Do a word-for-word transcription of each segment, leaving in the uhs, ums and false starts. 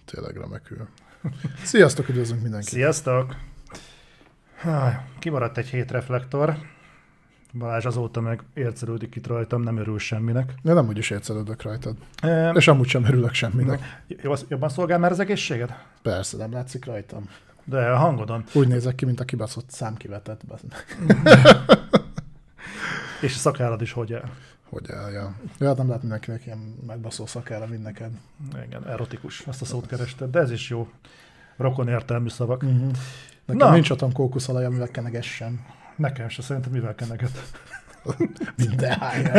tényleg remekül. Sziasztok, üdvözlünk mindenkit! Sziasztok! Kimaradt egy hét reflektor. Balázs azóta meg ércelődik itt rajtam, nem örül semminek. De nem úgyis ércelődök rajtad. Um, És amúgy sem örülök semminek. Jobban szolgál már az egészséged? Persze, nem látszik rajtam. De a hangodon. Úgy nézek ki, mint a kibaszott számkivetett. És a szakállad is hogy el? Hogy el, ja. Ja, hát nem lát mindenkinek ilyen megbaszó szakára, mint neked. Igen, erotikus, azt a szót kerested, de ez is jó. Rokon értelmű szavak. Uh-huh. Nekem Na. nincs otthon kókuszalaj, amivel kenegessem. Nekem se, szerinted mivel keneget? Minden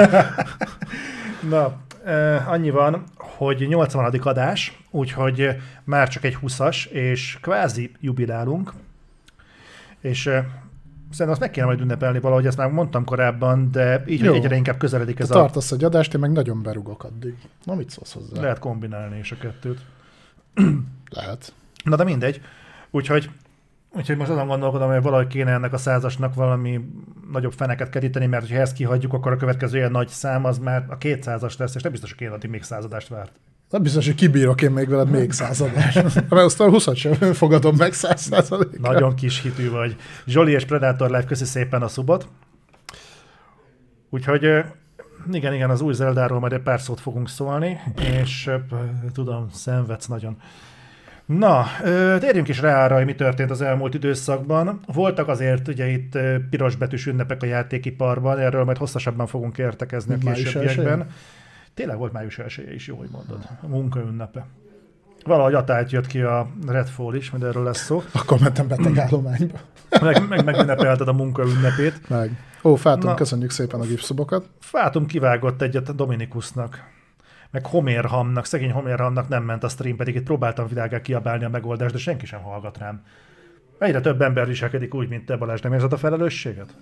Na, eh, annyi van, hogy nyolcvanadik adás, úgyhogy már csak egy huszas, és kvázi jubilálunk. És eh, szerintem azt meg kéne majd ünnepelni valahogy, ezt már mondtam korábban, de így Jó. egyre inkább közeledik ez Te a... tartasz egy adást, én meg nagyon berugok addig. Na, mit szólsz hozzá? Lehet kombinálni is a kettőt. Lehet. Na de mindegy. Úgyhogy, úgyhogy most azon gondolkodom, hogy valahogy kéne ennek a százasnak valami nagyobb feneket keríteni, mert ha ezt kihagyjuk, akkor a következő ilyen nagy szám az már a kétszázas lesz, és nem biztos, hogy kéne addig még századást várt. Nem biztos, hogy kibírok én még veled még századás. Mert aztán a huszat sem fogadom meg száz százalékra. Nagyon kis hitű vagy. Zsoli és Predator Live, köszi szépen a szubot. Úgyhogy igen, igen, az új Zeldáról majd egy pár szót fogunk szólni, és tudom, szenvedsz nagyon. Na, térjünk is rá arra, hogy mi történt az elmúlt időszakban. Voltak azért ugye itt pirosbetűs ünnepek a játékiparban, erről majd hosszasabban fogunk értekezni a későbbiekben. Tényleg volt május elsője is, jó, hogy mondod. A munkaünnepe. Valahogy atált jött ki a Redfall is, majd erről lesz szó. Akkor mentem betegállományba. Meg, meg megünnepelted a munkaünnepét. Meg. Ó, Fátum, Na, köszönjük szépen a gipszobokat. Fátum kivágott egyet a Dominikusnak. Meg Homérhamnak, szegény Homérhamnak nem ment a stream, pedig itt próbáltam világá kiabálni a megoldást, de senki sem hallgat rám. Egyre több ember viselkedik úgy, mint te, Balázs. Nem érzed a felelősséget?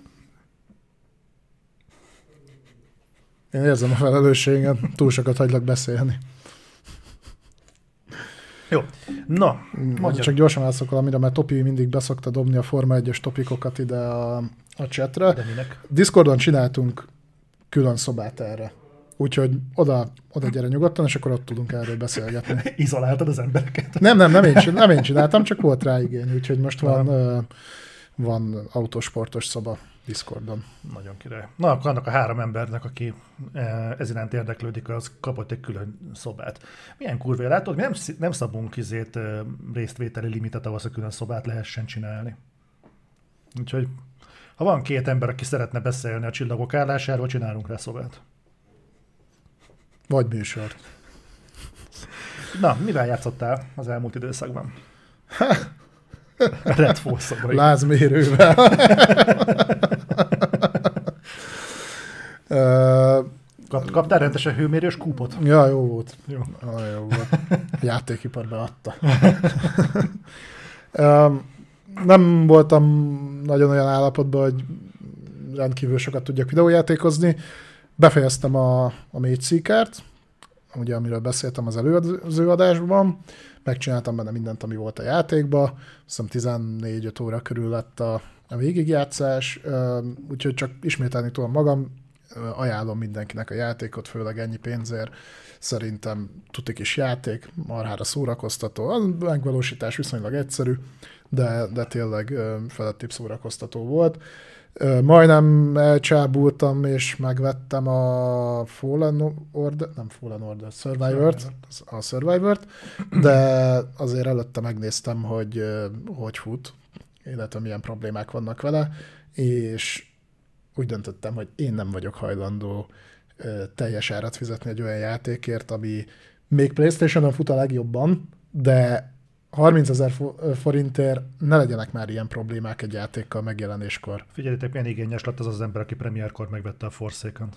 Én érzem a felelősséget, túl sokat hagylak beszélni. Jó, na. Mondja. Csak gyorsan elszok valamire, mert Topi mindig beszokta dobni a Forma egyes topikokat ide a, a chatre. De minek? Discordon csináltunk külön szobát erre. Úgyhogy oda, oda gyere nyugodtan, és akkor ott tudunk erről beszélgetni. Izoláltad az embereket? Nem, nem, nem én, csinál, nem én csináltam, csak volt rá igény, úgyhogy most van, uh, van autosportos szoba Discordon. Nagyon király. Na, akkor annak a három embernek, aki ez iránt érdeklődik, az kapott egy külön szobát. Milyen kurva, látod, mi nem, nem szabunk izét résztvételi limitet ahhoz, hogy külön szobát lehessen csinálni. Úgyhogy, ha van két ember, aki szeretne beszélni a csillagok állásáról, csinálunk rá szobát. Vagy műsort. Na, mivel játszottál az elmúlt időszakban? Redfall szobra. Lázmérővel. Kap, kaptál rendesen hőmérős kúpot? Ja, jó volt. Jó. Ja, jó volt. A játékipar beadta. Nem voltam nagyon olyan állapotban, hogy rendkívül sokat tudjak videójátékozni. Befejeztem a, a Mage Seekert, ugye, amiről beszéltem az előző adásban. Megcsináltam benne mindent, ami volt a játékban. Azt hiszem tizennégy-öt óra körül lett a, a végigjátszás, úgyhogy csak ismételni tudom magam. Ajánlom mindenkinek a játékot, főleg ennyi pénzért. Szerintem tuti kis játék, marhára szórakoztató. A megvalósítás viszonylag egyszerű, de, de tényleg felettébb szórakoztató volt. Majdnem elcsábultam, és megvettem a Fallen Order, nem Fallen Order, Survivor-t, a Survivor-t, de azért előtte megnéztem, hogy hogy fut, illetve milyen problémák vannak vele, és úgy döntöttem, hogy én nem vagyok hajlandó teljes árat fizetni egy olyan játékért, ami még PlayStation-on fut a legjobban, de harmincezer forintért ne legyenek már ilyen problémák egy játékkal megjelenéskor. Figyeljétek, milyen igényes lett az az ember, aki premierkor megvette a Forsaken-t.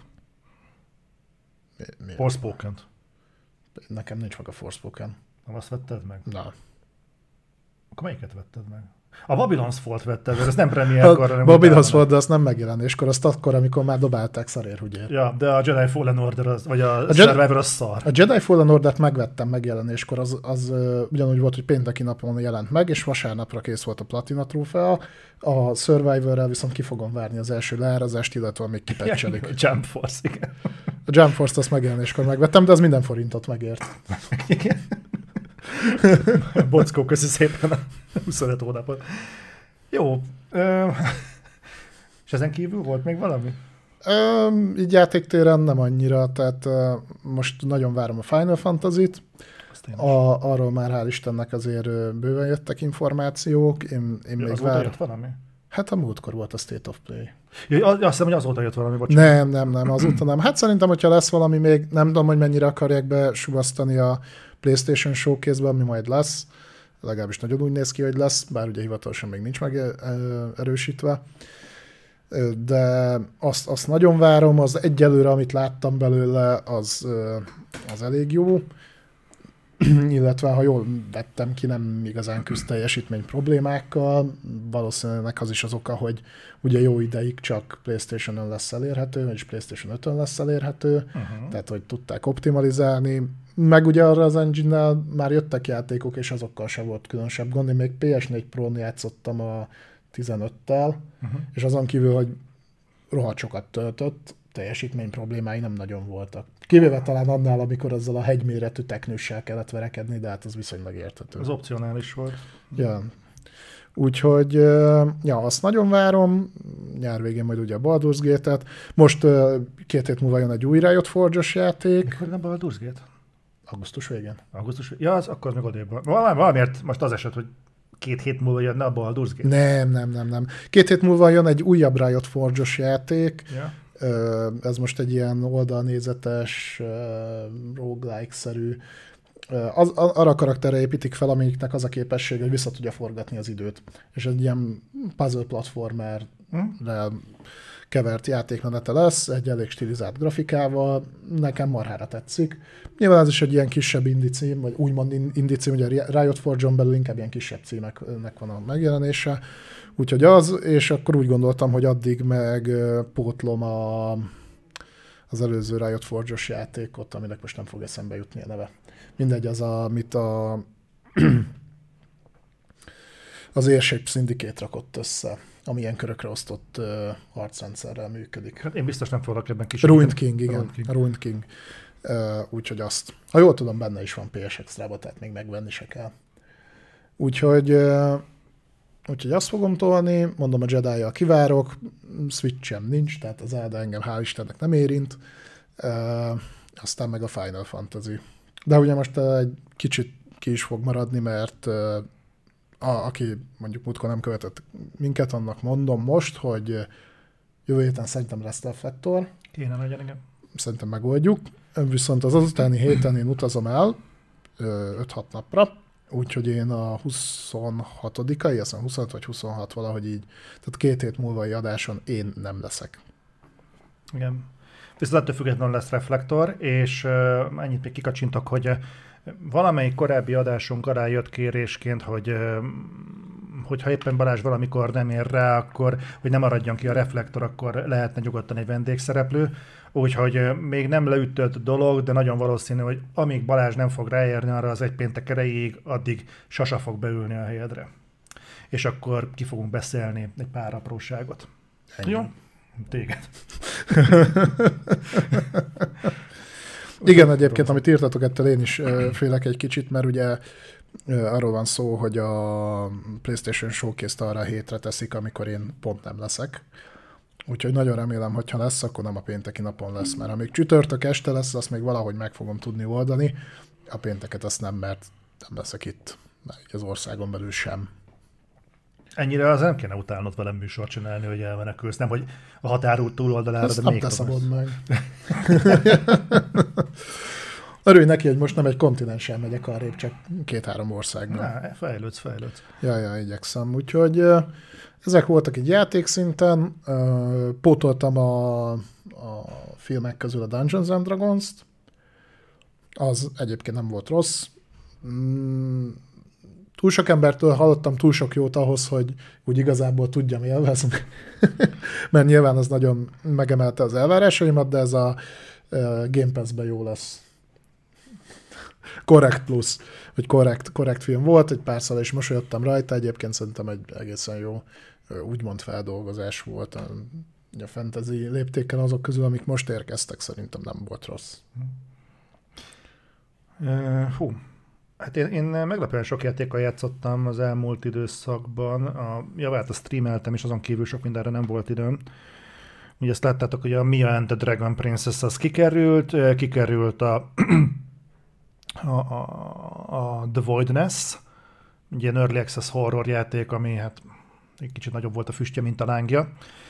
Mi, Forspoken-t. Nekem nincs meg a Forspoken. Nem azt vetted meg? Na. Akkor melyiket vetted meg? A Babylon's Fall-t vetted, ez nem premierkor, hanem a Babylon's Fall, de azt nem megjelenéskor, azt akkor, amikor már dobálták szarérhügyért. Ja, de a Jedi Fallen Order, az, vagy a, a Jedi, Survivor az szar. A Jedi Fallen Order-t megvettem megjelenéskor, az, az uh, ugyanúgy volt, hogy pénteki napon jelent meg, és vasárnapra kész volt a Platina trófea. A Survivor-rel viszont ki fogom várni az első leárazást, illetve még kipecselik. A Jump Force, igen. A Jump Force-t azt megjelenéskor megvettem, de az minden forintot megért. Bockó, köszi szépen a huszonöt hónapot. Jó. Ö, és ezen kívül volt még valami? Ö, így játéktéren nem annyira, tehát ö, most nagyon várom a Final Fantasy-t. A, arról már hál' Istennek azért ö, bőven jöttek információk. Én, én ja, még vár... jött valami? Hát a múltkor volt a State of Play. Ja, azt hiszem, hogy azóta jött valami, bocsánat. Nem, nem, nem, azóta nem. Hát szerintem, hogyha lesz valami még, nem tudom, hogy mennyire akarják besuvasztani a PlayStation Showcase-be, ami majd lesz. Legalábbis nagyon úgy néz ki, hogy lesz, bár ugye hivatalosan még nincs megerősítve. De azt, azt nagyon várom, az egyelőre, amit láttam belőle, az, az elég jó. Illetve, ha jól vettem ki, nem igazán küzd teljesítmény problémákkal. Valószínűleg az is az oka, hogy ugye jó ideig csak PlayStation-on lesz elérhető, és PlayStation ötön lesz elérhető, uh-huh. Tehát, hogy tudták optimalizálni. Meg ugye arra az engine-nel már jöttek játékok, és azokkal sem volt különösebb gond. Én még pé es négy Pro-n játszottam a tizenöttel, uh-huh. És azon kívül, hogy rohadt sokat töltött, teljesítmény problémái nem nagyon voltak. Kivéve talán annál, amikor azzal a hegyméretű teknőssel kellett verekedni, de hát az viszonylag érthető. Az opcionális volt. Ja. Úgyhogy, ja, azt nagyon várom. Nyár végén majd ugye a Baldur's Gate-et. Most két hét múlva jön egy új Riot Forge-os játék. Mikor nem Baldur's Gate? Augusztus végén. Augusztus végén? Ja, az akkor meg odébb. Valamiért most az eset, hogy két hét múlva jönne a Baldur's Gate? Nem, nem, nem, nem. Két hét múlva jön egy újabb Riot Forge-os játék. Ja. Ez most egy ilyen oldalnézetes, roguelike-szerű. Az, arra a karakterre építik fel, amiknek az a képesség, hogy vissza tudja forgatni az időt. És egy ilyen puzzle platformerre kevert játékmenete lesz, egy elég stilizált grafikával, nekem marhára tetszik. Nyilván ez is egy ilyen kisebb indie cím, vagy úgymond indie cím, ugye a Riot Forge-on belül inkább ilyen kisebb címeknek van a megjelenése. Úgyhogy az, és akkor úgy gondoltam, hogy addig meg pótlom a, az előző Riot Forge-os játékot, aminek most nem fog eszembe jutni a neve. Mindegy, az, a, amit a, az Airship Syndicate rakott össze, ami ilyen körökre osztott uh, harcrendszerrel működik. Hát én biztos nem fogok ebben kis. Ruined King, igen. Ruined King. Ruined King. Uh, úgyhogy azt. Ha jól tudom, benne is van pé es Extra-ba, tehát még megvenni se kell. Úgyhogy, uh, úgyhogy azt fogom tolni, mondom, a Jedi-jal kivárok, Switch-em nincs, tehát az Zelda engem hál' Istennek nem érint. Uh, aztán meg a Final Fantasy. De ugye most uh, egy kicsit ki is fog maradni, mert uh, a, aki mondjuk múltkor nem követett minket, annak mondom most, hogy jövő héten szerintem lesz Reflektor. Kéne legyen, igen. Szerintem megoldjuk. Viszont az azutáni héten én utazom el öt-hat napra, úgyhogy én a huszonhatodikai, azt mondom huszonhat vagy huszonhat valahogy így, tehát két hét múlvai adáson én nem leszek. Igen. Viszont ettől függetlenül lesz Reflektor, és uh, ennyit még kikacsintok, hogy uh, valamelyik korábbi adásunk alá jött kérésként, hogy uh, hogyha éppen Balázs valamikor nem ér rá, akkor, hogy nem maradjon ki a Reflektor, akkor lehetne nyugodtan egy vendégszereplő. Úgyhogy uh, még nem leütött dolog, de nagyon valószínű, hogy amíg Balázs nem fog ráérni arra az egy péntek erejéig, addig Sasa fog beülni a helyedre. És akkor ki fogunk beszélni egy pár apróságot. Ennyi. Jó? Téged. Igen, egyébként, amit írtatok, ettől én is félek egy kicsit, mert ugye arról van szó, hogy a PlayStation Showcase-t arra a hétre teszik, amikor én pont nem leszek. Úgyhogy nagyon remélem, hogyha lesz, akkor nem a pénteki napon lesz, mert ha még csütörtök este lesz, azt még valahogy meg fogom tudni oldani. A pénteket azt nem, mert nem leszek itt, meg az országon belül sem. Ennyire az nem kéne utálnod velem műsort csinálni, hogy elmenekülsz, nem, hogy a határút túloldalára, ezt de még nem te szabad meg. Örülj neki, hogy most nem egy kontinensen megyek arrébb, csak két-három országban. Na, fejlődsz, fejlődsz. Ja, ja, igyekszem. Úgyhogy ezek voltak egy játékszinten. Pótoltam a, a filmek közül a Dungeons and Dragons-t. Az egyébként nem volt rossz. Mm, túl sok embertől hallottam túl sok jót ahhoz, hogy úgy igazából tudjam élvezni. Mert nyilván az nagyon megemelte az elvárásaimat, de ez a Game Pass-ben jó lesz. Korrekt plusz, vagy korrekt, korrekt film volt, egy párszor is mosolyodtam rajta, egyébként szerintem egy egészen jó úgymond feldolgozás volt. A, a fantasy léptékkel azok közül, amik most érkeztek, szerintem nem volt rossz. Uh, hú. Hát én, én meglepően sok játékkal játszottam az elmúlt időszakban. A javát a streameltem, és azon kívül sok mindenre nem volt időm. Ugye ezt láttátok, hogy a Mia and the Dragon Princess az kikerült, kikerült a, a, a, a The Voidness, ugye egy Early Access horror játék, ami hát egy kicsit nagyobb volt a füstje, mint a lángja.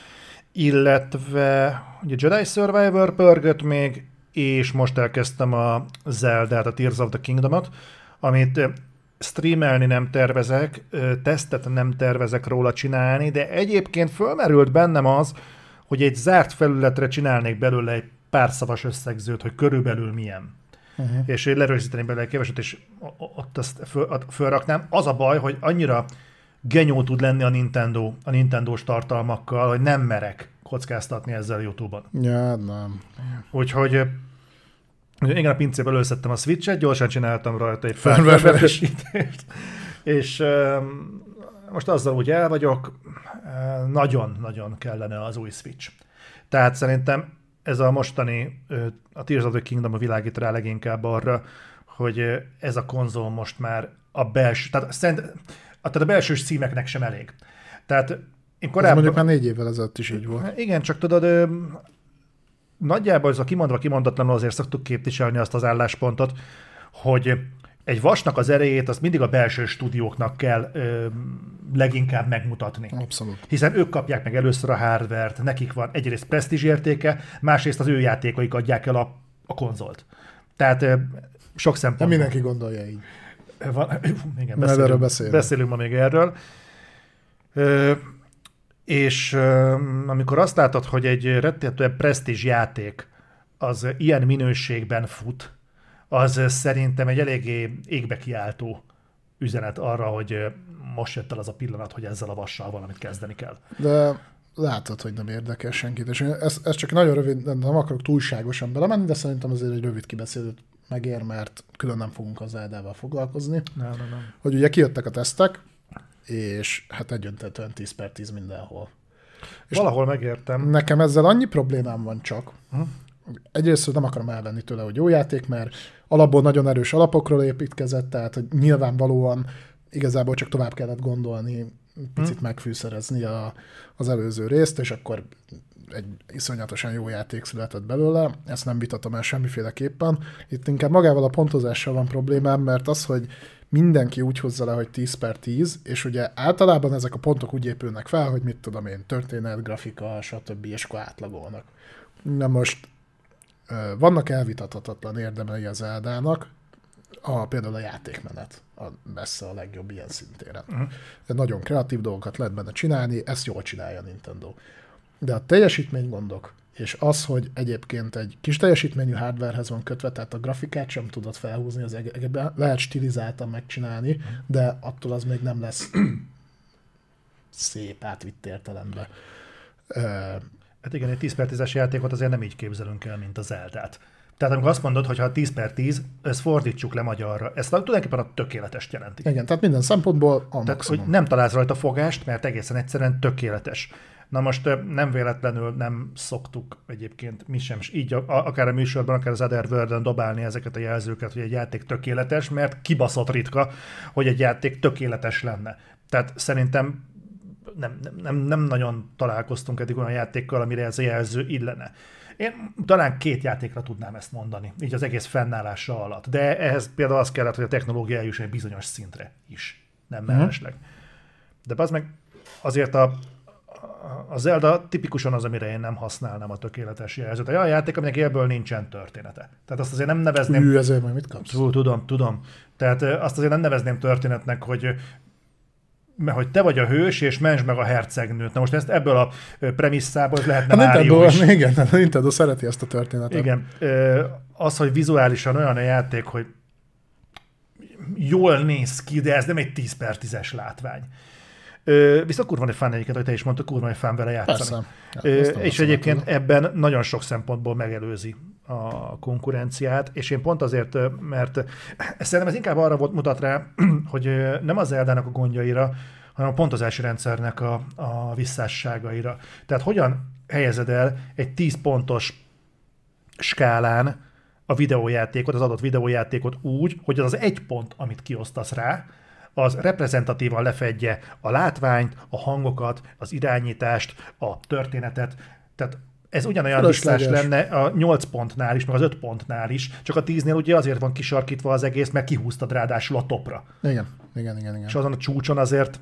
Illetve ugye Jedi Survivor pörgött még, és most elkezdtem a Zelda-t, a Tears of the Kingdom-ot, amit streamelni nem tervezek, tesztet nem tervezek róla csinálni, de egyébként fölmerült bennem az, hogy egy zárt felületre csinálnék belőle egy pár szavas összegzőt, hogy körülbelül milyen. Uh-huh. És lerögzíteni belőle egy keveset, és ott azt föl, fölraknám. Az a baj, hogy annyira genyó tud lenni a Nintendo, a Nintendo-s tartalmakkal, hogy nem merek kockáztatni ezzel a YouTube-on. Ja, nem. Úgyhogy igen, a pincéből összettem a Switch-et, gyorsan csináltam rajta egy felvevesítést, és um, most azzal úgy el vagyok, nagyon-nagyon kellene az új Switch. Tehát szerintem ez a mostani, a Tears of the Kingdom világít rá leginkább arra, hogy ez a konzol most már a belső, tehát, szerint, tehát a belsős címeknek sem elég. Tehát én korábban... Ez mondjuk már négy évvel ezelőtt is így volt. Igen, csak tudod, nagyjából ez a kimondva kimondatlanul azért szoktuk képviselni azt az álláspontot, hogy egy vasnak az erejét azt mindig a belső stúdióknak kell ö, leginkább megmutatni. Abszolút. Hiszen ők kapják meg először a hardware-t, nekik van egyrészt presztízs értéke, másrészt az ő játékaik adják el a, a konzolt. Tehát ö, sok szempontból. De mindenki gondolja így. Van, igen, beszélünk, beszélünk. beszélünk ma még erről. Ö, és ö, amikor azt látod, hogy egy rettenetően presztízs játék az ilyen minőségben fut, az szerintem egy eléggé égbe kiáltó üzenet arra, hogy most jött el az a pillanat, hogy ezzel a vassal valamit kezdeni kell. De látod, hogy nem érdekel senkit, és ez, ez csak nagyon rövid, nem akarok túlságosan belemenni, de szerintem azért egy rövid kibeszélőt megér, mert külön nem fogunk az Zeldával foglalkozni. Nem, nem, nem. Hogy ugye kijöttek a tesztek, és hát egyöntetően tíz per tíz mindenhol. És valahol megértem. Nekem ezzel annyi problémám van csak, hm? Egyrészt nem akarom elvenni tőle, hogy jó játék, mert alapból nagyon erős alapokról építkezett, tehát hogy nyilvánvalóan igazából csak tovább kellett gondolni, picit hmm. megfűszerezni a, az előző részt, és akkor egy iszonyatosan jó játék született belőle, ezt nem vitatom el semmiféleképpen. Itt inkább magával a pontozással van problémám, mert az, hogy mindenki úgy hozza le, hogy tíz per tíz, és ugye általában ezek a pontok úgy épülnek fel, hogy mit tudom én, történet, grafika, stb. És akkor átlagolnak. Na most vannak elvitathatatlan érdemei az Zeldának, a, például a játékmenet a messze a legjobb ilyen szintéren. Uh-huh. Nagyon kreatív dolgokat lehet benne csinálni, ezt jól csinálja a Nintendo. De a teljesítménygondok, és az, hogy egyébként egy kis teljesítményű hardwarehez van kötve, tehát a grafikát sem tudod felhúzni az egekben, lehet stilizáltan megcsinálni, uh-huh. de attól az még nem lesz szép átvitt értelemben. Hát igen, egy tíz per tízes játékot azért nem így képzelünk el, mint a Zeldát. Tehát amikor azt mondod, hogy ha tíz per tíz, ezt fordítsuk le magyarra, ezt tulajdonképpen a tökéletest jelenti. Igen, tehát minden szempontból a tehát, maximum. hogy nem találsz rajta fogást, mert egészen egyszerűen tökéletes. Na most nem véletlenül nem szoktuk egyébként mi sem, így akár a műsorban, akár az Otherworld-en dobálni ezeket a jelzőket, hogy egy játék tökéletes, mert kibaszott ritka, hogy egy játék tökéletes lenne. Tehát szerintem Nem, nem, nem nagyon találkoztunk eddig olyan játékkal, amire ez a jelző illene. Én talán két játékra tudnám ezt mondani, így az egész fennállása alatt. De ehhez például az kellett, hogy a technológia eljusson egy bizonyos szintre is, nem mellesleg. De az meg azért a, a Zelda tipikusan az, amire én nem használnám a tökéletes jelzőt. Olyan játék, aminek ebből nincsen története. Tehát azt azért nem nevezném... Hű, ezért majd mit kapsz? Tudom, tudom. Tehát azt azért nem nevezném történetnek, hogy mert hogy te vagy a hős, és mentsd meg a hercegnőt. Na most ezt ebből a premisszából lehetne Mário is. Igen, a Nintendo szereti ezt a történetet. Igen. Az, hogy vizuálisan olyan a játék, hogy jól néz ki, de ez nem egy tíz per tízes látvány. Viszont kurva egy fán egyiket, hogy te is mondtad, kurva egy fán vele játszani. Persze. Ja, és egyébként tőle. Ebben nagyon sok szempontból megelőzi a konkurenciát, és én pont azért, mert szerintem ez inkább arra volt, mutat rá, hogy nem az Zeldának a gondjaira, hanem a pontozási rendszernek a, a visszásságaira. Tehát hogyan helyezed el egy tíz pontos skálán a videójátékot, az adott videójátékot úgy, hogy az az egy pont, amit kiosztasz rá, az reprezentatívan lefedje a látványt, a hangokat, az irányítást, a történetet. Tehát ez ugyanolyan visszás lenne a nyolc pontnál is, meg az öt pontnál is, csak a tíznél ugye azért van kisarkítva az egész, mert kihúztad ráadásul a topra. Igen, igen, igen. igen. És azon a csúcson azért...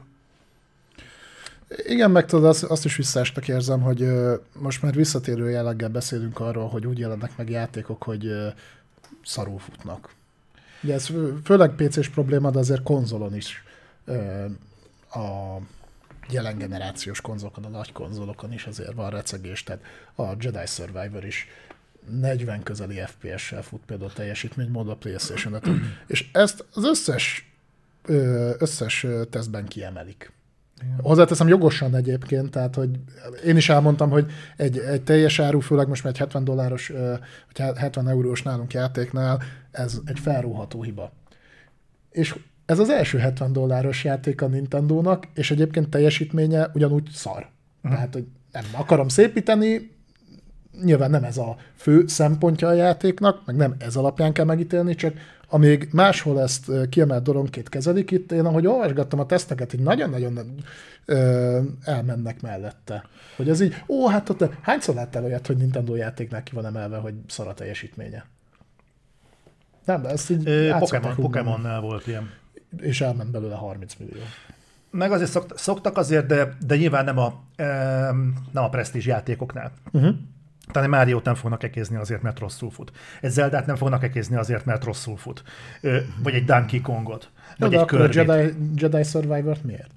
Igen, meg tudod, azt, azt is visszásnak érzem, hogy ö, most már visszatérő jelleggel beszélünk arról, hogy úgy jelennek meg játékok, hogy ö, szarul futnak. Ugye ez főleg pé cés probléma, de azért konzolon is ö, a jelen generációs konzolokon, a nagy konzolokon is azért van recegés, tehát a Jedi Survivor is negyven közeli ef pé es-sel fut például teljesítménymód a PlayStation ötön, és ezt az összes, összes tesztben kiemelik. Igen. Hozzáteszem jogosan egyébként, tehát hogy én is elmondtam, hogy egy, egy teljes áru, főleg most már egy hetven dolláros, vagy hetven eurós nálunk játéknál, ez egy felrúható hiba. És ez az első hetven dolláros játék a Nintendónak, és egyébként teljesítménye ugyanúgy szar. Uh-huh. Tehát, hogy nem akarom szépíteni, nyilván nem ez a fő szempontja a játéknak, meg nem ez alapján kell megítélni, csak amíg máshol ezt kiemelt dologként kezelik, itt én, ahogy olvasgattam a teszteket, így nagyon-nagyon ö, elmennek mellette. Hogy ez így, ó, hát ott hányszor láttál olyat, hogy Nintendo játéknál ki van emelve, hogy szar a teljesítménye? Nem, ezt így Ö, Pokémon, Pokémonnál volt ilyen. És elment belőle harminc millió. Meg azért szokt, szoktak azért, de, de nyilván nem a, e, nem a presztízs játékoknál. Uh-huh. Tehát egy Máriót nem fognak ekézni azért, mert rosszul fut. Egy Zeldát nem fognak ekézni azért, mert rosszul fut. Ö, vagy egy Donkey Kongot. Vagy de egy akkor a Jedi, Jedi Survivor-t miért?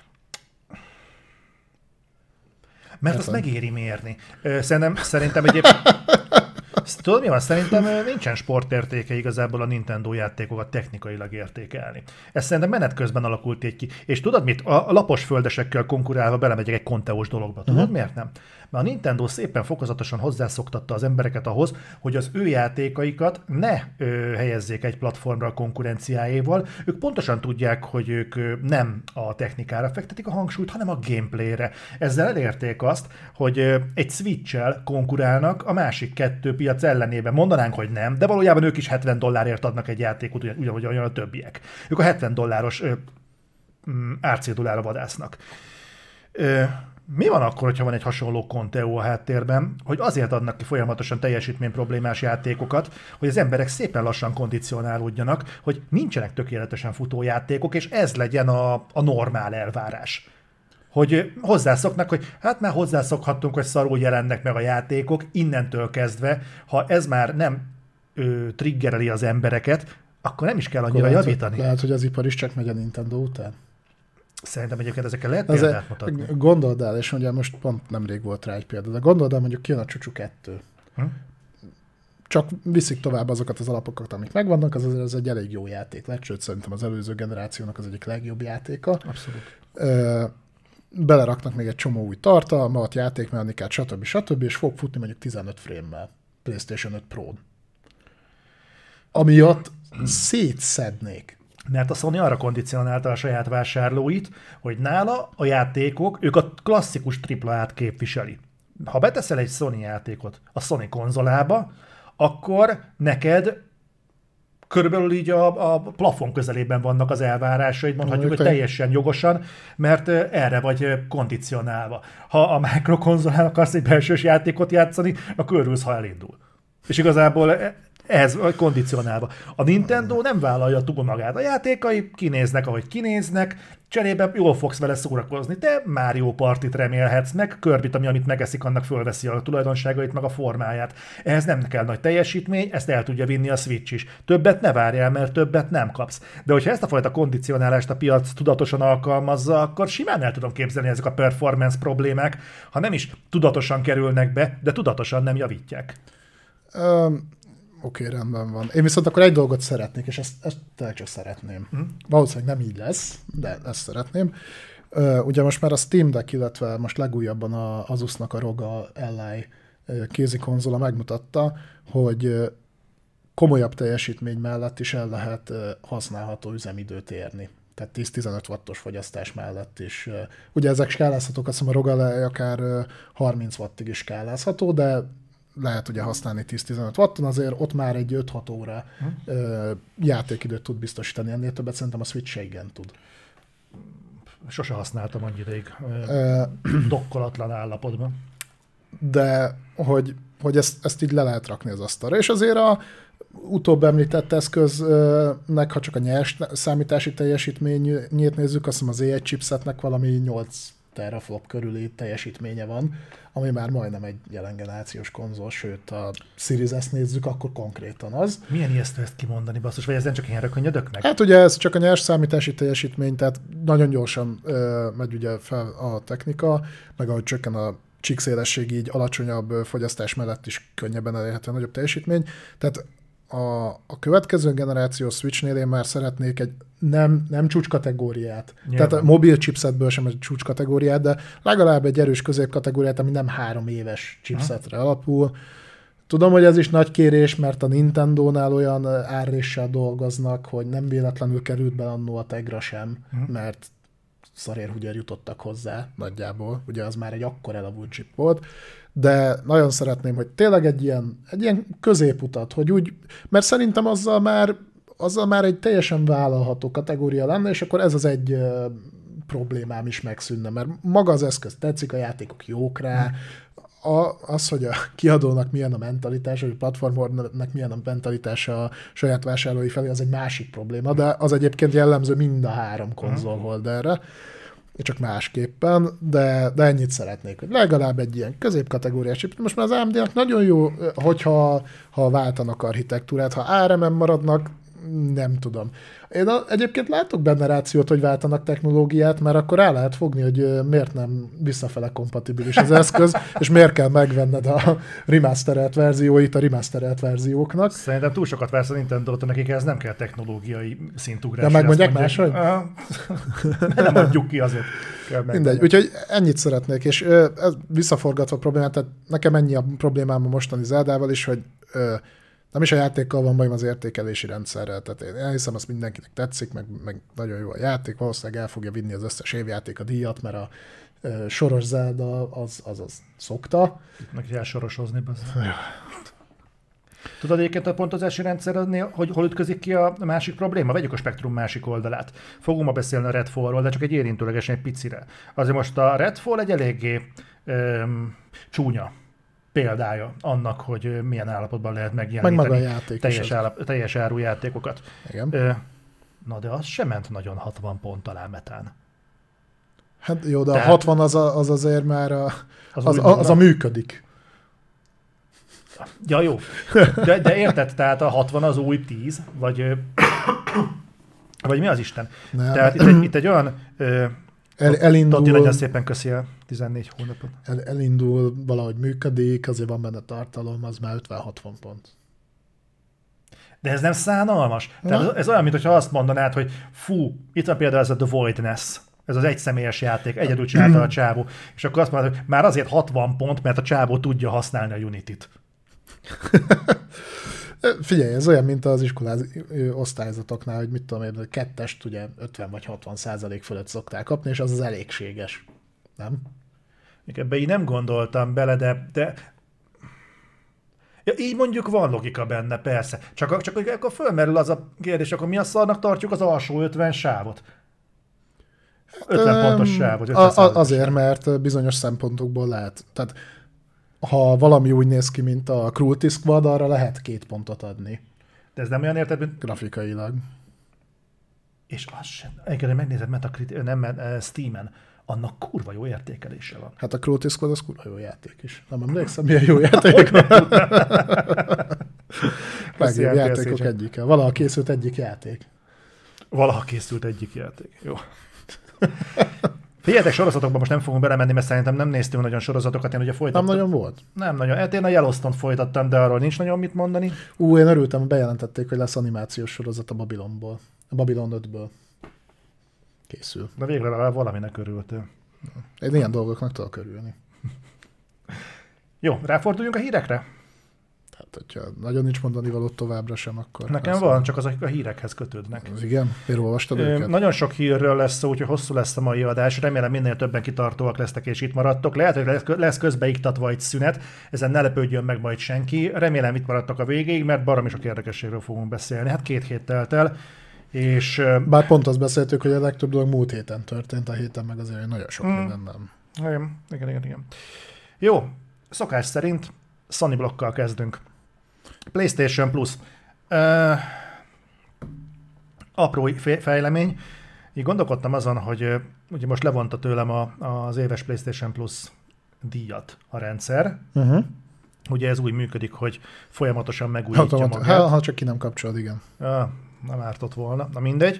Mert azt megéri mérni. Szerintem, szerintem egyébként... Tudod, mi van? Szerintem nincsen sportértéke igazából a Nintendo játékokat technikailag értékelni. Ez szerintem menet közben alakult így ki. És tudod mit? A lapos földesekkel konkurálva belemegyek egy konteós dologba. Tudod, uh-huh. miért nem? Mert a Nintendo szépen fokozatosan hozzászoktatta az embereket ahhoz, hogy az ő játékaikat ne ö, helyezzék egy platformra a konkurenciájával. Ők pontosan tudják, hogy ők ö, nem a technikára fektetik a hangsúlyt, hanem a gameplayre. Ezzel elérték azt, hogy ö, egy Switch-el konkurálnak a másik kettő piac ellenében. Mondanánk, hogy nem, de valójában ők is hetven dollárért adnak egy játékot, ugyan, ugyanúgy olyan a többiek. Ők a hetven dolláros ö, árcédulára vadásznak. Ö, Mi van akkor, hogyha van egy hasonló Conteo a háttérben, hogy azért adnak ki folyamatosan teljesítmény problémás játékokat, hogy az emberek szépen lassan kondicionálódjanak, hogy nincsenek tökéletesen futó játékok, és ez legyen a, a normál elvárás. Hogy hozzászoknak, hogy hát már hozzászokhattunk, hogy szarul jelennek meg a játékok, innentől kezdve, ha ez már nem ö, triggereli az embereket, akkor nem is kell annyira lehet, javítani. Lehet, hogy az ipar is csak megy a Nintendo után. Szerintem egyébként ezekkel lehet példát mutatni. Gondold el, és ugye most pont nemrég volt rá egy példa, de gondold el, mondjuk kijön a Csúcsú kettő. Hm? Csak viszik tovább azokat az alapokat, amik megvannak, az, az egy elég jó játék lett, sőt szerintem az előző generációnak az egyik legjobb játéka. Abszolút. Ö, beleraknak még egy csomó új tartalmat, játékmechanikát, stb. stb. És fog futni mondjuk tizenöt frame-mel PlayStation öt Pro-n. Amiatt szétszednék. Mert a Sony arra kondicionálta a saját vásárlóit, hogy nála a játékok, ők a klasszikus tripla á-t képviseli. Ha beteszel egy Sony játékot a Sony konzolába, akkor neked körülbelül így a, a plafon közelében vannak az elvárásaid, mondhatjuk, hogy teljesen jogosan, mert erre vagy kondicionálva. Ha a mikrokonzolán akarsz egy belsős játékot játszani, akkor örülsz, ha elindul. És igazából ez kondicionálva. A Nintendo nem vállalja túl magát. A játékai kinéznek, ahogy kinéznek, cserébe jól fogsz vele szórakozni. Te Mario Partit remélhetsz, meg Kirbyt, ami amit megeszik, annak fölveszi a tulajdonságait, meg a formáját. Ehhez nem kell nagy teljesítmény, ezt el tudja vinni a Switch is. Többet ne várjál, mert többet nem kapsz. De hogyha ezt a fajta kondicionálást a piac tudatosan alkalmazza, akkor simán el tudom képzelni ezek a performance problémák, ha nem is tudatosan kerülnek be, de tudatosan nem javítják. Um... Oké, okay, rendben van. Én viszont akkor egy dolgot szeretnék, és ezt, ezt tényleg csak szeretném. Mm. Valószínűleg nem így lesz, de ezt szeretném. Uh, ugye most már a Steam Deck, illetve most legújabban a Asusnak a ROG Ally kézi konzola megmutatta, hogy komolyabb teljesítmény mellett is el lehet használható üzemidőt érni. Tehát tíz-tizenöt wattos fogyasztás mellett is. Ugye ezek skálázhatók, azt hiszem a ROG Ally akár harminc wattig is skálázható, de lehet ugye használni tíz-tizenöt watton, azért ott már egy öt-hat óra hm. ö, játékidőt tud biztosítani. Ennél többet szerintem a Switch igen tud. Sose használtam annyi ideig ö, dokkolatlan állapotban. De hogy, hogy ezt, ezt így le lehet rakni az asztalra. És azért a utóbb említett eszköznek, ha csak a nyers számítási teljesítményét nézzük, azt hiszem az á egy chipsetnek valami nyolc teraflop körüli teljesítménye van, ami már majdnem egy jelen generációs konzol, sőt a Series S nézzük, akkor konkrétan az. Milyen ijesztő ezt kimondani, basszus, vagy ez nem csak ilyen rökönyödöknek? Hát ugye ez csak a nyers számítási teljesítmény, tehát nagyon gyorsan ö, megy ugye fel a technika, meg ahogy csökken a csíkszélesség, így alacsonyabb fogyasztás mellett is könnyebben elérhető nagyobb teljesítmény. Tehát a, a következő generációs Switchnél én már szeretnék egy nem, nem csúcskategóriát. Nyilván. Tehát a mobil chipsetből sem egy csúcskategóriát, de legalább egy erős középkategóriát, ami nem három éves chipsetre hmm. alapul. Tudom, hogy ez is nagy kérés, mert a Nintendónál olyan árréssel dolgoznak, hogy nem véletlenül került be annó a Tegra sem, hmm. mert szarérhugyer jutottak hozzá nagyjából. Ugye az már egy akkor elavult chip volt. De nagyon szeretném, hogy tényleg egy ilyen, egy ilyen középutat, hogy úgy, mert szerintem azzal már, azzal már egy teljesen vállalható kategória lenne, és akkor ez az egy uh, problémám is megszűnne, mert maga az eszköz tetszik, a játékok jók rá, a, az, hogy a kiadónak milyen a mentalitás, vagy a platformnak milyen a mentalitása a saját vásárlói felé, az egy másik probléma, de az egyébként jellemző mind a három konzolholderre, csak másképpen, de, de ennyit szeretnék, hogy legalább egy ilyen középkategóriás chip. Most már az á em dé-nek nagyon jó, hogyha ha váltanak architektúrát, ha á er em-en maradnak, nem tudom. Én a, egyébként látok benne rációt, hogy váltanak technológiát, mert akkor rá lehet fogni, hogy miért nem visszafele kompatibilis az eszköz, és miért kell megvenned a remasterelt verzióit a remasterelt verzióknak. Szerintem túl sokat vársz a Nintendótól, nekik ez nem kell technológiai szintugrás. De megmondják máshogy? Nem adjuk ki azért. Mindegy, úgyhogy ennyit szeretnék, és ez visszaforgatva a problémát, tehát nekem ennyi a problémám a mostani Zeldával is, hogy nem is a játékkal van bajom, az értékelési rendszerrel. Tehát én elhiszem, azt mindenkinek tetszik, meg, meg nagyon jó a játék, valószínűleg el fogja vinni az összes évjáték a díjat, mert a e, soros Zelda az, az, az szokta. Meg kell sorosozni. Tudod egyébként a pontozási rendszernél, hogy hol ütközik ki a másik probléma? Vegyük a spektrum másik oldalát. Fogunk ma beszélni a Redfallról, de csak egy érintőlegesen egy picire. Azért most a Redfall egy eléggé öm, csúnya példája annak, hogy milyen állapotban lehet megjeleníteni teljes, állap, teljes áru játékokat. Igen. Na de az sem ment nagyon hatvan pont alá metán. Hát jó, de tehát a hatvan az, a, az azért már a, az, az, az, az a működik. Ja jó, de, de érted, tehát a hatvan az új tíz, vagy, vagy mi az Isten? Nem. Tehát itt egy, itt egy olyan... El, elindul... Tati nagyon szépen köszi a tizennégy hónapot. El, elindul, valahogy működik, azért van benne tartalom, az már ötven-hatvan pont. De ez nem szánalmas. Tehát ez olyan, mintha azt mondanád, hogy fú, itt van például ez a The Voidness, ez az egyszemélyes játék, egyedül csinálta a csávó, és akkor azt mondod, hogy már azért hatvan pont, mert a csávó tudja használni a Unity-t. Figyelj, ez olyan, mint az iskoláz osztályzatoknál, hogy mit tudom én, kettest ugye ötven vagy hatvan százalék fölött szokták kapni, és az az elégséges. Nem? Ebbe így nem gondoltam bele, de... de... Ja, így mondjuk van logika benne, persze. Csak, csak hogy akkor fölmerül az a kérdés, akkor mi a szarnak tartjuk az alsó ötven sávot? ötven pontos sávot. A, a, azért, mert bizonyos szempontokból lehet. Tehát ha valami úgy néz ki, mint a Cruelty Squad, arra lehet két pontot adni. De ez nem olyan érted, mint... Grafikailag. És az sem. Egyébként megnézed Metacritic, nem Steamen, annak kurva jó értékelése van. Hát a Cruelty Squad az kurva jó játék is. Nem emlékszem, milyen jó játék van. Legjobb játékok egyike. Valaha készült egyik játék. Valaha készült egyik játék. Jó. Figyeljetek, sorozatokban most nem fogunk belemenni, mert szerintem nem néztünk nagyon sorozatokat, én ugye folytattam. Nem nagyon volt? Nem nagyon. Hát én a Yellowstone-t folytattam, de arról nincs nagyon mit mondani. Ú, én örültem, hogy bejelentették, hogy lesz animációs sorozat a Babylonból. A Babylon ötből. Készül. De végre valaminek örültél. Én ilyen dolgoknak tudok örülni. Jó, ráforduljunk a hírekre? Hát, hogyha nagyon nincs mondani valót továbbra sem, akkor... Nekem van, csak azok a hírekhez kötődnek. Az igen? Például olvastad Ö, őket? Nagyon sok hírről lesz szó, úgyhogy hosszú lesz a mai adás. Remélem minél többen kitartóak lesztek és itt maradtok. Lehet, hogy lesz közbeiktatva egy szünet, ezen ne lepődjön meg majd senki. Remélem itt maradtak a végéig, mert baromi sok érdekességről fogunk beszélni. Hát két hét telt el, és... Bár pont azt beszéltük, hogy a legtöbb dolog múlt héten történt, a héten meg azért nagyon sok mm. minden nem. Igen, igen, igen, igen. Jó, szokás szerint Sony blokkal kezdünk. PlayStation Plus. Uh, apró fejlemény. Így gondolkodtam azon, hogy uh, ugye most levonta tőlem a, az éves PlayStation Plus díjat a rendszer. Uh-huh. Ugye ez úgy működik, hogy folyamatosan megújítja ha, magát. Ha, ha csak ki nem kapcsolod, igen. Uh, nem ártott volna. Na mindegy.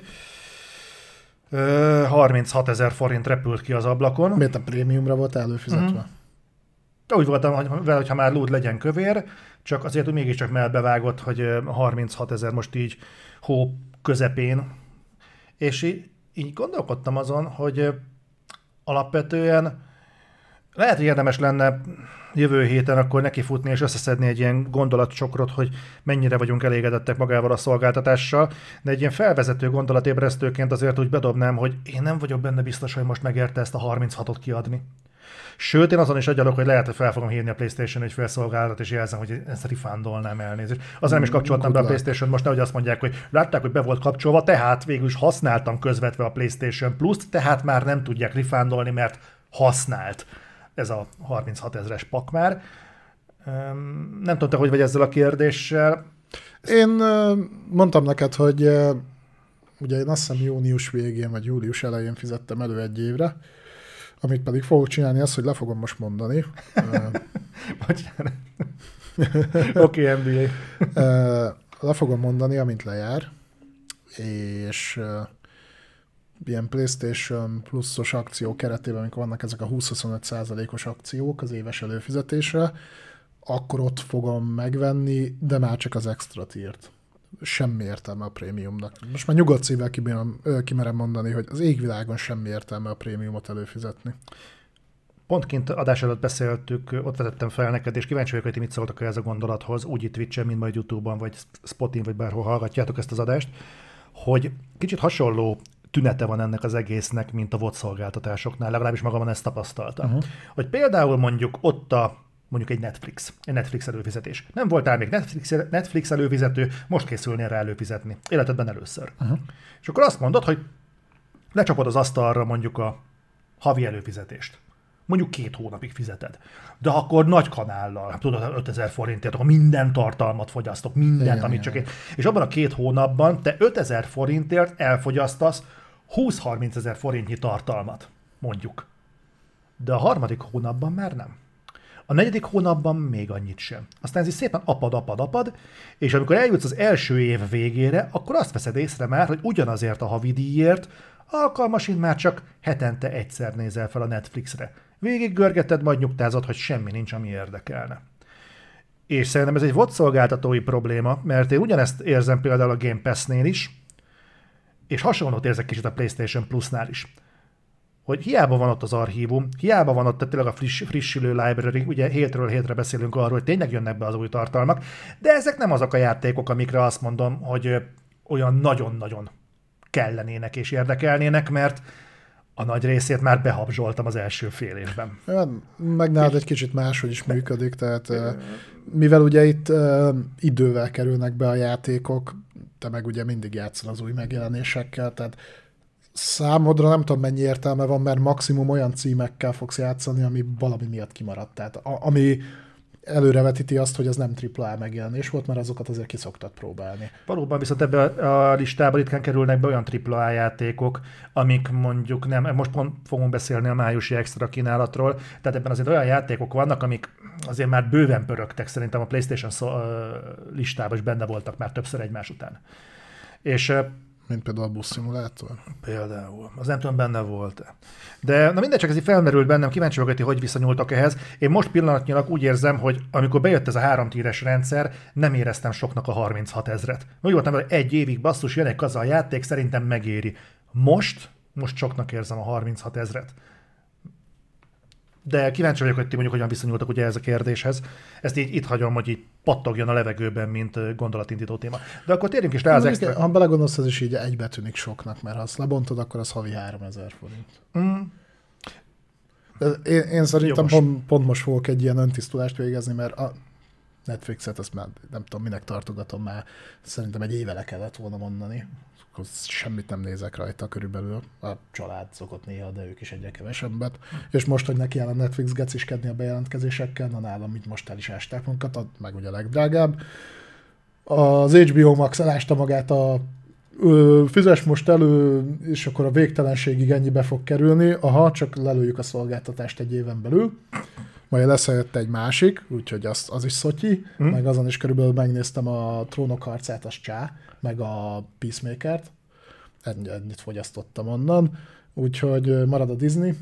Uh, harminchat ezer forint repült ki az ablakon. Miért a prémiumra volt előfizetve? Uh-huh. Úgy voltam, hogy, hogyha már lúd legyen kövér, csak azért úgy mégiscsak melbevágott, hogy harminchat ezer most így hó közepén. És így, így gondolkodtam azon, hogy alapvetően lehet, hogy érdemes lenne jövő héten akkor nekifutni és összeszedni egy ilyen gondolatcsokrot, hogy mennyire vagyunk elégedettek magával a szolgáltatással, de egy ilyen felvezető gondolatébresztőként azért úgy bedobnám, hogy én nem vagyok benne biztos, hogy most megérte ezt a harminchatot kiadni. Sőt, én azon is agyalok, hogy lehet, hogy fel fogom hívni a PlayStation ügyfélszolgálatot, és jelzem, hogy ezt refundolnám elnézést. Azért nem is kapcsoltam be a PlayStation, most nehogy azt mondják, hogy látták, hogy be volt kapcsolva, tehát végül is használtam közvetve a PlayStation Plus-t, tehát már nem tudják refundolni, mert használt ez a harminchat ezres pak már. Nem tudom, te hogy vagy ezzel a kérdéssel. Én mondtam neked, hogy ugye én azt hiszem június végén, vagy július elején fizettem elő egy évre, amit pedig fogok csinálni, az, hogy le fogom most mondani. Bocsánat. Oké, en bé á. Le fogom mondani, amint lejár, és ilyen PlayStation pluszos akció keretében, amikor vannak ezek a húsz-huszonöt százalékos akciók az éves előfizetésre, akkor ott fogom megvenni, de már csak az extra tiert. Semmi értelme a prémiumnak. Most már nyugodt szívvel kimerem mondani, hogy az égvilágon semmi értelme a prémiumot előfizetni. Pont kint adás előtt beszéltük, ott vetettem fel neked, és kíváncsi vagyok, hogy ti mit szóltak ez a gondolathoz, úgy itt Twitch-en, mint majd YouTube-on, vagy Spotin, vagy bárhol hallgatjátok ezt az adást, hogy kicsit hasonló tünete van ennek az egésznek, mint a vé o dé szolgáltatásoknál, legalábbis magamon ezt tapasztaltam. Uh-huh. Hogy például mondjuk ott a mondjuk egy Netflix, egy Netflix előfizetés. Nem voltál még Netflix, Netflix előfizető, most készülnél rá előfizetni. Életedben először. Uh-huh. És akkor azt mondod, hogy lecsapod az asztalra mondjuk a havi előfizetést. Mondjuk két hónapig fizeted. De akkor nagy kanállal, tudod, ötezer forintért, akkor minden tartalmat fogyasztok, mindent, igen, amit csak én. És abban a két hónapban te ötezer forintért elfogyasztasz húsz-harminc ezer forintnyi tartalmat, mondjuk. De a harmadik hónapban már nem. A negyedik hónapban még annyit sem. Aztán ez is szépen apad, apad, apad, és amikor eljutsz az első év végére, akkor azt veszed észre már, hogy ugyanazért a havidíjért alkalmasint már csak hetente egyszer nézel fel a Netflixre. Végig görgeted, majd nyugtázod, hogy semmi nincs, ami érdekelne. És szerintem ez egy vé o dé szolgáltatói probléma, mert én ugyanezt érzem például a Game Pass-nél is, és hasonlót érzek kicsit a PlayStation Plus-nál is. Hogy hiába van ott az archívum, hiába van ott tényleg a friss, frissülő library, ugye hétről hétre beszélünk arról, hogy tényleg jönnek be az új tartalmak, de ezek nem azok a játékok, amikre azt mondom, hogy olyan nagyon-nagyon kellenének és érdekelnének, mert a nagy részét már behabzsoltam az első fél évben. Ja, meg nálad egy kicsit máshogy is működik, tehát mivel ugye itt idővel kerülnek be a játékok, te meg ugye mindig játszol az új megjelenésekkel, tehát számodra nem tudom mennyi értelme van, mert maximum olyan címekkel fogsz játszani, ami valami miatt kimaradt. Tehát a, ami előrevetíti azt, hogy ez nem tripla á megjelenés volt, mert azokat azért ki szoktad próbálni. Valóban viszont ebbe a listában ritkán kerülnek be olyan tripla á játékok, amik mondjuk nem, most pont fogunk beszélni a májusi extra kínálatról, tehát ebben azért olyan játékok vannak, amik azért már bőven pörögtek, szerintem a PlayStation listában is benne voltak már többször egymás után. És mint például a buszszimulátor? Például. Az nem tudom, benne volt. De na mindegy, csak ez így felmerült bennem, kíváncsi vagyok, hogy hogy viszonyultak ehhez. Én most pillanatnyilag úgy érzem, hogy amikor bejött ez a három tíres rendszer, nem éreztem soknak a harminchat ezret. Úgy voltam, hogy egy évig basszus, jön egy kaza a játék, szerintem megéri. Most, most soknak érzem a harminchat ezret. de kíváncsi vagyok, hogy ti mondjuk hogyan viszonyultak ugye ez a kérdéshez. Ezt így itt hagyom, hogy így pattogjon a levegőben, mint gondolatindító téma. De akkor térjünk is rá az extra... Ha belegondolsz, ez is így egybe tűnik soknak, mert ha azt lebontod, akkor az havi háromezer forint. Mm. Én, én szerintem pont, pont most fogok egy ilyen öntisztulást végezni, mert a Netflixet azt már nem tudom, minek tartogatom már, szerintem egy éve le kellett volna mondani. Akkor semmit nem nézek rajta körülbelül. A család szokott néha, de ők is egyre kevesebbet. Mm. És most, hogy neki áll a Netflix geciskedni a bejelentkezésekkel, na nálam, mint most el is ásták magukat, meg ugye a legdrágább. Az há bé o Max elásta magát a ö, fizes most elő, és akkor a végtelenségig ennyibe fog kerülni, aha, csak lelőjük a szolgáltatást egy éven belül. Majd lesz helyette egy másik, úgyhogy az, az is szotyi, mm. meg azon is körülbelül megnéztem a Trónok harcát, az csá, meg a Peacemaker-t. Ennyi, ennyit fogyasztottam onnan, úgyhogy marad a Disney.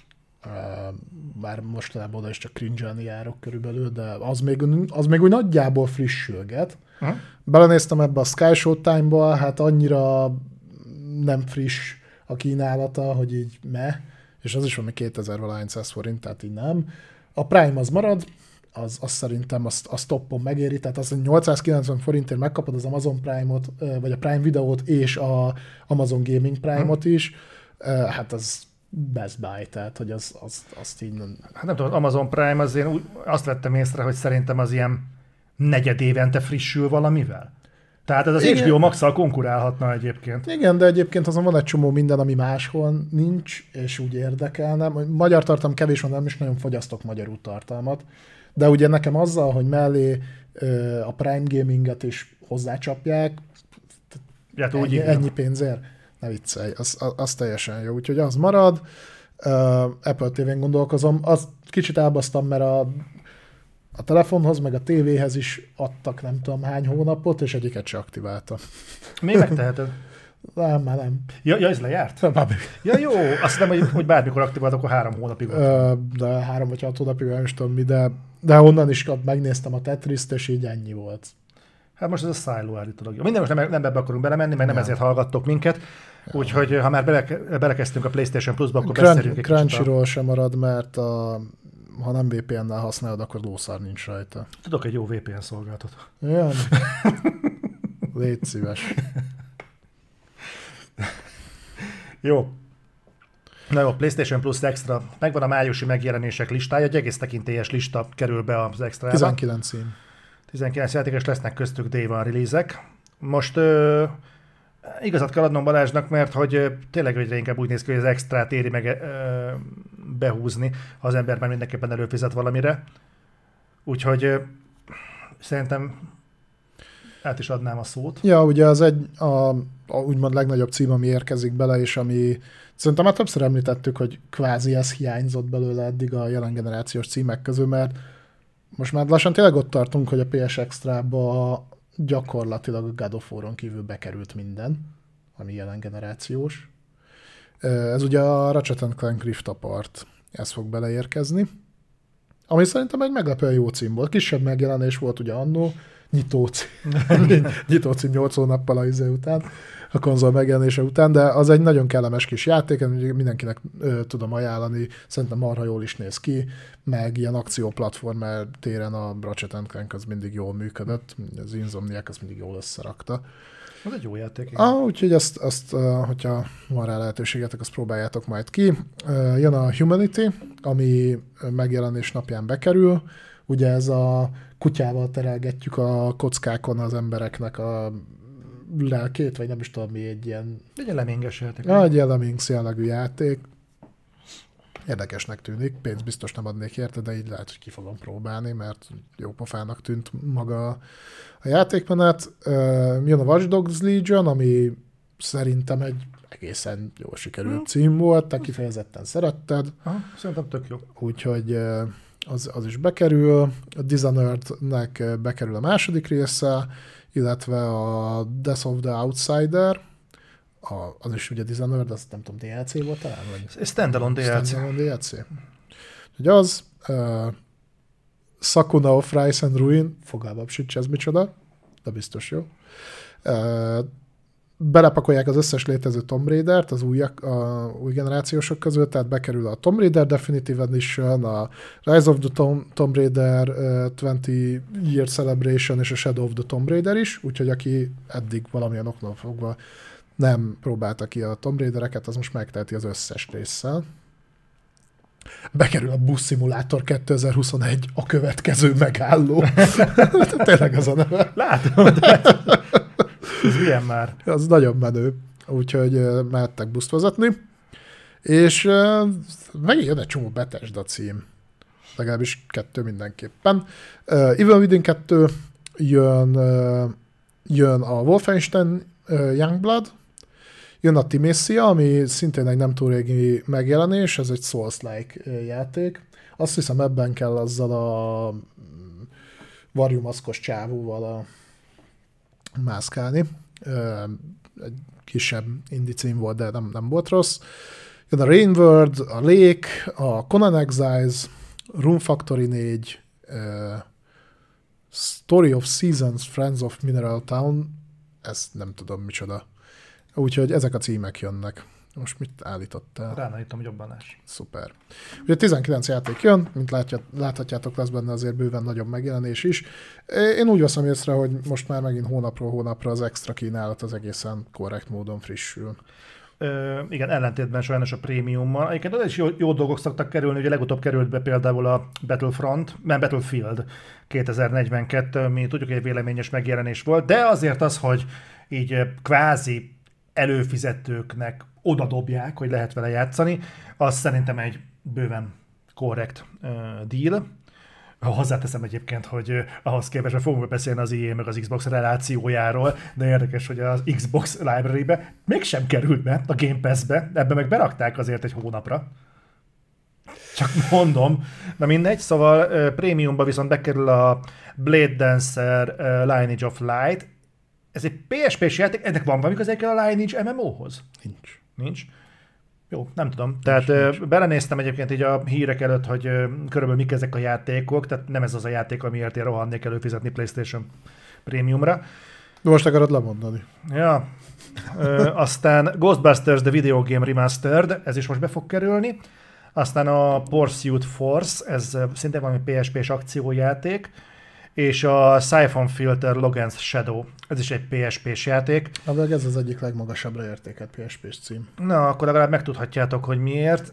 Bár mostanában oda is csak cringe-elni járok körülbelül, de az még, az még úgy nagyjából frissülget. Mm. Belenéztem ebbe a Sky Showtime-ba, hát annyira nem friss a kínálata, hogy így meh, és az is valami kétezer-valahány száz forint, tehát így nem. A Prime az marad, az, az szerintem azt, azt toppon megéri, tehát az nyolcszázkilencven forintért megkapod az Amazon Prime-ot, vagy a Prime Videót és a Amazon Gaming Prime-ot is, hát az Best Buy, tehát hogy az, az, azt így nem... Hát nem tudom, az Amazon Prime az én úgy, azt vettem észre, hogy szerintem az ilyen negyed évente frissül valamivel. Tehát ez az igen. há bé o Max-szal konkurálhatna egyébként. Igen, de egyébként azon van egy csomó minden, ami máshol nincs, és úgy érdekelne. Magyar tartalom kevés van, nem is nagyon fogyasztok magyarul tartalmat. De ugye nekem azzal, hogy mellé ö, a Prime Gaminget is hozzácsapják, ja, ennyi, úgy ennyi pénzért, ne viccelj, az, az, az teljesen jó. Úgyhogy az marad. Uh, Apple té vén gondolkozom. Azt kicsit elbasztam, mert a A telefonhoz, meg a tévéhez is adtak nem tudom hány hónapot, és egyiket se aktiváltam. Miért megteheted? Nem, már nem. Ja, ja ez lejárt? Nem, ja, jó. Azt hiszem, hogy, hogy bármikor aktiváltak, akkor három hónapig. Ö, de három vagy hat hónapig, nem is tudom mi, de, de onnan is megnéztem a Tetriszt, és így ennyi volt. Hát most ez a Silo állítólag. Minden most nem, nem ebbe akarunk belemenni, mert nem ja. ezért hallgattok minket. Ja. Úgyhogy ha már bele, belekezdtünk a PlayStation Plus-ba, akkor Crunch, beszéljünk egy Crunchyroll a... sem marad, mert a ha nem vé pé en-nel használod, akkor lószar nincs rajta. Tudok egy jó vé pé en szolgáltat. Igen. Légy szíves. Jó. Na jó, PlayStation Plus Extra. Megvan a májusi megjelenések listája, egy egész tekintélyes lista kerül be az Extra-ba. tizenkilenc cím. tizenkilenc játékos lesznek köztük Day One release-ek. Most ö, igazat kell adnom Balázsnak, mert hogy ö, tényleg egyre inkább úgy néz ki, hogy az Extrát éri meg ö, behúzni, ha az ember már mindenképpen előfizet valamire. Úgyhogy ö, szerintem át is adnám a szót. Ja, ugye az egy a, a úgymond legnagyobb cím, ami érkezik bele, és ami szerintem már többször említettük, hogy kvázi ez hiányzott belőle eddig a jelen generációs címek közül, mert most már lassan tényleg ott tartunk, hogy a pé es Extra-ba gyakorlatilag a God of War-on kívül bekerült minden, ami jelen generációs. Ez ugye a Ratchet and Clank Rift Apart, ez fog beleérkezni, ami szerintem egy meglepően jó cím volt. Kisebb megjelenés volt ugye annó, nyitó cím, nyitó cím nyolc hónappal a izé után, a konzol megjelenése után, de az egy nagyon kellemes kis játék, mindenkinek ö, tudom ajánlani, szerintem marha jól is néz ki, meg ilyen akcióplatformer téren a Ratchet and Clank az mindig jól működött, az Insomniac az mindig jól összerakta. Az egy jó játék. Ah, úgyhogy azt, azt, hogyha van rá lehetőségetek, azt próbáljátok majd ki. Jön a Humanity, ami megjelenés napján bekerül. Ugye ez a kutyával terelgetjük a kockákon az embereknek a lelkét, vagy nem is tudom mi, egy ilyen... Egy leminges játék. Ja, egy ilyen lemmings jellegű játék. Érdekesnek tűnik, pénzt biztos nem adnék érte, de így lehet, hogy ki fogom próbálni, mert jó pofának tűnt maga a játékmenet. Jön a Watch Dogs Legion, ami szerintem egy egészen jól sikerült hmm. cím volt, te kifejezetten szeretted. Aha, szerintem tök jó. Úgyhogy az, az is bekerül. A Dishonored-nek bekerül a második része, illetve a Death of the Outsider, A, az is ugye Dishonored, az nem tudom, dé el cé volt talán? Vagy? Standalone dé el cé. Standalone dé el cé. Ugye az, uh, Sakuna of Rise and Ruin, fogalmam sincs ez micsoda, de biztos jó. Uh, belepakolják az összes létező Tomb Raider-t az új, a új generációsok közül, tehát bekerül a Tomb Raider Definitive Edition, a Rise of the Tom, Tomb Raider uh, húsz Year Celebration és a Shadow of the Tomb Raider is, úgyhogy aki eddig valamilyen oknál fogva nem próbálta ki a Tomb Raidereket, az most megteheti az összes résszel. Bekerül a Bus Simulator kétezer-huszonegy, a következő megálló. Tényleg az a neve. Látom, de ez milyen már? Az nagyon menő, úgyhogy uh, mehettek buszt vezetni. És uh, megint jön egy csomó Bethesda cím. Legalábbis kettő mindenképpen. Uh, Evil Within kettő, jön, uh, jön a Wolfenstein uh, Youngblood, jön a Timécia, ami szintén egy nem túl régi megjelenés, ez egy Souls-like játék. Azt hiszem ebben kell azzal a varjumaszkos csávóval a mászkálni. Egy kisebb indie cím volt, de nem, nem volt rossz. Jön a Rain World, a Lake, a Conan Exiles, Rune Factory négy, Story of Seasons, Friends of Mineral Town, ezt nem tudom micsoda. Úgyhogy ezek a címek jönnek. Most mit állítottál? Ránállítom, jobbanás. Szuper. Ugye tizenkilenc játék jön, mint látját, láthatjátok, lesz benne azért bőven nagyobb megjelenés is. Én úgy veszem észre, hogy most már megint hónapról hónapra az extra kínálat az egészen korrekt módon frissül. Ö, igen, ellentétben sajnos a prémiummal. Egyébként oda is jó, jó dolgok szoktak kerülni, ugye legutóbb került be például a Battlefront, nem Battlefield kétezer-negyvenkettő, ami tudjuk, hogy egy véleményes megjelenés volt, de azért az, hogy így kvázi előfizetőknek odadobják, hogy lehet vele játszani, az szerintem egy bőven korrekt uh, deal. Hozzáteszem egyébként, hogy uh, ahhoz képest, hogy fogunk beszélni az i á meg az Xbox relációjáról, de érdekes, hogy az Xbox library-be mégsem került be a Game Pass-be, ebbe meg berakták azért egy hónapra. Csak mondom. Na mindegy, szóval uh, prémiumba viszont bekerül a Blade Dancer uh, Lineage of Light. Ez egy pé es pés játék, ennek van valami közel a Lineage em em o-hoz? Nincs. Nincs? Jó, nem tudom. Nincs, tehát nincs. Belenéztem egyébként így a hírek előtt, hogy körülbelül mik ezek a játékok, tehát nem ez az a játék, amiért én rohannék előfizetni PlayStation Premiumra. De most akarod lemondani. Ja. Ö, aztán Ghostbusters The Video Game Remastered, ez is most be fog kerülni. Aztán a Pursuit Force, ez szintén valami pé es pés akciójáték. És a Siphon Filter Logan's Shadow, ez is egy pé es pés játék. De ez az egyik legmagasabbra értékelt pé es pés cím. Na, akkor legalább megtudhatjátok, hogy miért.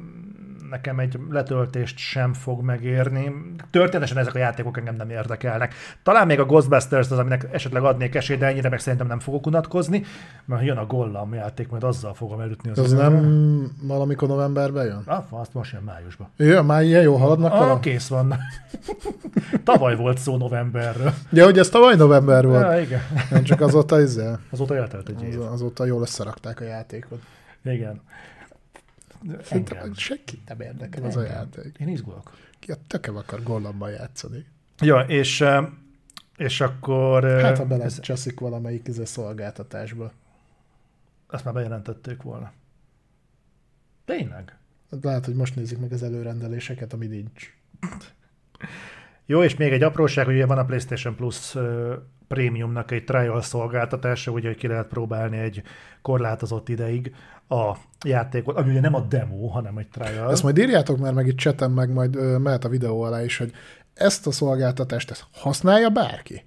Nekem egy letöltést sem fog megérni. Történetesen ezek a játékok engem nem érdekelnek. Talán még a Ghostbusters az, aminek esetleg adnék esélyt, de ennyire meg szerintem nem fogok unatkozni, mert jön a Gollam játék, majd azzal fogom elütni az az nem valamikor novemberben jön? Ah, azt most jön májusban. Jön, már ilyen jól haladnak ah, vele? Kész van. Tavaly volt szó novemberről. Ja, hogy ez tavaly november volt. Ja, igen. Nem csak azóta izzel. Azóta eltelt egy Az, év. azóta jól összerakták a játékot. Igen. Szerintem senkit nem érdekel az a játék. Én izgulok. Ki a tökem akar Gollammal játszani? Ja, és, és akkor... Hát, ha belecseszik valamelyik izé szolgáltatásba. Azt már bejelentették volna. Tényleg? Lehet, hogy most nézik meg az előrendeléseket, ami nincs. Jó, és még egy apróság, hogy ugye van a PlayStation Plus Premiumnak egy trial szolgáltatása, ugye, hogy ki lehet próbálni egy korlátozott ideig a játékot, ami ugye nem a demo, hanem egy trial. Ezt majd írjátok már meg itt chaten, meg majd ö, mehet a videó alá is, hogy ezt a szolgáltatást ezt használja bárki?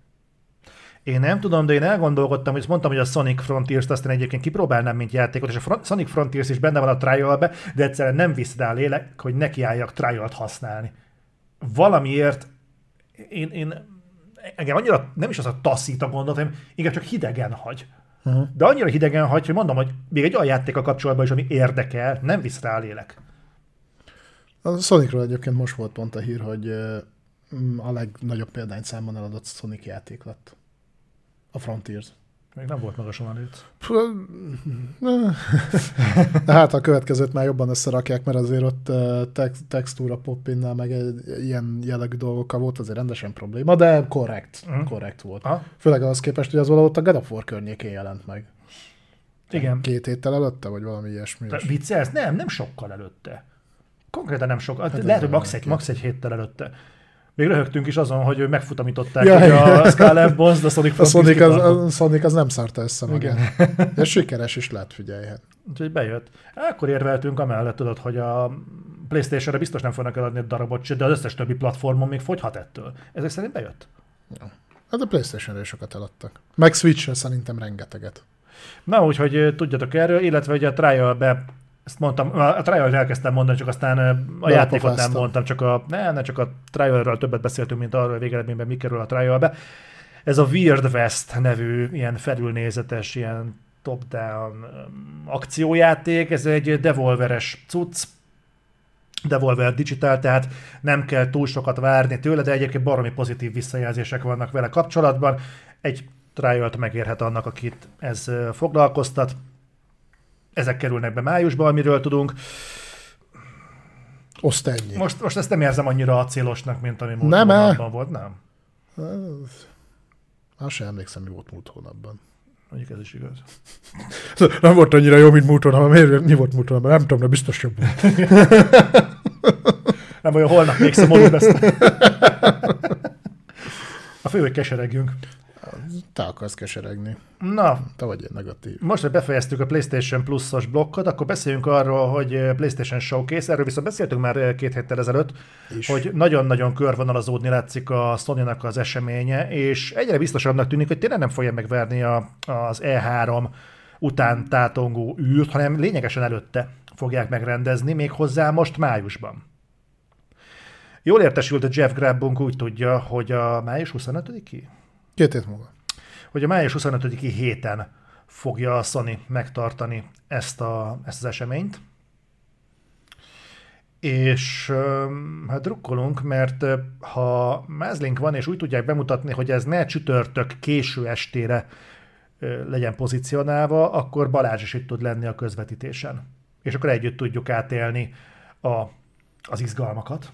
Én nem tudom, de én elgondolkodtam, hogy mondtam, hogy a Sonic Frontiers-t aztán egyébként kipróbálnám, mint játékot, és a Sonic Frontiers is benne van a trial-be, de egyszerűen nem visz rá lélek, hogy nekiálljak trial-t használni. Valamiért én, én engem annyira nem is az a taszít a gondot, hanem inkább csak hidegen hagy. Uh-huh. De annyira hidegen hagy, hogy mondom, hogy még egy olyan játékkal kapcsolatban is, ami érdekel, nem visz rá lélek. A Sonicról egyébként most volt pont a hír, hogy a legnagyobb példányszámban eladott Sonic játék lett. A Frontiers. Még nem volt magasan előtt. Hát a következőt már jobban összerakják, mert azért ott tex- textúra pop-innal meg ilyen jellegű dolgokkal volt azért rendesen probléma, de korrekt, uh-huh. korrekt volt. Aha. Főleg ahhoz képest, hogy az valahogy a God of War környékén jelent meg. Igen. Két héttel előtte, vagy valami ilyesmi. Viccelsz? Nem, nem sokkal előtte. Konkrétan nem sokkal. Hát lehet, hogy max egy, max egy héttel előtte. Még röhögtünk is azon, hogy megfutamították ja, hogy a Skull and Bones, de a Sonic a Sonic az, a Sonic az nem szarta össze magát. De sikeres is lett, figyelj. Úgyhogy bejött. Akkor érveltünk amellett, tudod, hogy a PlayStation-re biztos nem fognak eladni egy darabot, de az összes többi platformon még fogyhat ettől. Ezek szerint bejött? Ja. Hát a PlayStation-re is sokat eladtak. Meg Switch-re szerintem rengeteget. Na, úgyhogy tudjatok erről, illetve ugye a Trial-be, ezt mondtam, a Trial-re elkezdtem mondani, csak aztán a de játékot nem mondtam, csak a, ne, ne, csak a Trial-ről többet beszéltünk, mint arról, hogy végeredményben mi kerül a Trial-be. Ez a Weird West nevű, ilyen felülnézetes, ilyen top-down akciójáték, ez egy Devolveres cucc, Devolver Digital, tehát nem kell túl sokat várni tőle, de egyébként baromi pozitív visszajelzések vannak vele kapcsolatban. Egy trialt megérhet annak, akit ez foglalkoztat. Ezek kerülnek be májusban, amiről tudunk. Oszt ennyi. Most, most ezt nem érzem annyira acélosnak, mint ami múlt hónapban volt, nem? Azt sem emlékszem, mi volt múlt hónapban. Mondjuk ez is igaz. Nem volt annyira jó, mint múlt hónapban. Miért mi volt múlt hónapban? Nem tudom, de biztos jobb volt. Nem olyan, holnap még szomorúbb lesz. A fő, hogy keseregjünk. Te akarsz keseregni. Na. Te vagy egy negatív. Most, hogy befejeztük a PlayStation Plus-os blokkot, akkor beszéljünk arról, hogy PlayStation Showcase, erről viszont beszéltünk már két héttel ezelőtt, is. Hogy nagyon-nagyon körvonalazódni látszik a Sony-nak az eseménye, és egyre biztosabbnak tűnik, hogy tényleg nem fogja megverni a, az E három után tátongó űrt, hanem lényegesen előtte fogják megrendezni, méghozzá most májusban. Jól értesült a Jeff Grubbunk, úgy tudja, hogy a május huszonötödiki? Két hét múlva. Hogy a május huszonötödiki héten fogja a Sony megtartani ezt, a, ezt az eseményt. És hát drukkolunk, mert ha mázlink van, és úgy tudják bemutatni, hogy ez ne csütörtök késő estére legyen pozícionálva, akkor Balázs is itt tud lenni a közvetítésen. És akkor együtt tudjuk átélni a, az izgalmakat.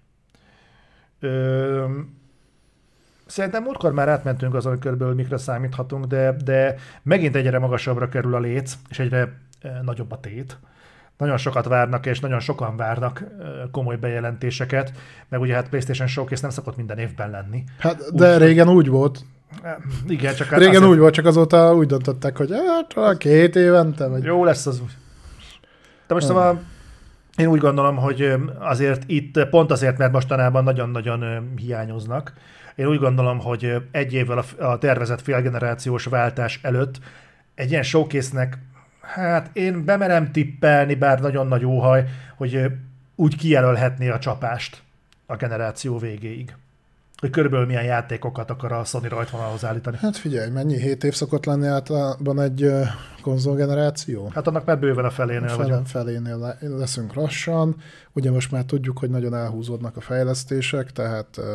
Ö, Szerintem múltkor már átmentünk azon, hogy körülbelül mikre számíthatunk, de, de megint egyre magasabbra kerül a léc, és egyre e, nagyobb a tét. Nagyon sokat várnak, és nagyon sokan várnak e, komoly bejelentéseket, meg ugye hát PlayStation Showcase nem szokott minden évben lenni. Hát, de úgy, régen úgy volt. Igen, csak régen azért... úgy volt, csak azóta úgy döntöttek, hogy hát két évente. Vagy... Jó lesz az. De most szóval én úgy gondolom, hogy azért itt, pont azért, mert mostanában nagyon-nagyon hiányoznak. Én úgy gondolom, hogy egy évvel a tervezett félgenerációs váltás előtt egy ilyen showcase-nek, hát én bemerem tippelni, bár nagyon nagy óhaj, hogy úgy kijelölhetné a csapást a generáció végéig. Hogy körülbelül milyen játékokat akar a Sony rajtvonalhoz állítani. Hát figyelj, mennyi hét év szokott lenni általában egy konzolgeneráció? Hát annak már bőven a felénél a vagyunk. felénél leszünk lassan. Ugye most már tudjuk, hogy nagyon elhúzódnak a fejlesztések, tehát uh,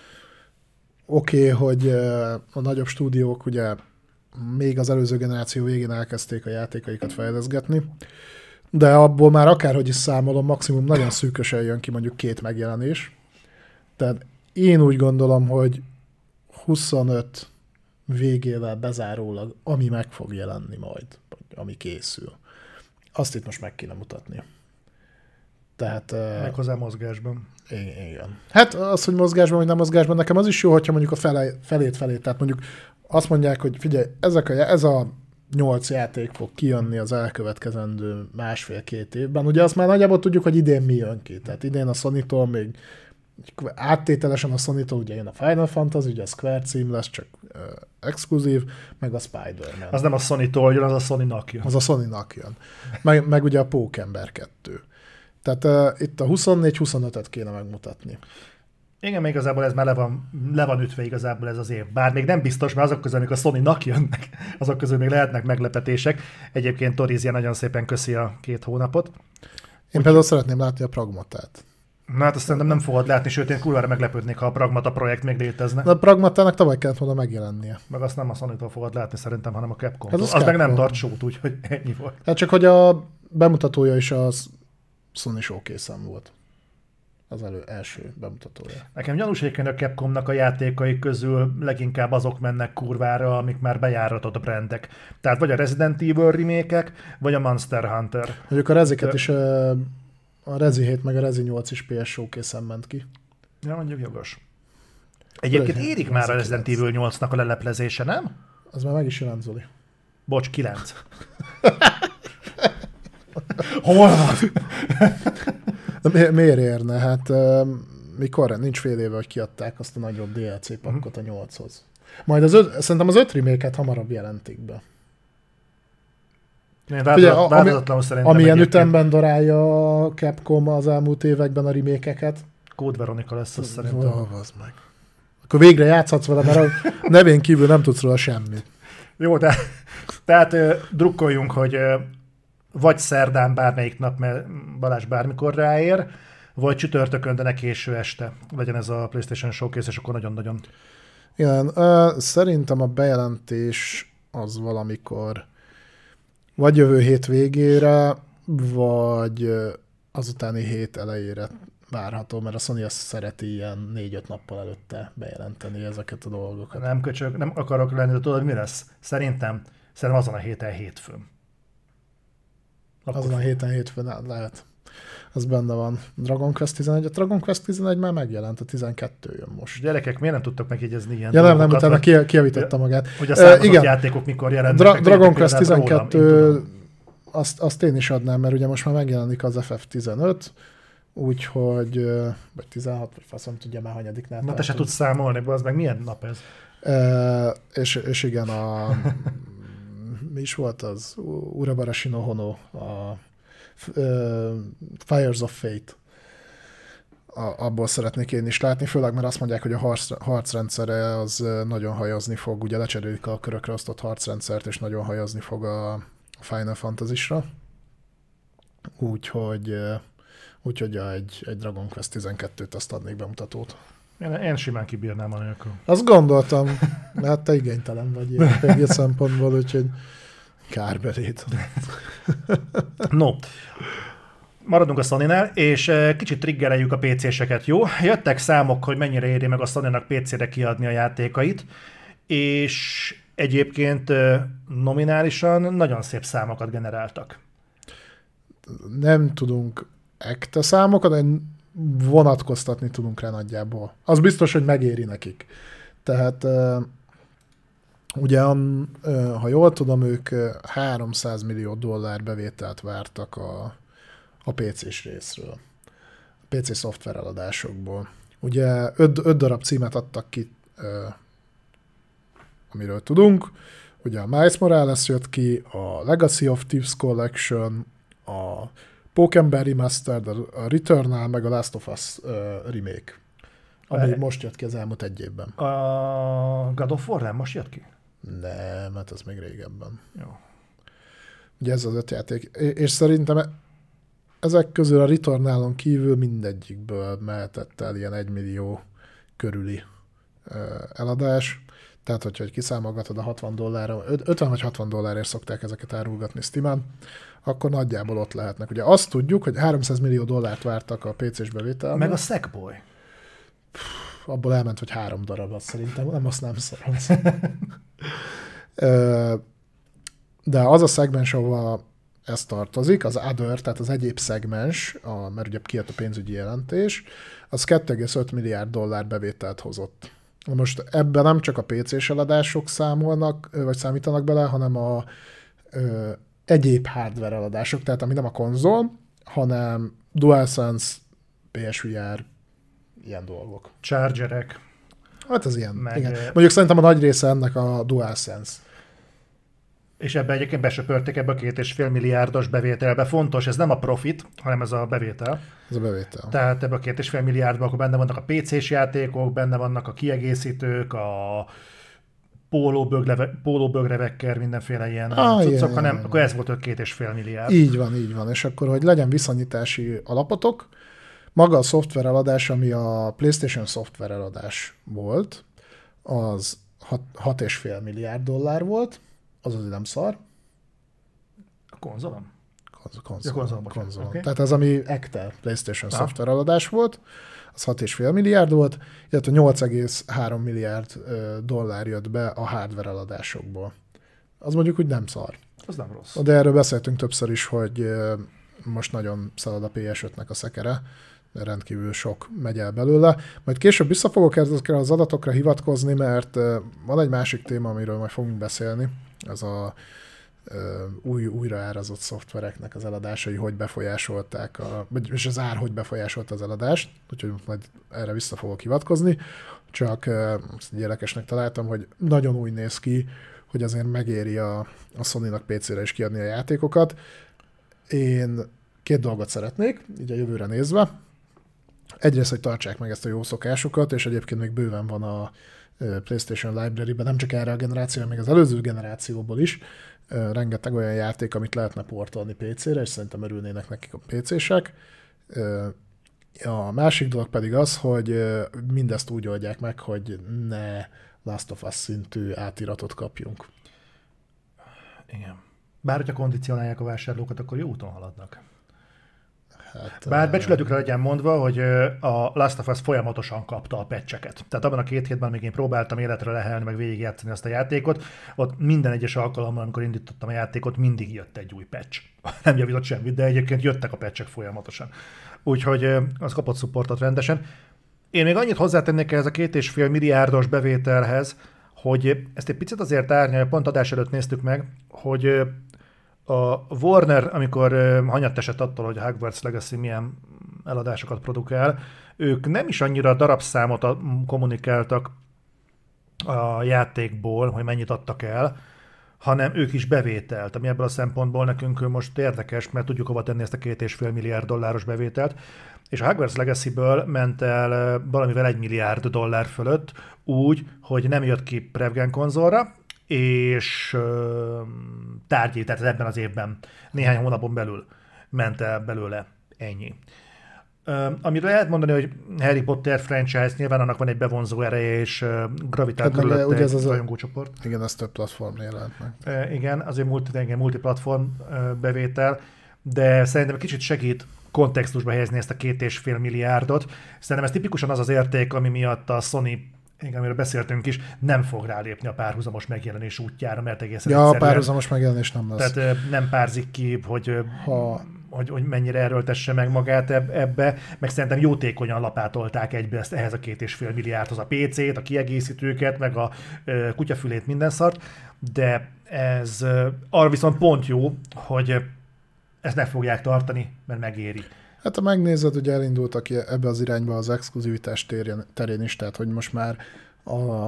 oké, okay, hogy uh, a nagyobb stúdiók ugye még az előző generáció végén elkezdték a játékaikat fejleszgetni, de abból már akárhogy is számolom, maximum nagyon szűkösen jön ki mondjuk két megjelenés. Tehát én úgy gondolom, hogy huszonöt végével bezárólag, ami meg fog jelenni majd, ami készül. Azt itt most meg kéne mutatni. Tehát... Meghozzá mozgásban. Igen. Hát az, hogy mozgásban, vagy nem mozgásban, nekem az is jó, hogyha mondjuk a fele, felét felét, tehát mondjuk azt mondják, hogy figyelj, ezek a, ez a nyolc játék fog kijönni az elkövetkezendő másfél-két évben. Ugye azt már nagyjából tudjuk, hogy idén mi jön ki. Tehát idén a Sony-tól még áttételesen a Sony-tól ugye jön a Final Fantasy, ugye a Square cím lesz, csak uh, exkluzív, meg a Spider-Man. Az nem a Sony-tól jön, az a Sony-nak jön. Az a Sony-nak jön. Meg, meg ugye a Pókember kettő. Tehát uh, itt a huszonnégy huszonötöt kéne megmutatni. Igen, még igazából ez már le van, le van ütve igazából ez az év. Bár még nem biztos, mert azok közül, amik a Sony-nak jönnek, azok közül még lehetnek meglepetések. Egyébként Torizia nagyon szépen köszi a két hónapot. Én Úgy... például szeretném látni a Pragmatát. Na hát azt szerintem nem fogod látni, sőt én kurvára meglepődnék, ha a Pragmata projekt még létezne. De a Pragmatának tavaly kellett volna megjelennie. Meg azt nem a Sony-tól fogod látni szerintem, hanem a Capcom. Hát az, az Capcom. Meg nem tart sót, úgyhogy ennyi volt. Hát csak hogy a bemutatója is az Sony Showcase-en volt. Az elő, első bemutatója. Nekem gyanús egyébként a Capcomnak a játékai közül leginkább azok mennek kurvára, amik már bejáratott brandek. Tehát vagy a Resident Evil remake-ek, vagy a Monster Hunter. Mondjuk a Reziket De... is, a Rezi hét meg a Rezi nyolc is pé es Showcase-en ment ki. Ja, mondjuk jogos. Egyébként Legyen, érik már a Resident Evil nyolcnak a leleplezése, nem? Az már meg is jelent, Zoli. Bocs, kilenc. Hol van? De mi, miért érne? Hát uh, mikor? Nincs fél éve, hogy kiadták azt a nagyobb dé el cé pakkot a nyolchoz. Majd az öt, szerintem az öt remake-et hamarabb jelentik be. Ugye, ami, amilyen ütemben darálja a Capcom az elmúlt években a remake-eket. Code Veronica lesz az szerintem. Oh, az meg. Akkor végre játszhatsz vele, mert a nevén kívül nem tudsz róla semmit. Jó, de, tehát uh, drukkoljunk, hogy uh, vagy szerdán bármelyik nap, mert Balázs bármikor ráér, vagy csütörtökön, de ne késő este legyen ez a PlayStation Showcase, és akkor nagyon-nagyon... Igen, uh, szerintem a bejelentés az valamikor vagy jövő hét végére, vagy az utáni hét elejére várható, mert a Sony azt szereti ilyen négy-öt nappal előtte bejelenteni ezeket a dolgokat. Nem köcsög, nem akarok lenni, de tudod, mi lesz? Szerintem, szerintem azon a héten hétfőn. Akkor azon a héten hétfőn lehet. Az benne van. Dragon Quest tizenegy. A Dragon Quest tizenegy már megjelent, a tizenkettő jön most. Gyerekek, miért nem tudtak megjegyezni ilyen ja, nem, nem, utána ki, kijavította magát. Hogy a számozott uh, igen. játékok mikor jelennek. Dra- Dragon Quest tizenkettő, azt, azt én is adnám, mert ugye most már megjelenik az ef ef tizenöt, úgyhogy, vagy tizenhat, vagy faszom tudja már hanyadiknál. Na te se tudsz számolni, az meg milyen nap ez? Uh, és, és igen, a mi is volt az? Urabarashi no Hono, a uh, Fires of Fate. A, abból szeretnék én is látni, főleg mert azt mondják, hogy a harc, harcrendszere az nagyon hajazni fog, ugye lecserélik a körökre osztott harcrendszert, és nagyon hajazni fog a Final Fantasy-sra. Úgyhogy, úgyhogy egy, egy Dragon Quest tizenkettőt azt adnék bemutatót. Én, én simán kibírnám a nélkül. Azt gondoltam, mert te igénytelen vagy ilyen szempontból, úgyhogy kárbelét. No, maradunk a Sony-nál, és kicsit triggereljük a pé céseket, jó? Jöttek számok, hogy mennyire éri meg a Sony-nak pé cére kiadni a játékait, és egyébként nominálisan nagyon szép számokat generáltak. Nem tudunk ekte számokat, de vonatkoztatni tudunk rá nagyjából. Az biztos, hogy megéri nekik. Tehát ugye, ha jól tudom, ők háromszáz millió dollár bevételt vártak a, a pé cés részről. A pé cé szoftver eladásokból. Ugye öt darab címet adtak ki, amiről tudunk. Ugye a Miles Morales jött ki, a Legacy of Thieves Collection, a Pokémon Remastered, a Returnal, meg a Last of Us uh, remake, ami e... most jött ki az elmúlt egy évben. A God of War nem most jött ki? Nem, mert az még régebben. Jó. Ugye ez az öt játék. És szerintem ezek közül a Returnalon kívül mindegyikből mehetett el ilyen egymillió körüli uh, eladás. Tehát, hogyha kiszámolgatod a hatvan dollárra, ötven vagy hatvan dollárért szokták ezeket árulgatni Steamen, akkor nagyjából ott lehetnek. Ugye azt tudjuk, hogy háromszáz millió dollárt vártak a pé cés bevételben. Meg a Sackboy. Abból elment, hogy három darab, azt szerintem, nem, azt nem szorom. De az a szegmens, ahol ez tartozik, az Other, tehát az egyéb szegmens, a, mert ugye kijött a pénzügyi jelentés, az két egész öt milliárd dollár bevételt hozott. Most ebben nem csak a pé cés eladások számolnak, vagy számítanak bele, hanem a ö, egyéb hardware eladások, tehát ami nem a konzol, hanem DualSense, pé es vé er, ilyen dolgok. Chargerek. Hát ez ilyen. Meg, igen. Mondjuk szerintem a nagy része ennek a DualSense. És ebbe egyébként besöpörték ebbe a két és fél milliárdos bevételbe. Fontos, ez nem a profit, hanem ez a bevétel. Ez a bevétel. Tehát ebbe a két és fél milliárdban akkor benne vannak a pé cés játékok, benne vannak a kiegészítők, a pólóbögrevekker, mindenféle ilyen ah, cuccok, ilyen, hanem ilyen. Akkor ez volt a két és fél milliárd. Így van, így van. És akkor, hogy legyen viszonyítási alapotok, maga a szoftver eladás, ami a PlayStation szoftver eladás volt, az hat és fél milliárd dollár volt, az az nem szar. A konzolom? Konzol, konzol, ja, konzol, konzol. Okay. Tehát az, ami ekte PlayStation ah. szoftver eladás volt, az hat és fél milliárd volt, illetve nyolc egész három milliárd dollár jött be a hardware eladásokból. Az mondjuk úgy nem szar. Az nem rossz. De erről beszéltünk többször is, hogy most nagyon szalad a pé es ötnek a szekere, rendkívül sok megy el belőle. Majd később vissza fogok ezekre az adatokra hivatkozni, mert van egy másik téma, amiről majd fogunk beszélni. Ez a új, újraárazott szoftvereknek az eladásai, hogy befolyásolták, a, és az ár hogy befolyásolta az eladást, úgyhogy majd erre vissza fogok hivatkozni. Csak azt érdekesnek találtam, hogy nagyon úgy néz ki, hogy azért megéri a, a Sony-nak pé cére is kiadni a játékokat. Én két dolgot szeretnék, így a jövőre nézve. Egyrészt, hogy tartsák meg ezt a jó szokásukat, és egyébként még bőven van a PlayStation Library-ben, nem csak erre a generációra, még az előző generációból is, rengeteg olyan játék, amit lehetne portolni pé cére, és szerintem örülnének nekik a pé cések. A másik dolog pedig az, hogy mindezt úgy oldják meg, hogy ne Last of Us szintű átiratot kapjunk. Igen. Bár hogyha kondicionálják a vásárlókat, akkor jó úton haladnak. Hát, Bár becsületükre legyen mondva, hogy a Last of Us folyamatosan kapta a patcheket. Tehát abban a két hétben, még én próbáltam életre lehelni, meg végigjátszani azt a játékot, ott minden egyes alkalommal, amikor indítottam a játékot, mindig jött egy új patch. Nem javított semmit, de egyébként jöttek a patchek folyamatosan. Úgyhogy az kapott supportot rendesen. Én még annyit hozzátennék ehhez a két és fél milliárdos bevételhez, hogy ezt egy picit azért árnyalja, pont adás előtt néztük meg, hogy a Warner, amikor hanyatt esett attól, hogy Hogwarts Legacy milyen eladásokat produkál, ők nem is annyira darabszámot kommunikáltak a játékból, hogy mennyit adtak el, hanem ők is bevételt, ami ebből a szempontból nekünk most érdekes, mert tudjuk hova tenni ezt a két és fél milliárd dolláros bevételt, és a Hogwarts Legacy-ből ment el valamivel egy milliárd dollár fölött úgy, hogy nem jött ki Prevgen konzolra, és tárgyi, tehát ebben az évben néhány hónapon belül ment el belőle ennyi. Amiről lehet mondani, hogy Harry Potter franchise, nyilván annak van egy bevonzó ereje, és gravitál hát körülött egy ez az rajongócsoport. Igen, ez több platform jelent meg. Igen, azért multi, igen, multiplatform bevétel, de szerintem kicsit segít kontextusba helyezni ezt a két és fél milliárdot. Szerintem ez tipikusan az az érték, ami miatt a Sony, igen, amiről beszéltünk is, nem fog rálépni a párhuzamos megjelenés útjára, mert egészen ja, egyszerűen... a párhuzamos megjelenés nem lesz. Tehát nem párzik ki, hogy, ha... hogy, hogy mennyire erőltesse meg magát ebbe, meg szerintem jótékonyan lapátolták egybe ezt, ehhez a két és fél milliárdhoz a pé cét, a kiegészítőket, meg a kutyafülét, minden szart, de ez arra viszont pont jó, hogy ezt meg fogják tartani, mert megéri. Hát ha megnézed, hogy elindultak ebbe az irányba az exkluzivitás terén, terén is, tehát hogy most már a,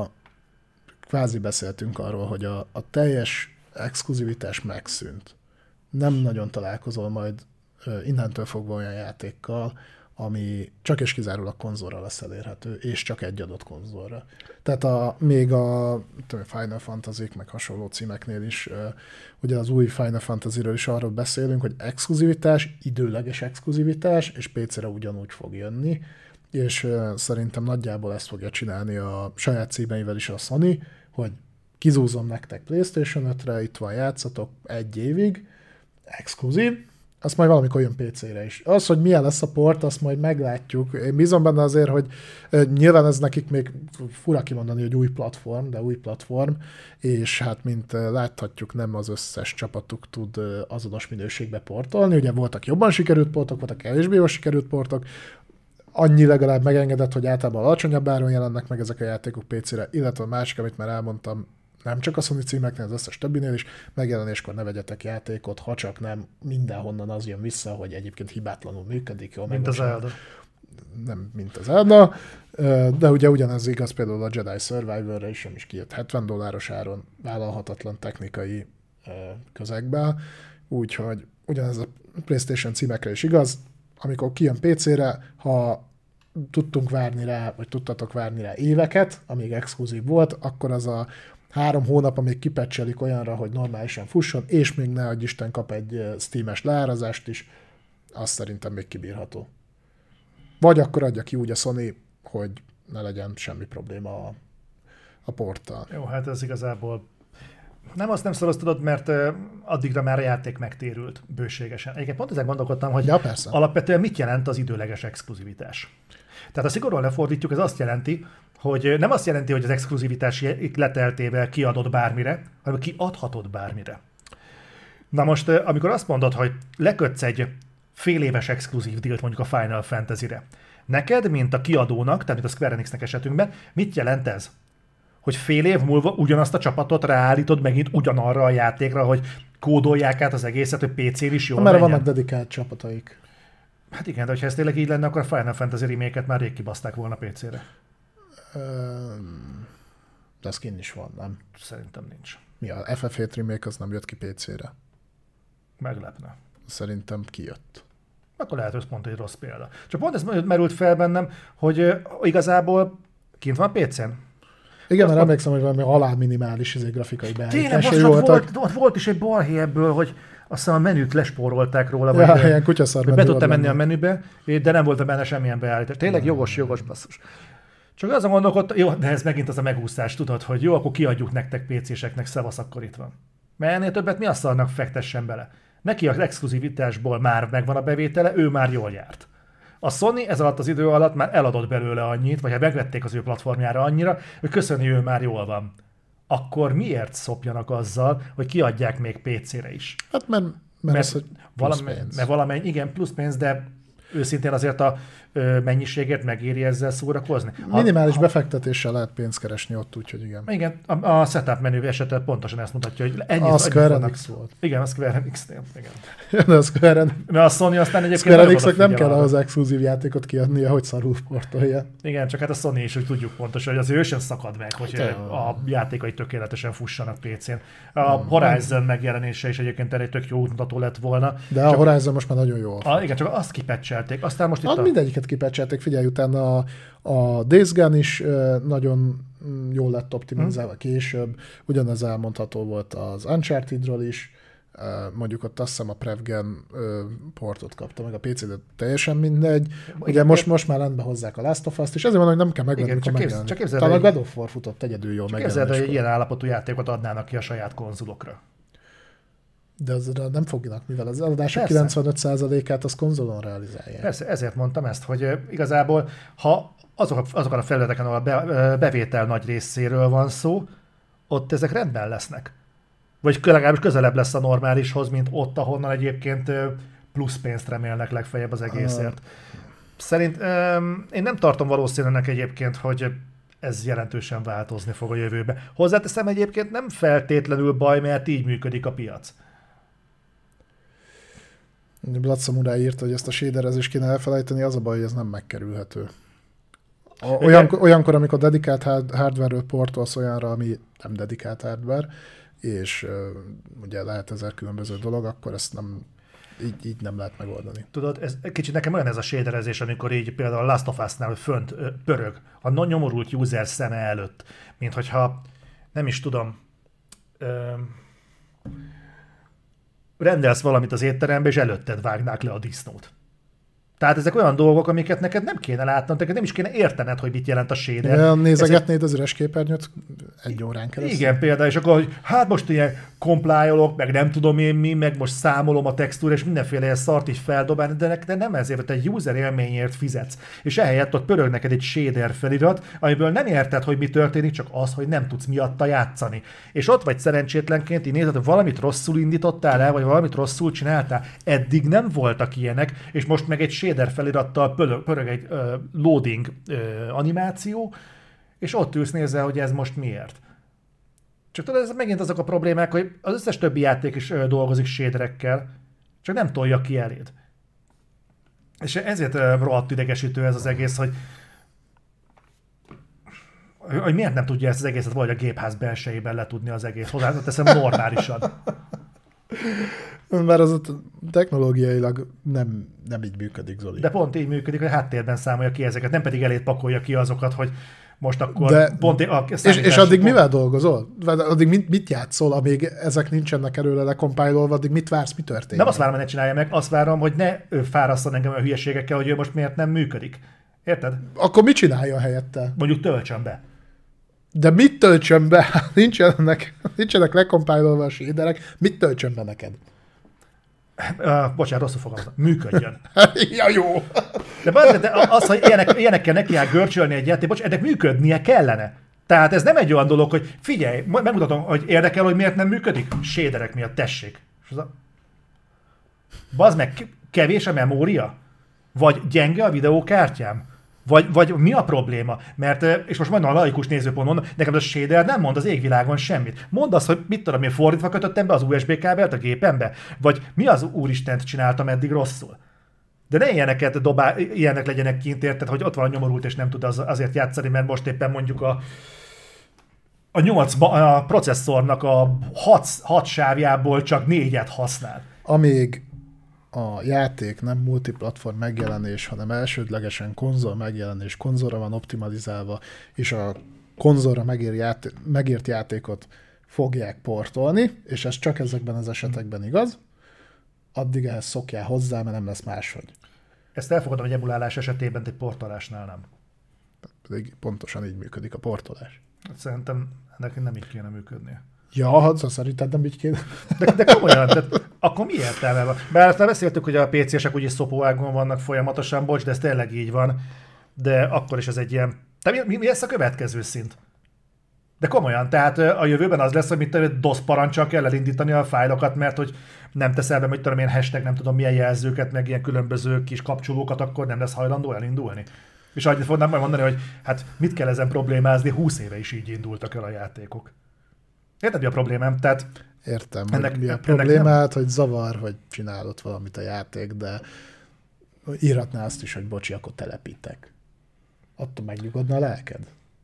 kvázi beszéltünk arról, hogy a, a teljes exkluzivitás megszűnt. Nem nagyon találkozol majd innentől fogva olyan játékkal, ami csak és kizárólag konzolra lesz elérhető, és csak egy adott konzolra. Tehát a, még a tudom, Final Fantasy-k, meg hasonló címeknél is, ugye az új Final Fantasy-ről is arról beszélünk, hogy exkluzivitás, időleges exkluzivitás, és pé cére ugyanúgy fog jönni, és szerintem nagyjából ezt fogja csinálni a saját címeivel is a Sony, hogy kizúzom nektek PlayStation ötre, itt van, játszatok egy évig, exkluzív, azt majd valamikor jön pé cére is. Az, hogy milyen lesz a port, azt majd meglátjuk. Én bízom benne azért, hogy nyilván ez nekik még fura kimondani, hogy új platform, de új platform, és hát mint láthatjuk, nem az összes csapatuk tud azonos minőségbe portolni. Ugye voltak jobban sikerült portok, voltak kevésbé jól sikerült portok. Annyi legalább megengedett, hogy általában alacsonyabb áron jelennek meg ezek a játékok pé cére, illetve a másik, amit már elmondtam, nem csak a Sony címeknél, az összes többinél is, megjelenéskor ne vegyetek játékot, ha csak nem mindenhonnan az jön vissza, hogy egyébként hibátlanul működik. Jó, mint az Zelda. Nem, mint az Zelda, de ugye ugyanez igaz például a Jedi Survivor-re is, ami is kijött hetven dolláros áron, vállalhatatlan technikai közegben, úgyhogy ugyanez a PlayStation címekre is igaz, amikor kijön pé cére, ha tudtunk várni rá, vagy tudtatok várni rá éveket, amíg exkluzív volt, akkor az a három hónap, amíg kipecselik olyanra, hogy normálisan fusson, és még ne adj Isten kap egy Steam-es leárazást is, az szerintem még kibírható. Vagy akkor adja ki úgy a Sony, hogy ne legyen semmi probléma a, a porttal. Jó, hát ez igazából nem azt nem szoroz tudod, mert addigra már a játék megtérült bőségesen. Egyébként pont ezen gondolkodtam, hogy ja, alapvetően mit jelent az időleges exkluzivitás. Tehát ha szigorúan lefordítjuk, ez azt jelenti, hogy nem azt jelenti, hogy az exkluzivitás itt leteltével kiadod bármire, hanem kiadhatod bármire. Na most, amikor azt mondod, hogy lekötsz egy fél éves exkluzív dílt mondjuk a Final Fantasy-re. Neked, mint a kiadónak, tehát mint a Square Enixnek esetünkben, mit jelent ez? Hogy fél év múlva ugyanazt a csapatot ráállítod megint ugyanarra a játékra, hogy kódolják át az egészet, hogy pé cén is jól Mert menjen? vannak dedikált csapataik. Hát igen, de ha ez tényleg így lenne, akkor a Final Fantasy remake-et már rég kibaszták volna pé cére. De az kinn is van, nem? Szerintem nincs. Mi a ef ef hét remake az nem jött ki pé cére? Meglepne. Szerintem kijött. Akkor lehet, hogy ez pont egy rossz példa. Csak pont ez merült fel bennem, hogy uh, igazából kint van pé cén. Igen, mert emlékszem, hogy valami halál minimális izé, grafikai Tényleg, beállításai most voltak. volt, ott volt is egy balhé ebből, hogy azt hiszem a menüt lespórolták róla, Ja, vagy ilyen kutyaszar be menü tudtam volt menni a benne. menübe, de nem volt benne semmilyen beállítás. Tényleg jogos, jogos basszus. Csak azon gondolkodtam, jó, de ez megint az a megúszás, tudod, hogy jó, akkor kiadjuk nektek pé céseknek, szevasz, akkor itt van. Mert ennél többet mi a szarnak fektessen bele? Neki az exkluzivitásból már megvan a bevétele, ő már jól járt. A Sony ez alatt az idő alatt már eladott belőle annyit, vagy ha megvették az ő platformjára annyira, hogy köszönni, ő már jól van. Akkor miért szopjanak azzal, hogy kiadják még pé cére is? Hát mert, mert, Mert, az, hogy plusz valami, pénz. mert valamennyi, igen, plusz pénz, de őszintén azért a ö, mennyiségért megéri ezzel szórakozni. Ha, Minimális ha, befektetéssel lehet pénzt keresni ott, úgyhogy igen. Igen, a, a setup menü esetben pontosan ezt mutatja, hogy ennyi A Square Enix volt. Igen, a Square Enix-nél. Igen. De a Square, En- Mert a Sony aztán egyébként Square nagyon Enixnek nem odafigyel kell arra. ahhoz exkluzív játékot kiadnia, hogy szarul portolja. Igen, csak hát a Sony is, hogy tudjuk pontosan, hogy az ő sem szakad meg, hogy Te- a játékai tökéletesen fussanak pé cén. A Horizon megjelenése is egyébként egy tök jó útmutató lett volna. De a Csak- Horizon most már nagyon jó. A, igen, csak azt kipecselték. Aztán most itt Hát a... mindegyiket kipecselték, figyelj, utána a, a Days Gone is ö, nagyon mm, jól lett optimalizálva Hm. később, ugyanez elmondható volt az Uncharted-ról is, Ö, mondjuk ott azt hiszem a Prevgen ö, portot kapta, meg a pé cé, de teljesen mindegy. Ugye Igen, most, most már rendbe hozzák a Last of Us-t, és ezért mondom, hogy nem kell megvenni, Igen, amikor csak képz- megjelenik. csak képzeld, Talán a hogy- God of War futott egyedül jól Képzeld, hogy egy megjelenéskor. ilyen állapotú játékot adnának ki a saját konzolokra. De azra nem fognak, mivel az eladások Persze. kilencvenöt százalékát az konzolon realizálják. Persze, ezért mondtam ezt, hogy ö, igazából, ha azok, azokon a felületeken, ahol a be, ö, bevétel nagy részéről van szó, ott ezek rendben lesznek. Vagy legalábbis közelebb lesz a normálishoz, mint ott, ahonnan egyébként ö, plusz pénzt remélnek legfeljebb az egészért. Szerint öm, én nem tartom valószínűnek egyébként, hogy ez jelentősen változni fog a jövőbe. Hozzáteszem, egyébként nem feltétlenül baj, mert így működik a piac. Blood Samurai írta, hogy ezt a shaderezést kéne elfelejteni, az a baj, hogy ez nem megkerülhető. Olyan, olyankor, amikor dedikált hard- hardware-ről portolsz olyanra, ami nem dedikált hardware, és uh, ugye lehet ezer különböző dolog, akkor ezt nem, így, így nem lehet megoldani. Tudod, ez kicsit nekem olyan ez a shaderezés, amikor így például a Last of Us-nál fönt ö, pörög a no- nyomorult user szeme előtt, mint hogyha nem is tudom, ö, rendelsz valamit az étterembe, és előtted vágnák le a disznót. Tehát ezek olyan dolgok, amiket neked nem kéne látnod, neked nem is kéne értened, hogy mit jelent a shader. Ja, nézegetnéd az üres képernyőt egy órán keresztül? Igen, például, és akkor, hogy hát most ilyen compile-olok, meg nem tudom én mi, meg most számolom a textúr, és mindenféle ilyen szart így feldobálni, de, ne- de nem ezért, te egy user élményért fizetsz. És ehelyett ott pörög neked egy shader felirat, amiből nem érted, hogy mi történik, csak az, hogy nem tudsz miatta játszani. És ott vagy szerencsétlenként, így nézed, hogy valamit rosszul indítottál el, vagy valamit rosszul csináltál. Eddig nem voltak ilyenek, és most meg egy shader felirattal pörög, pörög egy uh, loading uh, animáció, és ott ülsz nézzel, hogy ez most miért. Csak tudod, ez megint azok a problémák, hogy az összes többi játék is ö, dolgozik shaderekkel, csak nem tolja ki eléd. És ezért ö, rohadt idegesítő ez az egész, hogy hogy miért nem tudja ezt az egészet valahogy a gépház belsejében letudni az egész. Hozzáteszem normálisan. Mert az ott technológiailag nem, nem így működik, Zoli. De pont így működik, hogy háttérben számolja ki ezeket, nem pedig elét pakolja ki azokat, hogy most akkor De, pont a és, és számítás- addig mivel dolgozol? Vagy addig mit, mit játszol, amíg ezek nincsenek előle lekompájolva, addig mit vársz, mi történik? Nem azt várom, hogy ne csinálja meg, azt várom, hogy ne ő fárasszon engem a hülyeségekkel, hogy ő most miért nem működik. Érted? Akkor mit csinálja helyette? Mondjuk töltsön be. De mit töltsön be? Nincsenek, nincsenek lekompájolva a shaderek, mit töltsön be neked? Uh, bocsánat, rosszul fogalmazom. Működjön. Ja, jó! De, az, de az, hogy ilyenek, ilyenekkel neki kell görcsölni egy játék, bocs, ennek működnie kellene. Tehát ez nem egy olyan dolog, hogy figyelj, megmutatom, hogy érdekel, hogy miért nem működik? Shaderek miatt, tessék. És az a... Bazd meg, kevés a memória? Vagy gyenge a videókártyám? Vagy, vagy mi a probléma? Mert, és most majd a laikus nézőpontban, nekem a shader nem mond az égvilágon semmit. Mondd azt, hogy mit tudom én, fordítva kötöttem be az u es bé kábelt a gépembe? Vagy mi az úristent csináltam eddig rosszul? De ne ilyeneket dobál, ilyenek legyenek kint, érted, hogy ott van a nyomorult, és nem tud az, azért játszani, mert most éppen mondjuk a, a nyolc a processzornak a hat sávjából csak négyet használ. Amíg a játék nem multiplatform megjelenés, hanem elsődlegesen konzol megjelenés, konzolra van optimalizálva, és a konzolra megír játé- megírt játékot fogják portolni, és ez csak ezekben az esetekben igaz, addig ehhez szokjál hozzá, mert nem lesz máshogy. Ezt elfogadom, hogy emulálás esetében, egy portolásnál nem. Pedig pontosan így működik a portolás. Szerintem ennek nem így kéne működnie. Ja, hát szerinted nem így kéne. De, de komolyan, de akkor mi értelme van? Mert azt beszéltük, hogy a pé cések úgyis szopóágon vannak folyamatosan, bocs, de ez tényleg így van. De akkor is ez egy ilyen... De mi, mi, mi lesz a következő szint? De komolyan, tehát a jövőben az lesz, hogy mit DOS parancsal kell elindítani a fájlokat, mert hogy nem teszel be, hogy tudom én hashtag, nem tudom milyen jelzőket, meg ilyen különböző kis kapcsolókat, akkor nem lesz hajlandó elindulni. És annyit fognak majd mondani, hogy hát mit kell ezen problémázni, húsz éve is így indultak el a játékok. Érted, mi a problémám? Tehát értem, ennek, hogy mi a problémát, hogy zavar, hogy csinálod valamit a játék, de írhatná azt is, hogy bocsi, akkor telepítek. Attól megnyugodna a lelked.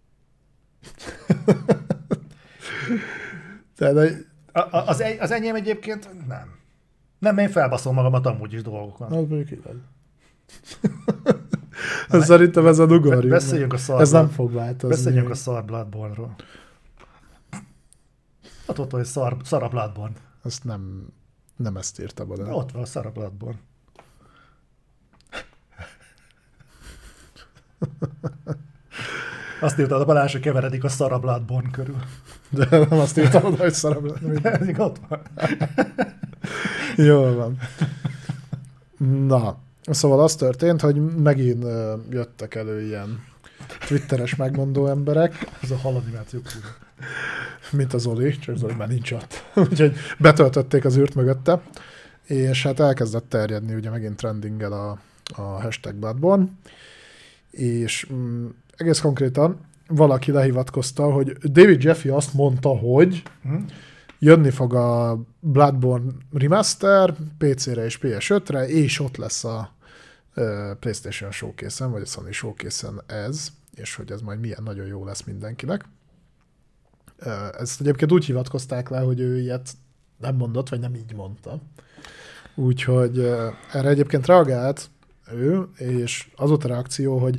Tehát, a, a, az, az enyém egyébként nem. Nem, én felbaszom magamat amúgy is dolgokon. Az mondjuk igaz. Szerintem ez a ugorjunk. Beszéljünk a szar. Ez nem fog változni. Beszéljünk a szar Bloodborne-ról. Hát ott van, hogy szar, szar a Bloodborne. Azt nem, nem ezt írtam oda. Ott van a szar a Bloodborne. Azt írtad a Balázs, hogy keveredik a szar a Bloodborne körül. De nem azt írtam oda, hogy szar a Bloodborne. Ez ott van. Jól van. Na, szóval az történt, hogy megint uh, jöttek elő ilyen twitteres megmondó emberek. Ez a halanimáció kúra. Mint az Oli, csak Zoli már nincs ott. Úgyhogy betöltötték az űrt mögötte, és hát elkezdett terjedni ugye megint trendinggel a, a hashtag Bloodborne, és mm, egész konkrétan valaki lehivatkozta, hogy David Jaffe azt mondta, hogy hmm. jönni fog a Bloodborne Remaster pé cére és pé es ötre, és ott lesz a uh, PlayStation Showcase-en, vagy a Sony Showcase-en ez, és hogy ez majd milyen nagyon jó lesz mindenkinek. Ezt egyébként úgy hivatkozták le, hogy ő ilyet nem mondott, vagy nem így mondta. Úgyhogy erre egyébként reagált ő, és az volt a reakció, hogy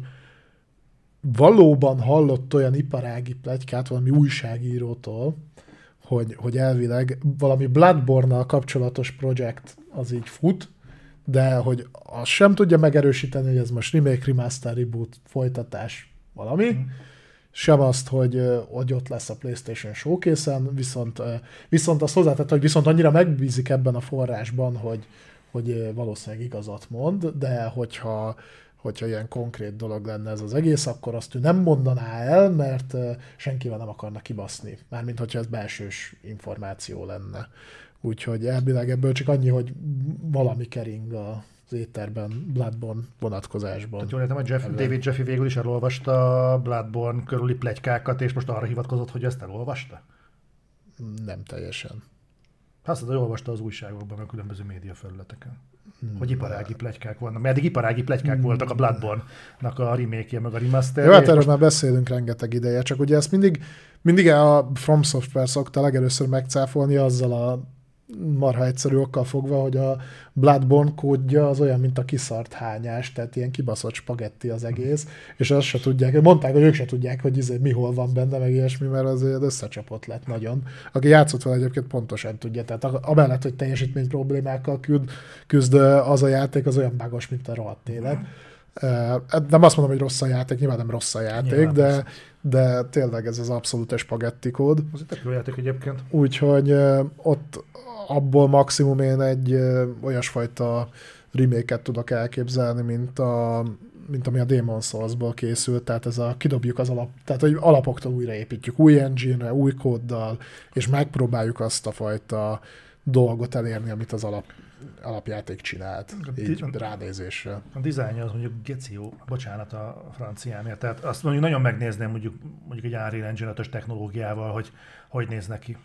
valóban hallott olyan iparági pletykát valami újságírótól, hogy, hogy elvileg valami Bloodborne-nal kapcsolatos projekt az így fut, de hogy azt sem tudja megerősíteni, hogy ez most remake, remaster, reboot, folytatás, valami, mm. sem azt, hogy, hogy ott lesz a PlayStation Showcase-en, viszont, viszont azt hozzátett, hogy viszont annyira megbízik ebben a forrásban, hogy, hogy valószínűleg igazat mond, de hogyha, hogyha ilyen konkrét dolog lenne ez az egész, akkor azt ő nem mondaná el, mert senkivel nem akarna kibaszni. Mármint, hogyha ez belsős információ lenne. Úgyhogy elvileg ebből csak annyi, hogy valami kering az étterben Bloodborne vonatkozásban. Tehát jól értem, hogy Jeff, David Jaffe végül is elolvasta a Bloodborne körüli pletykákat, és most arra hivatkozott, hogy ezt elolvasta? Nem teljesen. Azt mondta, hogy olvasta az újságokban, a különböző médiafelületeken. Hmm. Hogy iparági pletykák vannak. Mert eddig iparági pletykák hmm. voltak a Bloodborne-nak a remake-je, meg a remaster. Jó, hát erről most... már beszélünk rengeteg ideje, csak ugye ezt mindig, mindig a From Software szokta legelőször megcáfolni azzal a marha egyszerű okkal fogva, hogy a Bloodborne kódja az olyan, mint a kiszart hányás, tehát ilyen kibaszott spagetti az egész, és azt se tudják, mondták, hogy ők se tudják, hogy izé, mi hol van benne, meg ilyesmi, mert azért összecsapott lett nagyon. Aki játszott vele egyébként pontosan tudja, tehát amellett, hogy teljesítmény problémákkal küzd, küzd az a játék, az olyan bugos, mint a rohadt élet. Nem azt mondom, hogy rossz a játék, nyilván nem rossz a játék, de, de tényleg ez az abszolút spagetti kód. Az egy jó játék egyébként. Úgyhogy ott abból maximum én egy olyasfajta remake-et tudok elképzelni, mint, a, mint ami a Demon's Souls-ból készült, tehát ez a kidobjuk az alap, tehát hogy alapoktól újraépítjük, új engine-re, új kóddal, és megpróbáljuk azt a fajta dolgot elérni, amit az alap alapjáték csinált, így ránézésre. A dizájn az mondjuk geció, bocsánat a franciámért, tehát azt mondjuk nagyon megnézném mondjuk, mondjuk egy Unreal Engine ötös technológiával, hogy hogy néz neki.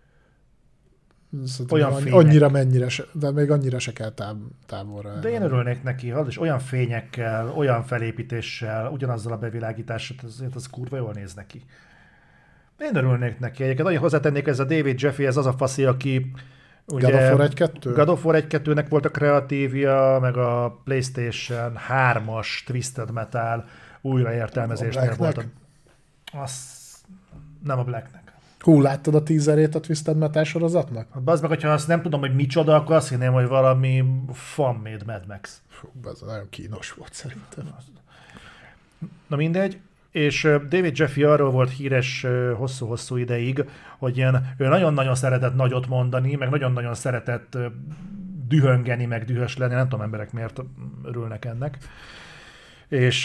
Olyan annyi, annyira mennyire se, de még annyira se kell táv, távolra. De én örülnék neki, és olyan fényekkel, olyan felépítéssel, ugyanazzal a bevilágítással, azért az kurva jól néz neki. Én örülnék neki. Egyébként nagyon hozzátennék, ez a David Jaffe, ez az a faszi, aki ugye, God of War egy kettő? God of War egy kettőnek volt a kreatívja, meg a PlayStation hármas Twisted Metal újraértelmezésnél volt. A... Az nem a Blacknek. Hú, láttad a teaserét a Twisted Metal sorozatnak? Bazd meg, hogyha azt nem tudom, hogy micsoda, akkor azt hinném, hogy valami fan-made Mad Max. Fú, ez nagyon kínos volt szerintem. Na mindegy. És David Jaffe arról volt híres hosszú-hosszú ideig, hogy ilyen, ő nagyon-nagyon szeretett nagyot mondani, meg nagyon-nagyon szeretett dühöngeni, meg dühös lenni. Nem tudom, emberek miért örülnek ennek. És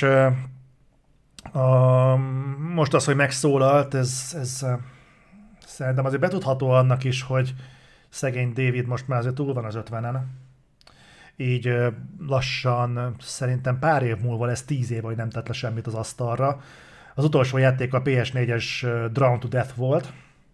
a, most az, hogy megszólalt, ez, ez szerintem azért betudható annak is, hogy szegény David most már azért túl van az ötvenen. Így lassan, szerintem pár év múlva lesz tíz év, hogy nem tett le semmit az asztalra. Az utolsó játék a pé es négyes Drown to Death volt.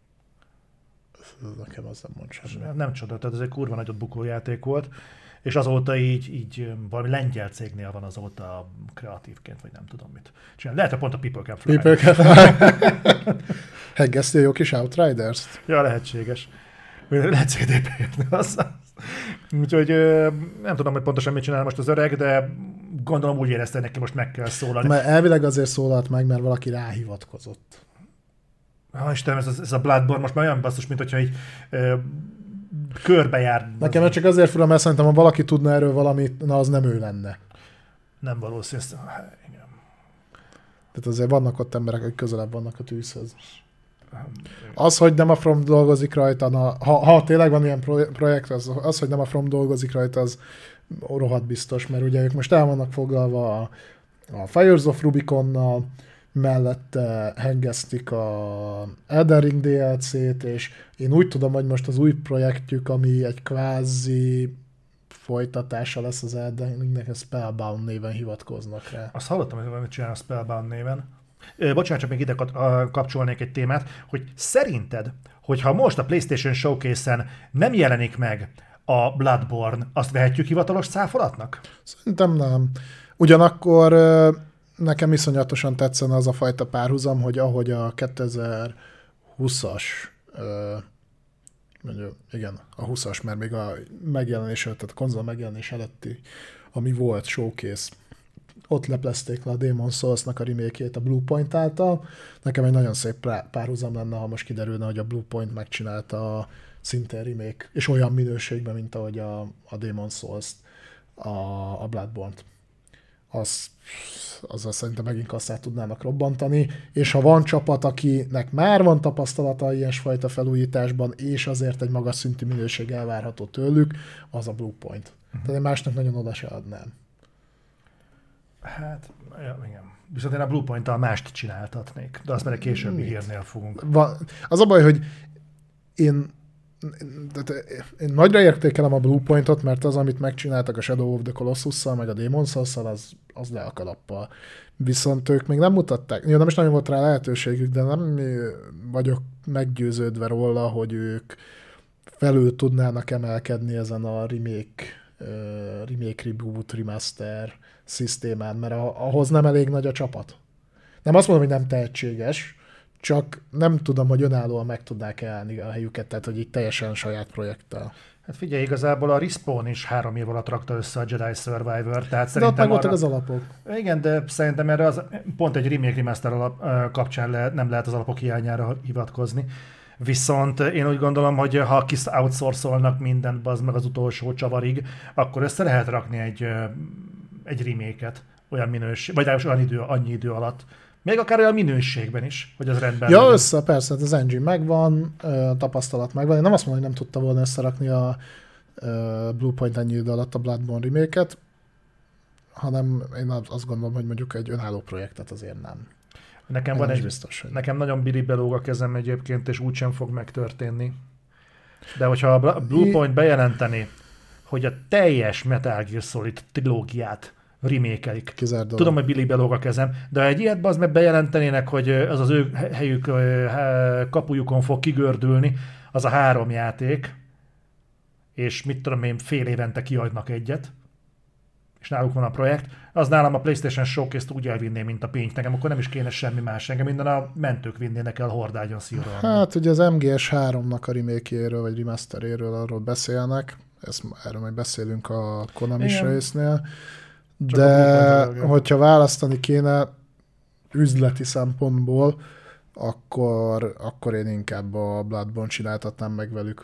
Nekem az nem mond semmi. Nem csoda, tehát ez egy kurva nagyot bukó játék volt. És azóta így, így valami lengyel cégnél van azóta kreatívként, vagy nem tudom mit csinál. Lehet, hogy pont a People Can Fly. People Can Fly. Heggeszti a jó kis Outriders-t? Ja, lehetséges. Lehet cé dé pé-t. Úgyhogy nem tudom, hogy pontosan mit csinál most az öreg, de gondolom úgy érezte, hogy neki most meg kell szólalni. Mert elvileg azért szólalt meg, mert valaki ráhivatkozott. Ha Istenem, ez, ez a Bloodborne most már olyan basszus, mint hogyha így ö, körbejár. Nekem az... csak azért fura, mert szerintem, ha valaki tudna erről valamit, na az nem ő lenne. Nem valószínű. Igen. Tehát azért vannak ott emberek, akik közelebb vannak a tűzhöz. Az, hogy nem a From dolgozik rajta, na, ha, ha tényleg van ilyen projekt, az, az, hogy nem a From dolgozik rajta, az rohadt biztos, mert ugye ők most el vannak foglalva a, a Fires of Rubiconnal, mellette hengesztik a Elden Ring dé el cét, és én úgy tudom, hogy most az új projektjük, ami egy kvázi folytatása lesz az Elden Ringnek, a Spellbound néven hivatkoznak rá. Azt hallottam, hogy valamit csinál a Spellbound néven. Bocsánat, csak még ide kapcsolnék egy témát, hogy szerinted, hogyha most a PlayStation Showcase-en nem jelenik meg a Bloodborne, azt vehetjük hivatalos cáfolatnak? Szerintem nem. Ugyanakkor nekem iszonyatosan tetszene az a fajta párhuzam, hogy ahogy a kétezer-húszas, mondjuk, igen, a húszas, mert még a megjelenés előtt, tehát a konzol megjelenés előtti, ami volt Showcase, ott leplezték le a Demon's Souls-nak a remake-ét a Bluepoint által. Nekem egy nagyon szép párhuzam lenne, ha most kiderülne, hogy a Bluepoint megcsinálta a szintén remake, és olyan minőségben, mint ahogy a, a Demon's Souls-t, a, a Bloodborne-t. Az, azzal szerintem megint kasszát tudnának robbantani, és ha van csapat, akinek már van tapasztalata ilyesfajta felújításban, és azért egy magas szintű minőség elvárható tőlük, az a Bluepoint. Uh-huh. Tehát én másnak nagyon oda se adnám. Hát, ja, igen. Viszont én a Bluepoint-tal mást csináltatnék, de azt már egy későbbi hírnél fogunk. Va, az a baj, hogy én, én nagyra értékelem a Bluepointot, mert az, amit megcsináltak a Shadow of the Colossus-szal, meg a Demon's Souls-szal, az, az le a kalappal. Viszont ők még nem mutatták, jó, nem is nagyon volt rá lehetőségük, de nem vagyok meggyőződve róla, hogy ők felül tudnának emelkedni ezen a remake, uh, remake reboot, remaster szisztémán, mert ahhoz nem elég nagy a csapat. Nem azt mondom, hogy nem tehetséges, csak nem tudom, hogy önállóan meg tudnák állni a helyüket, tehát hogy így teljesen saját projekttel. Hát figyelj, igazából a Respawn is három év alatt rakta össze a Jedi Survivor, tehát de ott meg voltak arra... az alapok. Igen, de szerintem erre az, pont egy remake remaster alap, kapcsán le, nem lehet az alapok hiányára hivatkozni. Viszont én úgy gondolom, hogy ha kis outsourcolnak mindent, bazd meg az utolsó csavarig, akkor össze lehet rakni egy, egy remake-et olyan minőség, vagy olyan idő, annyi idő alatt. Még akár olyan minőségben is, hogy az rendben Ja, legyen. össze, persze, az engine megvan, tapasztalat megvan. Én nem azt mondom, hogy nem tudta volna összerakni a Bluepoint ennyi idő alatt a Bloodborne remake-et, hanem én azt gondolom, hogy mondjuk egy önálló projektet azért nem. Nekem én van egy, biztos, hogy... nekem nagyon biri belóg a kezem egyébként, és úgysem fog megtörténni. De hogyha a Bluepoint bejelenteni, hogy a teljes Metal Gear Solid trilógiát remékelik. Kizárt Tudom, hogy Billy belóg a kezem, de ha egy ilyet az meg bejelentenének, hogy az az ő helyük kapujukon fog kigördülni, az a három játék, és mit tudom én, fél évente kiadnak egyet, és náluk van a projekt, az nálam a PlayStation Showcase-t úgy elvinném, mint a pénzt. Nekem akkor nem is kéne semmi más. Engem minden a mentők vinnének el hordágyon szírolni. Hát ugye az em gé es háromnak a remake-jéről, vagy remasteréről arról beszélnek. Ezt, erről majd beszélünk a Konami résznél. De hogyha választani kéne üzleti szempontból, akkor, akkor én inkább a Bloodborne csináltatnám meg velük.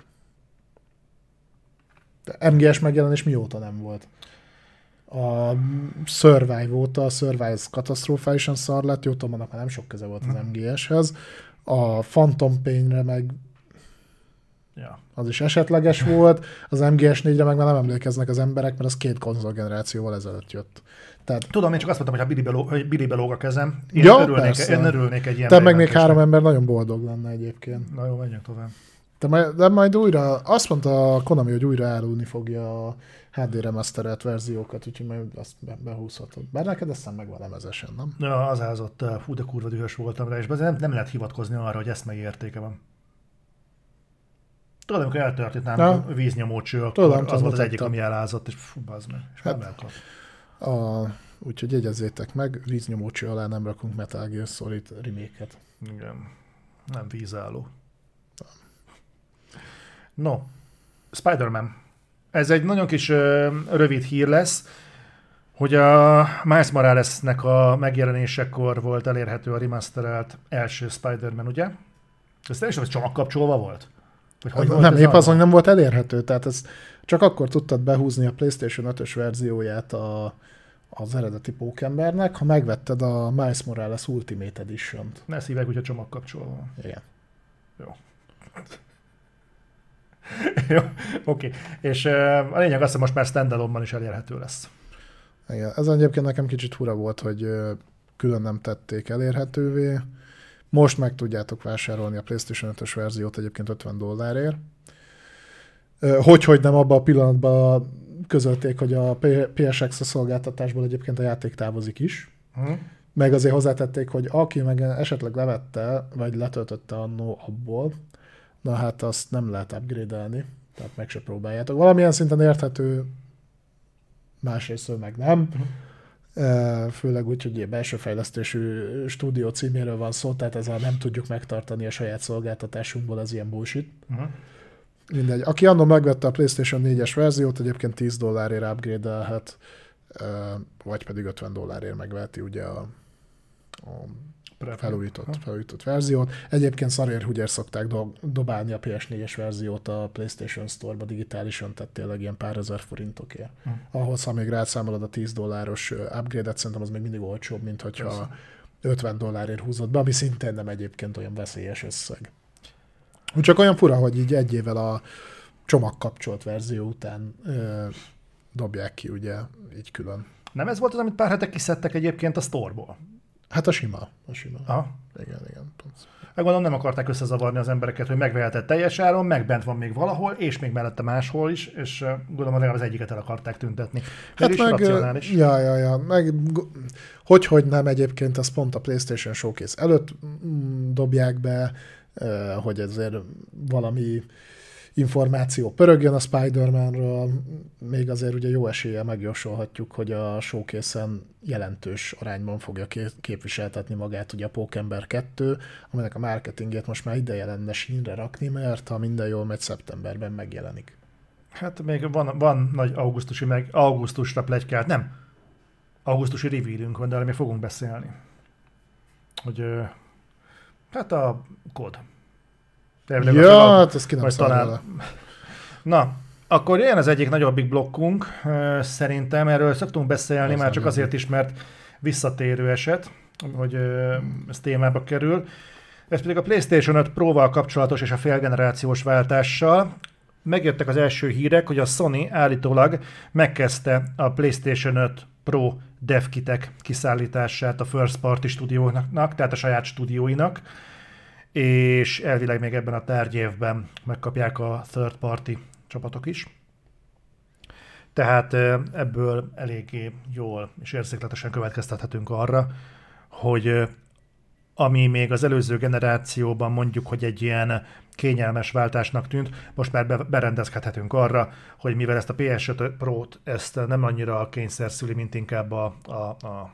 De em gé es megjelenés mióta nem volt? A Survive óta, a Survive katasztrofálisan szar lett, jó tudom, annak már nem sok köze volt az em gé eshez. A Phantom Pain-re meg ja. Az is esetleges volt, az em gé es négyre meg már nem emlékeznek az emberek, mert az két konzolgenerációval ezelőtt jött. Tehát... Tudom, én csak azt mondtam, hogy ha Billy belóg, Billy belóg a kezem, én, ja, örülnék, én örülnék egy ilyen. Te meg még három ember nagyon boldog lenne egyébként. Na jó, menjünk tovább. De majd, de majd újra, azt mondta a Konami, hogy újra árulni fogja a há dé remasterelt verziókat, úgyhogy majd azt be, behúzhatod. Bár neked aztán meg van lemezesen, nem? Ja, az ázott, hú, de kurva dühös voltam rá, és nem, nem lehet hivatkozni arra, hogy eszmei értéke van. Tudod, amikor eltört itt nálam a víznyomócső, akkor tudom, az volt az egyik, ami elázott, és fú, bazd meg, és hát, nem a, úgyhogy jegyezzétek meg, víznyomócső alá nem rakunk Metal Gear Solid remake-et. Igen, nem vízálló. No, Spider-Man. Ez egy nagyon kis ö, rövid hír lesz, hogy a Miles Moralesnek a megjelenésekor volt elérhető a remasterelt első Spider-Man, ugye? Ez teljesen hogy csomagkapcsolva volt? Hogy hogy volt nem, épp az, hogy nem volt elérhető. Tehát ez csak akkor tudtad behúzni a PlayStation ötös verzióját a, az eredeti Pókembernek, ha megvetted a Miles Morales Ultimate Edition-t. Ne szívek, hogy a csomagkapcsolva. Igen. Jó. Jó, oké. Okay. És uh, a lényeg az, hogy most már standalone-ban is elérhető lesz. Igen. Ez egyébként nekem kicsit fura volt, hogy uh, külön nem tették elérhetővé. Most meg tudjátok vásárolni a PlayStation ötös verziót egyébként ötven dollárért. Uh, hogy, hogy nem abban a pillanatban közölték, hogy a pé es Extra szolgáltatásból egyébként a játék távozik is. Hmm. Meg azért hozzátették, hogy aki meg esetleg levette, vagy letöltötte annó abból, na hát azt nem lehet upgrade-elni, tehát meg se próbáljátok. Valamilyen szinten érthető, másrészt meg nem. Uh-huh. Főleg úgy, hogy egy belső fejlesztésű stúdió címéről van szó, tehát ez a nem tudjuk megtartani a saját szolgáltatásunkból, ez ilyen bullshit. Uh-huh. Mindegy. Aki annól megvette a PlayStation négyes verziót, egyébként tíz dollárért upgrade-elhet, vagy pedig ötven dollárért megveheti ugye a, a felújított, felújított verziót. Egyébként szarért húgyért szokták do- dobálni a pé es négyes verziót a PlayStation Store-ba digitálisan, tehát tényleg ilyen pár ezer forintokért. Hm. Ahhoz, ha még rászámolod a tíz dolláros upgrade-et, szerintem az még mindig olcsóbb, mint hogyha Persze. ötven dollárért húzott be, ami szintén nem egyébként olyan veszélyes összeg. Csak olyan fura, hogy így egy évvel a csomagkapcsolt verzió után ö, dobják ki, ugye, így külön. Nem ez volt az, amit pár hetek kiszedtek egyébként a Store-ból? Hát a sima. A sima. Aha. Igen, igen. Megmondom, nem akarták összezavarni az embereket, hogy megvehetett teljes áron, meg bent van még valahol, és még mellette máshol is, és gondolom, legalább az egyiket el akarták tüntetni. Hát meg, meg ja, ja, ja, meg hogy, hogy nem egyébként, ezt pont a PlayStation Showcase előtt dobják be, hogy ezért valami információ pörögjön a Spider-Manről, még azért ugye jó eséllyel megjósolhatjuk, hogy a showcase-en jelentős arányban fogja képviseltetni magát ugye a Pókember kettő, aminek a marketingét most már ideje lenne sínre rakni, mert ha minden jól megy, szeptemberben megjelenik. Hát még van, van nagy augusztusi, meg augusztusra pletykált, nem, augusztusi revealünk van, de még fogunk beszélni. Hogy hát a kód. Tervleg ja, hát ez ki nem talán... Na, akkor ilyen az egyik nagyobbik blokkunk, szerintem. Erről szoktunk beszélni, ez már csak azért is, mert visszatérő eset, hogy ez témába kerül. Ez pedig a PlayStation öt Pro-val kapcsolatos és a félgenerációs váltással. Megjöttek az első hírek, hogy a Sony állítólag megkezdte a PlayStation öt Pro devkitek kiszállítását a first party stúdióknak, tehát a saját stúdióinak, és elvileg még ebben a tárgyévben megkapják a third party csapatok is. Tehát ebből eléggé jól és érzékletesen következtethetünk arra, hogy ami még az előző generációban mondjuk, hogy egy ilyen kényelmes váltásnak tűnt, most már berendezkedhetünk arra, hogy mivel ezt a pé es öt Pro-t ezt nem annyira a kényszer szüli, mint inkább a, a, a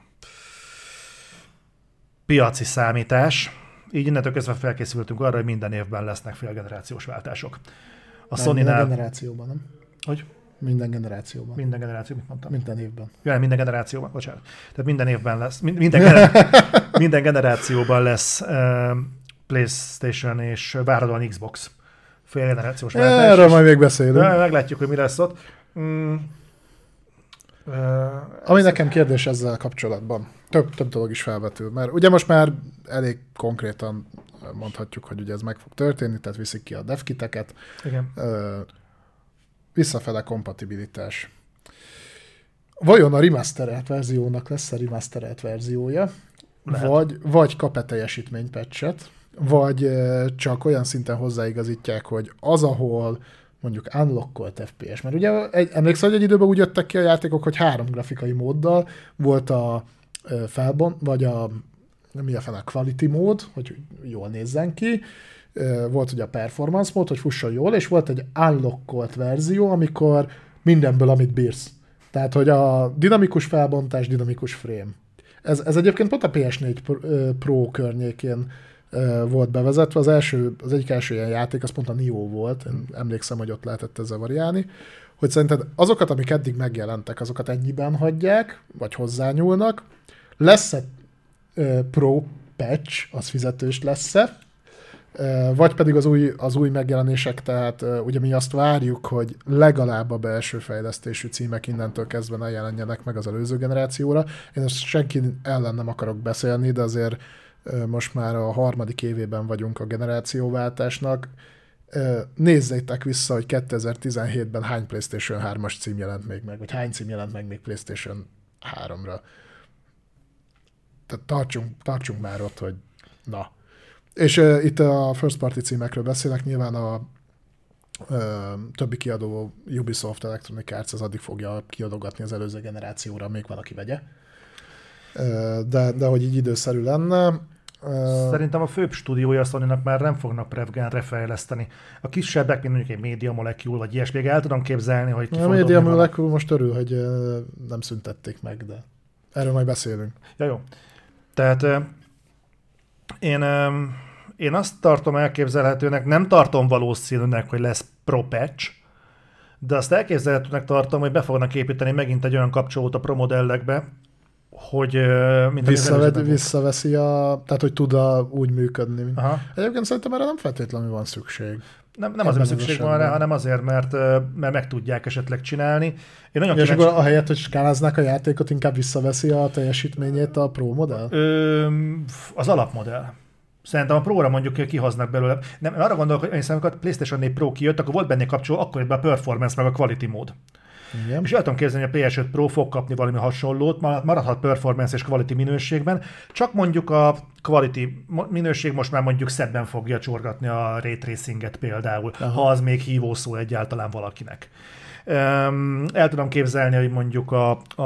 piaci számítás, így innentől kezdve felkészültünk arra, hogy minden évben lesznek félgenerációs váltások. A Sony-nál... Minden generációban, nem? Hogy? Minden generációban. Minden generáció, mit mondtam? Minden évben. Ja, minden generációban, bocsánat. Tehát minden évben lesz, minden, gener- minden generációban lesz uh, PlayStation és várhatóan Xbox félgenerációs váltás. Erről majd még beszélünk. Meglátjuk, hogy mi lesz ott. Mm. Uh, Ami ez nekem kérdés ezzel kapcsolatban. Több, több dolog is felvetül, mert ugye most már elég konkrétan mondhatjuk, hogy ugye ez meg fog történni, tehát viszik ki a devkiteket. Igen. Uh, visszafele kompatibilitás. Vajon a remasterelt verziónak lesz a remasterelt verziója, vagy, vagy kap-e teljesítménypatchet, vagy csak olyan szinten hozzáigazítják, hogy az, ahol mondjuk unlockolt ef pé es, mert ugye egy, emlékszel, hogy egy időben úgy jöttek ki a játékok, hogy három grafikai móddal volt a felbont, vagy a mi a fene, a quality mód, hogy jól nézzen ki, volt ugye a performance mód, hogy fusson jól, és volt egy unlockolt verzió, amikor mindenből, amit bírsz. Tehát, hogy a dinamikus felbontás, dinamikus frame. Ez, ez egyébként pont a pé es négy Pro környékén volt bevezetve. Az, első, az egyik első ilyen játék, az pont a Nioh volt. Én emlékszem, hogy ott lehetett ezzel variálni. Hogy szerinted azokat, amik eddig megjelentek, azokat ennyiben hagyják, vagy hozzányúlnak. Lesz-e Pro patch, az fizetős lesz-e? Vagy pedig az új, az új megjelenések, tehát ugye mi azt várjuk, hogy legalább a belső fejlesztésű címek innentől kezdve ne jelenjenek meg az előző generációra. Én ezt senki ellen nem akarok beszélni, de azért most már a harmadik évében vagyunk a generációváltásnak. Nézzétek vissza, hogy kétezer-tizenhétben hány PlayStation hármas cím jelent még meg, vagy hány cím jelent meg még PlayStation háromra. Tehát tartsunk, tartsunk már ott, hogy na. És uh, itt a first party címekről beszélek, nyilván a uh, többi kiadó Ubisoft Electronic Arts az addig fogja kiadogatni az előző generációra, még van, aki vegye. Uh, de, de hogy így időszerű lenne. Uh, Szerintem a főbb stúdiója a Sony-nak már nem fognak Prevgenre fejleszteni. A kisebbek, mint mondjuk egy Media Molecule, vagy ilyesmi, el tudom képzelni, hogy ki a Media Molecule most örül, hogy uh, nem szüntették meg, de erről majd beszélünk. Ja, jó. Tehát uh, Én, én azt tartom elképzelhetőnek, nem tartom valószínűnek, hogy lesz Pro Patch, de azt elképzelhetőnek tartom, hogy be fognak építeni megint egy olyan kapcsolót a Pro modellekbe, hogy... Mint Visszavegy, visszaveszi a... Tehát, hogy tud a, úgy működni. Aha. Egyébként szerintem erre nem feltétlenül van szükség. Nem, nem azért szükség van rá, hanem azért, mert, mert meg tudják esetleg csinálni. Én nagyon és akkor ahelyett, hogy skáláznák a játékot, inkább visszaveszi a teljesítményét a Pro modell? Ö, az alapmodell. Szerintem a Pro-ra mondjuk kihoznak belőle. Nem, arra gondolok, hogy én szerintem a PlayStation négy Pro kijött, akkor volt benne kapcsoló, akkor jött be a performance meg a quality mód. Igen. És el tudom képzelni, hogy a pé es öt Pro fog kapni valami hasonlót, maradhat performance és quality minőségben, csak mondjuk a quality minőség most már mondjuk szebben fogja csorgatni a ray tracinget például, aha, ha az még hívó szó egyáltalán valakinek. El tudom képzelni, hogy mondjuk a, a,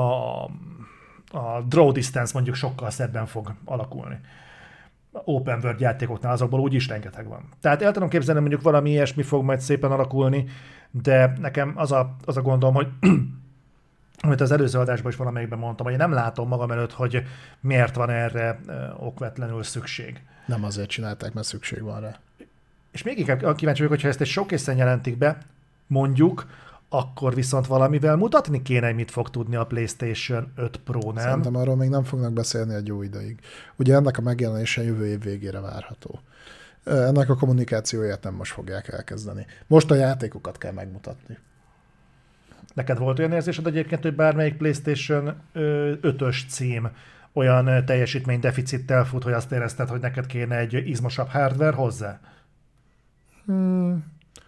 a draw distance mondjuk sokkal szebben fog alakulni. Open world játékoknál azokból úgyis rengeteg van. Tehát el tudom képzelni, mondjuk valami ilyesmi fog majd szépen alakulni, de nekem az a, az a gondom, hogy amit az előző adásban is valamelyikben mondtam, hogy én nem látom magam előtt, hogy miért van erre okvetlenül szükség. Nem azért csinálták, mert szükség van rá. És még inkább kíváncsi vagyok, hogyha ezt egy showcase-en jelentik be, mondjuk, akkor viszont valamivel mutatni kéne, hogy mit fog tudni a PlayStation öt Pro, nem? Szerintem arról még nem fognak beszélni egy jó ideig. Ugye ennek a megjelenése jövő év végére várható. Ennek a kommunikációját nem most fogják elkezdeni. Most a játékokat kell megmutatni. Neked volt olyan érzésed egyébként, hogy bármelyik PlayStation ötös cím olyan teljesítménydeficittel fut, hogy azt érezted, hogy neked kéne egy izmosabb hardware hozzá? Hmm.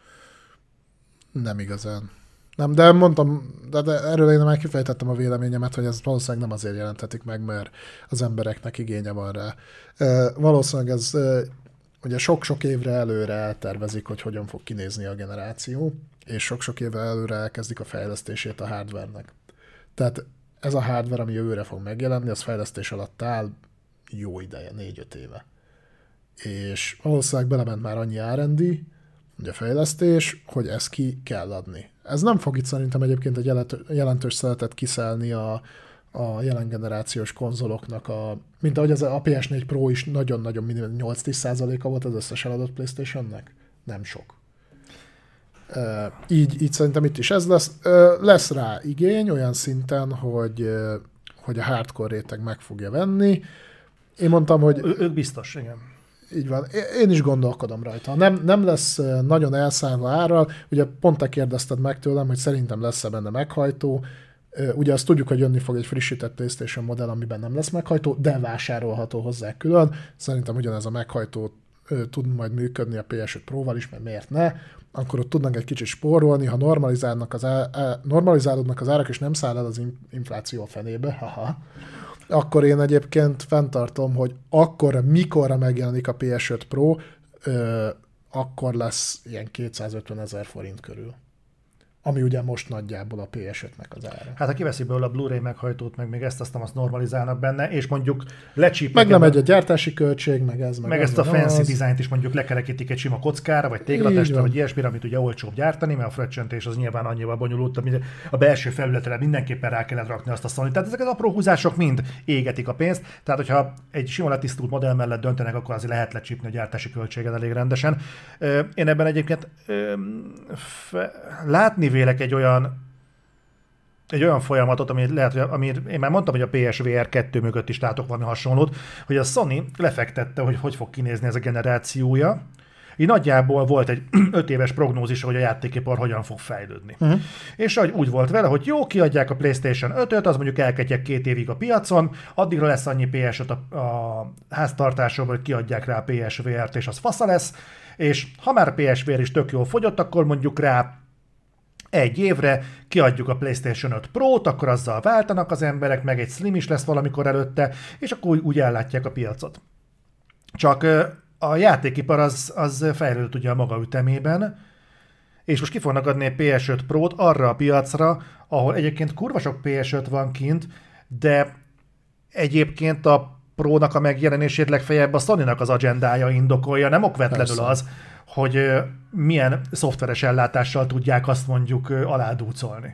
Nem igazán. Nem, de mondtam, de, de erről én már kifejtettem a véleményemet, hogy ez valószínűleg nem azért jelentetik meg, mert az embereknek igénye van rá. E, valószínűleg ez e, ugye sok-sok évre előre eltervezik, hogy hogyan fog kinézni a generáció, és sok-sok évre előre elkezdik a fejlesztését a hardware-nek. Tehát ez a hardware, ami jövőre fog megjelenni, az fejlesztés alatt áll jó ideje, négy-öt éve. És valószínűleg belement már annyi er and dé, ugye fejlesztés, hogy ezt ki kell adni. Ez nem fog itt szerintem egyébként egy jelentős szeletet kiszállni a, a jelen generációs konzoloknak, a, mint ahogy az a pé es négy Pro is nagyon-nagyon minimum nyolc-tíz százaléka volt az összes eladott PlayStationnek. Nem sok. Uh, így, így szerintem itt is ez lesz. Uh, lesz rá igény olyan szinten, hogy, uh, hogy a hardcore réteg meg fogja venni. Én mondtam, hogy... Ő, ők biztos, igen. Így van. Én is gondolkodom rajta. Nem, nem lesz nagyon elszállva árral. Ugye pont te kérdezted meg tőlem, hogy szerintem lesz-e benne meghajtó. Ugye azt tudjuk, hogy jönni fog egy frissített PlayStation modell, amiben nem lesz meghajtó, de vásárolható hozzá külön. Szerintem ugyanez a meghajtó tud majd működni a pé es öt Pro-val is, mert miért ne? Akkor ott tudnak egy kicsit spórolni, ha normalizálnak az á, normalizálódnak az árak, és nem száll el az infláció a fenébe, haha, akkor én egyébként fenntartom, hogy akkor, mikorra megjelenik a pé es öt Pro, ö, akkor lesz ilyen kétszázötven ezer forint körül. Ami ugye most nagyjából a pé es ötnek az ára. Hát ha kiveszik belőle a Blu-ray meghajtót, meg még ezt aztán azt normalizálnak benne, és mondjuk lecsípnek... Meg nem egy a gyártási költség, meg ez, meg Meg ez, ezt a meg fancy az. dizájnt is mondjuk lekerekítik egy sima kockára, vagy téglatestre, vagy ilyesmire, amit ugye olcsóbb gyártani, mert a fröccsentés az nyilván annyival bonyolult, amit a belső felületre mindenképpen rá kellett rakni azt a Sony. Tehát ezek az apró húzások mind égetik a pénzt. Tehát, hogyha egy sima letisztult modell mellett döntenek, akkor azért lehet lecsípni a gyártási költséget elég rendesen. Én ebben egyébként látni vélek egy olyan egy olyan folyamatot, ami lehet, hogy ami, én már mondtam, hogy a pé es vé er kettő mögött is látok valami hasonlót, hogy a Sony lefektette, hogy hogy fog kinézni ez a generációja. Így nagyjából volt egy öt éves prognózis, hogy a játékipar hogyan fog fejlődni. Uh-huh. És úgy volt vele, hogy jó, kiadják a PlayStation ötöt, az mondjuk elketyek két évig a piacon, addigra lesz annyi pé es öt a, a háztartásról, hogy kiadják rá a pé es vé ert, és az fasza lesz, és ha már a pé es vé er is tök jól fogyott, akkor mondjuk rá egy évre kiadjuk a PlayStation öt Pro-t, akkor azzal váltanak az emberek, meg egy Slim is lesz valamikor előtte, és akkor úgy, úgy ellátják a piacot. Csak a játékipar az, az fejlődött ugye a maga ütemében, és most ki fognak adni egy pé es öt Pro-t arra a piacra, ahol egyébként kurva sok pé es öt van kint, de egyébként a Pro-nak a megjelenését legfeljebb a Sony-nak az agendája indokolja, nem okvetlenül Persze. az, hogy milyen szoftveres ellátással tudják azt mondjuk aládúcolni.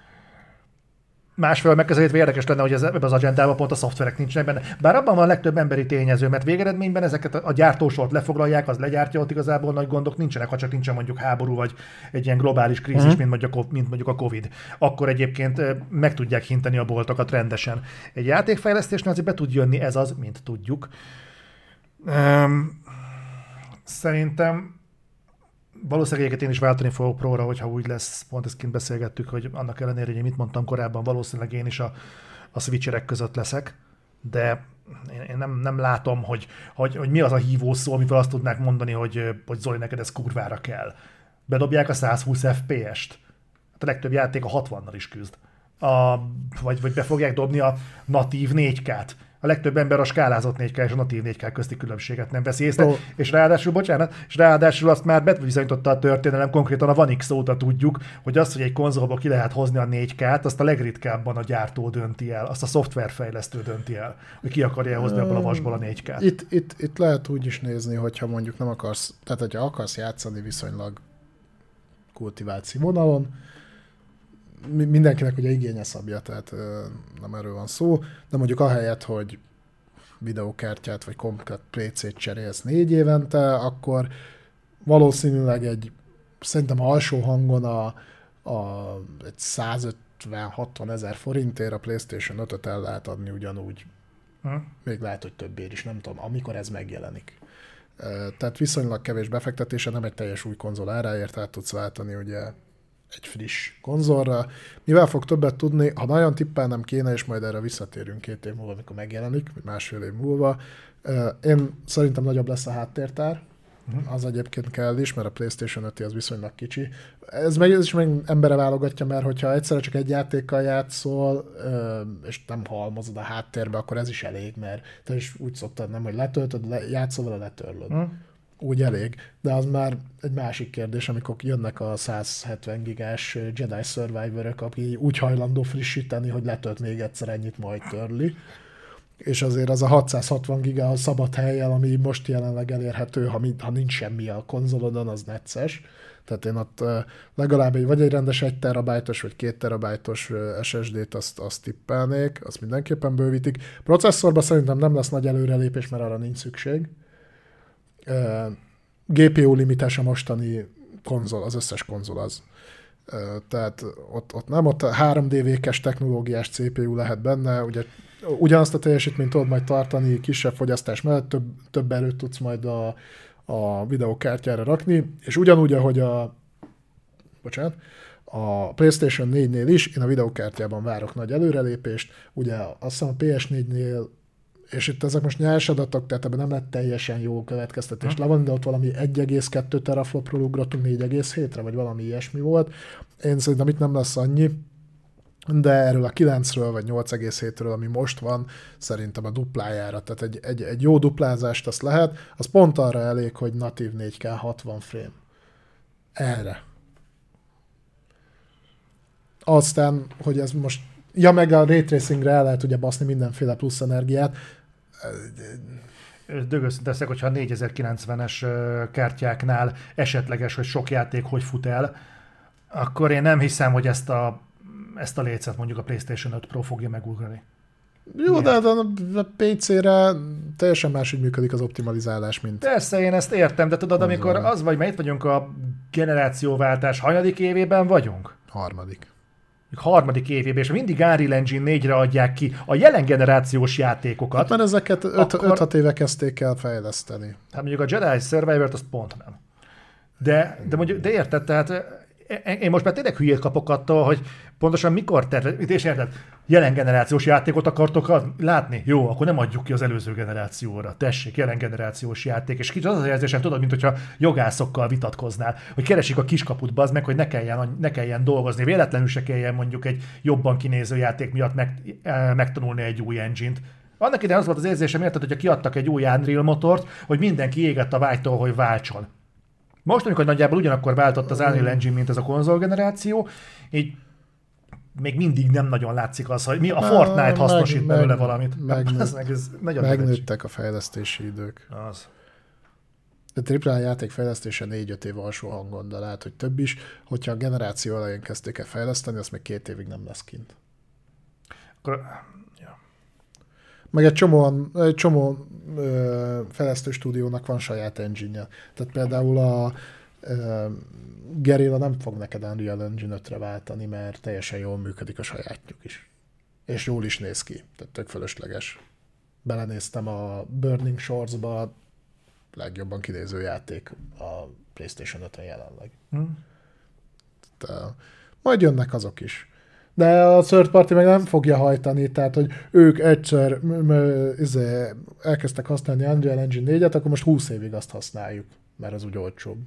Másfelől megközelítve érdekes lenne, hogy ez, ebben az agendában pont a szoftverek nincsenek benne. Bár abban van a legtöbb emberi tényező, mert végeredményben ezeket a gyártósort lefoglalják, az legyártja, ott igazából nagy gondok nincsenek, ha csak nincsen mondjuk háború, vagy egy ilyen globális krízis, uh-huh. mint, mondjuk a, mint mondjuk a Covid. Akkor egyébként meg tudják hinteni a boltokat rendesen. Egy játékfejlesztésnél azért be tud jönni ez az, mint tudjuk. Um, szerintem valószínűleg egyébként én is váltani fogok Pro-ra, hogyha úgy lesz, pont ezt kint beszélgettük, hogy annak ellenére, hogy én mit mondtam korábban, valószínűleg én is a, a switcherek között leszek, de én, én nem, nem látom, hogy, hogy, hogy mi az a hívó szó, amivel azt tudnák mondani, hogy, hogy Zoli, neked ez kurvára kell. Bedobják a száz húsz ef pé est. Hát a legtöbb játék a hatvannal is küzd. A, vagy, vagy be fogják dobni a natív négy ká-t. A legtöbb ember a skálázott négy ká és a natív négy ká közti különbséget nem veszi észre, oh. és ráadásul, bocsánat, és ráadásul azt már bebizonyította a történelem, konkrétan a One X óta tudjuk, hogy azt, hogy egy konzolból ki lehet hozni a négy ká-t, azt a legritkábban a gyártó dönti el, azt a szoftverfejlesztő dönti el, hogy ki akarja hozni abból a vasból a négy ká-t. Itt, itt, itt lehet úgy is nézni, hogyha mondjuk nem akarsz, tehát hogyha akarsz játszani viszonylag kultivált színvonalon, mindenkinek ugye igénye szabja, tehát nem erről van szó, de mondjuk ahelyett, hogy videókártyát vagy komplet pé cét cserélsz négy évente, akkor valószínűleg egy, szerintem alsó hangon a, a egy százötven-hatvan ezer forintért a PlayStation ötöt el lehet adni ugyanúgy. Hmm. Még lehet, hogy többért is, nem tudom, amikor ez megjelenik. Tehát viszonylag kevés befektetése, nem egy teljes új konzol áráért át tudsz váltani ugye egy friss konzolra. Mivel fog többet tudni, ha nagyon tippelnem kéne, és majd erre visszatérünk két év múlva, amikor megjelenik, vagy másfél év múlva. Én szerintem nagyobb lesz a háttértár, uh-huh. az egyébként kell is, mert a PlayStation öt az viszonylag kicsi. Ez, meg, ez is meg embere válogatja, mert hogyha egyszerre csak egy játékkal játszol, és nem halmozod a háttérbe, akkor ez is elég, mert te is úgy szoktad, nem, hogy letöltöd, le, játszol vele, letörlöd. Uh-huh. úgy elég. De az már egy másik kérdés, amikor jönnek a száz hetven gigás Jedi Survivor-ök, aki úgy hajlandó frissíteni, hogy letölt még egyszer ennyit, majd törli. És azért az a hatszázhatvan giga a szabad helyen, ami most jelenleg elérhető, ha, mi, ha nincs semmi a konzolodon, az necces. Tehát én ott legalább egy, vagy egy rendes egy terabájtos, vagy két terabájtos es es dét azt, azt tippelnék, azt mindenképpen bővítik. Processzorban szerintem nem lesz nagy előrelépés, mert arra nincs szükség. gé pé u limites a mostani konzol, az összes konzol az. Tehát ott, ott nem, ott három dé vé-kes technológiás cé pé u lehet benne, ugye ugyanazt a teljesítményt tudod majd tartani kisebb fogyasztás mellett, több, több erőt tudsz majd a, a videókártyára rakni, és ugyanúgy, ahogy a bocsánat, a PlayStation négynél is, én a videókártyában várok nagy előrelépést, ugye azt hiszem a pé es négynél, és itt ezek most nyers adatok, tehát ebben nem lett teljesen jó következtetés hmm. levonni, de ott valami egy egész kettő teraflopról ugrottunk négy egész hétre, vagy valami ilyesmi volt. Én szerintem itt nem lesz annyi, de erről a kilencről vagy nyolc egész hétről, ami most van, szerintem a duplájára, tehát egy, egy, egy jó duplázást azt lehet, az pont arra elég, hogy natív négy ká hatvan frame. Erre. Aztán, hogy ez most, ja meg a Ray Tracingre el lehet ugye baszni mindenféle plusz energiát. Dögösszint teszek, hogyha a négyezer-kilencvenes kártyáknál esetleges, hogy sok játék hogy fut el, akkor én nem hiszem, hogy ezt a ezt a lécet mondjuk a PlayStation öt Pro fogja megugrani. Jó, de a pé cére teljesen máshogy működik az optimalizálás, mint... Persze, én ezt értem, de tudod, amikor az vagy, mert itt vagyunk a generációváltás hanyadik évében vagyunk? Harmadik. Harmadik évében, és mindig Unreal Engine négyre adják ki a jelen generációs játékokat. Hát, mert ezeket öt-hat akkor... éve kezdték el fejleszteni. Hát mondjuk a Jedi Survivor-t azt pont nem. De, de, mondjuk, de érted, tehát én most már tényleg hülyét kapok attól, hogy pontosan mikor tervez, és érted, jelen generációs játékot akartok látni? Jó, akkor nem adjuk ki az előző generációra. Tessék, jelen generációs játék. És kicsit az az érzésem, tudod, mint hogyha jogászokkal vitatkoznál, hogy keresik a kiskaput, bazd meg, hogy ne kelljen, ne kelljen dolgozni. Véletlenül se kelljen mondjuk egy jobban kinéző játék miatt meg, megtanulni egy új engine-t. Annak idején az volt az érzésem, érted, hogyha kiadtak egy új Unreal motort, hogy mindenki égett a vágytól, hogy váltson. Most, amikor nagyjából ugyanakkor váltott az Unreal Engine, mint ez a konzolgeneráció, így még mindig nem nagyon látszik az, hogy mi a Fortnite hasznosít meg, belőle meg, valamit. Meg, ez meg, ez nagyon megnőttek a fejlesztési idők. Az. De tripla játék fejlesztése négy-öt év alsó hangon, de lehet, hogy több is. Hogyha a generáció elején kezdték el fejleszteni, az még két évig nem lesz kint. Akkor... Ja. Meg egy csomó, egy csomó ö, fejlesztő stúdiónak van saját engine-je. Tehát például a ö, Guerrilla nem fog neked Unreal Engine ötre váltani, mert teljesen jól működik a sajátjuk is. És jól is néz ki, tehát tök fölösleges. Belenéztem a Burning Shores-ba, legjobban kinéző játék a PlayStation ötön jelenleg. Hmm. Tehát, majd jönnek azok is. De a third party meg nem fogja hajtani, tehát hogy ők egyszer m- m- izé, elkezdtek használni Unreal Engine négyet, akkor most húsz évig azt használjuk, mert az úgy olcsóbb.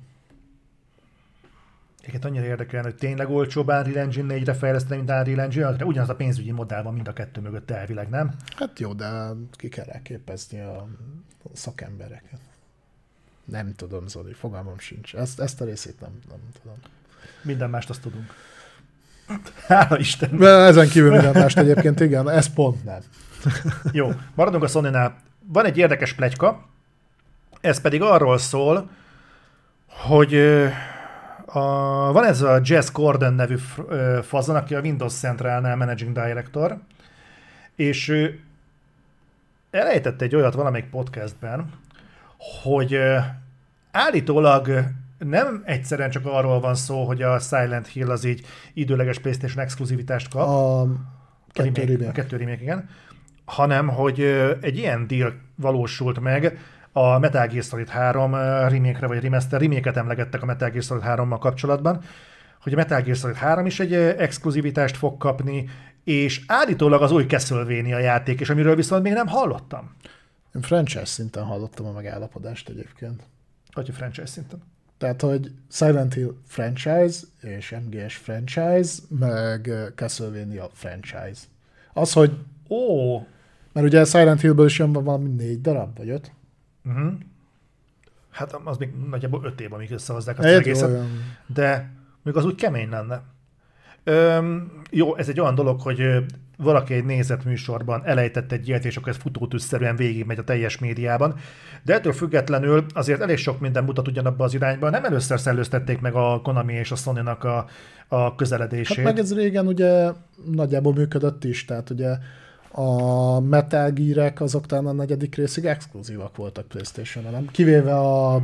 Egyébként annyira érdekelne, hogy tényleg olcsóbb Unreal Engine négyre fejleszteni, mint Unreal Engine ötre. Ugyanaz a pénzügyi modell van mind a kettő mögött elvileg, nem? Hát jó, de ki kell elképezni a szakembereket. Nem tudom, Zoli, fogalmam sincs. Ezt, ezt a részét nem, nem tudom. Minden mást azt tudunk. Hála Isten. De ezen kívül minden mást egyébként, igen, ez pont nem. Jó, maradunk a Sonynál. Van egy érdekes pletyka, ez pedig arról szól, hogy a, van ez a Jez Corden nevű fazon, aki a Windows Centralnál Managing Director, és ő elejtett egy olyat valamelyik podcastben, hogy állítólag nem egyszerűen csak arról van szó, hogy a Silent Hill az így időleges PlayStation exkluzivitást kap. A kettő remake, a kettő remake, igen. Hanem, hogy egy ilyen deal valósult meg a Metal Gear Solid három remake-re, vagy remaster remake-et emlegettek a Metal Gear Solid hárommal kapcsolatban, hogy a Metal Gear Solid három is egy exkluzivitást fog kapni, és állítólag az új Castlevania játék, és amiről viszont még nem hallottam. Én franchise szinten hallottam a megállapodást egyébként. Hogy a franchise szinten? Tehát, hogy Silent Hill franchise és em gé es franchise, meg Castlevania franchise. Az, hogy... Ó! Mert ugye Silent Hillből is jön valami négy darab, vagy öt? Uh-huh. Hát az még nagyjából öt év, amíg összehozzák azt az egészet. Olyan. De még az úgy kemény lenne. Öm, jó, ez egy olyan dolog, hogy valaki egy nézetműsorban elejtett egy ilyet, és akkor ez futótűzszerűen végigmegy a teljes médiában. De ettől függetlenül azért elég sok minden mutat ugyanabba az irányba. Nem először szellőztették meg a Konami és a Sony-nak a, a közeledését. Hát meg ez régen ugye nagyjából működött is, tehát ugye a Metal Gear-ek azok talán a negyedik részig exkluzívak voltak PlayStation-on, nem? Kivéve a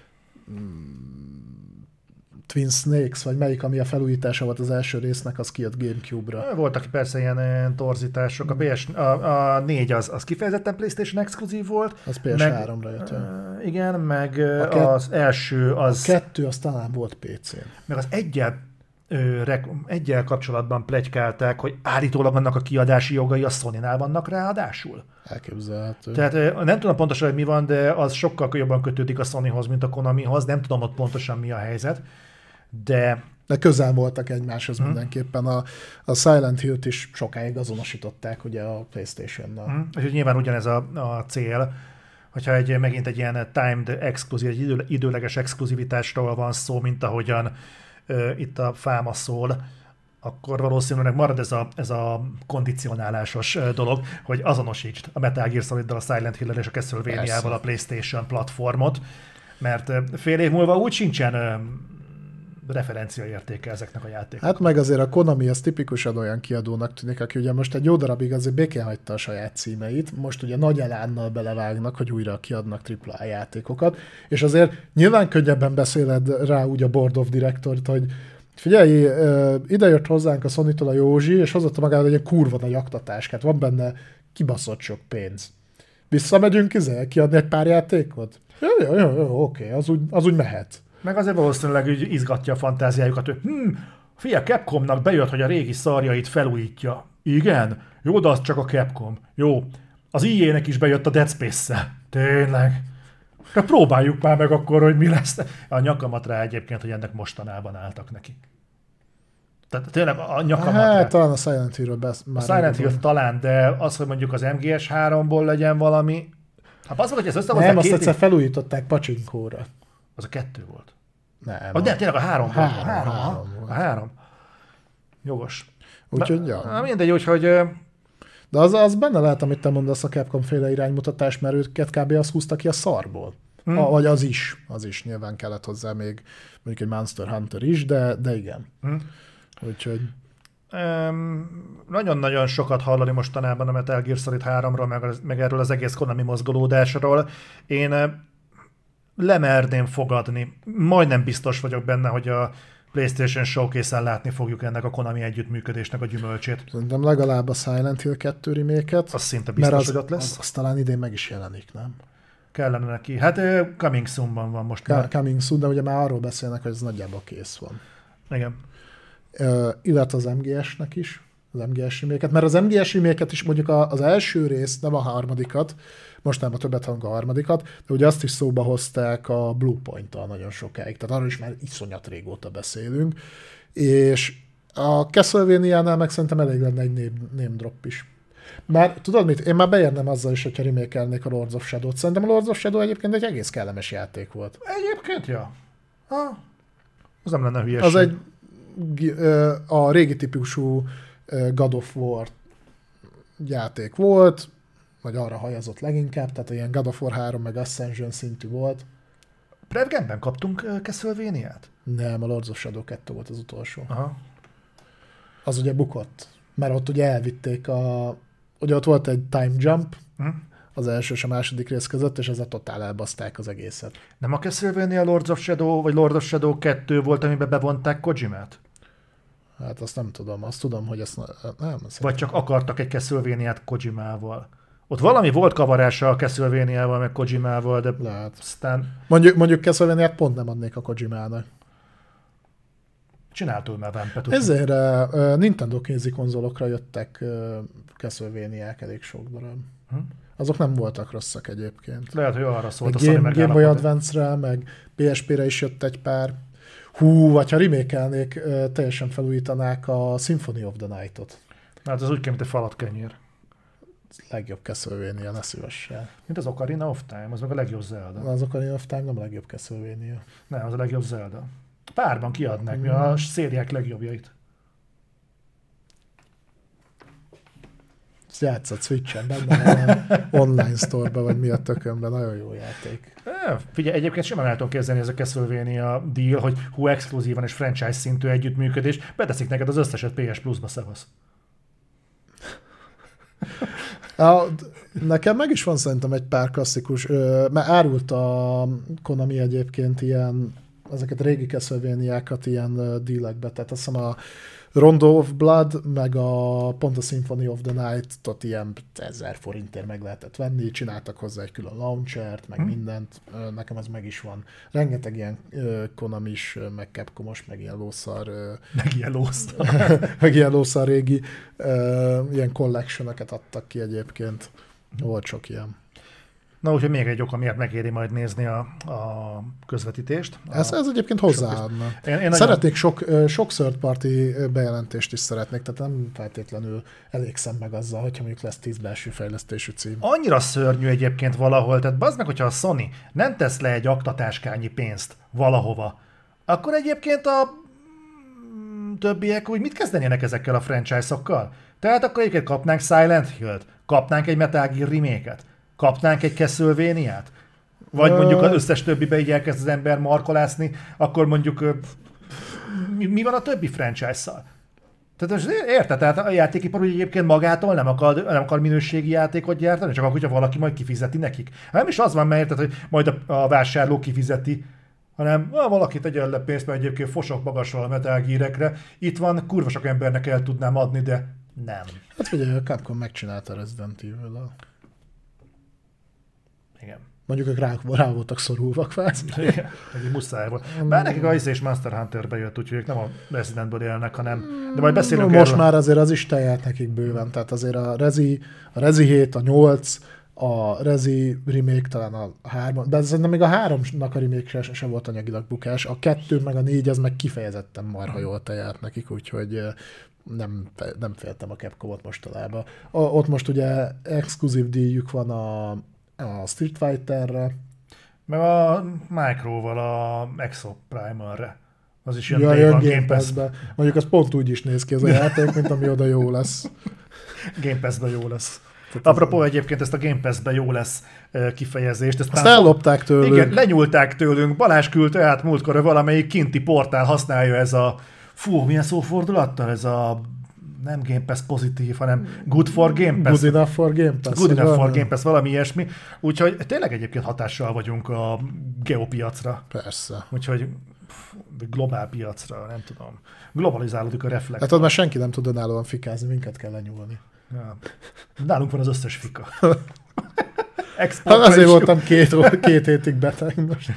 Twin Snakes, vagy melyik, ami a felújítása volt az első résznek, az kijött GameCube-ra. Voltak persze ilyen torzítások. A, P S, a, a négy az, az kifejezetten PlayStation exkluzív volt. Az P S háromra jött. Uh, igen, meg a ke- az első az... A kettő az talán volt pé cén. Meg az egyel, ö, rek, egyel kapcsolatban pletykálták, hogy állítólag annak a kiadási jogai a Sony-nál vannak ráadásul. Elképzelhető. Tehát nem tudom pontosan, hogy mi van, de az sokkal jobban kötődik a Sonyhoz, mint a Konamihoz. Nem tudom ott pontosan mi a helyzet. De... De közel voltak egymáshoz hmm. mindenképpen. A, a Silent Hill-t is sokáig azonosították ugye a PlayStation-nal. Hmm. És nyilván ugyanez a, a cél, hogyha egy, megint egy ilyen timed exkluzív, egy idő, időleges exkluzivitásról van szó, mint ahogyan ö, itt a fáma szól, akkor valószínűleg marad ez a, ez a kondicionálásos dolog, hogy azonosítsd a Metal Gear Soliddal, a Silent Hill-el és a Castlevania-val a PlayStation platformot, mert fél év múlva úgy sincsen referenciaértéke ezeknek a játékoknak. Hát meg azért a Konami az tipikusan olyan kiadónak tűnik, aki ugye most egy jó darabig azért békén hagyta a saját címeit, most ugye nagy elánnal belevágnak, hogy újra kiadnak tripla á játékokat, és azért nyilván könnyebben beszéled rá úgy a Board of Directort, hogy figyelj, ide jött hozzánk a Sony-tól a Józsi, és hozott magával egy ilyen kurva nagy aktatáskát, van benne kibaszott sok pénz. Visszamegyünk izé, kiadni egy pár játékot? Jó, jó, jó, jó oké, az úgy, az úgy mehet. Meg azért valószínűleg úgy izgatja a fantáziájukat, hogy hm, figyelj, Capcomnak bejött, hogy a régi szarjait felújítja. Igen? Jó, de az csak a Capcom. Jó. Az í á-nek is bejött a Dead Space-szel. Tényleg. De próbáljuk már meg akkor, hogy mi lesz. A nyakamat rá egyébként, hogy ennek mostanában álltak neki. Tehát tényleg a nyakamat hát, rá. talán a Silent Hill-ről besz... A Silent Hill talán, de az, hogy mondjuk az em gé es háromból legyen valami... Hát az, hogy ez összehozzák Nem, azt két... egyszer felújították pacsinkóra. Az a kettő volt. Nem. A, de tényleg a három, a volt. három, A három, három három volt. A három. Jogos. Úgyhogy, ja. Na, mindegy, úgyhogy... De az, az benne lehet, amit te mondasz, a Capcom féle iránymutatás, mert őket kb. Azt húzta ki a szarból. Hmm. A, vagy az is. Az is nyilván kellett hozzá még mondjuk egy Monster Hunter is, de, de igen. Hmm. Úgyhogy... Um, nagyon-nagyon sokat hallani mostanában a Metal Gear Solid háromról, meg, meg erről az egész Konami mozgolódásról. Én uh, lemerném fogadni. Majdnem biztos vagyok benne, hogy a PlayStation Showcase-en látni fogjuk ennek a Konami együttműködésnek a gyümölcsét. Szerintem legalább a Silent Hill kettő remake-et. Az szinte biztos, az, hogy ott lesz. Az, az talán idén meg is jelenik, nem? Kellene neki. Hát uh, Coming Soon-ban van most Ka- már. Coming Soon, de ugye már arról beszélnek, hogy ez nagyjából kész van. Igen. Uh, illetve az em gé es-nek is, az em gé es remake-et, mert az em gé es remake-et is mondjuk az első rész, nem a harmadikat, most nem a többet hang a harmadikat, de ugye azt is szóba hozták a Bluepoint-tal nagyon sokáig, tehát arról is már iszonyat régóta beszélünk, és a Castlevania-nál meg szerintem elég lenne egy name, name drop is. Már tudod mit, én már beérnem azzal is, hogyha remake-elnék a Lords of Shadow-t. Szerintem a Lords of Shadow egyébként egy egész kellemes játék volt. Egyébként, ja. Ha. Az nem lenne hülyeség. Az egy a régi típusú God of War játék volt, vagy arra hajazott leginkább, tehát ilyen God of War három meg Ascension szintű volt. Prevgenben kaptunk Castlevania-t? Nem, a Lords of Shadow kettő volt az utolsó. Aha. Az ugye bukott, mert ott ugye elvitték a... Ugye ott volt egy time jump, hm? az első és a második rész között, és ezzel totál elbaszták az egészet. Nem a Castlevania Lords of Shadow, vagy Lord of Shadow kettő volt, amiben bevonták Kojimát? Hát azt nem tudom, azt tudom, hogy ezt nem. Vagy csak akartak egy Castlevania-t Kojimával. Ott valami volt kavarása a Castlevania-val, meg Kojimával, de lehet. Aztán... Mondjuk, mondjuk Castlevania-t pont nem adnék a Kojimának. Csináltul már Vampet. Ezért uh, Nintendo kézi konzolokra jöttek uh, Castlevania-k elég sok darab. Hm? Azok nem voltak rosszak egyébként. Lehet, hogy arra szólt a Game, Sony Game Boy Advance-re, meg pé es pé-re is jött egy pár. Hú, vagy ha remake-elnék, uh, teljesen felújítanák a Symphony of the Night-ot. Hát ez úgy kell, mint egy falat kenyér. legjobb Castlevania, ne szívessel. Mint az Ocarina of Time, az meg a legjobb Zelda. Az Ocarina of Time nem a legjobb Castlevania. Nem, az a legjobb Zelda. Párban kiadnak mi a szériák legjobbjait. Ezt játszott Switchen, benne online store-ba, vagy mi a tökönben, nagyon jó játék. É, figyelj, egyébként simán el tudom képzelni ez a Castlevania deal, hogy hú, exkluzívan és franchise szintű együttműködés, beteszik neked az összeset pé es Plus-ba, szevasz. A, nekem meg is van szerintem egy pár klasszikus, mert árult a Konami egyébként ilyen, ezeket a régi Castlevania-kat ilyen dealekbe, tehát azt hiszem a Rondo of Blood, meg a pont a Symphony of the Night-tot ilyen ezer forintért meg lehetett venni, csináltak hozzá egy külön launchert, meg hmm. mindent, nekem ez meg is van. Rengeteg ilyen Konami-s, meg Capcom-os, meg ilyen lószar... Meg ilyen lószar. meg ilyen lószar régi ilyen collection-öket adtak ki egyébként. Volt sok ilyen. Na, úgyhogy még egy oka miatt megéri majd nézni a, a közvetítést. A ez, ez egyébként hozzáadna. Én, én szeretnék nagyon... sok, sok third party bejelentést is szeretnék, tehát nem feltétlenül elégszem meg azzal, hogyha mondjuk lesz tíz belső fejlesztésű cím. Annyira szörnyű egyébként valahol, tehát bazd meg, hogyha a Sony nem tesz le egy aktatáskányi pénzt valahova, akkor egyébként a többiek úgy mit kezdenének ezekkel a franchise-okkal? Tehát akkor egyébként kapnánk Silent Hill-t, kapnánk egy Metal Gear remake-et, kapnánk egy Castlevania-t? Vagy mondjuk az összes többibe így elkezd az ember markolászni, akkor mondjuk mi, mi van a többi franchise-szal? Tehát most érted? Tehát a játékipar úgy egyébként magától nem akar, nem akar minőségi játékot gyártani, csak akkor, hogyha valaki majd kifizeti nekik. Nem is az van, mert érted, hogy majd a, a vásárló kifizeti, hanem ah, valaki tegyen le pénzt, mert egyébként fosok magasról a Metal Gear-ekre. Itt van, kurva sok embernek el tudnám adni, de nem. Hát figyelj, a Capcom megcsinálta a Resident Evil-a. Igen. Mondjuk ők rá, rá voltak szorulva kvázi. Igen, egy muszáj volt. Bár nekik a Ice és Monster Hunter bejött, úgyhogy ők nem a Residentből élnek, hanem... De majd beszélünk Most erről. már azért az is telját nekik bőven, tehát azért a Rezi, a Rezi hét, a nyolc, a Rezi remake talán a három, de szerintem még a háromnak a remake se, se volt anyagilag bukás, a kettő meg a négy, az meg kifejezetten marha jól telját nekik, úgyhogy nem, nem féltem a Capcomot mostanában. A, ott most ugye exkluzív díjjuk van a, a Street Fighterre. Meg a Microval a Exo Primal-re. Az is jön, ja, jön Game Pass-be. Mondjuk az pont úgy is néz ki ez a játék, mint ami oda jó lesz. Game Pass-be jó lesz. Tehát apropó az... egyébként ezt a Game Pass-be jó lesz kifejezést. Ezt Azt ellopták tőlünk. Igen, lenyúlták tőlünk. Balázs küldte át múltkor, hogy valamelyik kinti portál használja ez a... Fú, milyen szófordulattal? Ez a... Nem Game Pass pozitív, hanem Good for Game Pass. Good enough for Game Pass. Good enough for Game Pass, valami ilyesmi. Úgyhogy tényleg egyébként hatással vagyunk a geopiacra. Persze. Úgyhogy globál piacra, nem tudom. Globalizálódik a reflex. Hát ott már senki nem tud önállóan fikázni, minket kell lenyúlni. Ja. Nálunk van az összes fika. Hát azért voltam két, két hétig beteg most.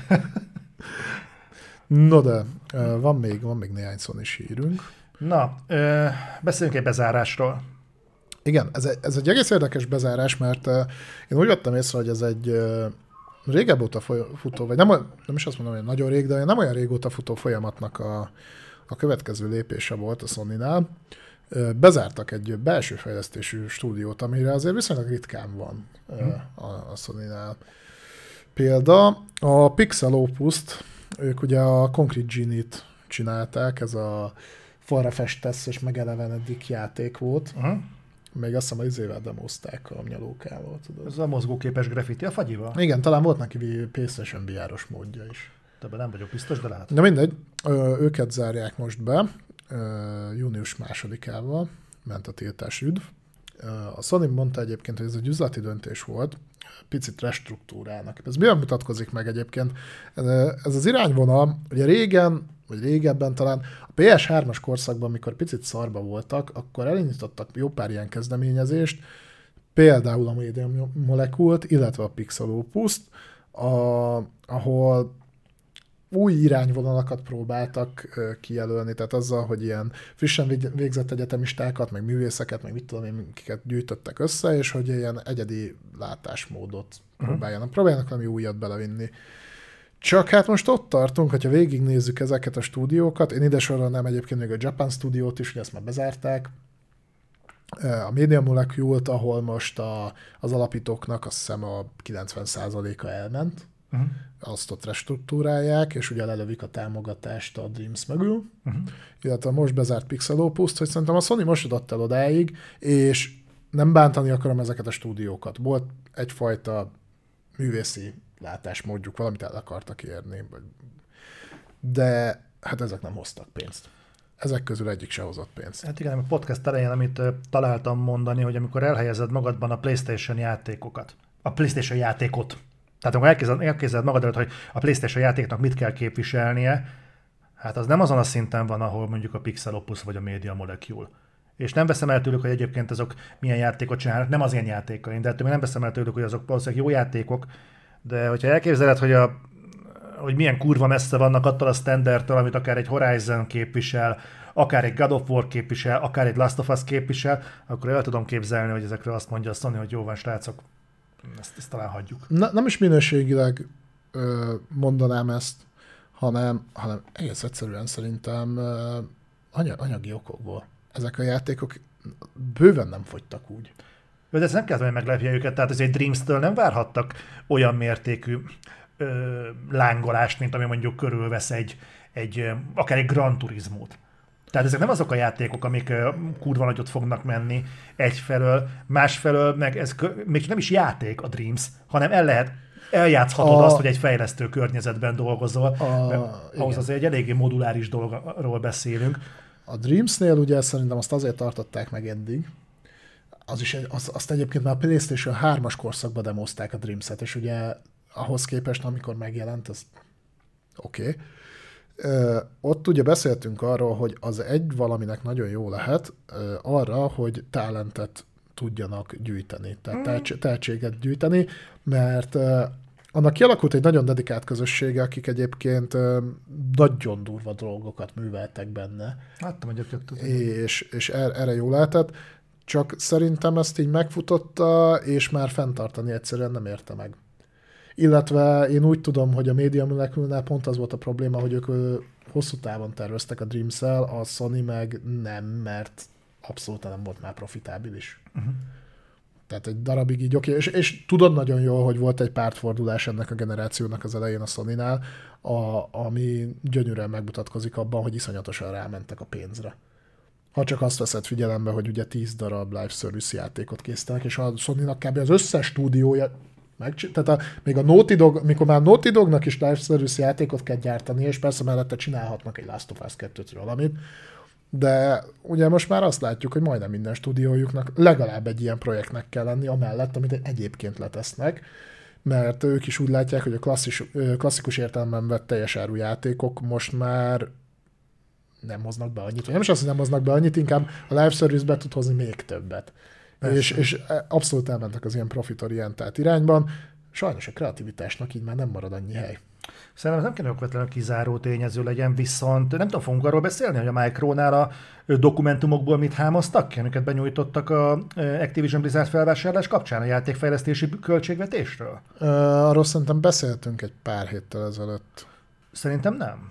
No de, van még, van még néhány Sony-s hírünk. Na, ö, beszéljünk egy bezárásról. Igen, ez egy, ez egy egész érdekes bezárás, mert uh, én úgy vettem észre, hogy ez egy uh, régebb óta futó, vagy nem, nem is azt mondom, hogy nagyon rég, de nem olyan régóta futó folyamatnak a, a következő lépése volt a Sonynál. Uh, bezártak egy belső fejlesztésű stúdiót, amire azért viszonylag ritkán van uh, hmm. a, a Sonynál. Példa a Pixel Opus-t, ők ugye a Concrete Genie-t csinálták, ez a falra festesz és megelevenedik játék volt. Uh-huh. Még azt hiszem, az izével demozták a nyalókával. Tudod. Ez a mozgóképes graffiti a fagyival? Igen, talán volt neki PlayStation vé er-os módja is. Ebben nem vagyok biztos, de lehet. Na mindegy, őket zárják most be, június másodikával ment a tiltás üdv. A Sony mondta egyébként, hogy ez egy üzleti döntés volt, picit restruktúrálnak. Ez mivel mutatkozik meg egyébként? Ez az irányvonal, ugye régen, vagy régebben talán a pé es hármas korszakban, amikor picit szarba voltak, akkor elindítottak jó pár ilyen kezdeményezést, például a Medium Molecule-t, illetve a Pixel Opus-t, a, ahol új irányvonalakat próbáltak kijelölni, tehát azzal, hogy ilyen frissen végzett egyetemistákat, meg művészeket, meg mit tudom én, kiket gyűjtöttek össze, és hogy ilyen egyedi látásmódot uh-huh. próbáljanak. Próbáljanak valami újat belevinni. Csak hát most ott tartunk, hogyha végignézzük ezeket a stúdiókat, én ide sorolnám egyébként még a Japan Studiót is, hogy ezt már bezárták, a Media Molecule-t, ahol most a, az alapítóknak azt hiszem a kilencven százaléka elment, uh-huh. azt ott restruktúrálják, és ugye lelövik a támogatást a Dreams mögül, uh-huh. illetve most bezárt Pixel Opus-t, hogy szerintem a Sony most jutott el odáig, és nem bántani akarom ezeket a stúdiókat. Volt egyfajta művészi látásmódjuk, valamit el akartak érni, de hát ezek nem hoztak pénzt. Ezek közül egyik se hozott pénzt. Hát igen, a podcast elején, amit uh, találtam mondani, hogy amikor elhelyezed magadban a PlayStation játékokat, a PlayStation játékot, tehát amikor elkezded, elkezded magad előtt, hogy a PlayStation játéknak mit kell képviselnie, hát az nem azon a szinten van, ahol mondjuk a Pixel Opus vagy a Media Molecule. És nem veszem el tőlük, hogy egyébként azok milyen játékot csinálnak, nem az én játékaim, de ettől nem veszem el tőlük, hogy azok valószínűleg jó játékok, de hogyha elképzeled, hogy, a, hogy milyen kurva messze vannak attól a standardtől, amit akár egy Horizon képvisel, akár egy God of War képvisel, akár egy Last of Us képvisel, akkor el tudom képzelni, hogy ezekről azt mondja a Sony, hogy jó van, srácok, ezt, ezt talán hagyjuk. Na, nem is minőségileg ö, mondanám ezt, hanem, hanem egész egyszerűen szerintem ö, anyag, anyagi okokból. Ezek a játékok bőven nem fogytak úgy. De ez nem kellett, hogy meglepje őket, tehát azért Dreams-től nem várhattak olyan mértékű ö, lángolást, mint ami mondjuk körülvesz egy, egy akár egy Gran Turismót. Tehát ezek nem azok a játékok, amik ö, kurva nagyot fognak menni egyfelől, másfelől meg ez még nem is játék a Dreams, hanem el lehet eljátszhatod a... azt, hogy egy fejlesztő környezetben dolgozol. A... Ahhoz azért egy eléggé moduláris dologról beszélünk. A Dreamsnél ugye szerintem azt azért tartották meg eddig, az is, az, azt egyébként már a PlayStation hármas korszakban demozták a Dreams-et, és ugye ahhoz képest, amikor megjelent, az oké. Okay. Ott ugye beszéltünk arról, hogy az egy valaminek nagyon jó lehet ö, arra, hogy talentet tudjanak gyűjteni, tehát tehetség, tehetséget gyűjteni, mert ö, annak kialakult egy nagyon dedikált közössége, akik egyébként ö, nagyon durva dolgokat műveltek benne. Láttam egyébként. És, és erre jó lehetett. Csak szerintem ezt így megfutotta, és már fenntartani egyszerűen nem érte meg. Illetve én úgy tudom, hogy a Media Molecule-nál pont az volt a probléma, hogy ők hosszú távon terveztek a Dreams-el, a Sony meg nem, mert abszolút nem volt már profitábilis. Uh-huh. Tehát egy darabig így oké, és, és tudod nagyon jól, hogy volt egy pártfordulás ennek a generációnak az elején a Sonynál, a, ami gyönyörűen megmutatkozik abban, hogy iszonyatosan rámentek a pénzre. Ha csak azt veszed figyelembe, hogy ugye tíz darab live service játékot készítenek, és a Sonynak kb. Az összes stúdiója, meg, tehát a, még a Naughty Dog, mikor már Naughty Dognak is live service játékot kell gyártani, és persze mellette csinálhatnak egy Last of Us kettőt valamit, de ugye most már azt látjuk, hogy majdnem minden stúdiójuknak legalább egy ilyen projektnek kell lenni, amellett, amit egyébként letesznek, mert ők is úgy látják, hogy a klasszis, klasszikus értelemben vett teljes áru játékok most már nem hoznak be annyit, vagy nem is azt, hogy nem hoznak be annyit, inkább a live service-be tud hozni még többet. És, és abszolút elmentek az ilyen profitorientált irányban. Sajnos a kreativitásnak így már nem marad annyi hely. Szerintem ez nem kell okvetlenül kizáró tényező legyen, viszont nem tudom, fogunk arról beszélni, hogy a Micronál a dokumentumokból mit hámoztak ki, amiket benyújtottak a Activision Blizzard felvásárlás kapcsán a játékfejlesztési költségvetésről? Arról szerintem beszéltünk egy pár héttel ezelőtt. Szerintem nem.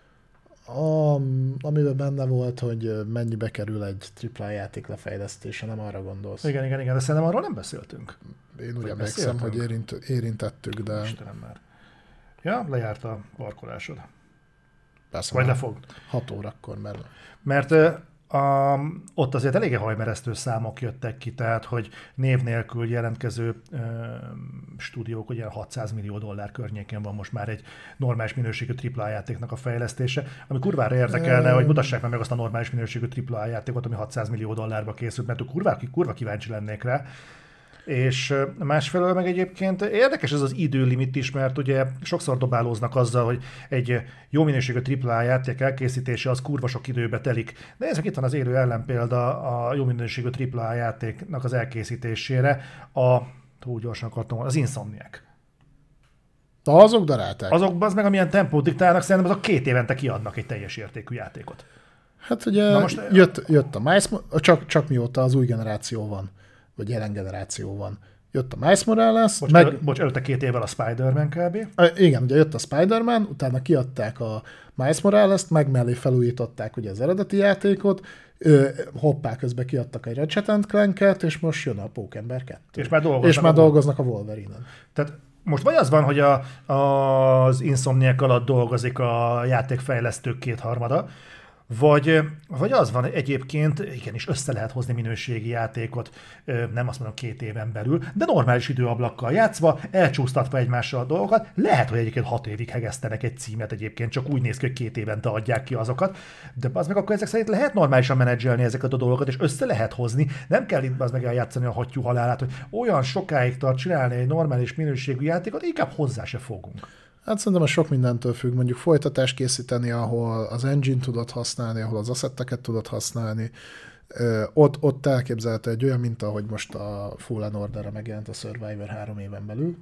A, amiben benne volt, hogy mennyibe kerül egy tripla játék lefejlesztése, nem arra gondolsz. Igen, igen, igen, de szerintem arról nem beszéltünk. Én úgy emlékszem, hogy érint, érintettük, de... Istenem már. Ja, lejárt a parkolásod. Persze, vagy lefog. hat órakor, mert... Mert a, ott azért eléggé hajmeresztő számok jöttek ki, tehát hogy név nélkül jelentkező ö, stúdiók, ugye hatszáz millió dollár környékén van most már egy normális minőségű tripla á játéknak a fejlesztése, ami kurvára érdekelne, hogy mutassák meg, meg azt a normális minőségű tripla á játékot, ami hatszáz millió dollárba készült, mert kurva, kurva kíváncsi lennék rá. És másfelől meg egyébként érdekes ez az időlimit is, mert ugye sokszor dobálóznak azzal, hogy egy jó minőségű tripla á játék elkészítése az kurva sok időbe telik. De ez itt van az élő ellenpélda a jó minőségű tripla á játéknak az elkészítésére, a, túl gyorsan akartam, az Insomniac. De azok darálták. Azok az meg amilyen tempót diktálnak, szerintem azok két évente kiadnak egy teljes értékű játékot. Hát ugye most, jött, jött a Miles, csak, csak mióta az új generáció van, vagy jelen generáció van. jött a Miles Morales. Bocs, meg... el, bocs előtte két évvel a Spider-Man kb. Igen, ugye jött a Spider-Man, utána kiadták a Miles Morales-t, meg mellé felújították ugye az eredeti játékot, ö, hoppá, közben kiadtak egy Ratchet and Clank-et, és most jön a Pókember kettő. És már dolgoznak, és már a, dolgoznak a Wolverine-en. Tehát most vagy az van, hogy a, az Insomniac alatt dolgozik a játékfejlesztők kétharmada, Vagy, vagy az van egyébként, igenis össze lehet hozni minőségi játékot, nem azt mondom két éven belül, de normális időablakkal játszva, elcsúsztatva egymással a dolgokat. Lehet, hogy egyébként hat évig hegesztenek egy címet egyébként, csak úgy néz ki, hogy két évente adják ki azokat, de az meg akkor ezek szerint lehet normálisan menedzselni ezeket a dolgokat, és össze lehet hozni. Nem kell itt az meg eljátszani a hattyú halálát, hogy olyan sokáig tart csinálni egy normális minőségű játékot, inkább hozzá se fogunk. Hát szerintem a sok mindentől függ, mondjuk folytatást készíteni, ahol az engine tudod használni, ahol az asszetteket tudod használni. Ö, ott, ott elképzelhető egy olyan minta, hogy most a Fallen Orderre megjelent a Survivor három éven belül.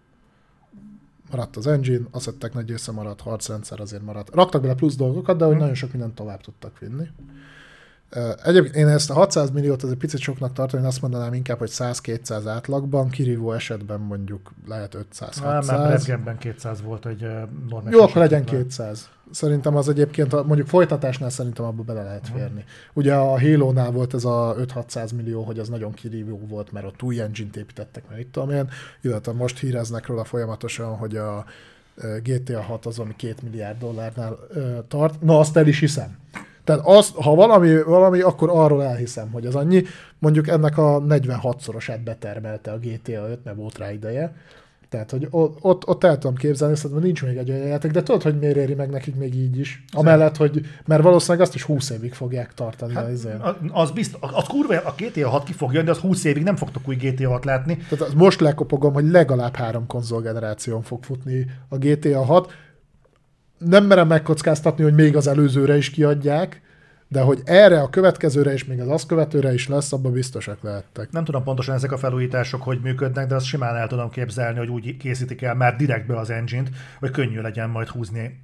Maradt az engine, asszettek nagy része maradt, harcrendszer azért maradt. Raktak bele plusz dolgokat, de hogy nagyon sok mindent tovább tudtak vinni. Egyébként én ezt a hatszáz milliót azért picit soknak tartom, én azt mondanám inkább, hogy száz-kétszáz átlagban, kirívó esetben mondjuk lehet ötszáz-hatszáz. Már Prevgemben kétszáz volt egy normális. Jó, akkor legyen kétszáz. Szerintem az egyébként, mondjuk folytatásnál szerintem abba bele lehet férni. Uh-huh. Ugye a Halo-nál volt ez a öt-hatszáz millió, hogy az nagyon kirívó volt, mert ott új engine-t építettek, mert itt tudom én, illetve most híreznek róla folyamatosan, hogy a gé té á hat az, ami két milliárd dollárnál tart. Na, azt el is hiszem. Tehát azt, ha valami, valami, akkor arról elhiszem, hogy az annyi. Mondjuk ennek a negyvenhatszorosát betermelte a gé té á öt, mert volt rá ideje. Tehát, hogy ott, ott el tudom képzelni, szerintem nincs még egy olyan játék, de tudod, hogy miért éri meg nekik még így is? Amellett, hogy, mert valószínűleg azt is húsz évig fogják tartani. Hát, az, az biztos, az kurva, a gé té á hat ki fog jönni, de az húsz évig nem fogtok új gé té á hat látni. Tehát most lekopogom, hogy legalább három konzolgeneráción fog futni a gé té á hat. Nem merem megkockáztatni, hogy még az előzőre is kiadják, de hogy erre a következőre és még az azt követőre is lesz, abban biztosak lehettek. Nem tudom pontosan ezek a felújítások hogy működnek, de azt simán el tudom képzelni, hogy úgy készítik el már direktbe az engine-t, hogy könnyű legyen majd húzni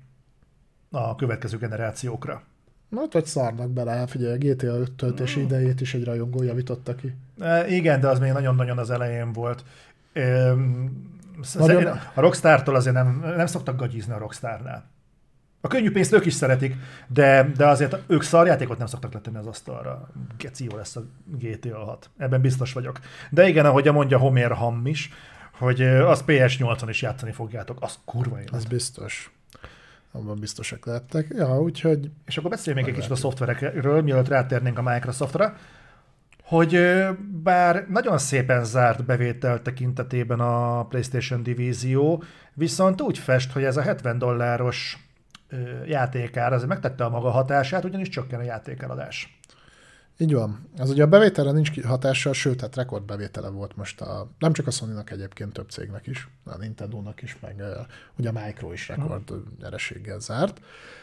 a következő generációkra. Na, vagy szárnak bele, figyelj, a gé té á öt töltési idejét is egy rajongó javította ki. E, igen, de az még nagyon-nagyon az elején volt. E, nagyon... A Rockstar-tól azért nem, nem szoktak gagyizni a Rockstarnál. A könnyű pénzt ők is szeretik, de, de azért ők szarjátékot nem szoktak letenni az asztalra. Geci jó lesz a gé té á hat. Ebben biztos vagyok. De igen, ahogy mondja Homer Hamm is, hogy az pé es nyolcon is játszani fogjátok. Az kurva élet. Az biztos. Abban biztosak lehettek. Ja, úgyhogy... És akkor beszéljünk még egy kicsit a szoftverekről, mielőtt rátérnénk a Microsoftra, hogy bár nagyon szépen zárt bevétel tekintetében a PlayStation divízió, viszont úgy fest, hogy ez a hetven dolláros játékár azért megtette a maga hatását, ugyanis csökken a játékeladás. Így van. Az ugye a bevételre nincs hatással, sőt, hát rekordbevétele volt most a, nem csak a Sony-nak egyébként, több cégnek is, a Nintendo-nak is, meg ugye a Micro is rekord nyereséggel zárt.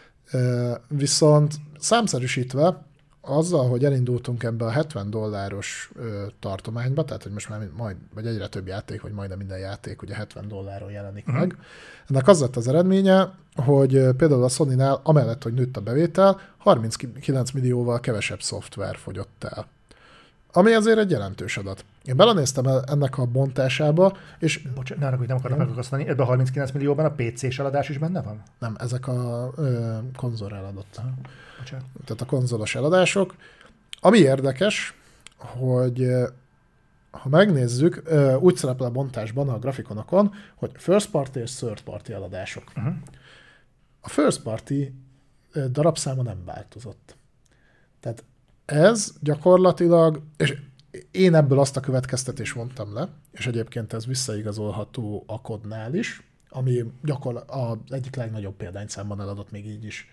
Viszont számszerűsítve, azzal, hogy elindultunk ebbe a hetven dolláros ö, tartományba, tehát hogy most már majd, vagy egyre több játék, vagy majdnem minden játék ugye hetven dolláron jelenik mm. meg. Ennek az lett az eredménye, hogy ö, például a Sony-nál, amellett, hogy nőtt a bevétel, harminckilenc millióval kevesebb szoftver fogyott el. Ami azért egy jelentős adat. Én belenéztem ennek a bontásába, és... Bocsánat, ne arra, hogy nem akarok megakasztani, ebben a harminckilenc millióban a pé cés eladás is benne van? Nem, ezek a ö, konzolra eladott. Bocsánat. Tehát a konzolos eladások. Ami érdekes, hogy ha megnézzük, úgy szerepel a bontásban, a grafikonokon, hogy first party és third party eladások. Uh-huh. A first party darabszáma nem változott. Tehát ez gyakorlatilag, és én ebből azt a következtetést mondtam le, és egyébként ez visszaigazolható a kodnál is, ami gyakorlatilag az egyik legnagyobb példányszámban eladott még így is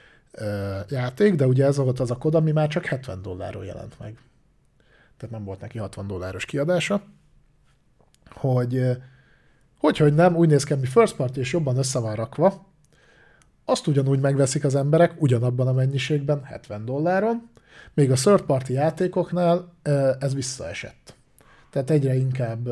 játék, de ugye ez volt az a kod, ami már csak hetven dollárról jelent meg. Tehát nem volt neki hatvan dolláros kiadása. Hogy, hogy, hogy nem, úgy néz ki, ami first party és jobban össze van rakva, azt ugyanúgy megveszik az emberek, ugyanabban a mennyiségben, hetven dolláron, még a third party játékoknál ez visszaesett. Tehát egyre inkább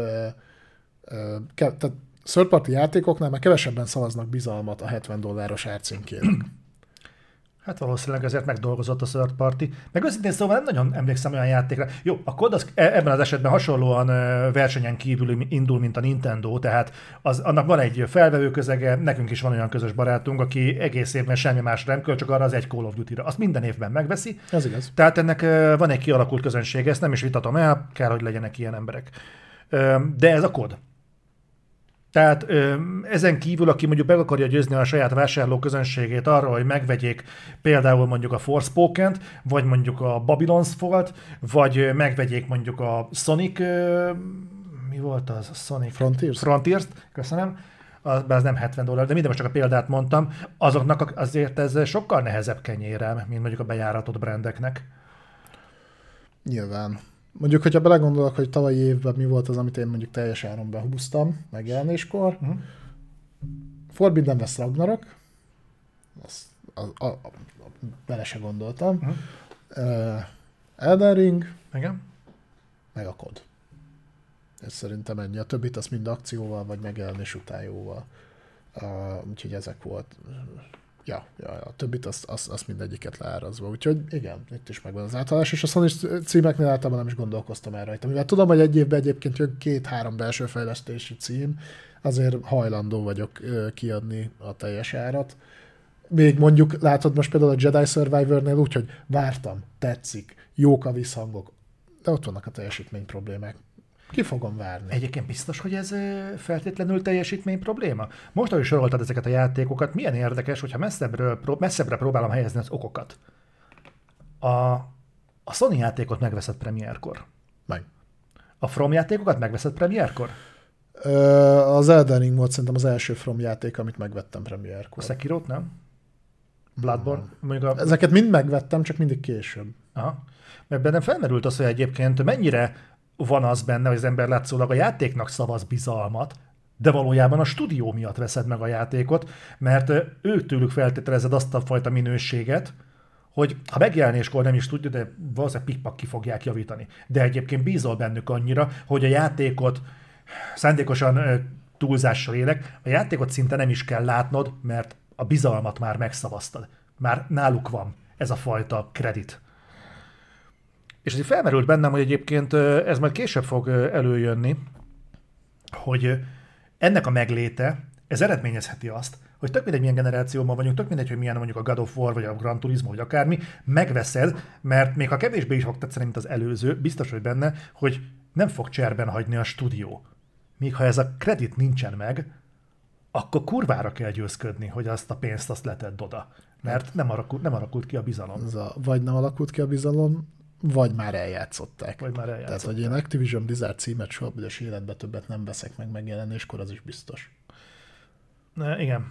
tehát third party játékoknál már kevesebben szavaznak bizalmat a hetven dolláros árcímkének. Hát valószínűleg ezért megdolgozott a third party. Meg őszintén szóval nem nagyon emlékszem olyan játékra. Jó, a kod az ebben az esetben hasonlóan versenyen kívül indul, mint a Nintendo, tehát az, annak van egy felvevő közege, nekünk is van olyan közös barátunk, aki egész évben semmi más nem költ, csak arra az egy Call of Duty-ra. Azt minden évben megveszi. Ez igaz. Tehát ennek van egy kialakult közönsége, ezt nem is vitatom el, kell, hogy legyenek ilyen emberek. De ez a kod. Tehát ö, ezen kívül, aki mondjuk meg akarja győzni a saját vásárló közönségét arra, hogy megvegyék például mondjuk a Forspoken-t, vagy mondjuk a Babylon's Fall-t, vagy megvegyék mondjuk a Sonic, ö, mi volt az? Sonic Frontiers. Frontiers-t, köszönöm. Az, az nem hetven dollár, de minden most csak a példát mondtam. Azoknak azért ez sokkal nehezebb kenyérem, mint mondjuk a bejáratott brandeknek. Nyilván. Mondjuk, hogyha belegondolok, hogy tavalyi évben mi volt az, amit én mondjuk teljes áron behúztam megjelenéskor. Uh-huh. Forbidden West Ragnarok. Azt a, a, a, bele se gondoltam. Uh-huh. Uh, Elden Ring. Igen. Meg a kod. Ez szerintem ennyi. A többit azt mind akcióval, vagy megjelenés után jóval. Uh, úgyhogy ezek volt. Ja, ja, ja, a többit azt, azt, azt mindegyiket leárazva. Úgyhogy igen, itt is megvan az átállás, és a Sony címeknél általában nem is gondolkoztam el rajta. Mivel tudom, hogy egy évben egyébként jön két-három belső fejlesztési cím, azért hajlandó vagyok kiadni a teljes árat. Még mondjuk, látod most például a Jedi Survivor-nél úgy, hogy vártam, tetszik, jók a visszhangok, de ott vannak a teljesítmény problémák. Ki fogom várni? Egyébként biztos, hogy ez feltétlenül teljesítmény probléma? Most, ahogy soroltad ezeket a játékokat, milyen érdekes, hogyha messzebbről, messzebbre próbálom helyezni az okokat. A, a Sony játékot megveszed premierkor. Meg. A From játékokat megveszed premierkor? Az Elden Ring volt szerintem az első From játék, amit megvettem premierkor. A Sekirót nem? Bloodborne? Hmm. A... Ezeket mind megvettem, csak mindig később. Aha. Mert bennem felmerült az, hogy egyébként mennyire van az benne, hogy az ember látszólag a játéknak szavaz bizalmat, de valójában a stúdió miatt veszed meg a játékot, mert ők tőlük feltételezed azt a fajta minőséget, hogy ha megjelenéskor nem is tudja, de valószínűleg pikpak ki fogják javítani. De egyébként bízol bennük annyira, hogy a játékot szándékosan túlzással élek, a játékot szinte nem is kell látnod, mert a bizalmat már megszavaztad. Már náluk van ez a fajta kredit. És azért felmerült bennem, hogy egyébként ez majd később fog előjönni, hogy ennek a megléte, ez eredményezheti azt, hogy tök mindegy, milyen generációban vagyunk, tök mindegy, hogy milyen mondjuk a God of War, vagy a Gran Turismo, vagy akármi, megveszed, mert még ha kevésbé is fog tetszeni, mint az előző, biztos vagy benne, hogy nem fog cserben hagyni a stúdió. Míg ha ez a kredit nincsen meg, akkor kurvára kell győzködni, hogy azt a pénzt azt letedd oda. Mert nem alakult, nem alakult ki a bizalom. Ez a, vagy nem alakult ki a bizalom, vagy már eljátszották. Vagy már eljátszották. Tehát, hogy én Activision Blizzard címet soha büdös életben többet nem veszek meg megjelenéskor, az is biztos. Ne, igen.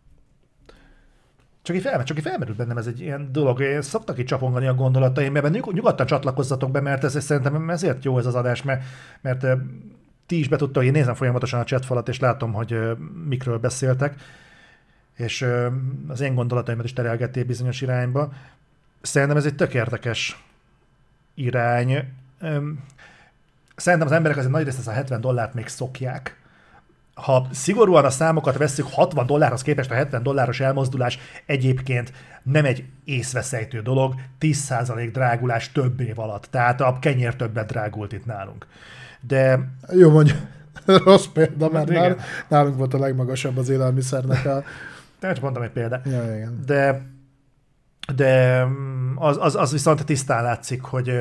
Csak így, felmer, csak így felmerült bennem ez egy ilyen dolog, én szoktak itt csapongani a gondolataim, ebben nyugodtan csatlakozzatok be, mert ez, ez szerintem ezért jó ez az adás, mert, mert ti is betudta, hogy én nézem folyamatosan a chatfalat, és látom, hogy mikről beszéltek, és az én gondolataimat is terelgették bizonyos irányba. Szerintem ez egy tök érdekes irány. Szerintem az emberek azért nagyrészt ezt a hetven dollárt még szokják. Ha szigorúan a számokat vesszük, hatvan dollárhoz képest a hetven dolláros elmozdulás egyébként nem egy észveszejtő dolog, tíz százalék drágulás több év alatt. Tehát a kenyér többet drágult itt nálunk. De... Jó, mondja, rossz példa, mert nálunk, nálunk volt a legmagasabb az élelmiszernek a... Te csak mondtam egy példát. Ja, igen. De, de az, az, az viszont tisztán látszik, hogy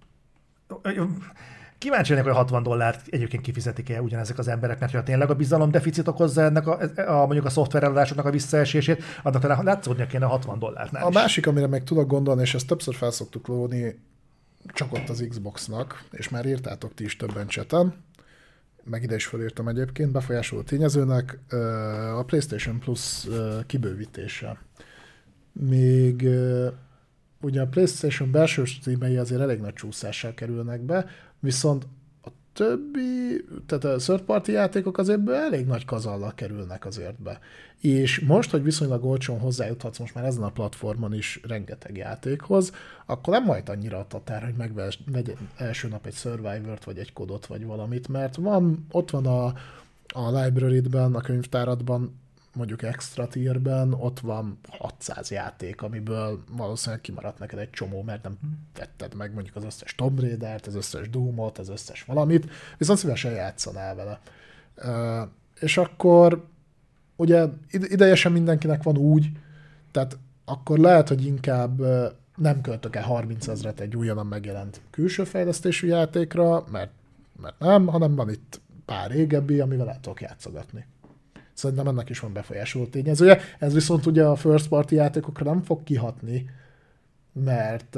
kíváncsi lennék, hogy hatvan dollárt egyébként kifizetik-e ugyanezek az emberek, mert ha tényleg a bizalomdeficit okozza ennek a, a, mondjuk a szoftvereladásoknak a visszaesését, annak látszódnia kéne hatvan dollárnál A is. másik, amire meg tudok gondolni, és ezt többször felszoktuk lóni, csak ott az Xboxnak, és már írtátok ti is többen cseten, meg ide is felírtam egyébként, befolyásoló tényezőnek a PlayStation Plus kibővítése. Még ugye a PlayStation belső címei azért elég nagy csúszással kerülnek be, viszont a többi, tehát a third party játékok azért elég nagy kazallal kerülnek azért be. És most, hogy viszonylag olcsón hozzájuthatsz most már ezen a platformon is rengeteg játékhoz, akkor nem majd annyira a tatár, hogy megvegy első nap egy Survivor-t, vagy egy kodot, vagy valamit, mert van, ott van a, a library-ben, a könyvtáradban mondjuk extra tierben ott van hatszáz játék, amiből valószínűleg kimaradt neked egy csomó, mert nem tetted meg mondjuk az összes Tomb Raidert, az összes Doomot, az összes valamit, viszont szívesen játszanál vele. Uh, és akkor ugye idejesen mindenkinek van úgy, tehát akkor lehet, hogy inkább nem költök el harminc ezret egy újonnan megjelent külső fejlesztésű játékra, mert, mert nem, hanem van itt pár régebbi, amivel el tudok játszogatni. Szerintem ennek is van befolyásoló tényezője. Ez viszont ugye a first party játékokra nem fog kihatni, mert,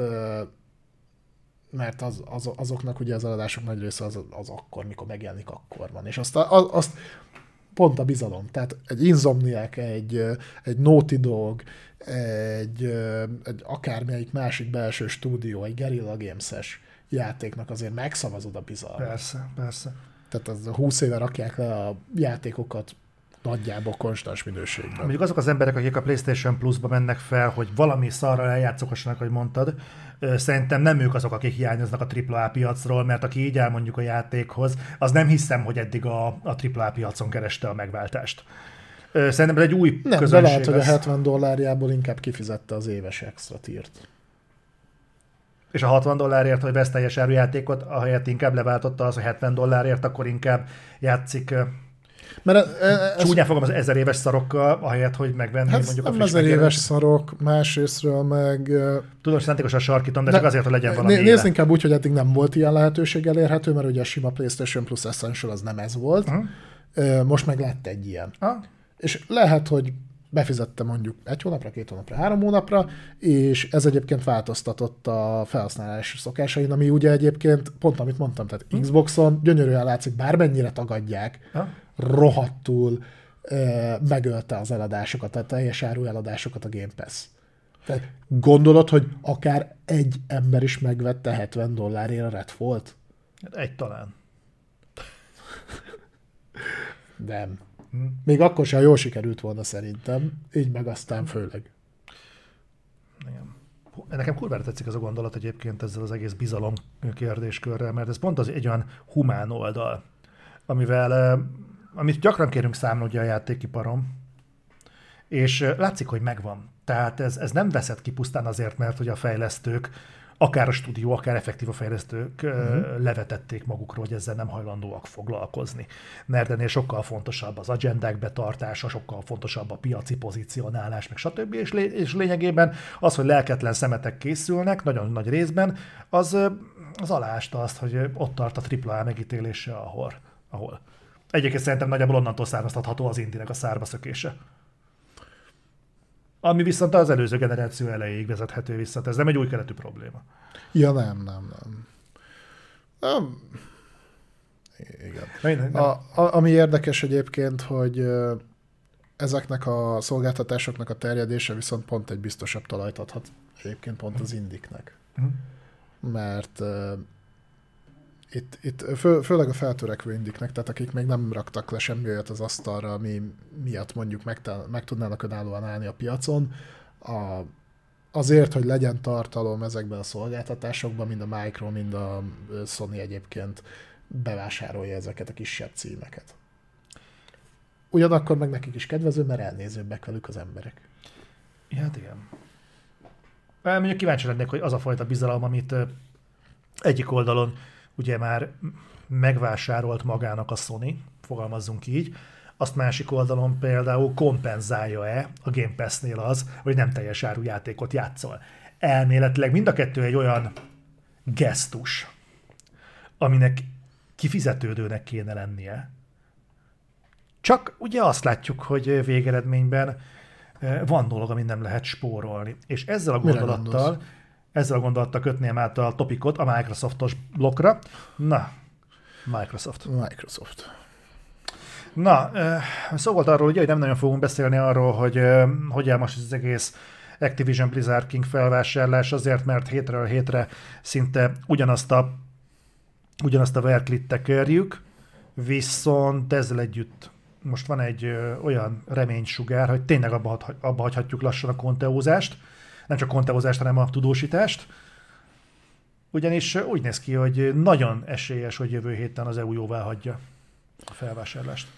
mert az, az, azoknak ugye az eladások nagy része az, az akkor, mikor megjelenik, akkor van. És azt, az, azt pont a bizalom. Tehát egy Insomniac, egy, egy Naughty Dog, egy, egy akármelyik másik belső stúdió, egy Guerrilla Games-es játéknak azért megszavazod a bizalmat. Persze, persze. Tehát az húsz éve rakják le a játékokat nagyjából konstans minőségben. Mondjuk azok az emberek, akik a PlayStation Plus-ba mennek fel, hogy valami szarral eljátszokassanak, ahogy mondtad, szerintem nem ők azok, akik hiányoznak a tripla á piacról, mert aki így áll mondjuk a játékhoz, az nem hiszem, hogy eddig a, a tripla á piacon kereste a megváltást. Szerintem ez egy új nem, közönség. Nem, de lehet, hogy a hetven dollárjából inkább kifizette az éves extra tiert. És a hatvan dollárért, hogy vesz teljes árujátékot, ahelyett inkább leváltotta az, hogy hetven dollárért, akkor inkább játszik. Mert e, e, csúnyán fogom az ezer éves szarokkal, ahelyett, hogy megvenni hát mondjuk nem a friss ezer éves szarok, másrésztről meg... Tudom, hogy szándékosan sarkítom, de, de csak azért, hogy legyen valami. Nézd inkább úgy, hogy eddig nem volt ilyen lehetőség elérhető, mert ugye a sima PlayStation Plus Essential az nem ez volt. Uh-huh. Most meg lett egy ilyen. Uh-huh. És lehet, hogy befizette mondjuk egy hónapra, két hónapra, három hónapra, és ez egyébként változtatott a felhasználási szokásain, ami ugye egyébként, pont amit mondtam, tehát hmm. Xboxon gyönyörűen látszik, bármennyire tagadják, ha? rohadtul e, megölte az eladásokat, a teljes áru eladásokat a Game Pass. Tehát gondolod, hogy akár egy ember is megvette hetven dollárért a Redfall-t? Egy talán. Nem. Még akkor sem jól sikerült volna szerintem, így meg aztán főleg. Igen. Nekem kurvára tetszik ez a gondolat egyébként ezzel az egész bizalom kérdéskörrel, mert ez pont az egy olyan humán oldal, amivel, amit gyakran kérünk számon ugye a játékiparon, és látszik, hogy megvan. Tehát ez, ez nem veszett ki pusztán azért, mert hogy a fejlesztők, akár a stúdió, akár effektív a fejlesztők uh-huh. levetették magukról, hogy ezzel nem hajlandóak foglalkozni. Mert ennél sokkal fontosabb az agendák betartása, sokkal fontosabb a piaci pozícionálás, meg stb. És, lé- és lényegében az, hogy lelketlen szemetek készülnek, nagyon nagy részben, az, az aláásta azt, hogy ott tart a tripla á megítélése, ahol. ahol. Egyébként szerintem nagyjából onnantól származtatható az indinek a szárba szökése. Ami viszont az előző generáció elejéig vezethető vissza. Ez nem egy új keletű probléma. Ja, nem, nem, nem. nem. Igen. A, a, ami érdekes egyébként, hogy ezeknek a szolgáltatásoknak a terjedése viszont pont egy biztosabb talajt adhat egyébként pont az indiknek. Mm. Mert uh, itt, itt fő, főleg a feltörekvő indiknek, tehát akik még nem raktak le semmi olyat az asztalra, ami miatt mondjuk meg, meg tudnának önállóan állni a piacon, a, azért, hogy legyen tartalom ezekben a szolgáltatásokban, mind a Micro, mind a Sony egyébként bevásárolja ezeket a kisebb címeket. Ugyanakkor meg nekik is kedvező, mert elnézőbbek velük az emberek. Hát igen. Mondjuk kíváncsi lennék, hogy az a fajta bizalom, amit egyik oldalon ugye már megvásárolt magának a Sony, fogalmazzunk így, azt másik oldalon például kompenzálja-e a Game Pass-nél az, hogy nem teljes áru játékot játszol. Elméletileg mind a kettő egy olyan gesztus, aminek kifizetődőnek kéne lennie. Csak ugye azt látjuk, hogy végeredményben van dolog, amit nem lehet spórolni. És ezzel a gondolattal, ezzel a gondolattal kötném át a topikot a Microsoftos blokkra. Na, Microsoft. Microsoft. Na, szó volt arról, ugye, hogy nem nagyon fogunk beszélni arról, hogy hogy áll most az egész Activision Blizzard King felvásárlás, azért, mert hétről hétre szinte ugyanazt a, ugyanazt a verklit tekerjük, viszont ezzel együtt most van egy ö, olyan reménysugár, hogy tényleg abba, abba hagyhatjuk lassan a konteózást, nem csak konteózást, hanem a tudósítást, ugyanis úgy néz ki, hogy nagyon esélyes, hogy jövő héten az é u jóvá hagyja a felvásárlást.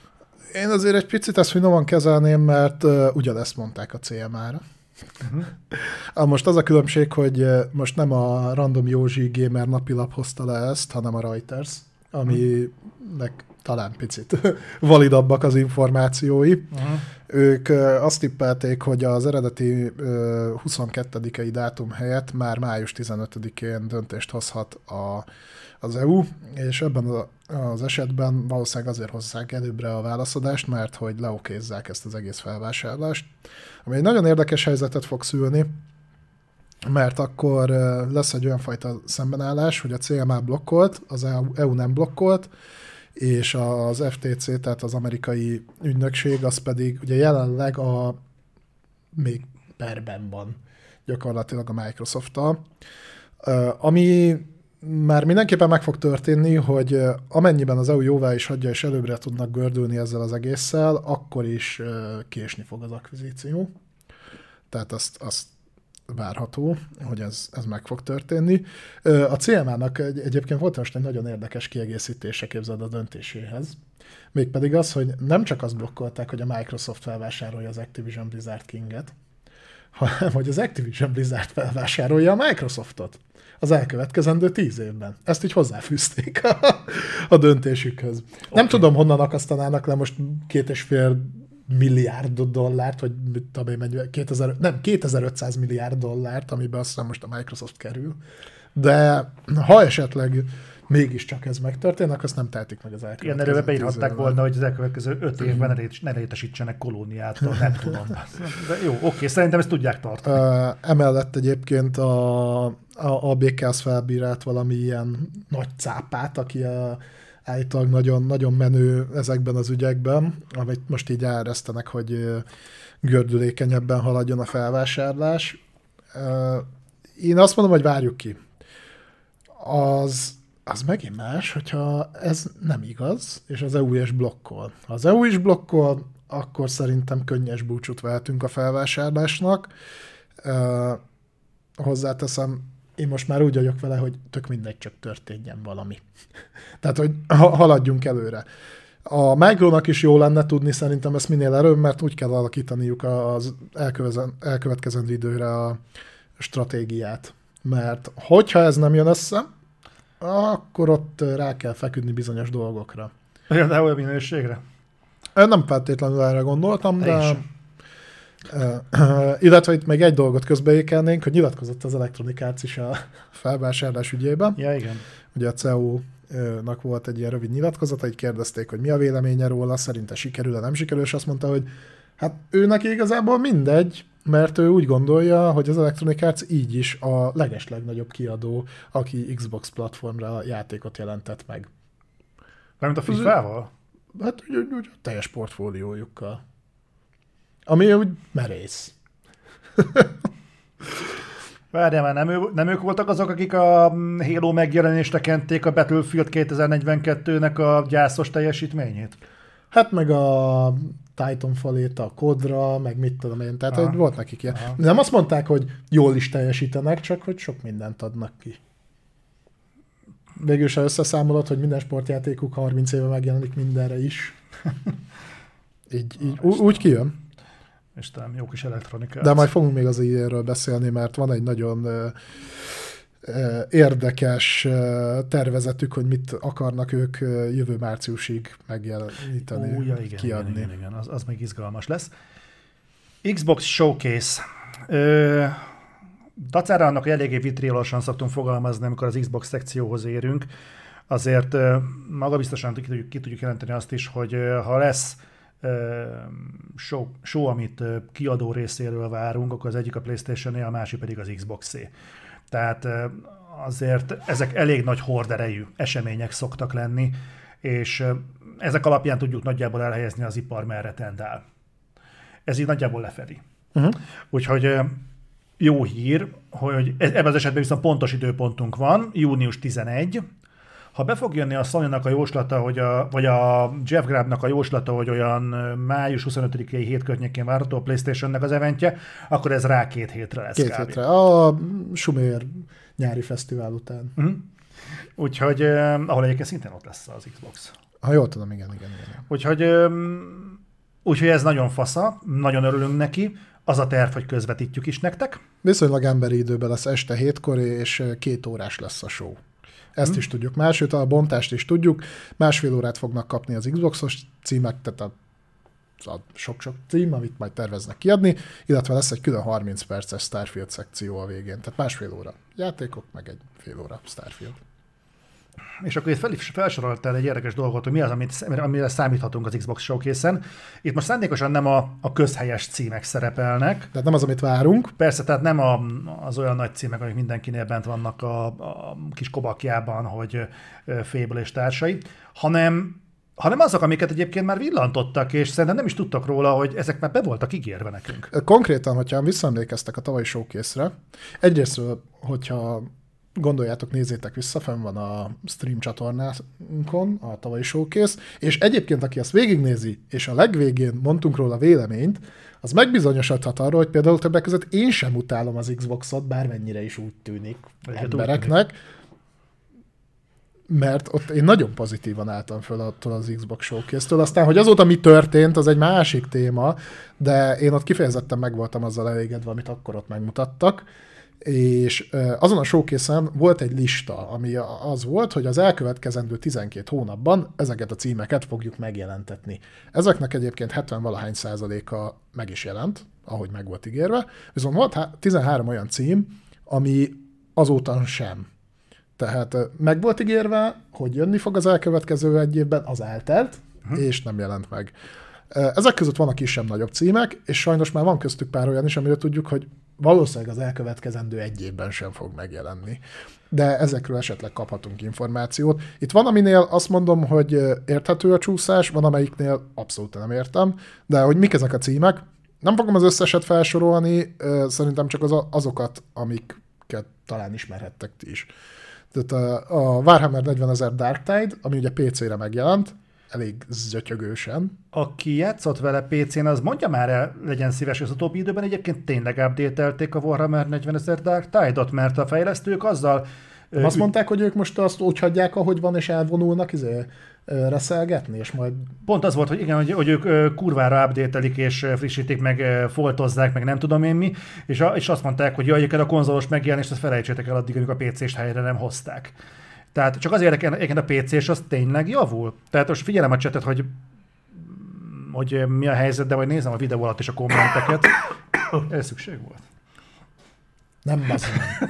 Én azért egy picit ezt finoman kezelném, mert uh, ugyanezt mondták a cé em á-ra. Uh-huh. Most az a különbség, hogy most nem a Random Józsi Gamer napilap hozta le ezt, hanem a Reuters, aminek talán picit validabbak az információi. Uh-huh. Ők azt tippelték, hogy az eredeti huszonkettedikei dátum helyett már május tizenötödikén döntést hozhat a, az é u, és ebben az esetben valószínűleg azért hozzák előbbre a válaszadást, mert hogy leokézzák ezt az egész felvásárlást, ami egy nagyon érdekes helyzetet fog szülni, mert akkor lesz egy olyan fajta szembenállás, hogy a cé em á blokkolt, az é u nem blokkolt, és az ef té cé, tehát az amerikai ügynökség, az pedig ugye jelenleg a még perben van gyakorlatilag a Microsoft-tal, ami már mindenképpen meg fog történni, hogy amennyiben az é u jóvá is hagyja, és előbbre tudnak gördülni ezzel az egésszel, akkor is késni fog az akvizíció. Tehát azt, azt várható, hogy ez, ez meg fog történni. A cé em á-nak egy, egyébként volt most egy nagyon érdekes kiegészítése, képzeld, a döntéséhez. Mégpedig az, hogy nem csak azt blokkolták, hogy a Microsoft felvásárolja az Activision Blizzard Kinget, hanem hogy az Activision Blizzard felvásárolja a Microsoftot az elkövetkezendő tíz évben. Ezt így hozzáfűzték a, a döntésükhöz. Okay. Nem tudom, honnan akasztanának le most két és fél milliárd dollárt, vagy kétezer, nem, kétezer-ötszáz milliárd dollárt, amiben azt hiszem most a Microsoft kerül. De ha esetleg mégiscsak ez megtörténik, akkor azt nem tehetik meg az elkövetkező. Ilyen erőben beírhatták volna, hogy az elkövetkező öt évben ne létesítsenek kolóniától, nem tudom. De jó, oké, szerintem ezt tudják tartani. Uh, emellett egyébként a, a, a bé ká-sz felbírált valami ilyen nagy cápát, aki a állítólag nagyon, nagyon menő ezekben az ügyekben, amit most így elresztenek, hogy gördülékenyebben haladjon a felvásárlás. Én azt mondom, hogy várjuk ki. Az, az megint más, hogyha ez nem igaz, és az é u is blokkol. Ha az é u is blokkol, akkor szerintem könnyes búcsút vehetünk a felvásárlásnak. Hozzáteszem, én most már úgy vagyok vele, hogy tök mindegy, csak történjen valami. Tehát, hogy haladjunk előre. A Micronak is jó lenne tudni szerintem ezt minél előbb, mert úgy kell alakítaniuk az elkövetkezendő időre a stratégiát. Mert hogyha ez nem jön össze, akkor ott rá kell feküdni bizonyos dolgokra. Olyan, de olyan minőségre? Nem feltétlenül erre gondoltam, de... Uh, illetve itt még egy dolgot közbeékelnénk, hogy nyilatkozott az Electronic Arts is a felvásárlás ügyében. Ja, igen. Ugye a cé e u-nak volt egy ilyen rövid nyilatkozata, így kérdezték, hogy mi a véleménye róla, szerinte sikerül-e, nem sikerül, és azt mondta, hogy hát ő neki igazából mindegy, mert ő úgy gondolja, hogy az Electronic Arts így is a legeslegnagyobb kiadó, aki Xbox platformra játékot jelentett meg. Mármint a fifával? Hát úgy, úgy a teljes portfóliójukkal. Ami úgy merész. Várjál már, nem, ő, nem ők voltak azok, akik a Halo megjelenésre kenték a Battlefield kétezer-negyvenkettőnek a gyászos teljesítményét? Hát meg a Titanfall-ét a kodra, meg mit tudom én, tehát hogy volt nekik ilyen. Aha. Nem azt mondták, hogy jól is teljesítenek, csak hogy sok mindent adnak ki. Végül se összeszámolod, hogy minden sportjátékuk harminc éve megjelenik mindenre is. így, így ú- úgy kijön. Istenem, jó kis elektronikát. De majd fogunk még az ilyenről beszélni, mert van egy nagyon uh, uh, érdekes uh, tervezetük, hogy mit akarnak ők uh, jövő márciusig megjeleníteni, Ó, ja, igen, kiadni. Igen, igen, igen. Az, az még izgalmas lesz. Xbox Showcase. Ö, dacára annak, hogy eléggé vitriolosan szoktunk fogalmazni, amikor az Xbox szekcióhoz érünk, azért ö, maga biztosan ki tudjuk, ki tudjuk jelenteni azt is, hogy ö, ha lesz Show, show, amit kiadó részéről várunk, akkor az egyik a PlayStation-é, a másik pedig az Xbox-é. Tehát azért ezek elég nagy horderejű események szoktak lenni, és ezek alapján tudjuk nagyjából elhelyezni az ipar merre tendál. Ez így nagyjából lefedi. Uh-huh. Úgyhogy jó hír, hogy ebben az esetben viszont pontos időpontunk van, június tizenegy. Ha be fog jönni a Sony-nak a jóslata, hogy a, vagy a Jeff Grubbnak a jóslata, hogy olyan május huszonötödikei hét környékén várható a PlayStation-nek az eventje, akkor ez rá két hétre lesz. Két kb. hétre. A Sumér nyári fesztivál után. Uh-huh. Úgyhogy, eh, ahol egyébként szintén ott lesz az Xbox. Ha jól tudom, igen, igen, igen. Úgyhogy, úgyhogy ez nagyon fasza, nagyon örülünk neki. Az a terv, hogy közvetítjük is nektek. Viszonylag emberi időben lesz este hétkor, és két órás lesz a show. Ezt hmm. is tudjuk már, sőt a bontást is tudjuk. Másfél órát fognak kapni az Xboxos címek, tehát a, a sok-sok cím, amit majd terveznek kiadni, illetve lesz egy külön harminc perces Starfield szekció a végén. Tehát másfél óra játékok, meg egy fél óra Starfield. És akkor itt fel, felsoroltál egy érdekes dolgot, hogy mi az, amit, amire számíthatunk az Xbox Showcase-en. Itt most szándékosan nem a, a közhelyes címek szerepelnek. Tehát nem az, amit várunk. Persze, tehát nem a, az olyan nagy címek, amik mindenkinél bent vannak a, a kis kobakjában, hogy Fable és társai, hanem, hanem azok, amiket egyébként már villantottak, és szerintem nem is tudtak róla, hogy ezek már be voltak ígérve nekünk. Konkrétan, hogyha visszaemlékeztek a tavalyi Showcase-re, egyrésztről, hogyha gondoljátok, nézzétek vissza, fenn van a stream csatornánkon, a tavalyi Showcase, és egyébként, aki ezt végignézi, és a legvégén mondtunk róla véleményt, az megbizonyosodhat arról, hogy például többek között én sem utálom az Xboxot, bármennyire is úgy tűnik Egyet embereknek, mert ott én nagyon pozitívan álltam föl attól az Xbox Showcase-től. Aztán, hogy azóta mi történt, az egy másik téma, de én ott kifejezetten meg voltam azzal elégedve, amit akkor ott megmutattak. És azon a showcase-en volt egy lista, ami az volt, hogy az elkövetkezendő tizenkét hónapban ezeket a címeket fogjuk megjelentetni. Ezeknek egyébként hetven-valahány százaléka meg is jelent, ahogy meg volt ígérve, viszont volt tizenhárom olyan cím, ami azóta sem. Tehát meg volt ígérve, hogy jönni fog az elkövetkező egy évben, az eltelt, uh-huh. és nem jelent meg. Ezek között vannak kisebb-nagyobb címek, és sajnos már van köztük pár olyan is, amiről tudjuk, hogy valószínűleg az elkövetkezendő egy évben sem fog megjelenni. De ezekről esetleg kaphatunk információt. Itt van, aminél azt mondom, hogy érthető a csúszás, van, amelyiknél abszolút nem értem, de hogy mik ezek a címek, nem fogom az összeset felsorolni, szerintem csak az, azokat, amiket talán ismerhettek ti is. Tehát a, a Warhammer negyvenezer Dark Tide, ami ugye pé cére megjelent, elég zötyögősen. Aki játszott vele pé cén, az mondja már el, legyen szíves, az utóbbi időben egyébként tényleg update-elték a Warhammer negyvenezer Dark Tide-ot, mert a fejlesztők azzal... Azt mondták, hogy ők most azt úgy hagyják, ahogy van, és elvonulnak izé, reszelgetni, és majd... Pont az volt, hogy igen, hogy, hogy ők kurvára update-elik, és frissítik, meg foltozzák, meg nem tudom én mi, és, a, és azt mondták, hogy jöjjük el a konzolos megjelenést, azt felejtsétek el addig, amíg a pé cés helyre nem hozták. Tehát csak az érdekel, a pé cés az tényleg javul. Tehát most figyelem a csetet, hogy, hogy mi a helyzet, de majd nézem a videó alatt is a kommenteket. Ez szükség volt. Nem basz.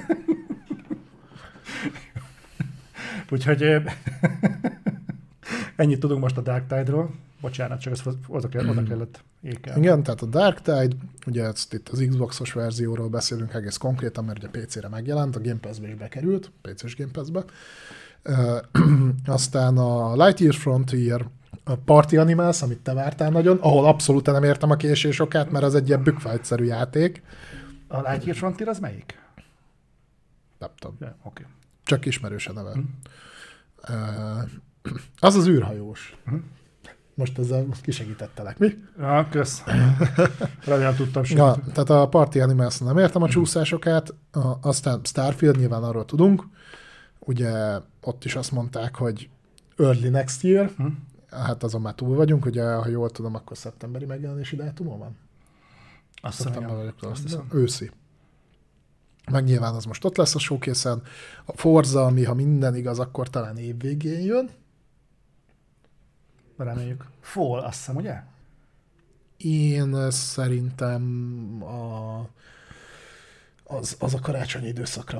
Úgyhogy ennyit tudunk most a Dark Tide-ról. Bocsánat, csak ezt oda, kell, oda kellett ékelni. Igen, tehát a Dark Tide, ugye ezt itt az Xboxos verzióról beszélünk egész konkrétan, mert ugye pé cére megjelent, a Game Pass-be is bekerült, pé cés Game Pass-be. Uh, aztán a Lightyear Frontier, a Party Animals, amit te vártál nagyon, ahol abszolút nem értem a késés okát, mert az egy ilyen bükfájtszerű játék. A Lightyear Frontier az melyik? Nem tudom. Yeah, okay. Csak ismerős a neve. Mm. Uh, az az űrhajós. Mm. Most ezzel kisegítettelek, mi? Ja, kösz. Remélem tudtam sem. Ja, tehát a Party Animals nem értem a csúszásokát, a, aztán Starfield, nyilván arról tudunk, ugye ott is azt mondták, hogy early next year, hm. hát azon már túl vagyunk, ugye, ha jól tudom, akkor szeptemberi megjelenési dátumon van? Azt Szeptember vagyok, azt hiszem. Őszi. Meg nyilván az most ott lesz a showcase-en. A Forza, ami ha minden igaz, akkor talán évvégén jön. Reméljük. Fall, azt hiszem, ugye? Én szerintem a, az, az a karácsonyi időszakra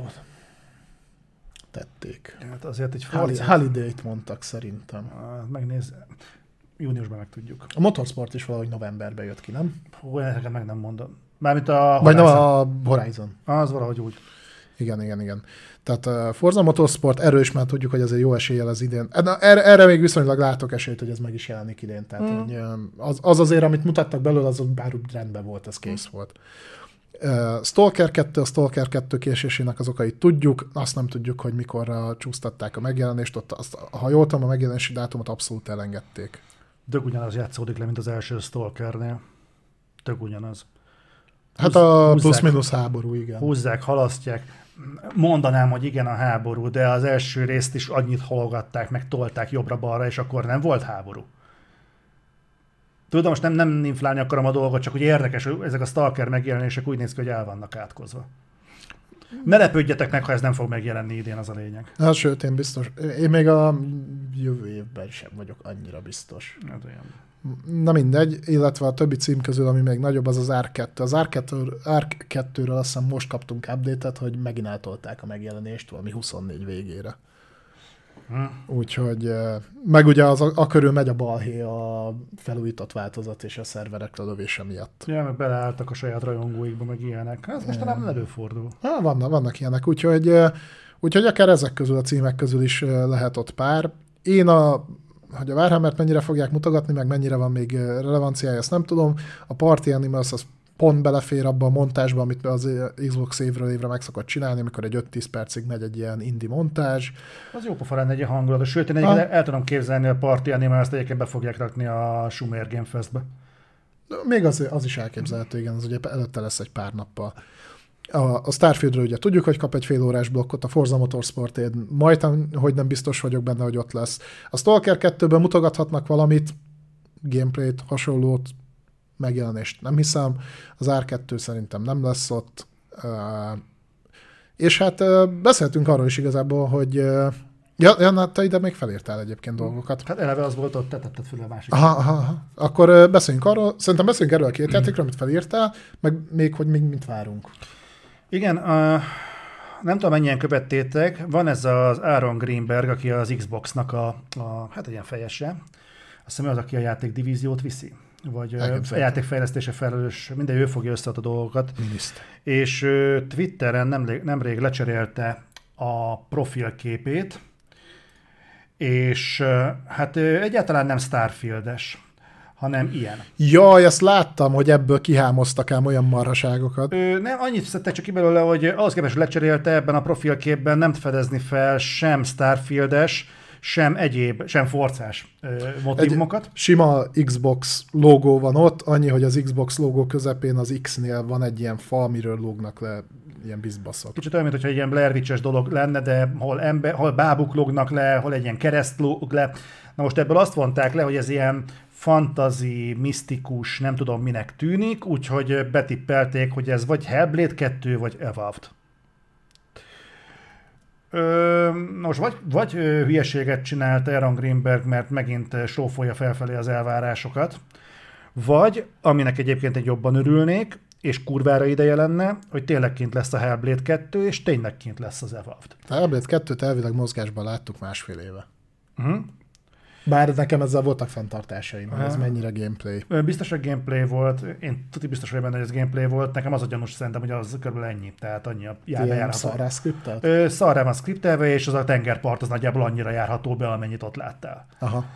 tették. Hát azért egy Holi- Holiday-t mondtak szerintem. Megnéz, júniusban megtudjuk. A Motorsport is valahogy novemberben jött ki, nem? Hú, ezeket meg nem mondom. Mármint a Vagy nem a Horizon. Az valahogy úgy. Igen, igen, igen. Tehát a Forza Motorsport erős, mert tudjuk, hogy azért jó eséllyel az idén. Erre, erre még viszonylag látok esélyt, hogy ez meg is jelenik idén. Tehát mm. hogy az, az azért, amit mutattak belőle, az bár úgy rendben volt, az kész mm. volt. Uh, Stalker kettő, a Stalker kettő késésének az okait tudjuk, azt nem tudjuk, hogy mikorra csúsztatták a megjelenést, ott azt, ha jól tudom, a megjelenési dátumot abszolút elengedték. Tök ugyanaz játszódik le, mint az első Stalkernél. Tök ugyanaz. Hát a plusz-minusz háború, igen. Húzzák, halasztják. Mondanám, hogy igen, a háború, de az első részt is annyit halogatták, meg tolták jobbra-balra, és akkor nem volt háború. Tudom, most nem, nem inflálni akarom a dolgot, csak hogy érdekes, hogy ezek a Stalker megjelenések úgy néz ki, hogy el vannak átkozva. Ne lepődjetek meg, ha ez nem fog megjelenni idén, az a lényeg. Hát sőt, én biztos. Én még a jövő évben sem vagyok annyira biztos. Hát olyan. Na mindegy, illetve a többi cím közül, ami még nagyobb, az az Ark kettő. Az Ark kettőről azt hiszem most kaptunk update-et, hogy megint eltolták a megjelenést valami huszonnégy végére. Hmm. Úgyhogy, meg ugye az a, a körül megy a balhé a felújított változat és a szerverekre lövése miatt. Ja, meg beleálltak a saját rajongóikba, meg ilyenek. Ez most talán előfordul. Ha, vannak, vannak ilyenek, úgyhogy, úgyhogy akár ezek közül, a címek közül is lehet ott pár. Én a hogy a Warhammert mennyire fogják mutogatni, meg mennyire van még relevanciája, ezt nem tudom. A Party Animals az pont belefér abba a montázsba, amit az Xbox évről évre meg szokott csinálni, amikor egy öt-tíz percig megy egy ilyen indie montázs. Az jó pofa lenne egy hangulat. Sőt, én egyébként el tudom képzelni, a Party Animals-t egyébként be fogják rakni a Sumer Game Fest-be. Még az, az is elképzelhető, igen, az ugye előtte lesz egy pár nappal. A, a Starfieldről ugye tudjuk, hogy kap egy fél órás blokkot, a Forza Motorsportért majdnem, hogy nem biztos vagyok benne, hogy ott lesz. A Stalker kettőben mutogathatnak valamit, gameplayt, hasonlót, megjelenést nem hiszem, az Ark kettő szerintem nem lesz ott. És hát beszéltünk arról is igazából, hogy ja, ja, te ide még felírtál egyébként dolgokat. Hát eleve az volt ott, te tetted föl a másik. Aha, aha, aha. Akkor beszéljünk arról, szerintem beszéljünk erről a két játékról, amit felírtál, meg még, hogy még mit várunk. Igen, uh, nem tudom, mennyien követtétek, van ez az Aaron Greenberg, aki az Xboxnak a, a hát egy ilyen fejese. Azt hiszem, az, aki a játékdivíziót viszi, vagy a játékfejlesztése felelős, minden ő fogja össze a dolgokat. Miniszt. És uh, Twitteren nemrég, nemrég lecserélte a profilképét, és uh, hát uh, egyáltalán nem Starfieldes, hanem ilyen. Jaj, ezt láttam, hogy ebből kihámoztak ám olyan marhaságokat. Ö, nem, annyit szedtek csak ki belőle, hogy ahhoz képest lecserélte ebben a profilképben nem fedezni fel sem Starfieldes, sem egyéb, sem forcás ö, motívumokat. Egy sima Xbox logó van ott, annyi, hogy az Xbox logó közepén az X-nél van egy ilyen fa, amiről lógnak le ilyen bizbaszok. Kicsit olyan, mintha egy ilyen Blair Witch-es dolog lenne, de hol, ember, hol bábuk lógnak le, hol egy ilyen kereszt lóg le. Na most ebből azt vonták le, hogy ez ilyen fantasy, misztikus, nem tudom minek tűnik, úgyhogy betippelték, hogy ez vagy Hellblade kettő, vagy Evolved. Ö, most vagy, vagy hülyeséget csinált Aaron Greenberg, mert megint sófolja felfelé az elvárásokat, vagy, aminek egyébként egy jobban örülnék, és kurvára ideje lenne, hogy tényleg kint lesz a Hellblade kettő, és tényleg kint lesz az Evolved. A Hellblade kettőt elvileg mozgásban láttuk másfél éve. Uh-huh. Bár nekem ezzel voltak fenntartásaim, hogy ez mennyire gameplay. Biztos, hogy gameplay volt. Én tudni biztos vagyok benne, hogy ez gameplay volt. Nekem az a gyanús szerintem, hogy az körülbelül ennyi. Tehát annyi a járható. Szarrá szkriptelt? Szarrá van szkriptelve, és az a tengerpart az nagyjából annyira járható be, amennyit ott láttál. Aha.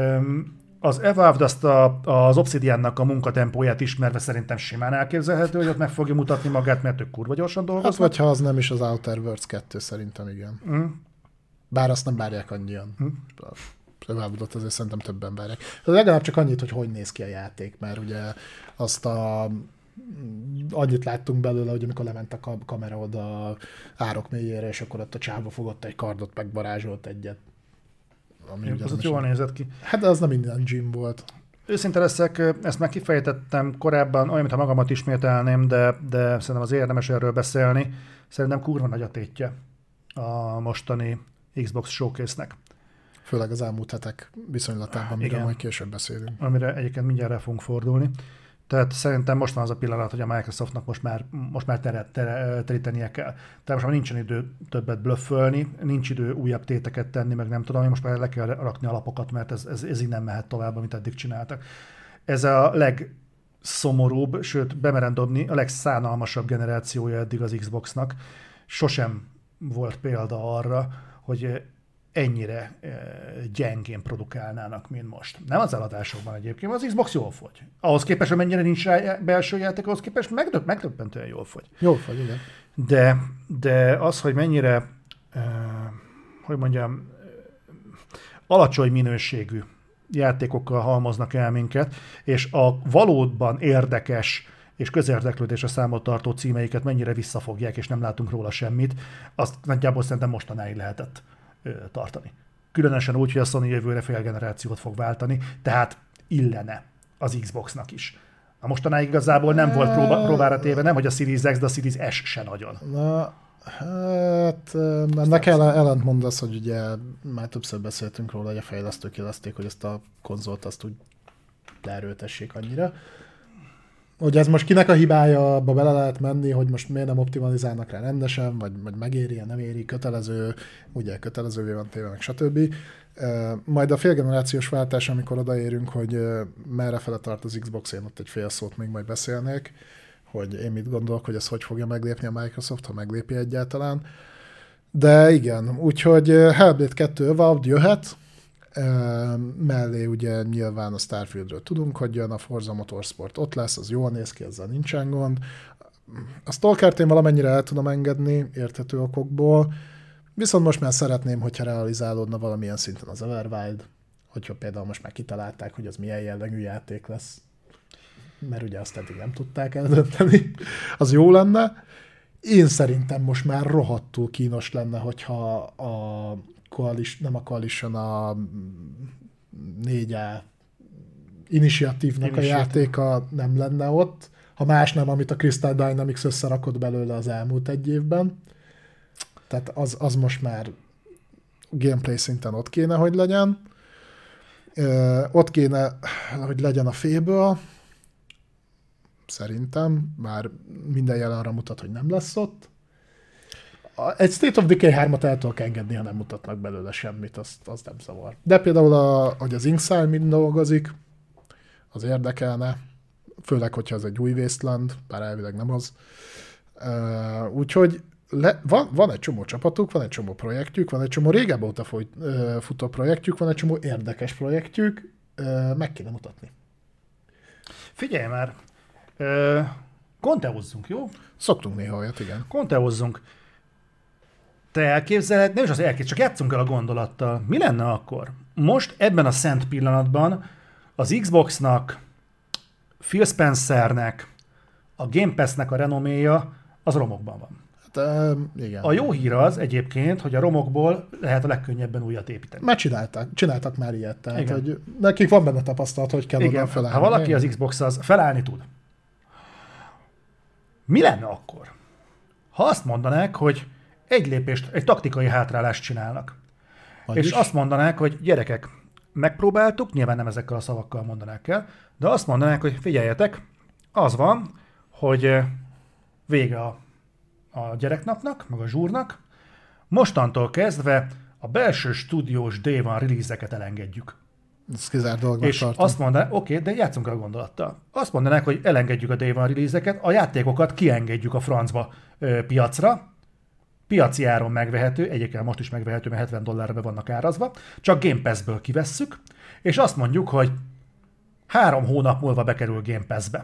Az Evolved azt a, az Obsidiannak a munkatempóját ismerve szerintem simán elképzelhető, hogy ott meg fogja mutatni magát, mert ők kurva gyorsan dolgoznak. Hát vagy ha az nem is az Outer Worlds kettő szerintem, igen. Mm. Bár azt nem várják annyian. Mm. Evolvedot azért szerintem többen várják. Legalább csak annyit, hogy hogy néz ki a játék, mert ugye azt a annyit láttunk belőle, hogy amikor lement a kamera oda árok mélyére, és akkor ott a csávó fogott egy kardot, megbarázsolt egyet. Ami az ott jól nézett ki. Hát az nem minden gym volt. Őszinte leszek, ezt már kifejtettem korábban, olyan, mintha magamat ismételném, de, de szerintem az érdemes erről beszélni. Szerintem kurva nagy a tétje a mostani Xbox Showcase-nek. Főleg az elmúlt hetek viszonylatában, amiről majd később beszélünk. Amire egyébként mindjárt el fogunk fordulni. Tehát szerintem most van az a pillanat, hogy a Microsoftnak most már, most már teret, tere, terítenie kell. Tehát most már nincsen idő többet blöffölni, nincs idő újabb téteket tenni, meg nem tudom, most már le kell rakni alapokat, mert ez, ez, ez így nem mehet tovább, amit eddig csináltak. Ez a legszomorúbb, sőt bemerem dobni, a legszánalmasabb generációja eddig az Xboxnak. Sosem volt példa arra, hogy ennyire e, gyengén produkálnának, mint most. Nem az eladásokban egyébként, az Xbox jól fogy. Ahhoz képest, hogy mennyire nincs rá belső játék, ahhoz képest megdöbb, megdöbbentően jól fogy. Jól fogy, igen. De, de az, hogy mennyire, e, hogy mondjam, alacsony minőségű játékokkal halmoznak el minket, és a valóban érdekes és közérdeklődésre számot tartó címeiket mennyire visszafogják, és nem látunk róla semmit, azt nagyjából szerintem mostanáig lehetett ö, tartani. Különösen úgy, hogy a Sony jövőre fél generációt fog váltani, tehát illene az Xboxnak is. Na mostanáig igazából nem volt próba, próbára téve, nem, hogy a Series X, de a Series S se nagyon. Na, hát ennek ellent mondasz, hogy ugye már többször beszéltünk róla, hogy a fejlesztők jelezték, hogy ezt a konzolt azt úgy leerőltessék annyira. Hogy ez most kinek a hibája, abba bele lehet menni, hogy most miért nem optimalizálnak rá rendesen, vagy, vagy megéri, nem éri, kötelező, ugye kötelezővé van téve, meg stb. Majd a félgenerációs váltás, amikor odaérünk, hogy merre fele tart az Xbox, én ott egy fél szót még majd beszélnék, hogy én mit gondolok, hogy ez hogy fogja meglépni a Microsoft, ha meglépi egyáltalán. De igen, úgyhogy Hellblade kettő Valve jöhet, mellé ugye nyilván a Starfieldről tudunk, hogy jön, a Forza Motorsport ott lesz, az jól néz ki, ezzel nincsen gond. A Stalkert én valamennyire el tudom engedni, érthető okokból, viszont most már szeretném, hogyha realizálódna valamilyen szinten az Everwild, hogyha például most már kitalálták, hogy az milyen jellegű játék lesz, mert ugye azt eddig nem tudták eldönteni, az jó lenne. Én szerintem most már rohadtul kínos lenne, hogyha a Coalition, nem a Coalition, a négy á initiatívnak a játéka nem lenne ott, ha más nem, amit a Crystal Dynamics összerakott belőle az elmúlt egy évben. Tehát az, az most már gameplay szinten ott kéne, hogy legyen. Ö, ott kéne, hogy legyen a Fable, szerintem, már minden jel arra mutat, hogy nem lesz ott. Egy State of Decay hármat el tudok engedni, ha nem mutatnak belőle semmit, azt, azt nem zavar. De például, a, hogy az Inxile mind dolgozik, az érdekelne, főleg, hogyha ez egy új Wasteland, bár elvileg nem az. Uh, úgyhogy le, van, van egy csomó csapatuk, van egy csomó projektjük, van egy csomó régebb óta folyt, uh, futó projektjük, van egy csomó érdekes projektjük, uh, meg kéne mutatni. Figyelj már, uh, konteózzunk, jó? Szoktunk néha olyat, igen. Konteózzunk. Te elképzeled, nem is az elképzeled, csak játszunk el a gondolattal. Mi lenne akkor? Most ebben a szent pillanatban az Xboxnak, Phil Spencernek, a Game Pass-nek a renoméja az romokban van. Hát, um, igen. A jó hír az egyébként, hogy a romokból lehet a legkönnyebben újat építeni. Már csináltak, csináltak már ilyet, tehát igen. Hogy nekik van benne tapasztalat, hogy kell oda felállni. Ha valaki az Xbox az felállni tud. Mi lenne akkor, ha azt mondanák, hogy egy lépést, egy taktikai hátrálást csinálnak. Vagyis? És azt mondanák, hogy gyerekek, megpróbáltuk, nyilván nem ezekkel a szavakkal mondanák el, de azt mondanák, hogy figyeljetek, az van, hogy vége a, a gyereknapnak, meg a zsúrnak, mostantól kezdve a belső stúdiós Day One release-eket elengedjük. Ez kizárt dolognak és tartom. azt mondanák, oké, okay, de játszunk el a gondolattal. Azt mondanák, hogy elengedjük a Day One release-eket, a játékokat kiengedjük a francba ö, piacra, piaci áron megvehető, egyébként most is megvehető, mert hetven dollárra be vannak árazva, csak Game Pass-ből kivesszük, és azt mondjuk, hogy három hónap múlva bekerül Game Pass-be.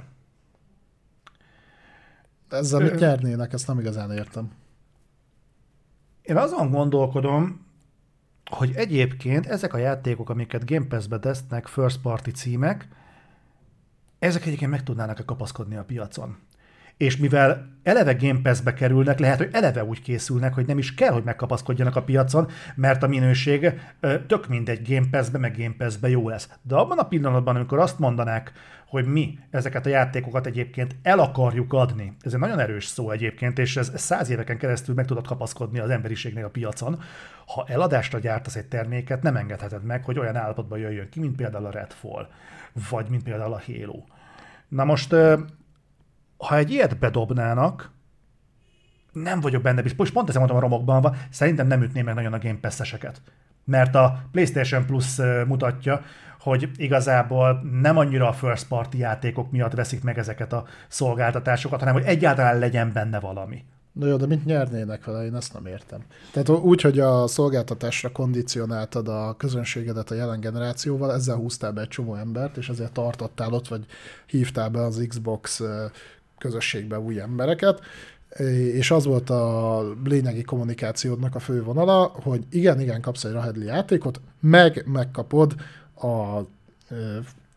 Ezzel mit nyernének? Ezt nem igazán értem. Én azon gondolkodom, hogy egyébként ezek a játékok, amiket Game Pass-be tesznek, first party címek, ezek egyébként meg tudnának-e kapaszkodni a piacon. És mivel eleve Game Pass-be kerülnek, lehet, hogy eleve úgy készülnek, hogy nem is kell, hogy megkapaszkodjanak a piacon, mert a minőség tök mindegy Game Pass-be, meg Game Pass-be jó lesz. De abban a pillanatban, amikor azt mondanák, hogy mi ezeket a játékokat egyébként el akarjuk adni, ez egy nagyon erős szó egyébként, és ez száz éveken keresztül meg tudod kapaszkodni az emberiségnél a piacon, ha eladásra gyártasz egy terméket, nem engedheted meg, hogy olyan állapotban jöjjön ki, mint például a Redfall, vagy mint például a Halo. Na most... ha egy ilyet bedobnának, nem vagyok benne biztos, pont ezt mondtam, a romokban van, szerintem nem ütné meg nagyon a Game Pass-eseket. Mert a PlayStation Plus mutatja, hogy igazából nem annyira a first party játékok miatt veszik meg ezeket a szolgáltatásokat, hanem hogy egyáltalán legyen benne valami. Na jó, de mit nyernének vele? Én ezt nem értem. Tehát úgy, hogy a szolgáltatásra kondicionáltad a közönségedet a jelen generációval, ezzel húztál be egy csomó embert, és ezért tartottál ott, vagy hívtál be az Xbox közösségbe új embereket, és az volt a lényegi kommunikációdnak a fő vonala, hogy igen, igen, kapsz egy Rahedli játékot, meg megkapod a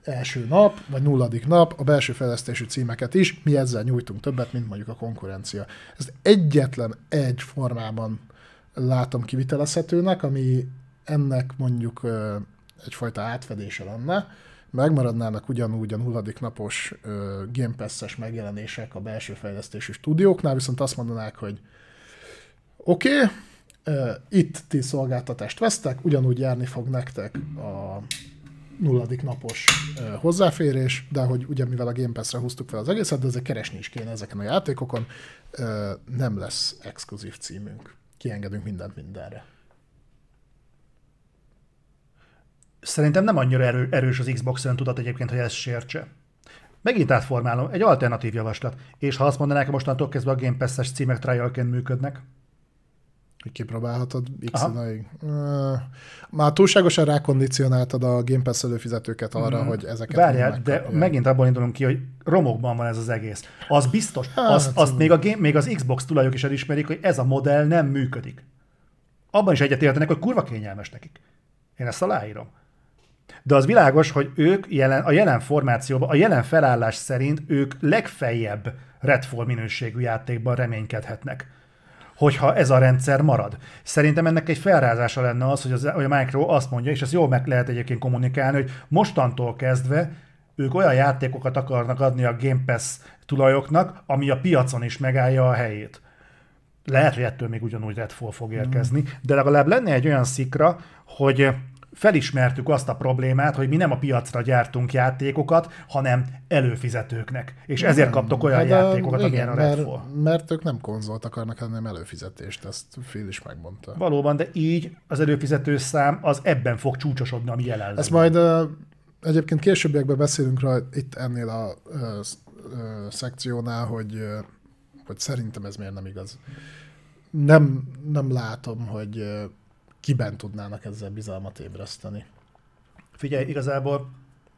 első nap, vagy nulladik nap a belső fejlesztésű címeket is, mi ezzel nyújtunk többet, mint mondjuk a konkurencia. Ezt egyetlen egy formában látom kivitelezhetőnek, ami ennek mondjuk egyfajta átfedése lenne, megmaradnának ugyanúgy a nulladik napos Game Pass-es megjelenések a belső fejlesztésű stúdióknál, viszont azt mondanák, hogy oké, okay, itt ti szolgáltatást vesztek, ugyanúgy járni fog nektek a nulladik napos hozzáférés, de hogy ugye mivel a Game Pass-re húztuk fel az egészet, de azért keresni is kéne ezeken a játékokon, nem lesz exkluzív címünk. Kiengedünk mindent mindenre. Szerintem nem annyira erő, erős az Xbox öntudat egyébként, hogy ezt sértse. Megint átformálom, egy alternatív javaslat. És ha azt mondanák, hogy mostantól kezdve a Game Pass-es címek trialként működnek? Hogy kipróbálhatod x-ig. Már túlságosan rákondicionáltad a Game Pass előfizetőket arra, mm. hogy ezeket... Várjál, de megint abból indulunk ki, hogy romokban van ez az egész. Az biztos. Hát, azt, azt még, a game, még az Xbox tulajok is elismerik, hogy ez a modell nem működik. Abban is egyetértenek, hogy kurva kényelmes nekik. Én ezt aláírom. De az világos, hogy ők jelen, a jelen formációban, a jelen felállás szerint ők legfeljebb Redfall minőségű játékban reménykedhetnek, hogyha ez a rendszer marad. Szerintem ennek egy felrázása lenne az, hogy, az, hogy a Micro azt mondja, és ezt jól meg lehet egyébként kommunikálni, hogy mostantól kezdve ők olyan játékokat akarnak adni a Game Pass tulajoknak, ami a piacon is megállja a helyét. Lehet, hogy ettől még ugyanúgy Redfall fog érkezni, de legalább lenne egy olyan szikra, hogy felismertük azt a problémát, hogy mi nem a piacra gyártunk játékokat, hanem előfizetőknek. És ezért nem, kaptok olyan hát játékokat, igen, amilyen a Redfall. Mert, mert ők nem konzolt akarnak, hanem előfizetést, ezt Phil is megmondta. Valóban, de így az előfizető szám az ebben fog csúcsosodni, ami jelenleg. Ezt majd uh, egyébként későbbiekben beszélünk rá itt ennél a uh, uh, szekciónál, hogy, uh, hogy szerintem ez miért nem igaz. Nem, nem látom, hogy uh, kiben tudnának ezzel bizalmat ébreszteni. Figyelj, igazából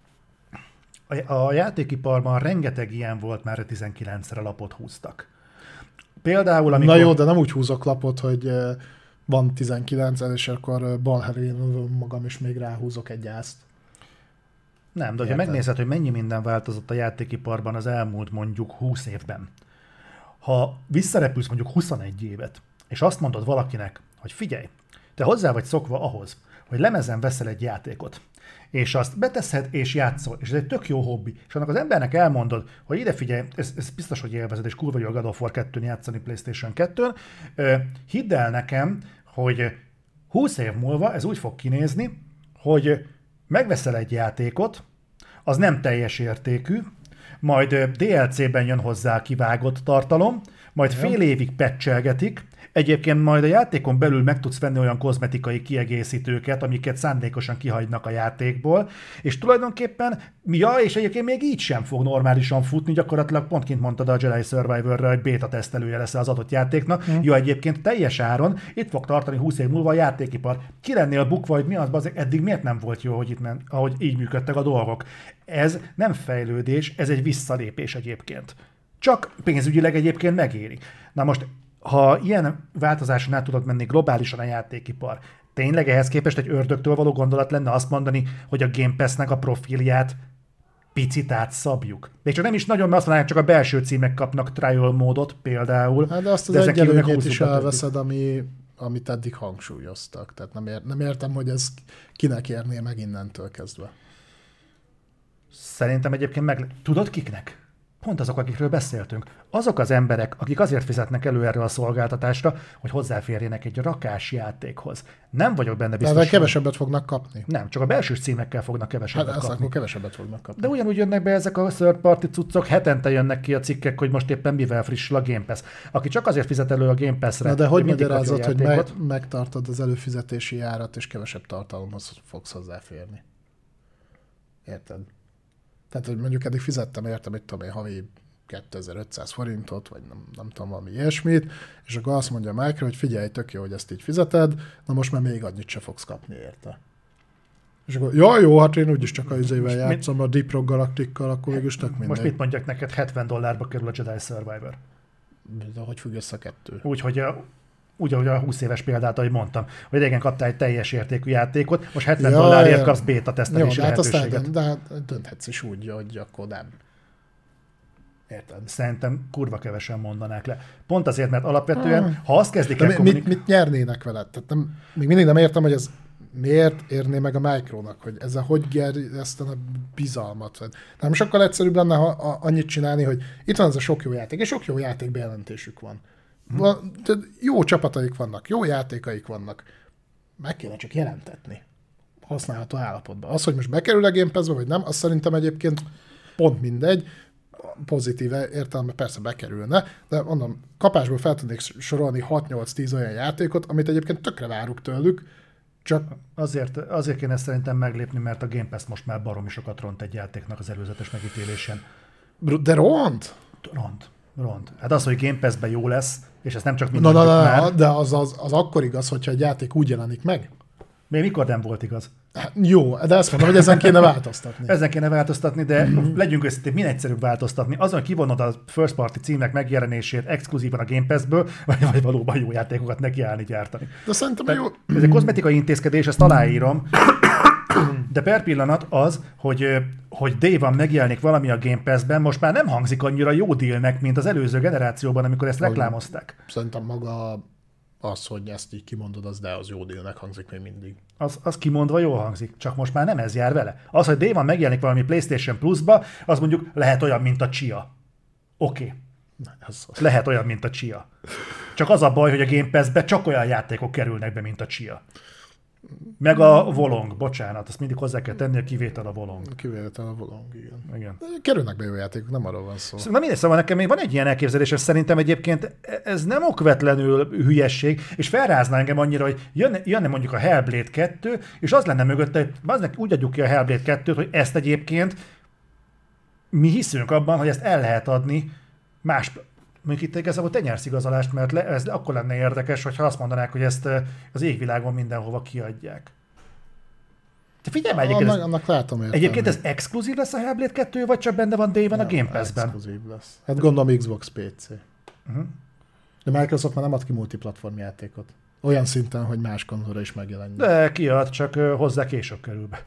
a, a játékiparban rengeteg ilyen volt, már a tizenkilencre lapot húztak. Például, amikor... Na jó, de nem úgy húzok lapot, hogy van tizenkilenc, és akkor balherén magam is még ráhúzok egy ászt. Nem, de ha megnézed, hogy mennyi minden változott a játékiparban az elmúlt mondjuk húsz évben. Ha visszarepülsz mondjuk huszonegy évet, és azt mondod valakinek, hogy figyelj, te hozzá vagy szokva ahhoz, hogy lemezen veszel egy játékot, és azt beteszed és játszol, és ez egy tök jó hobbi, és annak az embernek elmondod, hogy ide figyelj, ez, ez biztos, hogy élvezed, és kurva jó a God of War kettőn játszani PlayStation kettőn, hidd el nekem, hogy húsz év múlva ez úgy fog kinézni, hogy megveszel egy játékot, az nem teljes értékű, majd dé el cében jön hozzá kivágott tartalom, majd fél évig patchelgetik, egyébként majd a játékon belül meg tudsz venni olyan kozmetikai kiegészítőket, amiket szándékosan kihagynak a játékból, és tulajdonképpen, ja, és egyébként még így sem fog normálisan futni, gyakorlatilag pont kint mondtad a Jedi Survivor-ra, hogy beta tesztelője lesz az adott játéknak, mm. ja, egyébként teljes áron, itt fog tartani húsz év múlva a játékipar. Ki lennél bukva, hogy mi az, azért eddig miért nem volt jó, hogy itt ment, ahogy így működtek a dolgok. Ez nem fejlődés, ez egy visszalépés egyébként. Csak pénzügyileg egyébként megéri. Na most ha ilyen változáson át tudod menni globálisan a játékipar, tényleg ehhez képest egy ördögtől való gondolat lenne azt mondani, hogy a Game Pass-nek a profilját picit átszabjuk. Még csak nem is nagyon, mert azt mondanák, csak a belső címek kapnak trial módot például. Hát de azt az egy előnyét is elveszed, ami, amit eddig hangsúlyoztak. Tehát nem, ér, nem értem, hogy ez kinek érné meg innentől kezdve. Szerintem egyébként meg... Tudod kiknek? Pont azok, akikről beszéltünk. Azok az emberek, akik azért fizetnek elő erre a szolgáltatásra, hogy hozzáférjenek egy rakás játékhoz. Nem vagyok benne biztos. De kevesebbet fognak kapni. Nem, csak a belső címekkel fognak kevesebbet hát kapni. Hát akkor kevesebbet fognak kapni. De ugyanúgy jönnek be ezek a third party cuccok, hetente jönnek ki a cikkek, hogy most éppen mivel frissül a Game Pass. Aki csak azért fizet elő a Game Pass-re. Na de hogy magyarázod, hogy meg, megtartod az előfizetési árat, és kevesebb tartalomhoz fogsz hozzáférni? Érted? Tehát, hogy mondjuk eddig fizettem, értem, hogy tudom én, havi kétezer-ötszáz forintot, vagy nem, nem tudom, valami ilyesmit, és akkor azt mondja a Micro, hogy figyelj, tök jó, hogy ezt így fizeted, na most már még annyit se fogsz kapni érte. És akkor, ja, jó, hát én úgyis csak az izével játszom, mit? A Deep Rock Galactikkal, akkor végül tök mindegy. Most mit mondjak neked, hetven dollárba kerül a Jedi Survivor. De hogy függ össze a kettő? Úgyhogy úgy, ahogy a húsz éves példát, ahogy mondtam, hogy régen kaptál egy teljes értékű játékot, most hetven Ja, dollárért ja. kapsz béta tesztelési Jó, de hát azt lehetőséget. eldönt, de hát dönthetsz is úgy, hogy akkor nem. Érted? Szerintem kurva kevesen mondanák le. Pont azért, mert alapvetően, hmm. ha azt kezdik De el mi, kommunik... mit, mit nyernének veled? Tehát nem, még mindig nem értem, hogy ez miért érné meg a Micronak, hogy ezzel hogy gerjesztene bizalmat. Nem sokkal egyszerűbb lenne, ha a, annyit csinálni, hogy itt van ez a sok jó játék, és sok jó játék bejelentésük van. Hmm. Jó csapataik vannak, jó játékaik vannak. Meg kéne csak jelentetni használható állapotban. Az, hogy most bekerül a Game Pass-be, vagy nem, az szerintem egyébként pont mindegy. Pozitíve értelme persze bekerülne, de mondom, kapásból fel tudnék sorolni hat-nyolc-tíz olyan játékot, amit egyébként tökre várunk tőlük, csak... Azért, azért kéne szerintem meglépni, mert a Game Pass most már baromi sokat ront egy játéknak az előzetes megítélésen. De ront? Ront. Ront. Hát az, hogy Game Pass-ben jó lesz, és ez nem csak mi mondjuk már... Na, de az, az, az akkor igaz, hogyha egy játék úgy jelenik meg. Még mikor nem volt igaz? Hát, jó, de azt mondom, hogy ezen kéne változtatni. Ezen kéne változtatni, de legyünk őszintén, min egyszerűbb változtatni. Azon, hogy kivonnod a first party címek megjelenését exkluzívan a Game Pass-ből, vagy, vagy valóban jó játékokat nekiállni gyártani. De szerintem jó... Ez egy kozmetikai intézkedés, ezt aláírom, de per pillanat az, hogy, hogy Day One megjelenik valami a Game Pass-ben, most már nem hangzik annyira jó dealnek, mint az előző generációban, amikor ezt reklámozták. Szerintem maga az, hogy ezt így kimondod, az de az jó dealnek hangzik még mindig. Az, az kimondva jól hangzik, csak most már nem ez jár vele. Az, hogy Day One megjelenik valami PlayStation Plus-ba, az mondjuk lehet olyan, mint a Chia. Oké. Okay. Lehet olyan, mint a Chia. Csak az a baj, hogy a Game Pass-be csak olyan játékok kerülnek be, mint a Chia. Meg a Volong, bocsánat, azt mindig hozzá kell tenni, a kivétel a Volong. Kivétel a Volong, igen. igen. De kerülnek be jó játékok, nem arról van szó. Na mindegy, szóval nekem még van egy ilyen elképzelés, és szerintem egyébként ez nem okvetlenül hülyesség, és felrázna engem annyira, hogy jönne, jönne mondjuk a Hellblade kettő, és az lenne mögötte, hogy úgy adjuk ki a Hellblade kettőt, hogy ezt egyébként mi hiszünk abban, hogy ezt el lehet adni más... Mondjuk itt igazából te nyersz igazolást, mert le, ez akkor lenne érdekes, hogyha azt mondanák, hogy ezt az égvilágon mindenhova kiadják. Te figyelj már, egyébként, annak, annak látom értelme. Egyébként ez exkluzív lesz a Hellblade kettő, vagy csak benne van Day One a Game Pass-ben? Exkluzív lesz. Hát gondolom Xbox pé cé. Uh-huh. De Microsoft már nem ad ki multiplatform játékot. Olyan szinten, hogy más konzolra is megjelenjen. De kiad, csak hozzá később kerül be.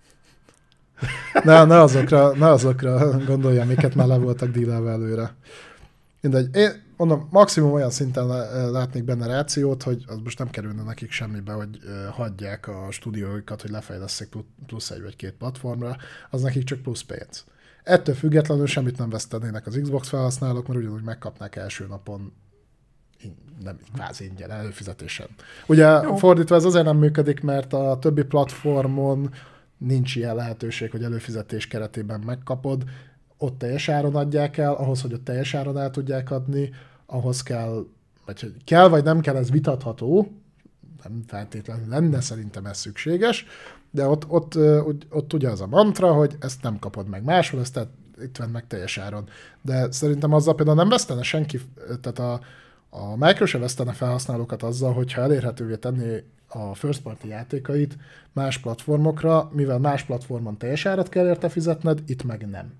ne, ne, azokra, ne azokra gondolja, amiket már le voltak dílelve előre. Mindegy. Én mondom, maximum olyan szinten látnék benne rációt, hogy az most nem kerülne nekik semmibe, hogy hagyják a stúdióikat, hogy lefejlesszék plusz egy vagy két platformra, az nekik csak plusz pénz. Ettől függetlenül semmit nem vesztenének az Xbox felhasználók, mert ugyanúgy megkapnák első napon nem kvázi ingyen, előfizetésen. Ugye Jó. fordítva ez azért nem működik, mert a többi platformon nincs ilyen lehetőség, hogy előfizetés keretében megkapod, ott teljes áron adják el, ahhoz, hogy ott teljes áron el tudják adni, ahhoz kell, vagy hogy kell, vagy nem kell, ez vitatható, nem feltétlenül lenne szerintem ez szükséges, de ott, ott, ott, ott ugye az a mantra, hogy ezt nem kapod meg máshol, ezt tehát itt vedd meg teljes áron. De szerintem azzal például nem vesztene senki, tehát a, a Micro se vesztene felhasználókat azzal, hogyha elérhetővé tenni a first party játékait más platformokra, mivel más platformon teljes árat kell érte fizetned, itt meg nem.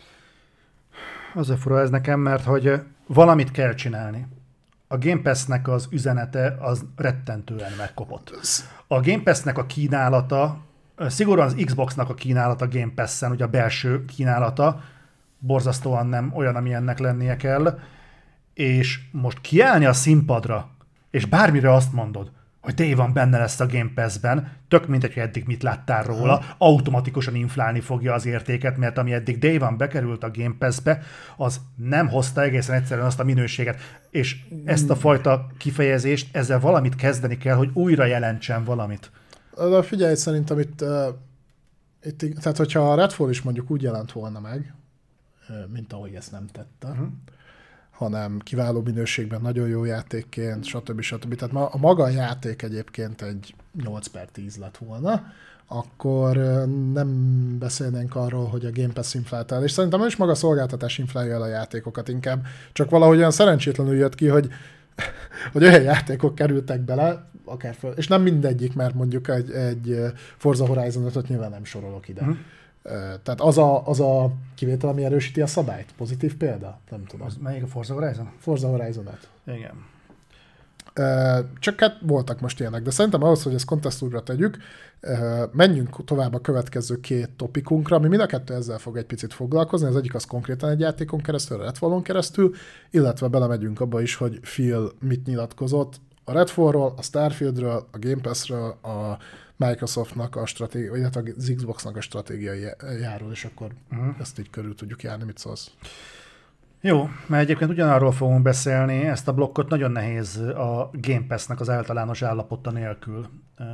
Azért fura ez nekem, mert hogy valamit kell csinálni. A Game Pass-nek az üzenete az rettentően megkopott. A Game Pass-nek a kínálata, szigorúan az Xbox-nak a kínálata Game Pass-en, ugye a belső kínálata, borzasztóan nem olyan, ami ennek lennie kell, és most kiállni a színpadra, és bármire azt mondod, hogy Day One benne lesz a Game Pass-ben, tök mindegy, hogy eddig mit láttál róla, automatikusan inflálni fogja az értéket, mert ami eddig Day One bekerült a Game Pass-be, az nem hozta egészen egyszerűen azt a minőséget. És ezt a fajta kifejezést, ezzel valamit kezdeni kell, hogy újra jelentsen valamit. De figyelj, szerintem itt, uh, itt, tehát hogyha a Redfall is mondjuk úgy jelent volna meg, uh, mint ahogy ezt nem tette, uh-huh. hanem kiváló minőségben, nagyon jó játékként, stb. stb. Tehát ma, a maga a játék egyébként egy nyolc per tíz lett volna, akkor nem beszélnénk arról, hogy a Game Pass inflálta el, és szerintem is maga a szolgáltatás inflálja el a játékokat inkább, csak valahogy olyan szerencsétlenül jött ki, hogy, hogy olyan játékok kerültek bele, akár föl, és nem mindegyik, mert mondjuk egy, egy Forza Horizon ötöt nyilván nem sorolok ide. Uh-huh. Tehát az a, az a kivétel, ami erősíti a szabályt. Pozitív példa? Nem tudom. Az melyik a Forza Horizon? Forza Horizon öt. Igen. Csak hát voltak most ilyenek, de szerintem ahhoz, hogy ezt kontextusra tegyük, menjünk tovább a következő két topikunkra, ami mind a kettő ezzel fog egy picit foglalkozni, az egyik az konkrétan egy játékon keresztül, a Redfallon keresztül, illetve belemegyünk abba is, hogy Phil mit nyilatkozott a Redfallról, a Starfieldről, a Game Passről, a Microsoftnak a stratégia, illetve az Xboxnak a stratégiaiáról, és akkor uh-huh. ezt így körül tudjuk járni, mit szólsz. Jó, mert egyébként ugyanarról fogunk beszélni, ezt a blokkot nagyon nehéz a Game Pass-nek az általános állapota nélkül ö,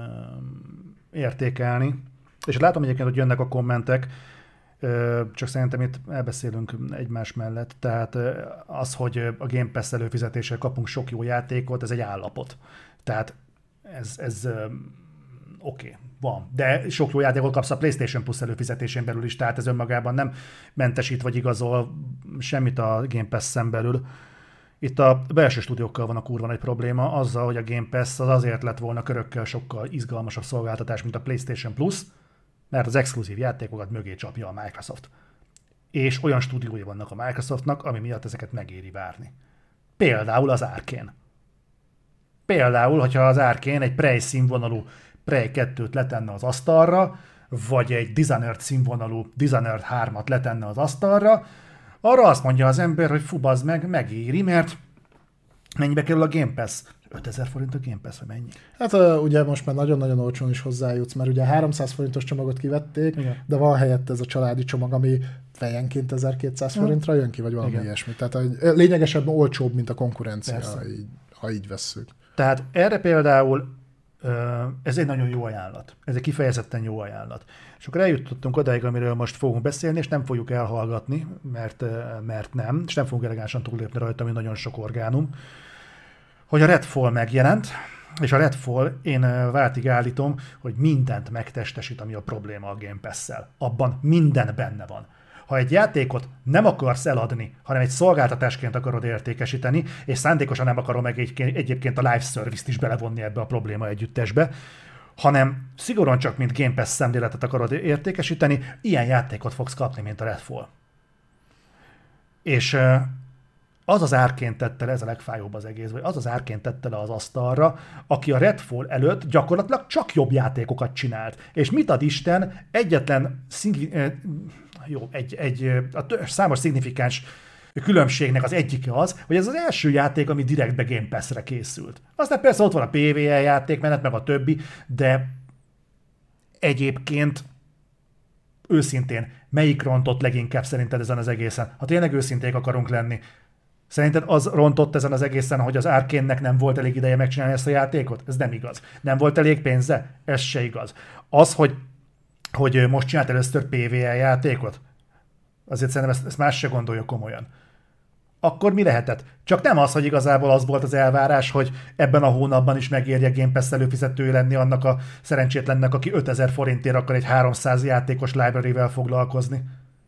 értékelni. És látom egyébként, hogy jönnek a kommentek, ö, csak szerintem itt elbeszélünk egymás mellett. Tehát az, hogy a Game Pass előfizetéssel kapunk sok jó játékot, ez egy állapot. Tehát ez, ez oké, okay, van. De sok jó játékot kapsz a PlayStation Plus előfizetésén belül is, tehát ez önmagában nem mentesít vagy igazol semmit a Game Pass-en belül. Itt a belső stúdiókkal van a kurva nagy probléma, azzal, hogy a Game Pass az azért lett volna körökkel sokkal izgalmasabb szolgáltatás, mint a PlayStation Plus, mert az exkluzív játékokat mögé csapja a Microsoft. És olyan stúdiói vannak a Microsoftnak, ami miatt ezeket megéri várni. Például az Arkane. Például, hogyha az Arkane egy Prey színvonalú Prey kettőt letenne az asztalra, vagy egy Dishonored színvonalú Dishonored hármat letenne az asztalra, arra azt mondja az ember, hogy fú, bazd meg, megéri, mert mennyibe kerül a Game Pass? ötezer forint a Game Pass, vagy mennyi? Hát uh, ugye most már nagyon-nagyon olcsón is hozzájutsz, mert ugye háromszáz forintos csomagot kivették, igen. De van helyett ez a családi csomag, ami fejenként ezerkétszáz forintra jön ki, vagy valami igen. ilyesmi. Tehát uh, lényegesen olcsóbb, mint a konkurencia, így, ha így vesszük. Tehát erre például ez egy nagyon jó ajánlat. Ez egy kifejezetten jó ajánlat. És akkor eljutottunk odáig, amiről most fogunk beszélni, és nem fogjuk elhallgatni, mert, mert nem, és nem fogunk elegánsan túllépni rajta, ami nagyon sok orgánum, hogy a Redfall megjelent, és a Redfall, én váltig állítom, hogy mindent megtestesít, ami a probléma a Game Pass-szel. Abban minden benne van. Ha egy játékot nem akarsz eladni, hanem egy szolgáltatásként akarod értékesíteni, és szándékosan nem akarom meg egyébként a live service-t is belevonni ebbe a probléma együttesbe, hanem szigorúan csak mint Game Pass szemléletet akarod értékesíteni, ilyen játékot fogsz kapni, mint a Redfall. És az az Arkane tette le, ez a legfájóbb az egész, vagy az az Arkane tette le az asztalra, aki a Redfall előtt gyakorlatilag csak jobb játékokat csinált. És mit ad Isten, egyetlen szing- jó, egy, egy a számos szignifikáns különbségnek az egyike az, hogy ez az első játék, ami direktbe Game Pass-re készült. Aztán persze ott van a pé vé el játékmenet, meg a többi, de egyébként őszintén, melyik rontott leginkább szerinted ezen az egészen? Ha tényleg őszinték akarunk lenni, szerinted az rontott ezen az egészen, hogy az Arkane-nek nem volt elég ideje megcsinálni ezt a játékot? Ez nem igaz. Nem volt elég pénze? Ez se igaz. Az, hogy hogy most csinált először pé vé el játékot? Azért szerintem ezt, ezt más se gondolja komolyan. Akkor mi lehetett? Csak nem az, hogy igazából az volt az elvárás, hogy ebben a hónapban is megérje Game Pass előfizetői lenni annak a szerencsétlennek, aki ötezer forintért akar egy háromszáz játékos library-vel foglalkozni.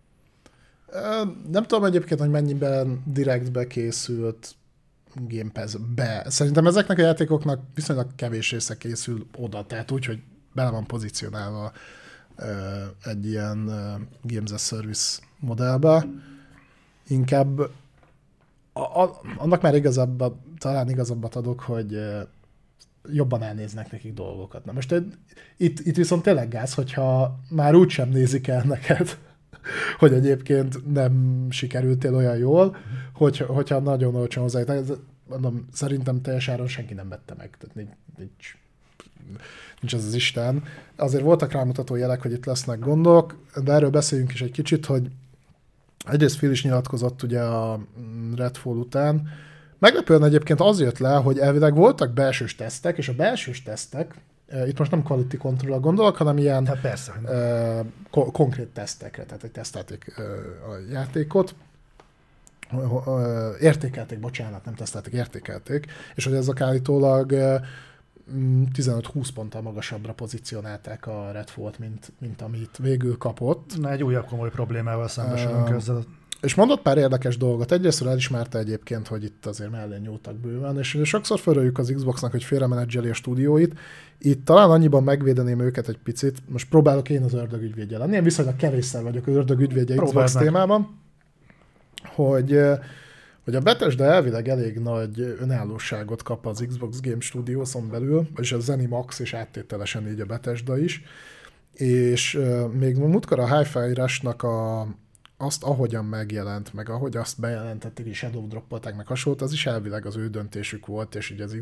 Nem tudom egyébként, hogy mennyiben direktbe készült Game Pass-be. Szerintem ezeknek a játékoknak viszonylag kevés része készül oda, tehát úgy, hogy bele van pozícionálva egy ilyen Games as a Service modellbe. Inkább a, a, annak már igazabb, talán igazabbat adok, hogy jobban elnéznek nekik dolgokat. Na most itt, itt viszont tényleg gáz, hogyha már úgysem nézik el neked, hogy egyébként nem sikerültél olyan jól, hogy, hogyha nagyon olcsón hozzájött. Mondom, szerintem teljes áron senki nem vette meg. Tehát nincs, nincs, nincs az az Isten. Azért voltak rámutató jelek, hogy itt lesznek gondok, de erről beszéljünk is egy kicsit, hogy egyrészt Phil is nyilatkozott ugye a Redfall után. Meglepően egyébként az jött le, hogy elvileg voltak belsős tesztek, és a belsős tesztek, itt most nem quality control-ra gondolok, hanem ilyen hát persze, uh, ko- konkrét tesztekre, tehát hogy tesztelték uh, a játékot. Uh, uh, értékelték, bocsánat, nem tesztelték, értékelték, és hogy ezek állítólag uh, tizenöt-húsz ponttal magasabbra pozícionálták a Redfall-t, mint, mint amit végül kapott. Na, egy újabb komoly problémával szembesülünk uh, ezzel. És mondott pár érdekes dolgot. Egyrészt elismerte egyébként, hogy itt azért mellé nyúltak bőven, és sokszor fölöljük az Xboxnak, hogy félremenedzseli a stúdióit. Itt talán annyiban megvédeném őket egy picit. Most próbálok én az ördögügyvédje lenni. Én viszonylag kevésszer vagyok az ördögügyvédje Xbox témában, hogy, hogy a Bethesda elvileg elég nagy önállóságot kap az Xbox Game Studios-on belül, vagyis a ZeniMax és áttételesen így a Bethesda is, és uh, még múltkor a Hi-Fi Rush-nak a, azt, ahogyan megjelent, meg ahogy azt bejelentették, és Shadow Droppolták, meg hasonlót, az is elvileg az ő döntésük volt, és ugye az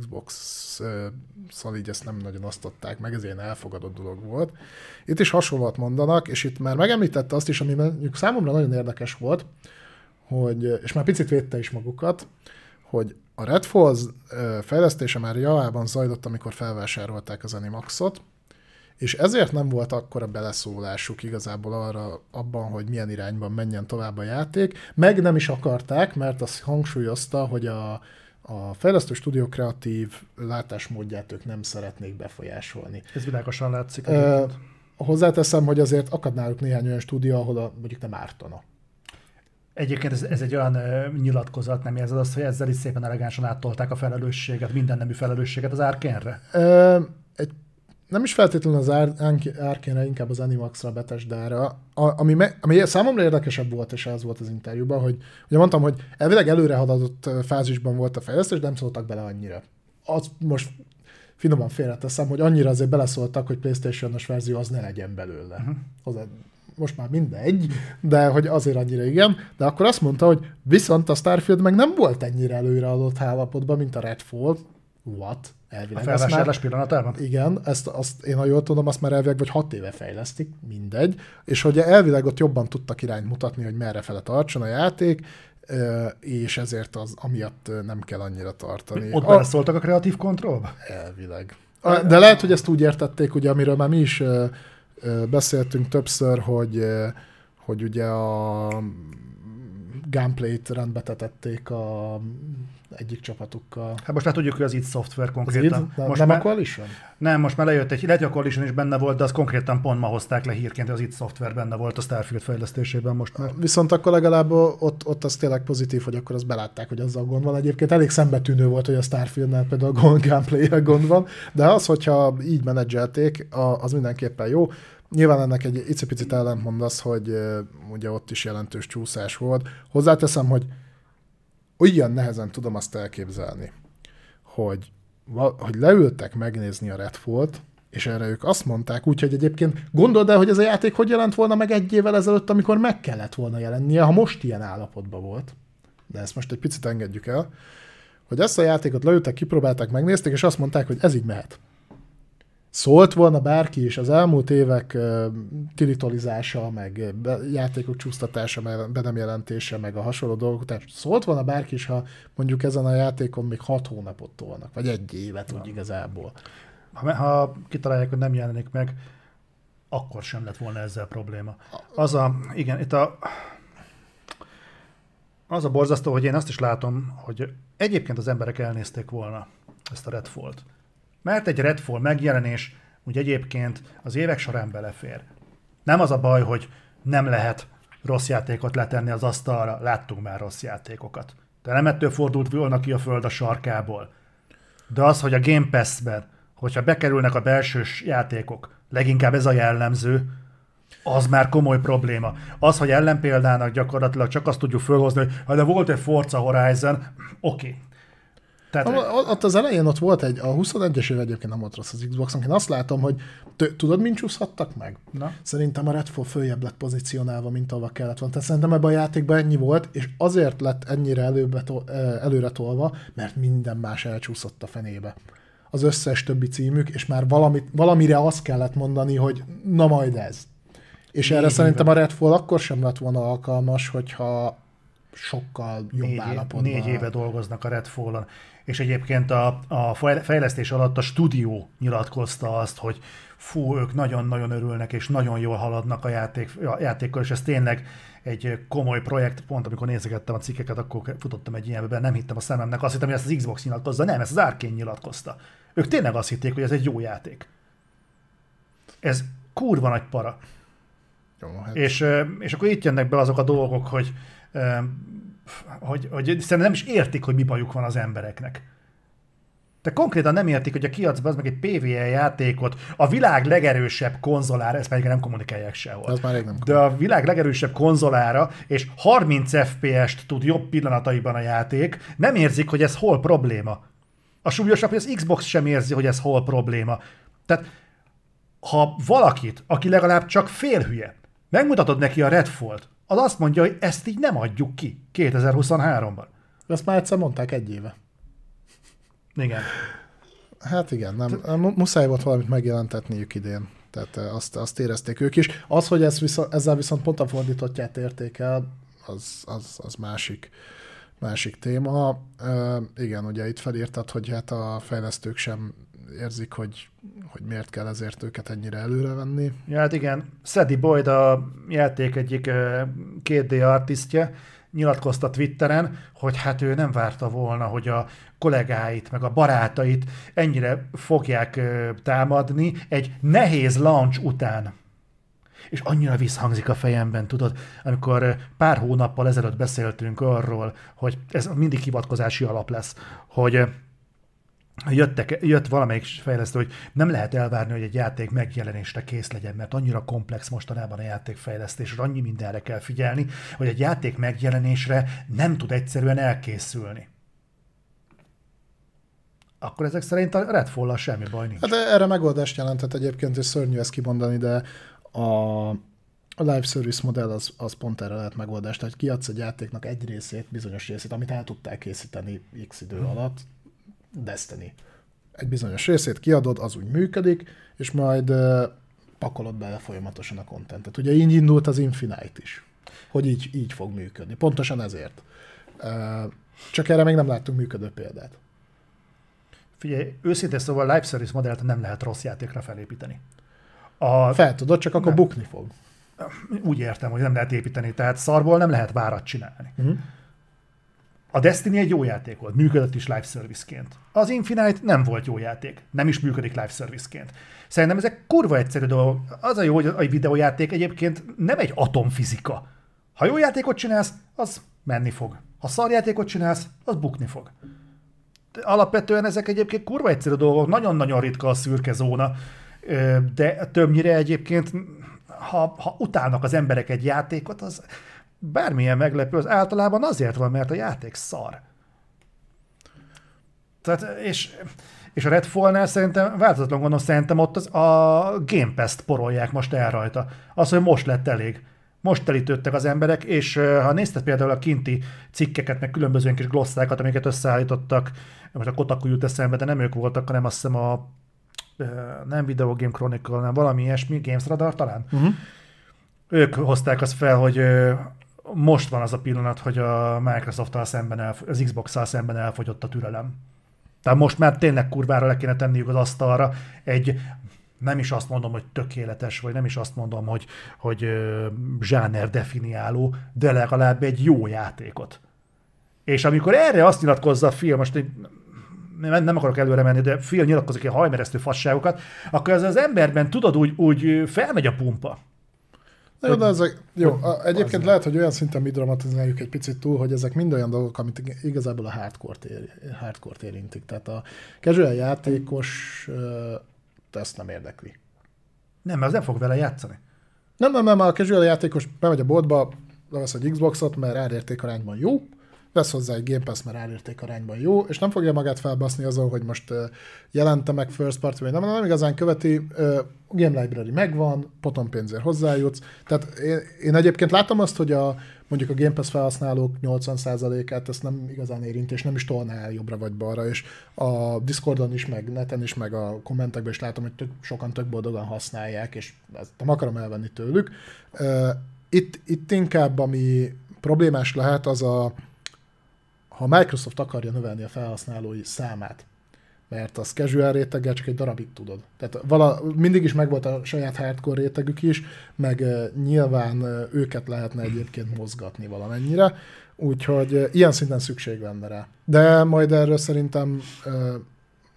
Xbox-szal így ezt nem nagyon osztották meg, ez ilyen elfogadott dolog volt. Itt is hasonlót mondanak, és itt már megemlítette azt is, ami mondjuk számomra nagyon érdekes volt, hogy, és már picit védte is magukat, hogy a Redfall fejlesztése már javában zajlott, amikor felvásárolták az Animaxot, és ezért nem volt akkora beleszólásuk igazából arra abban, hogy milyen irányban menjen tovább a játék, meg nem is akarták, mert azt hangsúlyozta, hogy a, a fejlesztő stúdió kreatív látásmódját ők nem szeretnék befolyásolni. Ez világosan látszik. Uh, hozzáteszem, hogy azért akad náluk néhány olyan stúdió, ahol a, mondjuk nem ártana. Egyébként ez, ez egy olyan uh, nyilatkozat, nem érzed azt, hogy ezzel is szépen elegánsan áttolták a felelősséget, minden nemű felelősséget az Arkanere? Uh, egy Nem is feltétlenül az Arkanere, inkább az Animaxra, a Bethesdára. Ami, me, ami számomra érdekesebb volt, és az volt az interjúban, hogy ugye mondtam, hogy elvileg előre haladott fázisban volt a fejlesztés, de nem szóltak bele annyira. Az most finoman félreteszem, hogy annyira azért beleszóltak, hogy PlayStation-os verzió az ne legyen belőle. Uh-huh. Hozzá, most már mindegy, de hogy azért annyira igen. De akkor azt mondta, hogy viszont a Starfield meg nem volt ennyire előre adott állapotban, mint a Redfall. What? Elvileg. A felvásárlás pillanatában? Igen, ezt, azt én, ha jól tudom, azt már elvileg vagy hat éve fejlesztik, mindegy, és hogy elvileg ott jobban tudtak irányt mutatni, hogy merre fele tartson a játék, és ezért az amiatt nem kell annyira tartani. Ott beleszóltak a kreatív kontrollba? Elvileg. De lehet, hogy ezt úgy értették, ugye, amiről már mi is beszéltünk többször, hogy, hogy ugye a gameplayt rendbe tetették a egyik csapatukkal. Hát most már tudjuk, hogy az id Software konkrétan. Az most nem már, a Coalition? Nem, most már lejött egy, lehet, hogy a Coalition is benne volt, de az konkrétan pont ma hozták le hírként, hogy az id Software benne volt a Starfield fejlesztésében most már. Viszont akkor legalább ott, ott az tényleg pozitív, hogy akkor azt belátták, hogy azzal gond van. Egyébként elég szembetűnő volt, hogy a Starfieldnál például a gameplay-re gond van, de az, hogyha így menedzselték, az mindenképpen jó. Nyilván ennek egy icipicit ellentmond az, hogy uh, ugye ott is jelentős csúszás volt. Hozzáteszem, hogy olyan nehezen tudom azt elképzelni, hogy, hogy leültek megnézni a Redfall-t, és erre ők azt mondták, úgyhogy egyébként gondold el, hogy ez a játék hogy jelent volna meg egy évvel ezelőtt, amikor meg kellett volna jelennie, ha most ilyen állapotban volt. De ezt most egy picit engedjük el, hogy ezt a játékot leültek, kipróbálták, megnézték, és azt mondták, hogy ez így mehet. Szólt volna bárki is az elmúlt évek uh, tilitolizása, meg be, játékok csúsztatása, meg be nem jelentése, meg a hasonló dolgok után. Szólt volna bárki is, ha mondjuk ezen a játékon még hat hónapot tolnak, vagy egy évet úgy igazából. Ha, ha kitalálják, hogy nem jelenik meg, akkor sem lett volna ezzel probléma. Az a, igen, itt a, az a borzasztó, hogy én azt is látom, hogy egyébként az emberek elnézték volna ezt a Redfall-t. Mert egy Redfall megjelenés úgy egyébként az évek során belefér. Nem az a baj, hogy nem lehet rossz játékot letenni az asztalra, láttunk már rossz játékokat. De nem ettől fordult volna ki a föld a sarkából. De az, hogy a Game Pass-ben, hogyha bekerülnek a belsős játékok, leginkább ez a jellemző, az már komoly probléma. Az, hogy ellenpéldának gyakorlatilag csak azt tudjuk fölhozni, hogy de volt egy Forza Horizon, oké. Okay. Tehát, ott az elején ott volt egy, a huszonegyes év egyébként nem volt rossz az Xboxon, én azt látom, hogy t- tudod, mint csúszhattak meg? Na? Szerintem a Redfall följebb lett pozícionálva, mint ahova kellett volna. Tehát szerintem ebben a játékban ennyi volt, és azért lett ennyire előbe to- előre tolva, mert minden más elcsúszott a fenébe. Az összes többi címük, és már valamit, valamire azt kellett mondani, hogy na majd ez. És négy erre éve. Szerintem a Redfall akkor sem lett volna alkalmas, hogyha sokkal jobb négy, állapotban. Négy éve dolgoznak a Redfall-on. És egyébként a, a fejlesztés alatt a stúdió nyilatkozta azt, hogy fú, ők nagyon-nagyon örülnek, és nagyon jól haladnak a, játék, a játékkal, és ez tényleg egy komoly projekt. Pont amikor nézegettem a cikkeket, akkor futottam egy ilyenben, nem hittem a szememnek, azt hittem, hogy ezt az Xbox nyilatkozza, nem, ezt az Arkane nyilatkozta. Ők tényleg azt hitték, hogy ez egy jó játék. Ez kurva nagy para. Jó, hát. és, és akkor itt jönnek be azok a dolgok, hogy Hogy, hogy szerintem nem is értik, hogy mi bajuk van az embereknek. Te konkrétan nem értik, hogy a kiadsz be az meg egy pé vé er játékot a világ legerősebb konzolára, ezt pedig nem kommunikálják sehol. már rég nem De a világ legerősebb konzolára, és harminc ef pé est tud jobb pillanataiban a játék, nem érzik, hogy ez hol probléma. A súlyosabb, hogy az Xbox sem érzi, hogy ez hol probléma. Tehát ha valakit, aki legalább csak félhülye, megmutatod neki a Redfall-t, az azt mondja, hogy ezt így nem adjuk ki kétezer-huszonháromban. Ezt már egyszer mondták egy éve. Igen. Hát igen, nem, muszáj volt valamit megjelentetniük idén. Tehát azt, azt érezték ők is. Az, hogy ez viszont, ezzel viszont pont a fordítottját érték el, az, az, az másik, másik téma. E, igen, ugye itt felírtad, hogy hát a fejlesztők sem érzik, hogy, hogy miért kell ezért őket ennyire előrevenni. Ja, hát igen, Sadie Boyd a játék egyik két dé artistje nyilatkozta Twitteren, hogy hát ő nem várta volna, hogy a kollégáit, meg a barátait ennyire fogják támadni egy nehéz launch után. És annyira visszhangzik a fejemben, tudod, amikor pár hónappal ezelőtt beszéltünk arról, hogy ez mindig hivatkozási alap lesz, hogy Jöttek, jött valamelyik fejlesztő, hogy nem lehet elvárni, hogy egy játék megjelenésre kész legyen, mert annyira komplex mostanában a játékfejlesztés, és annyi mindenre kell figyelni, hogy egy játék megjelenésre nem tud egyszerűen elkészülni. Akkor ezek szerint a Redfall-al semmi baj nincs. Hát erre megoldást jelentett egyébként, és szörnyű ezt kimondani, de a, a live service modell az, az pont erre lehet megoldást. Tehát kiadsz egy játéknak egy részét, bizonyos részét, amit el tudtál készíteni x idő alatt, Destiny. Egy bizonyos részét kiadod, az úgy működik, és majd uh, pakolod bele folyamatosan a contentet. Ugye így indult az Infinite is, hogy így, így fog működni. Pontosan ezért. Uh, csak erre még nem láttunk működő példát. Figyelj, őszintén szóval a live service modellt nem lehet rossz játékra felépíteni. A... Fel tudod, csak akkor nem. Bukni fog. Úgy értem, hogy nem lehet építeni, tehát szarból nem lehet várat csinálni. Uh-huh. A Destiny egy jó játék volt, működött is live service-ként. Az Infinite nem volt jó játék, nem is működik live service-ként. Szerintem ezek kurva egyszerű dolgok. Az a jó, hogy a videójáték egyébként nem egy atomfizika. Ha jó játékot csinálsz, az menni fog. Ha szarjátékot csinálsz, az bukni fog. De alapvetően ezek egyébként kurva egyszerű dolgok, nagyon-nagyon ritka a szürke zóna, de többnyire egyébként, ha, ha utálnak az emberek egy játékot, az bármilyen meglepő, az általában azért van, mert a játék szar. Tehát, és, és a Redfall-nál szerintem, változatlan gondolom, szerintem ott az, a Game Pass-t porolják most el rajta. Az, hogy most lett elég. Most telítődtek az emberek, és ha nézted például a kinti cikkeket, meg különböző kis glosszákat, amiket összeállítottak, most a Kotaku jut eszembe, de nem ők voltak, hanem azt hiszem a nem Video Game Chronicle, hanem valami ilyesmi, Games Radar talán. Uh-huh. Ők hozták azt fel, hogy most van az a pillanat, hogy a Microsoft-tal szemben, elf- az Xbox-tal szemben elfogyott a türelem. Tehát most már tényleg kurvára le kéne tenniük az asztalra egy, nem is azt mondom, hogy tökéletes, vagy nem is azt mondom, hogy, hogy zsáner definiáló, de legalább egy jó játékot. És amikor erre azt nyilatkozza a film, most nem, nem akarok előre menni, de Phil nyilatkozik ilyen hajmeresztő fasságokat, akkor az az emberben, tudod, úgy, úgy felmegy a pumpa. Na jó, de ezek, jó, a, egyébként lehet, hogy olyan szinten mi dramatizáljuk egy picit túl, hogy ezek mind olyan dolgok, amit igazából a hardcore-t, ér, hardcore-t érintik. Tehát a casual játékos uh, ezt nem érdekli. Nem, mert az nem fog vele játszani. Nem, nem, nem, a casual játékos bemegy a boltba, levesz egy Xboxot, mert árérték arányban jó, vesz hozzá egy Game Pass, mert árérték arányban jó, és nem fogja magát felbaszni azon, hogy most uh, jelente meg first party, vagy nem, nem igazán követi, uh, Game Library megvan, potom pénzért hozzájutsz. Tehát én, én egyébként látom azt, hogy a, mondjuk a Game Pass felhasználók nyolcvan százalékát ezt nem igazán érint, és nem is tolná el jobbra vagy balra, és a Discordon is, meg neten is, meg a kommentekben is látom, hogy tök, sokan tök boldogan használják, és ezt nem akarom elvenni tőlük. Uh, itt, itt inkább, ami problémás lehet, az a ha a Microsoft akarja növelni a felhasználói számát, mert az casual réteggel csak egy darabig tudod. Tehát vala, mindig is megvolt a saját hardcore rétegük is, meg uh, nyilván uh, őket lehetne egyébként mozgatni valamennyire, úgyhogy uh, ilyen szinten szükség lenne rá. De majd erről szerintem uh,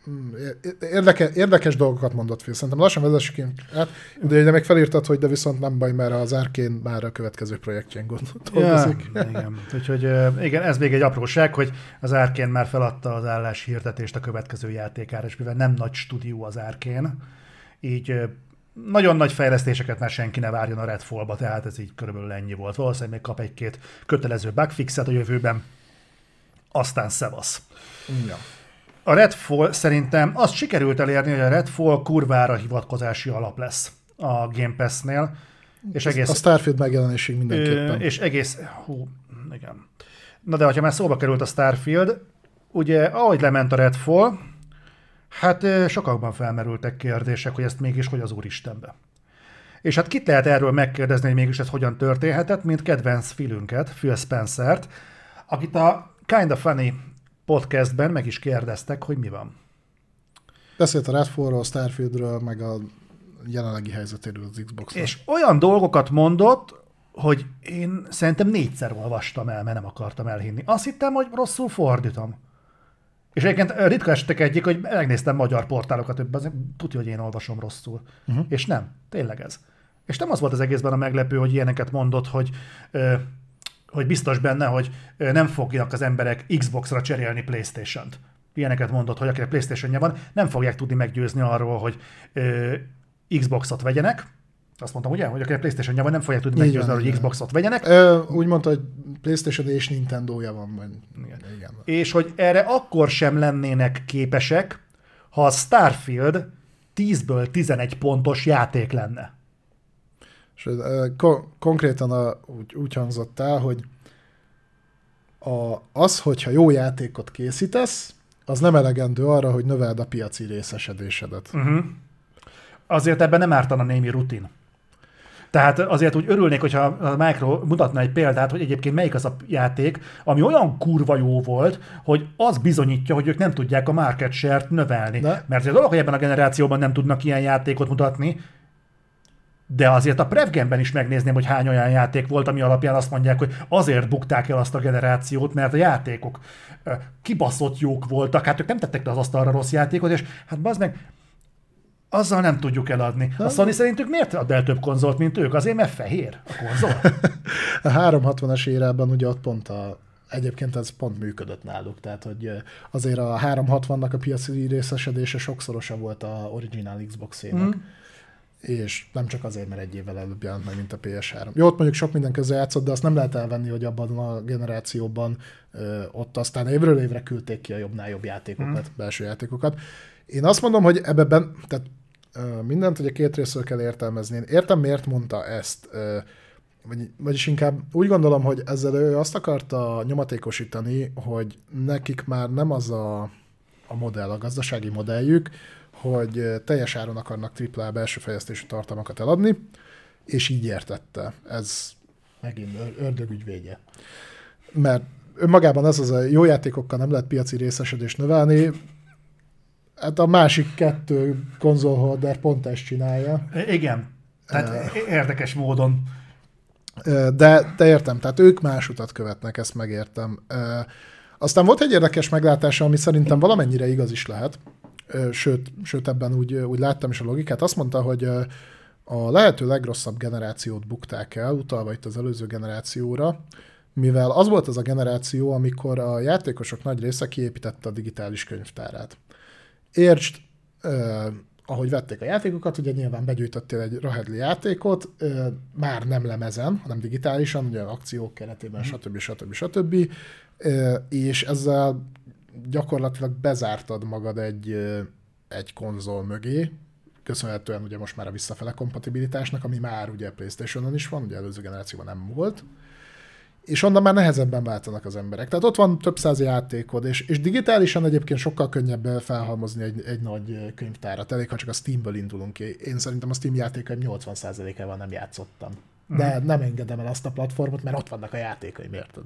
Érdeke, érdekes dolgokat mondott Phil. Szerintem lassan vezessük én át. De még felírtad, hogy de viszont nem baj, mert az Arkane már a következő projektjén dolgozik. Ja, igen. Úgyhogy igen, ez még egy apróság, hogy az Arkane már feladta az álláshirdetést a következő játékára, és mivel nem nagy stúdió az Arkane, így nagyon nagy fejlesztéseket már senki ne várjon a Redfallba, tehát ez így körülbelül ennyi volt. Valószínűleg még kap egy-két kötelező bugfixet a jövőben, aztán szevasz. Ja. A Redfall szerintem azt sikerült elérni, hogy a Redfall kurvára hivatkozási alap lesz a Game Pass-nél. És egész, a Starfield megjelenésig mindenképpen. És egész... Hú, igen. Na de, ha már szóba került a Starfield, ugye ahogy lement a Redfall, hát sokakban felmerültek kérdések, hogy ezt mégis hogy az Úristenbe. És hát kit lehet erről megkérdezni, hogy mégis ez hogyan történhetett, mint kedvenc Philünket, Phil Spencert, akit a Kinda Funny podcastben meg is kérdeztek, hogy mi van. Beszélt a Redfallról, a Starfieldről, meg a jelenlegi helyzetéről az Xbox-on. És olyan dolgokat mondott, hogy én szerintem négyszer olvastam el, mert nem akartam elhinni. Azt hittem, hogy rosszul fordítom. És egyébként ritka esetek egyik, hogy megnéztem magyar portálokat, hogy tudja, hogy én olvasom rosszul. Uh-huh. És nem, tényleg ez. És nem az volt az egészben a meglepő, hogy ilyeneket mondott, hogy, hogy biztos benne, hogy nem fogják az emberek Xbox-ra cserélni PlayStation-t. Ilyeneket mondott, hogy akinek PlayStation-ja van, nem fogják tudni meggyőzni arról, hogy Xbox-ot vegyenek. Azt mondtam, ugye, hogy akinek PlayStation-ja van, nem fogják tudni Igen, meggyőzni arról, hogy igen. Xbox-ot vegyenek. Ö, úgy mondta, hogy PlayStation és Nintendo-ja van. Majd. Igen. Igen. És hogy erre akkor sem lennének képesek, ha a Starfield tízből tizenegy pontos játék lenne. És ö, ko- konkrétan a, úgy, úgy hangzott el, hogy a, az, hogyha jó játékot készítesz, az nem elegendő arra, hogy növeld a piaci részesedésedet. Uh-huh. Azért ebben nem ártana némi rutin. Tehát azért úgy örülnék, hogyha a Micro mutatna egy példát, hogy egyébként melyik az a játék, ami olyan kurva jó volt, hogy az bizonyítja, hogy ők nem tudják a market share-t növelni. De? Mert az dolog, hogy ebben a generációban nem tudnak ilyen játékot mutatni, de azért a Prevgenben is megnézném, hogy hány olyan játék volt, ami alapján azt mondják, hogy azért bukták el azt a generációt, mert a játékok kibaszott jók voltak, hát ők nem tettek le az asztalra rossz játékot, és hát bazd meg, azzal nem tudjuk eladni. A Sony szerintük miért ad el több konzolt, mint ők? Azért, mert fehér a konzol. A háromszázhatvanas érában ugye ott pont a, egyébként ez pont működött náluk, tehát hogy azért a háromszázhatvannak a piaci részesedése sokszorosa volt a originál Xbox-ének. Mm. És nem csak azért, mert egy évvel előbb jelent meg, mint a pé es három. Jó, ott mondjuk sok minden közre játszott, de azt nem lehet elvenni, hogy abban a generációban ö, ott aztán évről évre küldték ki a jobbnál jobb játékokat, mm. belső játékokat. Én azt mondom, hogy ebben, tehát ö, mindent ugye két részről kell értelmezni. Én értem, miért mondta ezt, ö, vagy, vagyis inkább úgy gondolom, hogy ezzel ő azt akarta nyomatékosítani, hogy nekik már nem az a, a modell, a gazdasági modelljük, hogy teljes áron akarnak tripla á belső fejlesztésű tartalmakat eladni, és így értette. Ez megint ördögügyvédje. Mert önmagában ez az a jó játékokkal nem lehet piaci részesedést növelni, hát a másik kettő konzolholder pont ezt csinálja. Igen, tehát uh, érdekes módon. De, de értem, tehát ők más utat követnek, ezt megértem. Aztán volt egy érdekes meglátása, ami szerintem valamennyire igaz is lehet, Sőt, sőt ebben úgy, úgy láttam is a logikát. Azt mondta, hogy a lehető legrosszabb generációt bukták el, utalva itt az előző generációra, mivel az volt az a generáció, amikor a játékosok nagy része kiépítette a digitális könyvtárát. Értsd, eh, ahogy vették a játékokat, ugye nyilván begyűjtöttél egy Rahedli játékot, eh, már nem lemezen, hanem digitálisan, ugye akciók keretében, mm. stb. stb. stb. Eh, és ezzel gyakorlatilag bezártad magad egy, egy konzol mögé, köszönhetően ugye most már a visszafele kompatibilitásnak, ami már ugye PlayStation-on is van, ugye előző generációban nem volt, és onnan már nehezebben váltanak az emberek. Tehát ott van több száz játékod, és, és digitálisan egyébként sokkal könnyebb felhalmozni egy, egy nagy könyvtárat. Elég, ha csak a Steamből indulunk ki. Én szerintem a Steam játékaim nyolcvan százalékával nem játszottam. De nem engedem el azt a platformot, mert ott vannak a játékaim, érted?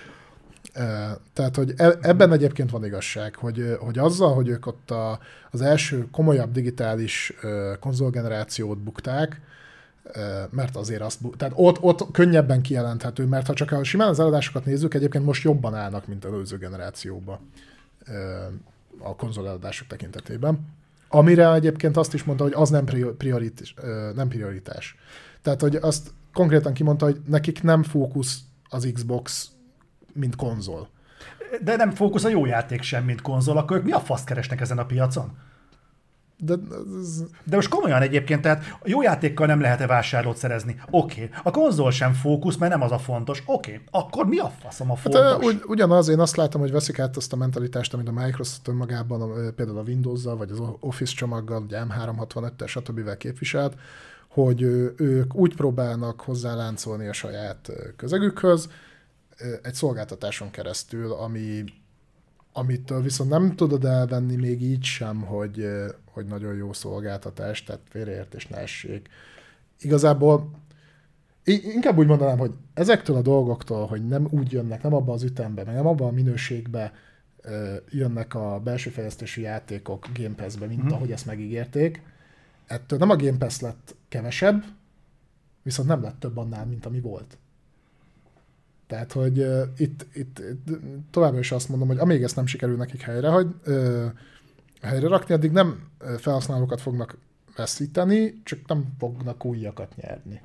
Tehát, hogy ebben egyébként van igazság, hogy, hogy azzal, hogy ők ott a, az első komolyabb digitális konzolgenerációt bukták, mert azért azt, tehát ott, ott könnyebben kijelenthető, mert ha csak a simán az eladásokat nézzük, egyébként most jobban állnak, mint az előző generációban. a konzoleladások tekintetében. Amire egyébként azt is mondta, hogy az nem prioritás. Nem prioritás. Tehát, hogy azt konkrétan kimondta, hogy nekik nem fókusz az Xbox, mint konzol. De nem fókusz a jó játék sem, mint konzol, akkor ők mi a faszt keresnek ezen a piacon? De, ez... De most komolyan egyébként, tehát a jó játékkal nem lehet-e vásárlót szerezni? Oké. Okay. A konzol sem fókusz, mert nem az a fontos. Oké. Okay. Akkor mi a faszom a fontos? Hát, ugy, ugyanaz, én azt látom, hogy veszik át azt a mentalitást, amit a Microsoft önmagában, például a Windows-zal, vagy az Office csomaggal, ugye M háromszázhatvanöttel, stb. Képviselt, hogy ők úgy próbálnak hozzáláncolni a saját közegükhöz, egy szolgáltatáson keresztül, ami, amitől viszont nem tudod elvenni még így sem, hogy, hogy nagyon jó szolgáltatás, tehát félreértés ne essék. Igazából inkább úgy mondanám, hogy ezektől a dolgoktól, hogy nem úgy jönnek, nem abban az ütemben, meg nem abban a minőségben jönnek a belső fejlesztésű játékok Game Pass-be, mint mm-hmm. ahogy ezt megígérték, ettől nem a Game Pass lett kevesebb, viszont nem lett több annál, mint ami volt. Tehát, hogy uh, itt, itt, itt továbbra is azt mondom, hogy amíg ezt nem sikerül nekik helyre, hogy uh, helyre rakni, addig nem felhasználókat fognak veszíteni, csak nem fognak újakat nyerni.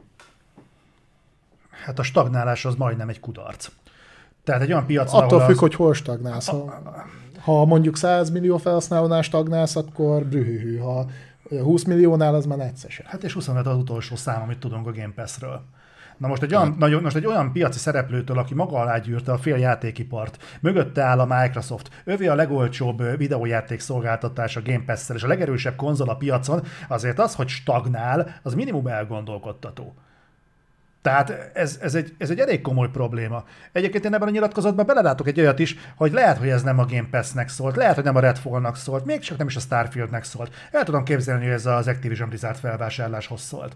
Hát a stagnálás az majdnem egy kudarc. Tehát egy olyan piacon, attól függ, az... hogy hol stagnálsz. Ha, ha mondjuk száz millió felhasználónál stagnálsz, akkor brühühű. Ha húsz milliónál, az már egyszerűen. Hát és huszonöt az utolsó szám, amit tudunk a Game Pass-ről. Na most egy, olyan, nagyon, most egy olyan piaci szereplőtől, aki maga alá gyűrte a fél játékipart, mögötte áll a Microsoft, övé a legolcsóbb videójáték szolgáltatás a Game Pass-szel, és a legerősebb konzol a piacon, azért az, hogy stagnál, az minimum elgondolkodtató. Tehát ez, ez, egy, ez egy elég komoly probléma. Egyébként én ebben a nyilatkozatban belelátok egy olyat is, hogy lehet, hogy ez nem a Game Pass-nek szólt, lehet, hogy nem a Redfall-nak szólt, még csak nem is a Starfield-nek szólt. El tudom képzelni, hogy ez az Activision Blizzard felvásárláshoz szólt.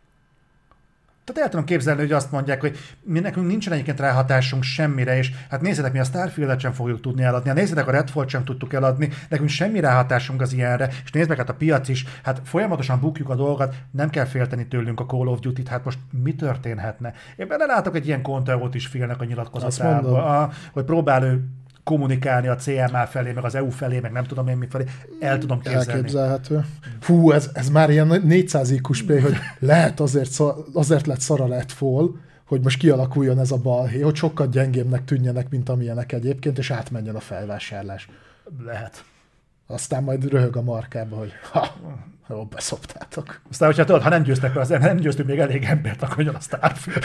Tehát el tudom képzelni, hogy azt mondják, hogy mi nekünk nincsen egyébként ráhatásunk semmire, és hát nézzétek, mi a Starfield-et sem fogjuk tudni eladni, hát nézzétek, a Redfall-t sem tudtuk eladni, nekünk semmi ráhatásunk az ilyenre, és nézd meg, hát a piac is, hát folyamatosan bukjuk a dolgokat, nem kell félteni tőlünk a Call of Duty-t, hát most mi történhetne? Én belelátok egy ilyen konteót is félnek a nyilatkozatába, hogy próbál ő kommunikálni a cé em á felé, meg az é u felé, meg nem tudom én mi felé, el tudom képzelni. Elképzelhető. Fú, ez, ez már ilyen négyszáz i kú-s play, hogy lehet azért, azért lett szara lett fall, hogy most kialakuljon ez a balhé, hogy sokkal gyengébbnek tűnjenek, mint amilyenek egyébként, és átmenjen a felvásárlás. Lehet. Aztán majd röhög a markába, hogy ha, jó, beszoptátok. Aztán, hogyha tudod, ha nem győztek be, azért nem győztünk még elég embert, akkor jön a Starfield.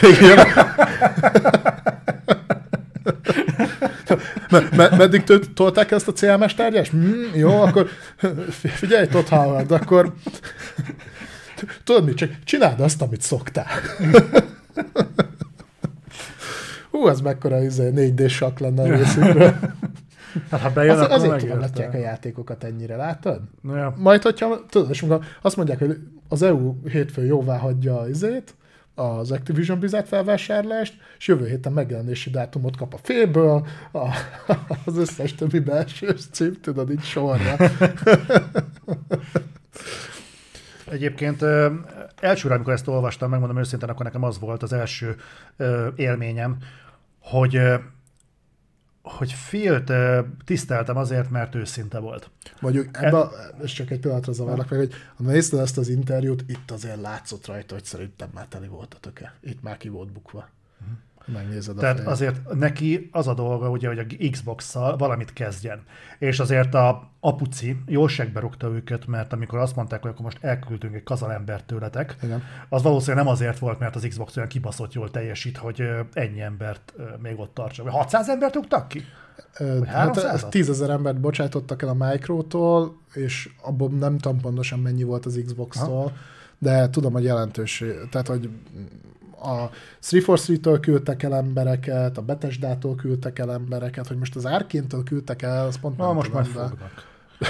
M- meddig t- tolták ezt a cé em es tárgyást? Mm, jó, akkor figyelj, Todd Howard, akkor tudod mit, csak csináld azt, amit szoktál. Hú, ez mekkora izé, négy dé sakk lenne a részünkről. Hát, ha bejön, az, akkor azért továbblatják a játékokat ennyire, látod? Ja. Majd, hogyha tudod, és azt mondják, hogy az é u hétfőn jóvá hagyja az izét, az Activision Blizzard felvásárlást, és jövő héten megjelenési dátumot kap a félből, a, az összes többi belső cím, tudod, így sorra. Egyébként elsőre, amikor ezt olvastam, megmondom őszintén, akkor nekem az volt az első élményem, hogy hogy Phil-t tiszteltem azért, mert őszinte volt. Mondjuk ebben, és csak egy pillanatra zavarlak meg, hogy ha nézted ezt az interjút, itt azért látszott rajta, hogy szerintem már teli volt a töke. Itt már ki volt bukva. Megnézed a Tehát fejét. azért neki az a dolga, ugye, hogy a Xbox-szal valamit kezdjen. És azért a apuci jól segbe rúgta őket, mert amikor azt mondták, hogy akkor most elküldünk egy kazalembert tőletek, igen, az valószínűleg nem azért volt, mert az Xbox olyan kibaszott jól teljesít, hogy ennyi embert még ott tartsa. hatszáz embert rúgtak ki? Hát tízezer embert bocsátottak el a Microtól, és abból nem tudom pontosan mennyi volt az Xbox-tól, ha, de tudom, hogy jelentős, tehát hogy a három forty-től küldtek el embereket, a Bethesda-tól küldtek el embereket, hogy most az Arkane-től küldtek el, az pont Na, nem most tudom, már fognak.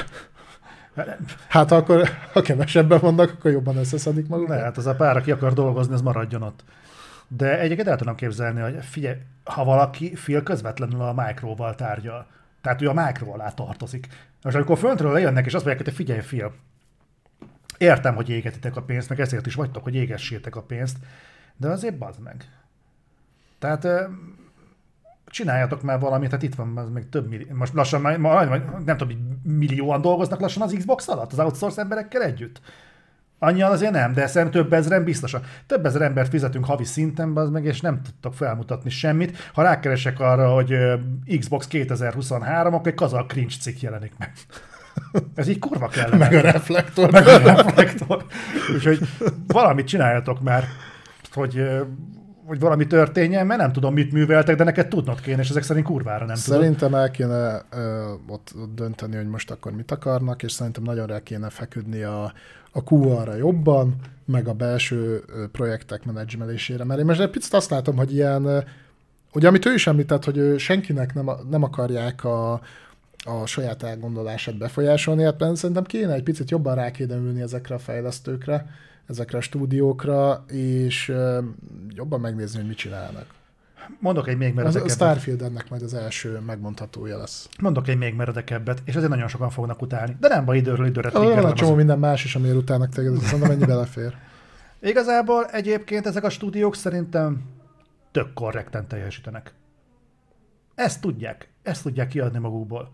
Hát akkor, ha kevesebben vannak, akkor jobban összeszedik magukat. Lehet, az a pár, aki akar dolgozni, az maradjon ott. De egyébként el tudom képzelni, hogy figyelj, ha valaki Phil közvetlenül a Microval tárgyal, tehát ő a Micro alá tartozik. Most amikor föntről lejönnek, és azt mondják, hogy te figyelj, Phil, értem, hogy égetitek a pénzt, meg ezért is vagytok, hogy égessétek a pénzt, de azért bazd meg. Tehát csináljatok már valamit, tehát itt van még több millió, most lassan már, nem tudom, nem millióan dolgoznak lassan az Xbox alatt, az outsource emberekkel együtt. Annyian azért nem, de szerintem több ezeren biztosan. Több ezer embert fizetünk havi szinten, az meg, és nem tudtak felmutatni semmit. Ha rákeresek arra, hogy Xbox kétezer-huszonhárom, akkor egy kazal cringe cikk jelenik meg. Ez így kurva kellene. Meg a reflektor. Meg a reflektor. Úgyhogy valamit csináljatok már, hogy, hogy valami történjen, mert nem tudom, mit műveltek, de neked tudnod kéne, és ezek szerint kurvára nem tudod. Szerintem el kéne ö, ott, ott dönteni, hogy most akkor mit akarnak, és szerintem nagyon el kéne feküdni a, a kú á-ra jobban, meg a belső projektek menedzselésére. Mert én most egy picit azt látom, hogy ilyen, ugye amit ő is említett, hogy senkinek nem, nem akarják a, a saját elgondolását befolyásolni, hát szerintem kéne egy picit jobban rá kéne ülni ezekre a fejlesztőkre, ezekre a stúdiókra, és jobban megnézni, hogy mit csinálnak. Mondok egy még meredekebbet. A Starfield ennek majd az első megmondhatója lesz. Mondok egy még meredekebbet, és azért nagyon sokan fognak utálni. De nem baj, időről időre triggerelem. Van a csomó minden más is, amiért utálnak téged, szerintem ennyi belefér. Igazából egyébként ezek a stúdiók szerintem tök korrekten teljesítenek. Ezt tudják. Ezt tudják kiadni magukból.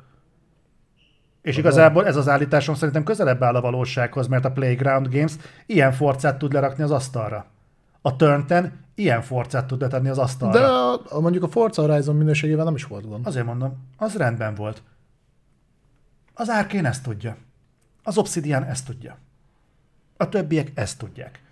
És igazából ez az állításom szerintem közelebb áll a valósághoz, mert a Playground Games ilyen forcát tud lerakni az asztalra. A Turn tíz ilyen forcát tud letenni az asztalra. De a, a, mondjuk a Forza Horizon minőségével nem is volt gond. Azért mondom, az rendben volt. Az Arkane ezt tudja. Az Obsidian ezt tudja. A többiek ezt tudják.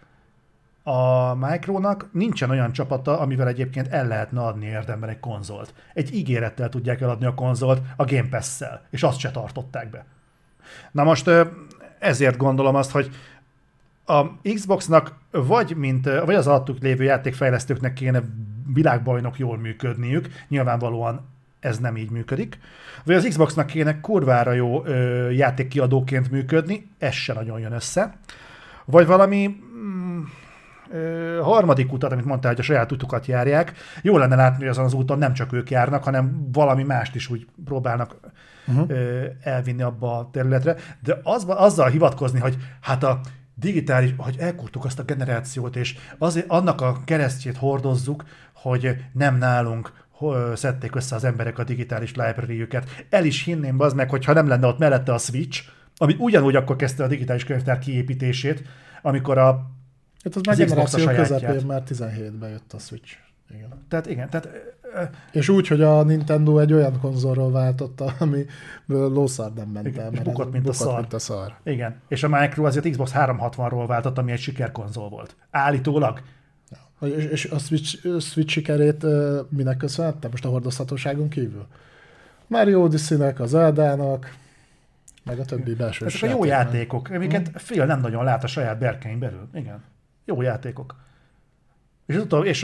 A Micronak nincsen olyan csapata, amivel egyébként el lehetne adni érdemben egy konzolt. Egy ígérettel tudják eladni a konzolt a Game Pass-szel, és azt se tartották be. Na most ezért gondolom azt, hogy a Xboxnak vagy, mint, vagy az alattuk lévő játékfejlesztőknek kéne világbajnok jól működniük, nyilvánvalóan ez nem így működik, vagy az Xboxnak kéne kurvára jó ö, játékkiadóként működni, ez se nagyon jön össze, vagy valami mm, ö, harmadik utat, amit mondtál, hogy a saját utukat járják, jó lenne látni, hogy azon az úton nem csak ők járnak, hanem valami mást is úgy próbálnak uh-huh. ö, elvinni abba a területre, de az, azzal hivatkozni, hogy hát a digitális, hogy elkurtuk azt a generációt, és azért annak a keresztjét hordozzuk, hogy nem nálunk szedték össze az emberek a digitális library-jüket. El is hinném, bazd meg, hogyha nem lenne ott mellette a Switch, ami ugyanúgy akkor kezdte a digitális könyvtár kiépítését, amikor a hát az, az Xbox a sajátját. Már tizenhétben jött a Switch. Igen. Tehát igen. Tehát, és úgy, hogy a Nintendo egy olyan konzolról váltotta, ami lószar nem ment igen, el. És bukott, mint, bukott a mint a szar. Igen. És a Micro azért Xbox háromszázhatvanról váltott, ami egy sikerkonzol volt. Állítólag. Ja. És, és a Switch, Switch sikerét uh, minek köszönhette? Most a hordozhatóságon kívül? Mario Odyssey-nek, az Zeldának, meg a többi belső ezek a jó játékok, amiket hmm. fél nem nagyon lát a saját berkein belül. Igen. Jó játékok. És, utol, és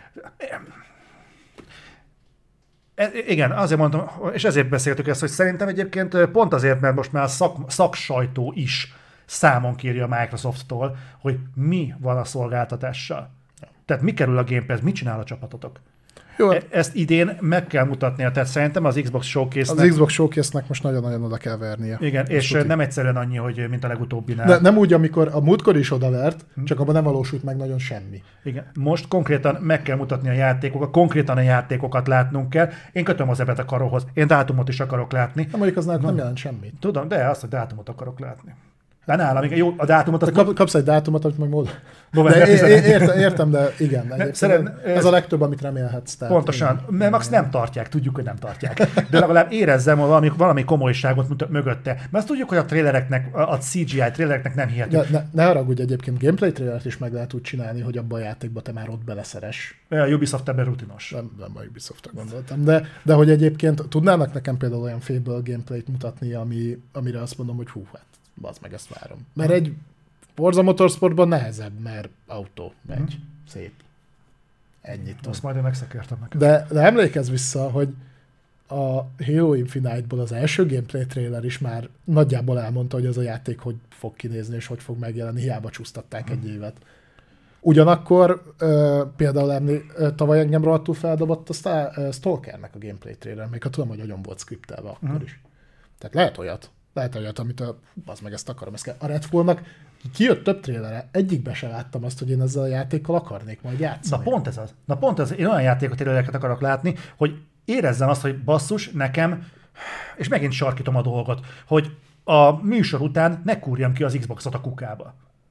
e, igen, azért mondtam, és ezért beszéltük ezt, hogy szerintem egyébként pont azért, mert most már a szak, szaksajtó is számon kérje a Microsofttól, hogy mi van a szolgáltatással. Tehát mi kerül a Game Pass, mit csinál a csapatotok? Jó. Ezt idén meg kell mutatnia, tehát szerintem az Xbox Showcase-nek... Az Xbox Showcase-nek most nagyon-nagyon oda kell vernie. Igen, most és tuti. Nem egyszerűen annyi, hogy mint a legutóbbinál. De nem úgy, amikor a múltkor is odavert, hmm. csak abban nem valósult meg nagyon semmi. Igen, most konkrétan meg kell mutatni a játékokat, konkrétan a játékokat látnunk kell. Én kötöm az ebet a karóhoz, én dátumot is akarok látni. Nem mondjuk az nem, nem jelent semmit. Tudom, de azt, hogy dátumot akarok látni. De nálam, igen, jó, a dátumot... Az kap, kapsz egy dátumot, amit meg mód. De értem, értem, de igen. Szeren, ez a legtöbb, amit remélhetsz. Tehát pontosan, én, mert max nem tartják, tudjuk, hogy nem tartják. De legalább érezzem valami, valami komolyságot mögötte. Mert azt tudjuk, hogy a trailereknek, a cé gé í trailereknek nem hihetünk. Ne, ne haragudj, egyébként gameplay trailert is meg lehet úgy csinálni, hogy abban a játékban te már ott beleszeres. A Ubisoft ebben rutinos. Nem, nem a Ubisoftra gondoltam. De, de hogy egyébként tudnának nekem például olyan Fable gameplayt mutatni, ami, amire azt mondom, hogy hú, hát bazd meg, ezt várom. Mert egy Forza Motorsportban nehezebb, mert autó megy. Hmm. Szép. Ennyit. Azt majd én megszekertem neked. De, de emlékezz vissza, hogy a Halo Infinite-ból az első gameplay trailer is már nagyjából elmondta, hogy az a játék hogy fog kinézni, és hogy fog megjelenni. Hiába csúsztatták hmm. egy évet. Ugyanakkor uh, például emlé, uh, tavaly engem rohadtul feldobott a Star, uh, Stalkernek a gameplay trailer, még ha tudom, hogy nagyon volt skriptelve akkor hmm. is. Tehát lehet olyat. Lehet olyat, amit a, az meg ezt akarom. Ezt kell. A Redfallnak kijött több trélere, egyikbe se láttam azt, hogy én ezzel a játékkal akarnék majd játszani. Na pont ez az. Na pont ez. Én olyan játékot, trailereket akarok látni, hogy érezzem azt, hogy basszus, nekem és megint sarkítom a dolgot, hogy a műsor után ne kúrjam ki az Xboxot a kukába.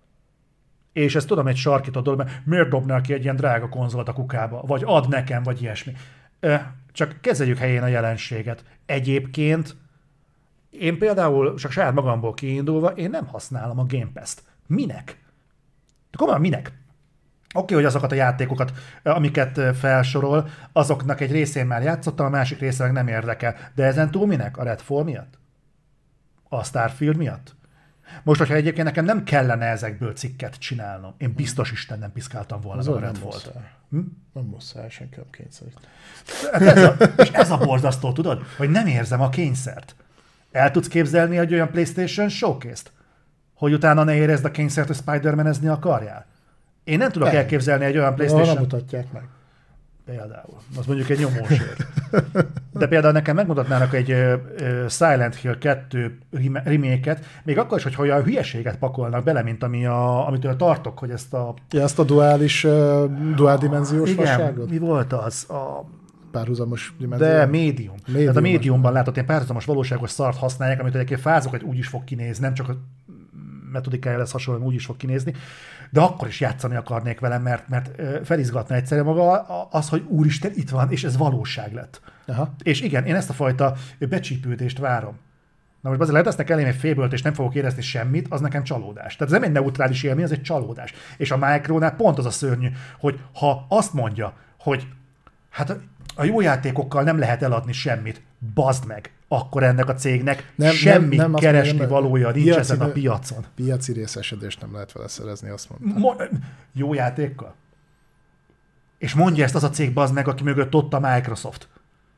És ezt tudom, egy sarkított dolog, mert miért dobnál ki egy ilyen drága konzolt a kukába? Vagy ad nekem, vagy ilyesmi. Csak kezeljük helyén a jelenséget. Egyébként én például, csak saját magamból kiindulva, én nem használom a Game Pass-t. Minek? De komolyan minek? Oké, okay, hogy azokat a játékokat, amiket felsorol, azoknak egy részén már játszottam, a másik része meg nem érdekel. De ezen túl minek? A Redfall miatt? A Starfield miatt? Most, hogyha egyébként nekem nem kellene ezekből cikket csinálnom, én biztos Isten nem piszkáltam volna Az a Redfallt. Hm? Nem muszáj, senki nem kényszerít. Ez a, és ez a borzasztó, tudod, hogy nem érzem a kényszert. El tudsz képzelni egy olyan PlayStation Showcase-t, hogy utána ne érezd a kényszert, hogy Spider-Man-ezni akarjál? Én nem tudok nem. elképzelni egy olyan PlayStation... Nem mutatják meg. Például. Az mondjuk egy nyomósért. De például nekem megmutatnának egy uh, uh, Silent Hill kettő remake-et, még akkor is, hogyha olyan hülyeséget pakolnak bele, mint ami a, amitől tartok, hogy ezt a... Ja, ezt a duális, uh, duáldimenziós igen, fasságot? Mi volt az? A... Párhuzamos dimenzió? De médium. médium. Tehát a médiumban látott ilyen párhuzamos valóságos szart használják, amit egyébként fázok, hogy úgy is fog kinézni, nem csak a metodikája lesz hasonlóan, úgy is fog kinézni, de akkor is játszani akarnék velem, mert, mert felizgatna egyszerűen maga az, hogy úristen, itt van, és ez valóság lett. Aha. És igen, én ezt a fajta becsípődést várom. Na most azért lehet aztnak elém egy félbölt, és nem fogok érezni semmit, az nekem csalódás. Tehát ez nem egy neutrális élmény, az egy csalódás. És a Micronál pont az a szörnyű, hogy ha azt mondja, hogy hát a jó játékokkal nem lehet eladni semmit, bazd meg, akkor ennek a cégnek nem, semmi nem, nem keresni nem, valója nincs piaci, ezen a piacon. Piaci részesedést nem lehet vele szerezni, azt mondtam. Mo- jó játékkal? És mondja ezt az a cég, bazd meg, aki mögött ott a Microsoft.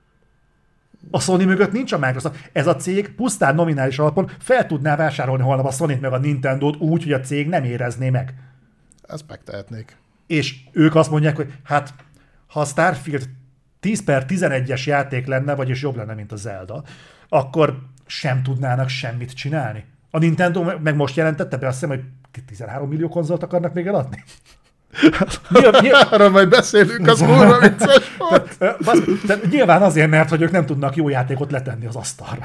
A Sony mögött nincs a Microsoft. Ez a cég pusztán nominális alapon fel tudná vásárolni holnap a Sony-t meg a Nintendót úgy, hogy a cég nem érezné meg. Ezt megtehetnék. És ők azt mondják, hogy hát ha a Starfield tíz per tizenegyes játék lenne, vagyis jobb lenne, mint a Zelda, akkor sem tudnának semmit csinálni. A Nintendo meg most jelentette be, azt hiszem, hogy tizenhárom millió konzolt akarnak még eladni. Nyilván, nyilván, arra majd beszélünk, az kurva vicces volt. De, de nyilván azért, mert hogy ők nem tudnak jó játékot letenni az asztalra.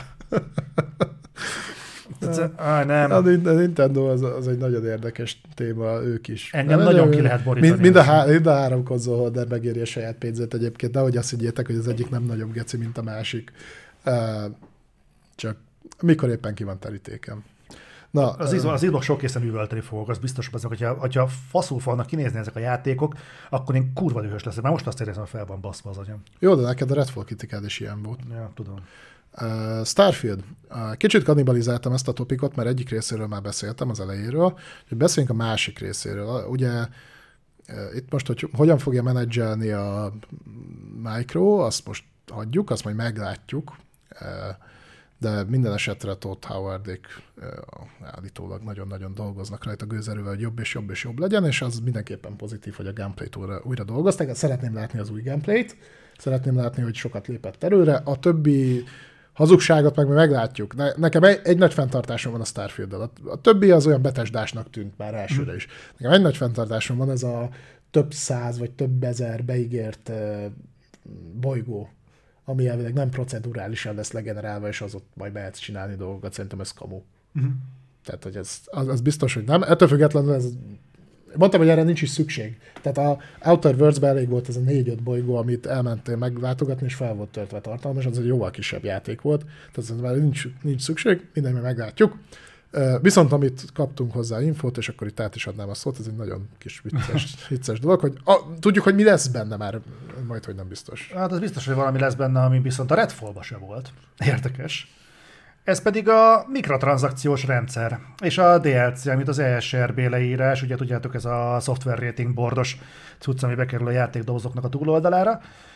Ah, nem. A Nintendo az, az egy nagyon érdekes téma, ők is. Engem nem, nagyon ki lehet borítani. Mind, mind, a, há, mind a három konzolholder megéri a saját pénzét egyébként, de ahogy azt higgyétek, hogy az egyik nem nagyobb geci, mint a másik. Uh, csak mikor éppen ki van terítékem. Na, az Xbox, az Xbox sok készen üvölteni fogok, az biztos, hogy hogyha, hogyha faszul fognak kinézni ezek a játékok, akkor én kurva dühös leszek. Már most azt érzem, hogy fel van baszva az agyam. Jó, de neked a Redfall kritikád is ilyen volt. Ja, tudom. Uh, Starfield. Uh, kicsit kannibalizáltam ezt a topikot, mert egyik részéről már beszéltem az elejéről, hogy beszéljünk a másik részéről. Uh, ugye uh, itt most, hogy hogyan fogja menedzselni a Micro, azt most hagyjuk, azt majd meglátjuk, uh, de minden esetre Todd Howardék uh, állítólag nagyon-nagyon dolgoznak rajta gőzerővel, hogy jobb és jobb és jobb legyen, és az mindenképpen pozitív, hogy a gameplayt újra, újra dolgozták. Szeretném látni az új gameplayt, szeretném látni, hogy sokat lépett előre. A többi hazugságot meg meglátjuk. Ne, nekem egy, egy nagy fenntartásom van a Starfield-del. A, a többi az olyan betesdásnak tűnt már elsőre is. Nekem egy nagy fenntartásom van, ez a több száz vagy több ezer beígért uh, bolygó, ami elvileg nem procedurálisan lesz legenerálva, és az ott majd mehetsz csinálni dolgokat. Szerintem ez kamu. Uh-huh. Tehát, hogy ez, az, az biztos, hogy nem. Ettől függetlenül ez... Mondtam, hogy erre nincs is szükség. Tehát a Outer Worlds-ben elég volt ez a négy-öt bolygó, amit elmentél meglátogatni, és fel volt töltve tartalmas, az egy jóval kisebb játék volt. Tehát ez nincs, nincs szükség, mindenben meglátjuk. Viszont amit kaptunk hozzá infót, és akkor itt át is adnám a szót, ez egy nagyon kis vicces, vicces dolog, hogy a, tudjuk, hogy mi lesz benne már, majd, hogy nem biztos. Hát az biztos, hogy valami lesz benne, ami viszont a Redfall-ba se volt. Érdekes. Ez pedig a mikrotranszakciós rendszer, és a dé el cé, amit az e es er bé leírás, ugye tudjátok, ez a software rating boardos cucc, ami bekerül a játékdobozoknak a túloldalára,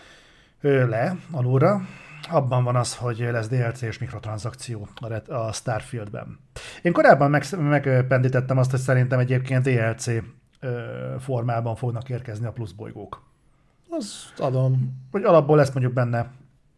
le, alulra. Abban van az, hogy lesz dé el cé és mikrotranszakció a Starfieldben. Én korábban meg, megpendítettem azt, hogy szerintem egyébként dé el cé formában fognak érkezni a pluszbolygók. Azt adom. Hogy alapból lesz mondjuk benne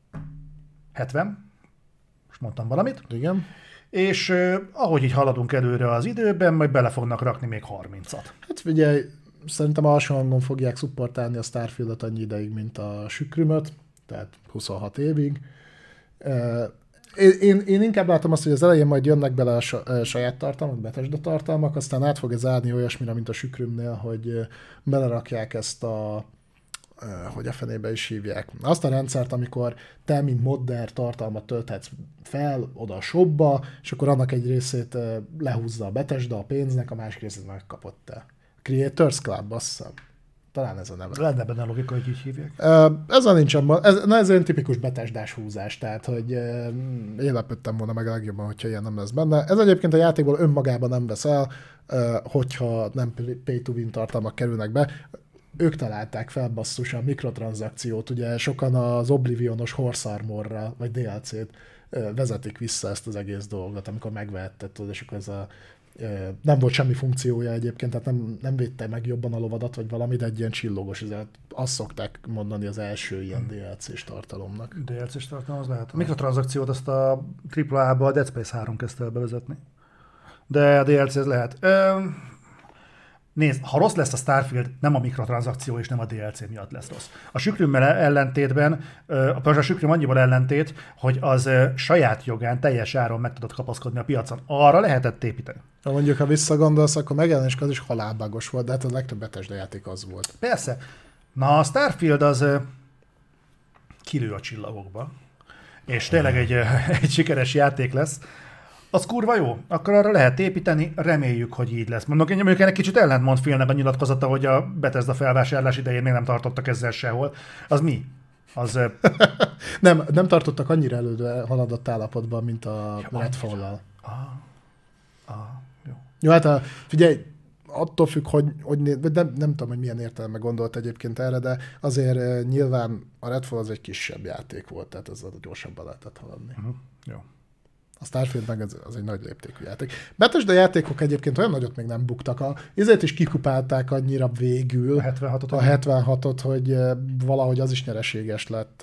hetven, most mondtam valamit. Igen. És uh, ahogy így haladunk előre az időben, majd bele fognak rakni még harmincat. Hát figyelj, szerintem alsó hangon fogják szupportálni a Starfield-ot annyi ideig, mint a sükrümöt, tehát huszonhat évig. Én, én, én inkább látom azt, hogy az elején majd jönnek bele a saját tartalmak, Bethesda tartalmak, aztán át fog ez állni olyasmire, mint a Sükrümnél, hogy belerakják ezt a, hogy a fenébe is hívják, azt a rendszert, amikor te, mint modder tartalmat tölthetsz fel oda a shopba, és akkor annak egy részét lehúzza a Bethesda a pénznek, a másik részét megkapott te. Creators Club, azt hiszem. Talán ez a neve. Lenne benne logika, hogy így hívják. Ezzel nincsen, ez, na ez olyan tipikus Bethesdás húzás, tehát hogy én lepődtem volna meg a legjobban, hogyha ilyen nem lesz benne. Ez egyébként a játékból önmagában nem vesz el, hogyha nem pay to win tartalmak kerülnek be. Ők találták fel basszus a mikrotranszakciót, ugye sokan az Oblivionos Horse Armorra, vagy dé el cét vezetik vissza ezt az egész dolgot, amikor megvehetted, tudod, és akkor ez a nem volt semmi funkciója egyébként, tehát nem, nem védte meg jobban a lovadat, vagy valami, de egy ilyen csillogos, ezért azt szokták mondani az első ilyen dé el cés tartalomnak. dé el cés tartalom, az lehet. A mikrotranszakciót azt a á á á-ba a Dead Space három kezdte el bevezetni. De a dé el cé ez lehet. Ö, nézd, ha rossz lesz a Starfield, nem a mikrotranszakció és nem a dé el cé miatt lesz rossz. A Sükrümmel ellentétben, a, a Sükrüm annyiból ellentét, hogy az saját jogán teljes áron meg tudod kapaszkodni a piacon. Arra lehetett építeni. Ha mondjuk, ha visszagondolsz, akkor megjelenéskor az is halálbagos volt, de hát a legtöbb Bethesda játék az volt. Persze. Na, a Starfield az kilő a csillagokba, és tényleg egy, egy sikeres játék lesz. Az kurva jó, akkor arra lehet építeni, reméljük, hogy így lesz. Mondok, én mondjuk ennek kicsit ellentmond Philnek a nyilatkozata, hogy a Bethesda felvásárlás idején még nem tartottak ezzel sehol. Az mi? Az... nem, nem tartottak annyira előre haladott állapotban, mint a ja, Redfall-lal. Ah, ah, jó. Jó, hát a, figyelj, attól függ, hogy, hogy nem, nem tudom, hogy milyen értelme gondolt egyébként erre, de azért nyilván a Redfall az egy kisebb játék volt, tehát ezzel gyorsabban lehetett haladni. Uh-huh. Jó. A Starfield meg az, az egy nagy léptékű játék. Bethesda játékok egyébként olyan nagyot még nem buktak. A, ezért is kikupálták annyira végül a hetvenhatot, a hetvenhatot, hogy valahogy az is nyereséges lett.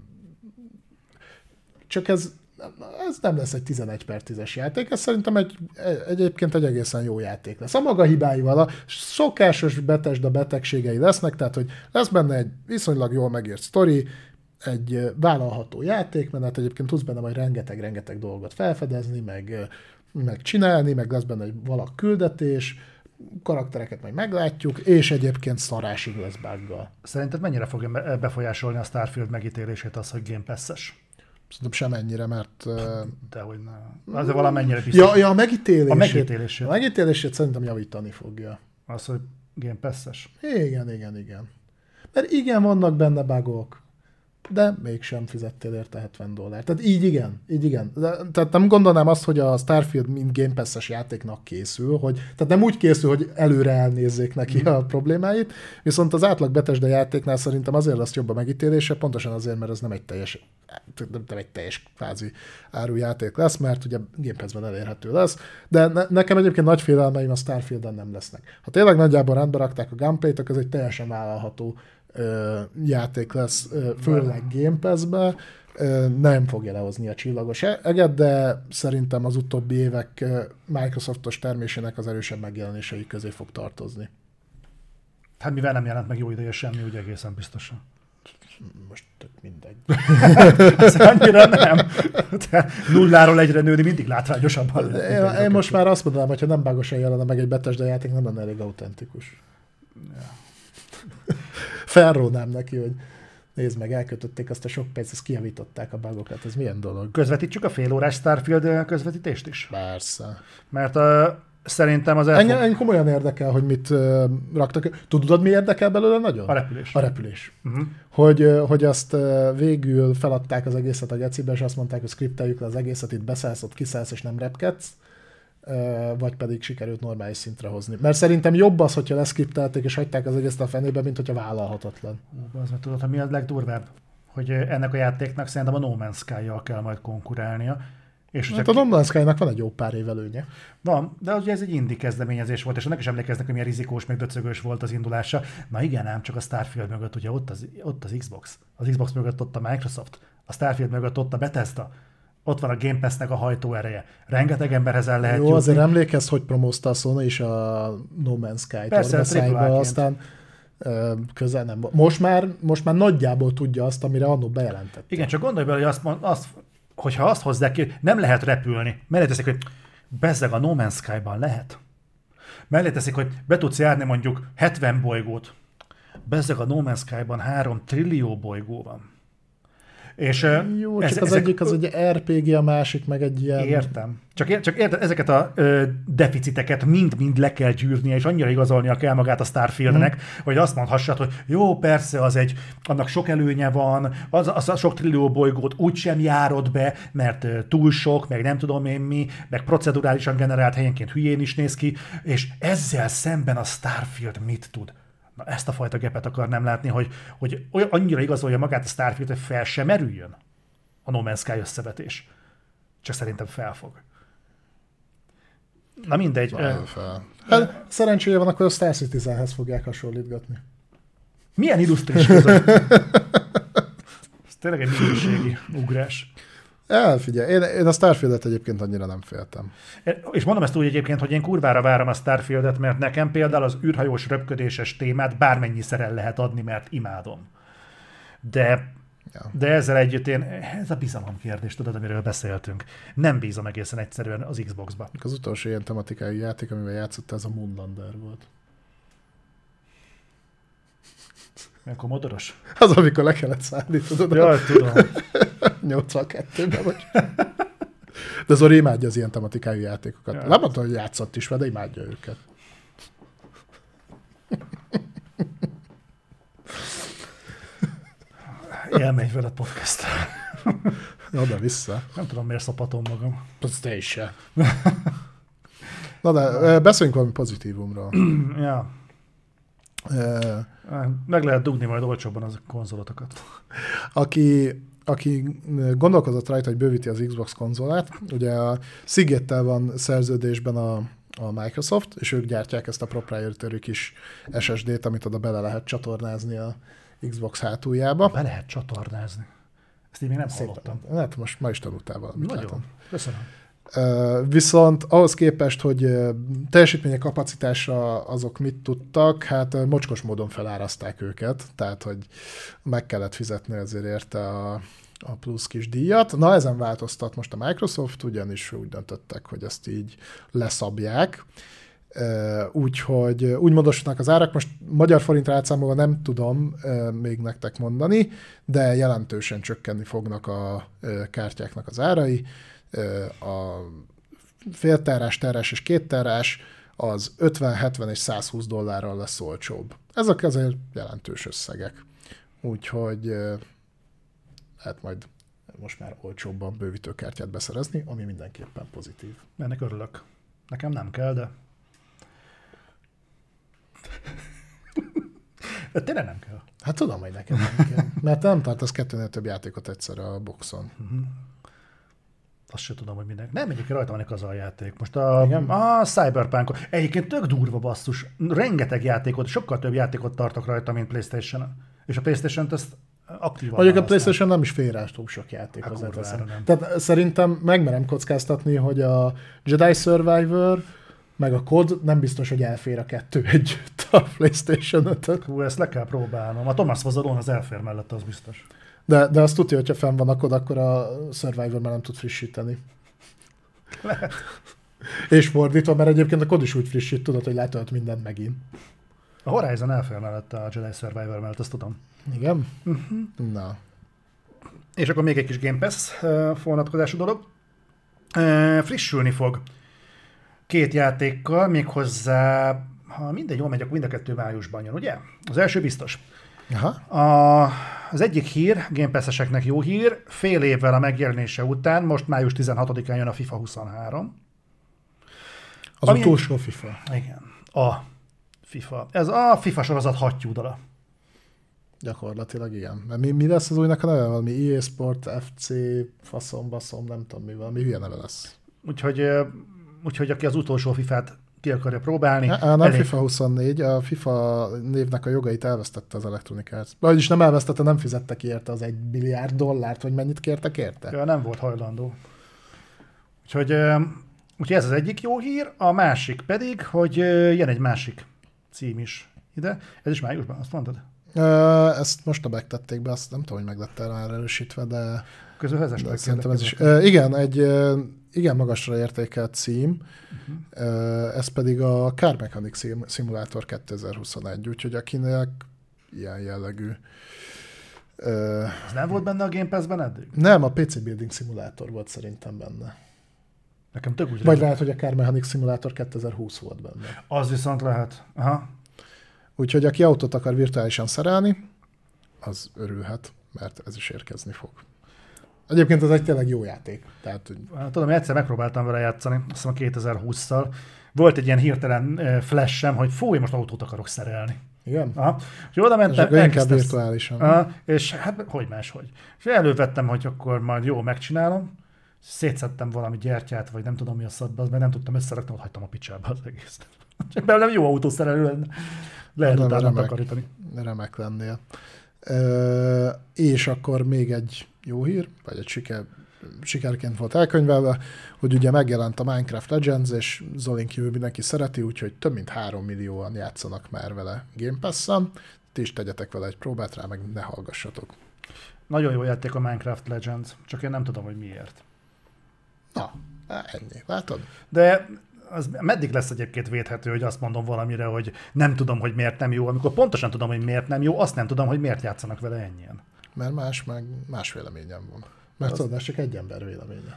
Csak ez, ez nem lesz egy tizenegy per tízes játék, ez szerintem egy, egyébként egy egészen jó játék lesz. A maga hibáival, a szokásos Bethesda betegségei lesznek, tehát hogy lesz benne egy viszonylag jól megírt sztori, egy vállalható játékmenet, egyébként tudsz benne majd rengeteg-rengeteg dolgot felfedezni, meg, meg csinálni, meg lesz benne egy valak küldetés, karaktereket majd meglátjuk, és egyébként szarásig lesz buggal. Szerinted mennyire fogja befolyásolni a Starfield megítélését az, hogy Game Pass-es? Szerintem semennyire, mert... Dehogy nem. Azért valamennyire biztos. Ja, ja, a megítélését. A megítélését. A megítélését szerintem javítani fogja. Az, hogy Game Pass-es? Igen, igen, igen. Mert igen, vannak benne bugok, de mégsem fizettél érte hetven dollárt. Tehát így igen, így igen. De, tehát nem gondolnám azt, hogy a Starfield mint Game Pass-es játéknak készül, hogy, tehát nem úgy készül, hogy előre elnézzék neki mm. a problémáit, viszont az átlag Bethesda játéknál szerintem azért lesz jobb a megítélése, pontosan azért, mert ez nem egy teljes, nem egy teljes kvázi árujáték lesz, mert ugye Game Pass-ben elérhető lesz, de ne, nekem egyébként nagy félelmeim a Starfielden nem lesznek. Ha tényleg nagyjából rendbe rakták a gunplay-t, akkor ez egy teljesen vállalható játék lesz, főleg Game Pass-be, nem fogja lehozni a csillagos eget, de szerintem az utóbbi évek Microsoftos termésének az erősebb megjelenései közé fog tartozni. Hát mivel nem jelent meg jó ideje semmi, úgy egészen biztosan. Most tök mindegy. Ez annyira nem. De nulláról egyre nőni mindig látványosabban. Én, én most már azt mondanám, hogyha nem bágosan jelenne meg egy Bethesda játék, nem lenne elég autentikus. Ja. Felrónám neki, hogy nézd meg, elkötötték azt a sok pénzt, ezt kijavították a bugokat, ez milyen dolog? Közvetítsük a fél órás Starfield közvetítést is? Persze. Mert uh, szerintem az elfog... Engem komolyan érdekel, hogy mit uh, raktak. Tudod, mi érdekel belőle nagyon? A repülés. A repülés. Uh-huh. Hogy, uh, hogy azt uh, végül feladták az egészet a gecibe, és azt mondták, hogy skripteljük le az egészet, itt beszállsz, ott kiszállsz, és nem repkedsz, vagy pedig sikerült normális szintre hozni. Mert szerintem jobb az, hogyha leszkriptelték és hagyták az egészet a fenébe, mint hogyha vállalhatatlan. Az, mert tudod, hogy mi a legdurvább? Hogy ennek a játéknak szerintem a No Man's Sky-jal kell majd konkurálnia. És hát a No Man's Sky-nak van egy jó pár év előnye. Van, de ugye ez egy indie kezdeményezés volt, és ennek is emlékeznek, hogy milyen rizikós, meg döcögös volt az indulása. Na igen, ám csak a Starfield mögött, ugye ott az, ott az Xbox. Az Xbox mögött ott a Microsoft. A Starfield mögött ott a Bethesda. Ott van a Game Pass-nek a hajtóereje. Rengeteg emberhez el lehet Jó, jutni. Azért emlékezz, hogy promózta a Sony is a No Man's Sky-t. Persze, aztán közel nem. Most már, most már nagyjából tudja azt, amire annó bejelentett. Igen, csak gondolj bele, hogy azt, mond, azt hogyha azt hozzák ki, nem lehet repülni, mellé teszik, hogy bezzeg a No Man's Sky-ban lehet. Mellé teszik, hogy be tudsz járni mondjuk hetven bolygót. Bezzeg a No Man's Sky-ban három trillió bolygó van. És, Jó, ez, csak az ezek, egyik az egy er pé gé, a másik meg egy ilyen... Értem. Csak, csak érted, ezeket a ö, deficiteket mind-mind le kell gyűrnie, és annyira igazolnia kell magát a Starfieldnek, hmm. hogy azt mondhassad, hogy jó, persze, az egy, annak sok előnye van, az, az a sok trillió bolygót úgysem járod be, mert ö, túl sok, meg nem tudom én mi, meg procedurálisan generált helyenként hülyén is néz ki, és ezzel szemben a Starfield mit tud? Na, ezt a fajta gepet akarnám látni, hogy, hogy olyan, annyira igazolja magát a Starfield, hogy fel sem merüljön a No Man's Sky összevetés. Csak szerintem felfog. Na mindegy. Fel, fel. Hát, szerencséje van, akkor a Star Citizenhez fogják hasonlítgatni. Milyen illusztris között? Ez tényleg egy minőségi ugrás. Elfigyelj, én, én a Starfieldet egyébként annyira nem féltem. És mondom ezt úgy egyébként, hogy én kurvára várom a Starfieldet, mert nekem például az űrhajós röpködéses témát bármennyiszer el lehet adni, mert imádom. De, ja. de ezzel együtt én, ez a bizalom kérdés, tudod, amiről beszéltünk. Nem bízom egészen egyszerűen az Xbox-ba. Az utolsó ilyen tematikai játék, amivel játszott, ez a Moonlander volt. Akkor modoros? Az, amikor le kellett szállni, tudod? Jaj, tudom. nyolcvankettőben vagy. De Zori imádja az ilyen tematikájú játékokat. Ja. Nem mondtam, hogy játszott is vele, de imádja őket. Elmegy vele podcast. Oda-vissza. Nem tudom, miért szopatom magam. Az te is se. Na de beszéljünk valami pozitívumról. Ja. Uh, Meg lehet dugni majd olcsóbban az konzolotokat. Aki, aki gondolkozott rajta, hogy bővíti az Xbox konzolát, ugye a Seagate-tel van szerződésben a, a Microsoft, és ők gyártják ezt a proprietary kis es es dét, amit oda bele lehet csatornázni a Xbox hátuljába. Be lehet csatornázni. Ezt én még nem Szépen. hallottam. Hát most ma is tanultál valamit. Nagyon. Látom. Köszönöm. Uh, viszont ahhoz képest, hogy uh, teljesítménye kapacitásra azok mit tudtak, hát uh, mocskos módon feláraszták őket, tehát hogy meg kellett fizetni azért érte a, a plusz kis díjat. Na ezen változtat most a Microsoft, ugyanis úgy döntöttek, hogy ezt így leszabják. Uh, úgyhogy úgy módosulnak az árak, most magyar forintra átszámolva nem tudom uh, még nektek mondani, de jelentősen csökkenni fognak a uh, kártyáknak az árai. A fél terás, terás és két terás az ötven, hetven és százhúsz dollárral lesz olcsóbb. Ezek azért jelentős összegek. Úgyhogy lehet majd most már olcsóbban bővítőkártyát beszerezni, ami mindenképpen pozitív. Ennek örülök. Nekem nem kell, de... de tényleg nem kell. Hát tudom, hogy nekem nem kell. Mert nem tartasz kettőnél több játékot egyszerre a boxon. Uh-huh. Azt sem tudom, hogy mindenki. Nem, egyébként rajta van az a játék. Most a, a Cyberpunk. Egyébként tök durva basszus. Rengeteg játékot, sokkal több játékot tartok rajta, mint PlayStation-on. És a PlayStation-t ezt aktívan mondjuk a PlayStation nem is fér rá túl sok játék. Hát, tehát szerintem megmerem kockáztatni, hogy a Jedi Survivor meg a kod nem biztos, hogy elfér a kettő együtt a PlayStation ötöt. Hú, ezt le kell próbálnom. A Thomas Vazalon az elfér mellett, az biztos. De, de azt tudja, hogyha fenn van a kod, akkor a Survivor már nem tud frissíteni. Lehet. És fordítva, mert egyébként a kod is úgy frissít, tudod, hogy letölt mindent megint. A Horizon elfér mellett a Jedi Survivor mellett, azt tudom. Igen? Uh-huh. Na. És akkor még egy kis Game Pass uh, vonatkozású dolog. Uh, frissülni fog két játékkal, méghozzá, ha mindegy jól megy, akkor mind a kettő májusban jön, ugye? Az első biztos. Aha. A, az egyik hír, Game Pass-eseknek jó hír, fél évvel a megjelenése után, most május tizenhatodikán jön a FIFA huszonhárom. Az Ami utolsó egy... FIFA. Igen, a FIFA. Ez a FIFA sorozat hattyúdala. Gyakorlatilag igen. Mert mi, mi lesz az újnak a neve? Valami e á Sport, ef cé, faszom, baszom, nem tudom mi, valami hülye neve lesz. Úgyhogy, úgyhogy aki az utolsó fifát ki akarja próbálni. Há, nem elég... FIFA huszonnégy, a FIFA névnek a jogait elvesztette az Electronic Arts. Vagyis nem elvesztette, nem fizette ki érte az egy milliárd dollárt, vagy mennyit kértek érte? Ja, nem volt hajlandó. Úgyhogy, úgyhogy ez az egyik jó hír, a másik pedig, hogy jön egy másik cím is ide. Ez is májusban, azt mondtad? Uh, ezt most a megtették be, azt nem tudom, hogy meg lett el már erősítve, de... Közülhözes de szerintem ez is. Uh, igen, egy uh, igen magasra értékelt cím, uh-huh. uh, ez pedig a Car Mechanic Simulator kétezer-huszonegy, úgyhogy akinek ilyen jellegű... Uh, ez nem volt benne a Game Pass-ben eddig? Nem, a pé cé Building Simulator volt szerintem benne. Nekem tök úgy Vagy lehet, hogy a Car Mechanic Simulator kétezer-húsz volt benne. Az viszont lehet. Aha. Úgyhogy aki autót akar virtuálisan szerelni, az örülhet, mert ez is érkezni fog. Egyébként ez egy tényleg jó játék. Tehát, hogy... Tudom, egyszer megpróbáltam vele játszani, azt hiszem a kétezer-hússzal. Volt egy ilyen hirtelen flash-em, hogy fú, én most autót akarok szerelni. Igen? Aha. És oda mentem, és inkább virtuálisan. Aha, és hát hogy máshogy. És elővettem, hogy akkor majd jó, megcsinálom. Szétszedtem valami gyertyát, vagy nem tudom mi a szadba, mert nem tudtam összerakni, ott hagytam a picsába az egész. Csak belőlem jó autószerelő lenne. Lehet nem, utána remek, takarítani. Remek lennél. Ö, és akkor még egy jó hír, vagy egy siker, sikerként volt elkönyvelve, hogy ugye megjelent a Minecraft Legends, és Zolin kívül mindenki szereti, úgyhogy több mint három millióan játszanak már vele Game Pass-en. Ti is tegyetek vele egy próbát rá, meg ne hallgassatok. Nagyon jó játék a Minecraft Legends, csak én nem tudom, hogy miért. Na, ennyi, látod? De az meddig lesz egyébként védhető, hogy azt mondom valamire, hogy nem tudom, hogy miért nem jó, amikor pontosan tudom, hogy miért nem jó, azt nem tudom, hogy miért játszanak vele ennyien. Mert más, meg más véleményem van. Mert az... tudod, ez csak egy ember véleménye.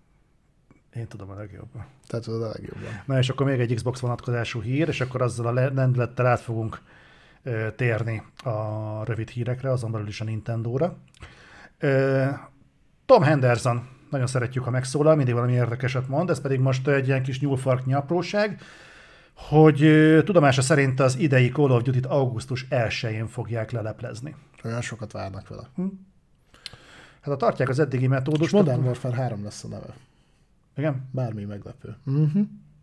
Én tudom a legjobban. Te tudod a legjobban. Na és akkor még egy Xbox vonatkozású hír, és akkor azzal a lendülettel át fogunk ö, térni a rövid hírekre, azon belül is a Nintendóra. Ö, Tom Henderson, nagyon szeretjük, ha megszólal, mindig valami érdekeset mond, ez pedig most egy ilyen kis nyúlfarknyi apróság, hogy ö, tudomása szerint az idei Call of Duty-t augusztus elsején fogják leleplezni. Olyan sokat várnak vele. Hm? Hát ha tartják az eddigi metódust... Modern Warfare három lesz a neve. Igen? Bármi meglepő. Uh-huh.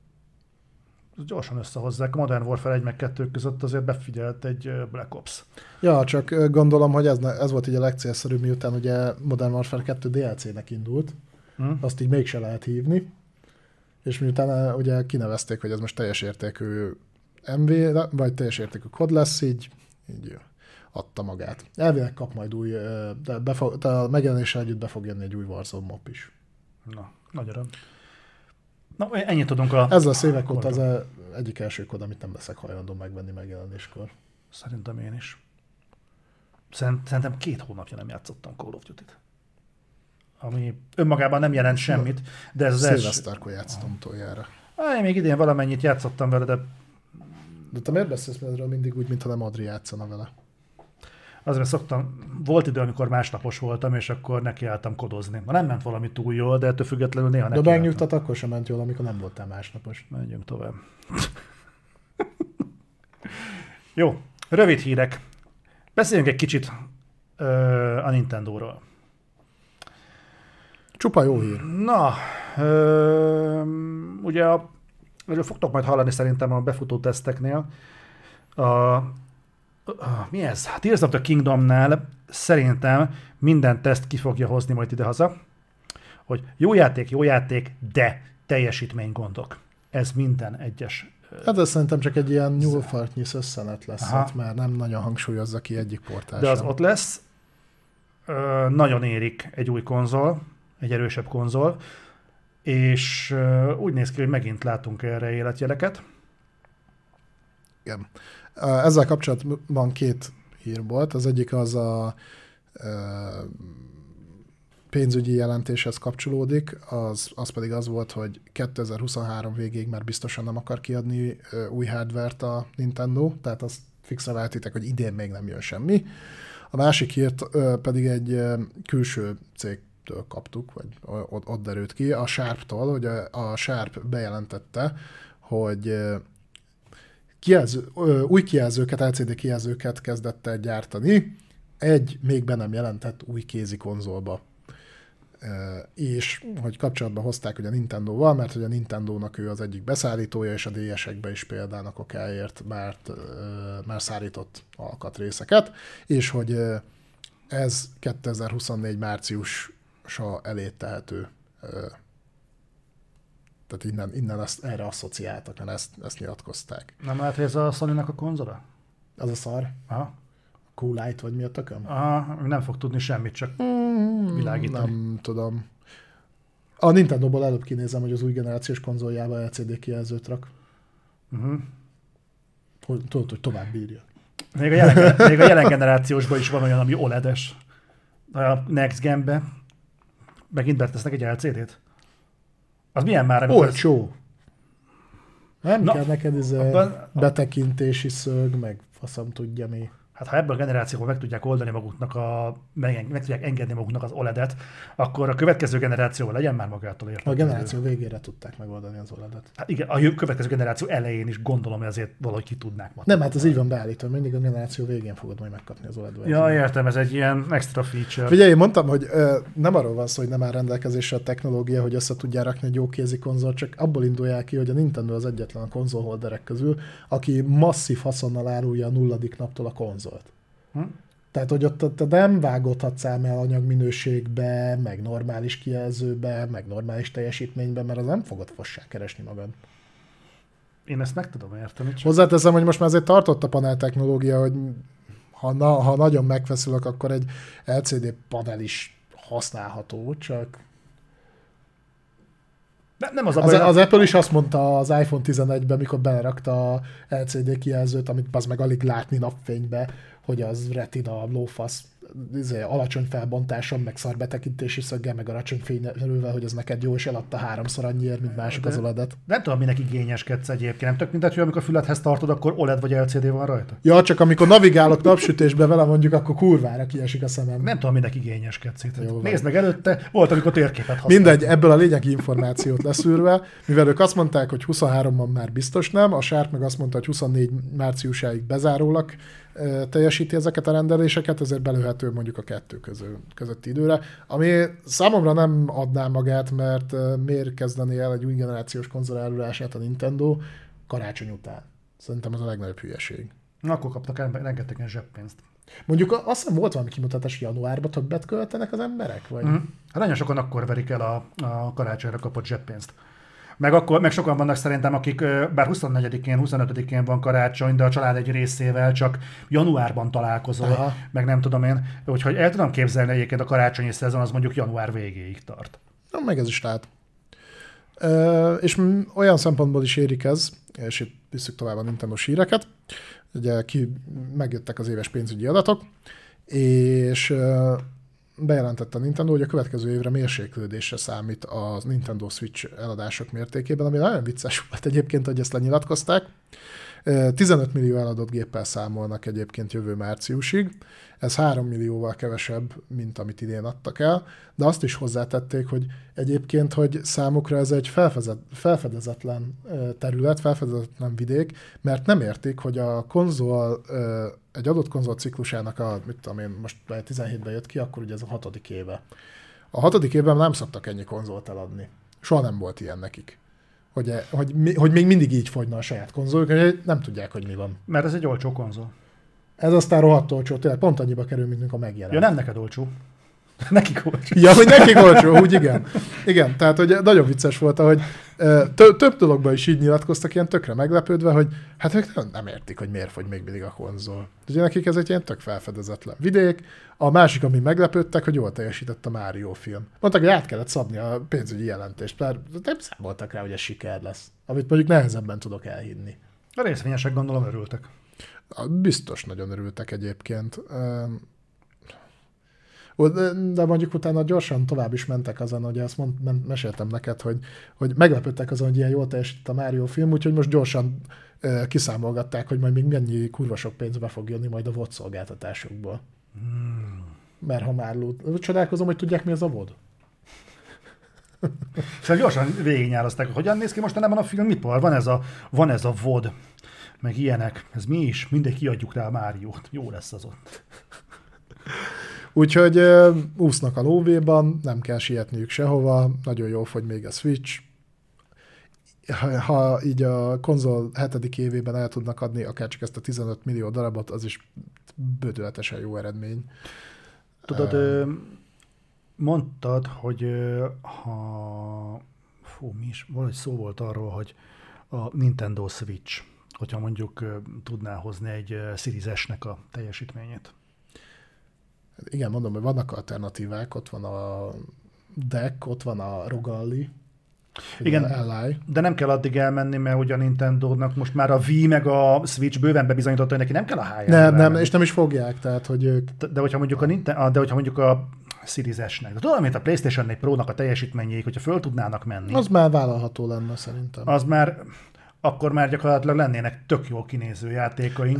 Gyorsan összehozzák. A Modern Warfare egy meg kettő között azért befigyelt egy Black Ops. Ja, csak gondolom, hogy ez, ez volt így a legcélszerűbb, miután ugye Modern Warfare kettő dé el cé-nek indult. Hmm. Azt így mégse lehet hívni. És miután ugye kinevezték, hogy ez most teljes értékű em vé, vagy teljes értékű kod lesz, így, így adta magát. Elvileg kap majd új, de, befog, de a megjelenéssel együtt be fog jönni egy új Warzone map is. Na, nagy öröm. Na, ennyit tudunk a... Ez lesz évek óta az egyik első kod, amit nem leszek hajlandó megvenni megjelenéskor. Szerintem én is. Szerintem két hónapja nem játszottam Call of Duty-t. Ami önmagában nem jelent semmit, de ez az első... Szilveszterkor játszottam utoljára. Én még idén valamennyit játszottam vele, de... De te miért beszélsz erről mindig úgy, mintha nem Adri játszana vele? Azért szoktam, volt idő, amikor másnapos voltam, és akkor nekiálltam kodozni. Ma nem ment valami túl jól, de ettől függetlenül néha nekiálltam. De megnyugtat, akkor sem ment jól, amikor nem voltál másnapos. Menjünk tovább. Jó, rövid hírek. Beszéljünk egy kicsit ö, a Nintendóról. Csupa jó hír. Na, ö, ugye a, fogtok majd hallani szerintem a befutó teszteknél. A Uh, mi ez? Tears of the Kingdomnál szerintem minden teszt ki fogja hozni majd idehaza, hogy jó játék, jó játék, de teljesítménygondok. Ez minden egyes... Hát ez szerintem csak egy ilyen nyúlfartnyi szösszenet lesz, ott, mert nem nagyon hangsúlyozza ki egyik portál De az sem. ott lesz. Ö, nagyon érik egy új konzol, egy erősebb konzol, és ö, úgy néz ki, hogy megint látunk erre életjeleket. Igen. Ezzel kapcsolatban két hír volt. Az egyik az a pénzügyi jelentéshez kapcsolódik, az, az pedig az volt, hogy kétezer-huszonhárom végéig már biztosan nem akar kiadni új hardvert a Nintendo, tehát azt fixre váltitek, hogy idén még nem jön semmi. A másik hírt pedig egy külső cégtől kaptuk, vagy ott, ott derült ki, a Sharp-tól, hogy a, a Sharp bejelentette, hogy Kijelző, új kijelzőket, el cé dé kijelzőket kezdett el gyártani egy még be nem jelentett új kézi konzolba. És hogy kapcsolatba hozták ugye a Nintendóval, mert hogy a Nintendónak ő az egyik beszállítója, és a dé esekbe is például okáért már, már szállított alkatrészeket, és hogy ez kétezer-huszonnégy márciusa elé tehető. Tehát innen, innen ezt, erre asszociáltak, mert ezt, ezt nyilatkozták. Nem lehet, hogy ez a Sony-nak a konzola? Az a szar? Aha. Coolite, vagy mi a tököm? Ah, nem fog tudni semmit, csak mm, világítani. Nem tudom. A Nintendo-ból előbb kinézem, hogy az új generációs konzoljába el cé dé kijelzőt rak. Uh-huh. Hogy, tudod, hogy tovább bírja. Még a jelen, még a jelen generációsban is van olyan, ami o ledes. A Next Gen-be megint betesznek egy el cé dét. Az milyen már? Olcsó. Nem Na, kell neked ez abban, betekintési szög, meg faszom tudja mi. Hát ha ebből a generációban meg tudják oldani maguknak, a, meg, meg tudják engedni maguknak az o ledet, akkor a következő generációval legyen már magától értetődő. A generáció végére tudták megoldani az o ledet. Hát igen, a következő generáció elején is gondolom, hogy azért valahogy ki tudnák maguk. Nem, hát ez így van beállítva, mindig a generáció végén fogod majd megkapni az o led Ja, értem, ez egy ilyen extra feature. Figyelj, én mondtam, hogy ö, nem arról van szó, hogy nem áll rendelkezésre a technológia, hogy össze tudja rakni egy jó kézi konzol, csak abból indulják ki, hogy a Nintendo az egyetlen a konzolholderek közül, aki masszív haszonnal árulja a nulladik naptól a konzolt. Hm? Tehát, hogy ott, ott nem vágódhatsz el anyagminőségbe, meg normális kijelzőbe, meg normális teljesítménybe, mert az nem fogod fossá keresni magad. Én ezt meg tudom érteni. Csak... Hozzáteszem, hogy most már azért tartott a panel technológia, hogy ha, na, ha nagyon megfeszülök, akkor egy el cé dé panel is használható, csak... De nem az, a az, baj, az Apple is azt mondta az iPhone tizenegyben, mikor belerakta a el cé dé kijelzőt, amit az meg alig látni napfénybe, hogy az retina, lófasz, alacsony felbontáson, meg szar betekintési szöggel, meg alacsony fényerővel, hogy az neked jó, és eladta háromszor annyiért, mint mások az o ledet. Nem tudom, minek igényeskedsz egyébként. Nem tök mindegy, hogy amikor a füledhez tartod, akkor o led vagy el cé dé van rajta? Ja, csak amikor navigálok napsütésbe vele, mondjuk, akkor kurvára kiesik a szemem. Nem tudom, minek igényeskedsz. Nézd meg előtte, volt, amikor térképet használtam. Mindegy, ebből a lényegi információt leszűrve, mivel ők azt mondták, hogy huszonháromban már biztos nem, a Sharp meg azt mondta, hogy huszonnégy márciusáig bezárólag teljesíti ezeket a rendeléseket, ezért belőhető mondjuk a kettő közül, közötti időre, ami számomra nem adná magát, mert miért kezdeni el egy új generációs konzol elárulását a Nintendo karácsony után. Szerintem ez a legnagyobb hülyeség. Na, akkor kaptak el rengetegen zseppénzt. Mondjuk azt hiszem volt valami kimutatás, hogy januárban többet költenek az emberek? Vagy? Mm. Hát nagyon sokan akkor verik el a, a karácsonyra kapott zseppénzt. Meg, akkor, meg sokan vannak szerintem, akik bár huszonnegyedikén, huszonötödikén van karácsony, de a család egy részével csak januárban találkozol, aha, meg nem tudom én. Úgyhogy el tudom képzelni egyébként a karácsonyi szezon, az mondjuk január végéig tart. Na, meg ez is lehet. E, és olyan szempontból is érik ez, és itt visszük tovább a Nintendo-s híreket. Ugye ki megjöttek az éves pénzügyi adatok, és bejelentette a Nintendo, hogy a következő évre mérséklődésre számít a Nintendo Switch eladások mértékében, ami nagyon vicces volt egyébként, hogy ezt lenyilatkozták. tizenöt millió eladott géppel számolnak egyébként jövő márciusig. Ez három millióval kevesebb, mint amit idén adtak el, de azt is hozzátették, hogy egyébként, hogy számukra ez egy felfedezetlen terület, felfedezetlen vidék, mert nem értik, hogy a konzol, egy adott konzol ciklusának a, mit tudom én, most tizenhétben jött ki, akkor ugye ez a hatodik éve. A hatodik évben nem szoktak ennyi konzolt eladni. Soha nem volt ilyen nekik. Hogy, hogy, hogy még mindig így fogyna a saját konzoljuk, hogy nem tudják, hogy mi van. Mert ez egy olcsó konzol. Ez aztán rohadt olcsó, tényleg pont annyiba kerül, mint a megjelent. Ja, nem neked olcsó. Nekik olcsó. Ja, hogy nekik olcsó, úgy igen. Igen, tehát hogy nagyon vicces volt, hogy tö- több dologban is így nyilatkoztak, ilyen tökre meglepődve, hogy hát ők nem értik, hogy miért fogy még mindig a konzol. Ugye nekik ez egy ilyen tök felfedezetlen vidék. A másik, ami meglepődtek, hogy jól teljesített a Mario film. Mondták, hogy át kellett szabni a pénzügyi jelentést, mert nem számoltak rá, hogy ez siker lesz. Amit mondjuk nehezebben tudok elhinni. A részvényesek gondolom örültek. Biztos nagyon örültek egyébként. De mondjuk utána gyorsan tovább is mentek azon, hogy azt mond, meséltem neked, hogy, hogy meglepődtek azon, hogy ilyen jól teljesített a Mario film, úgyhogy most gyorsan uh, kiszámolgatták, hogy majd még mennyi kurva sok pénz be fog jönni majd a vé o dé szolgáltatásokból. Hmm. Mert ha már lút... Csodálkozom, hogy tudják, mi az a vé o dé. Szóval gyorsan végignyározták, hogy hogyan néz ki mostanában a filmipar. Van ez a, van ez a vé o dé, meg ilyenek. Ez mi is? Mindegy, kiadjuk rá a Máriót. Jó lesz az ott. Úgyhogy uh, úsznak a lóvéban, nem kell sietniük sehova, nagyon jó fogy még a Switch. Ha, ha így a konzol hetedik évében el tudnak adni akár csak ezt a tizenöt millió darabot, az is bődületesen jó eredmény. Tudod, uh, mondtad, hogy ha... Fú, mi is? Valahogy szó volt arról, hogy a Nintendo Switch, hogyha mondjuk tudná hozni egy Series S-nek a teljesítményét. Igen, mondom, hogy vannak alternatívák, ott van a Deck, ott van a Rogalli, igen, Ally. De nem kell addig elmenni, mert ugye a Nintendo-nak most már a Wii meg a Switch bőven bebizonyította, hogy neki nem kell a high Nem, nem, és nem is fogják, tehát, hogy ők... De hogyha mondjuk a, Nintendo, de hogyha mondjuk a Series S-nek, de tudom, mint a PlayStation négy Pro-nak a teljesítményéig, hogyha föl tudnának menni. Az már vállalható lenne szerintem. Az már, akkor már gyakorlatilag lennének tök jól kinéző játékaink.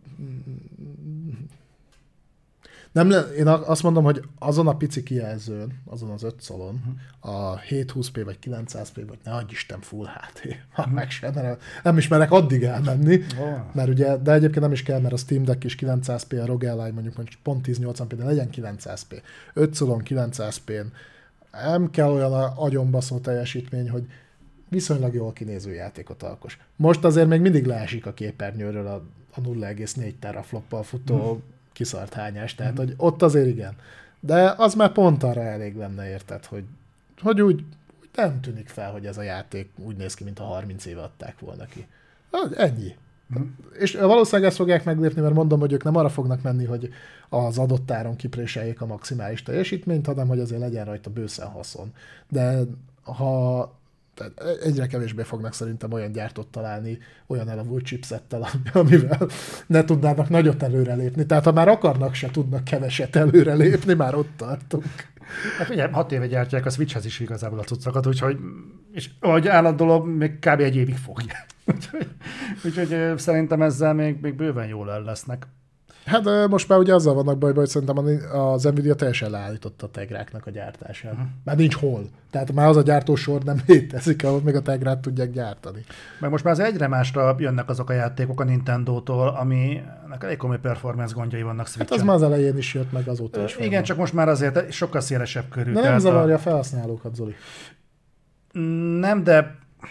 Nem, én azt mondom, hogy azon a pici kijelzőn, azon az öt szalon, uh-huh. a hétszázhúsz pé vagy kilencszáz pé, vagy ne adj Isten full há dé, uh-huh. meg sem, mert nem is merek addig elmenni, oh. mert ugye, de egyébként nem is kell, mert a Steam Deck is kilencszáz pé, a R O G Ally mondjuk, mondjuk pont ezernyolcvan pé, de legyen kilencszáz pé. öt szalon kilencszáz pén, nem kell olyan agyonbaszó teljesítmény, hogy viszonylag jól kinéző játékot alkos. Most azért még mindig leesik a képernyőről a, a nulla egész négy terafloppal futó uh-huh. kiszart hányás, tehát mm. hogy ott azért igen. De az már pont arra elég lenne, érted, hogy, hogy úgy, úgy nem tűnik fel, hogy ez a játék úgy néz ki, mint a harminc éve adták volna ki. Ennyi. Mm. És valószínűleg ezt fogják meglépni, mert mondom, hogy ők nem arra fognak menni, hogy az adott áron kipréseljék a maximális teljesítményt, hanem hogy azért legyen rajta bőszen haszon. De ha tehát egyre kevésbé fognak szerintem olyan gyártót találni, olyan elavult chipsettel, amivel ne tudnának nagyot előrelépni. Tehát ha már akarnak, se tudnak keveset előrelépni, már ott tartunk. Hát ugye hat éve gyártják a Switchhez is igazából a cuccokat, úgyhogy és ahogy áll a dolog, még kb. Egy évig fogja. úgyhogy, úgyhogy szerintem ezzel még, még bőven jól el lesznek. Hát most már ugye azzal vannak bajban, hogy szerintem az Nvidia teljesen leállította a tegráknak a gyártását. Uh-huh. Már nincs hol. Tehát már az a gyártósor nem létezik, ahol még a tegrát tudják gyártani. Meg most már az egyre másra jönnek azok a játékok a Nintendótól, aminek elég komoly performance gondjai vannak Switchen. Hát az már az elején is jött, meg azóta is. Igen, csak most már azért sokkal szélesebb körül. De nem zavarja a felhasználókat, Zoli. Nem, de...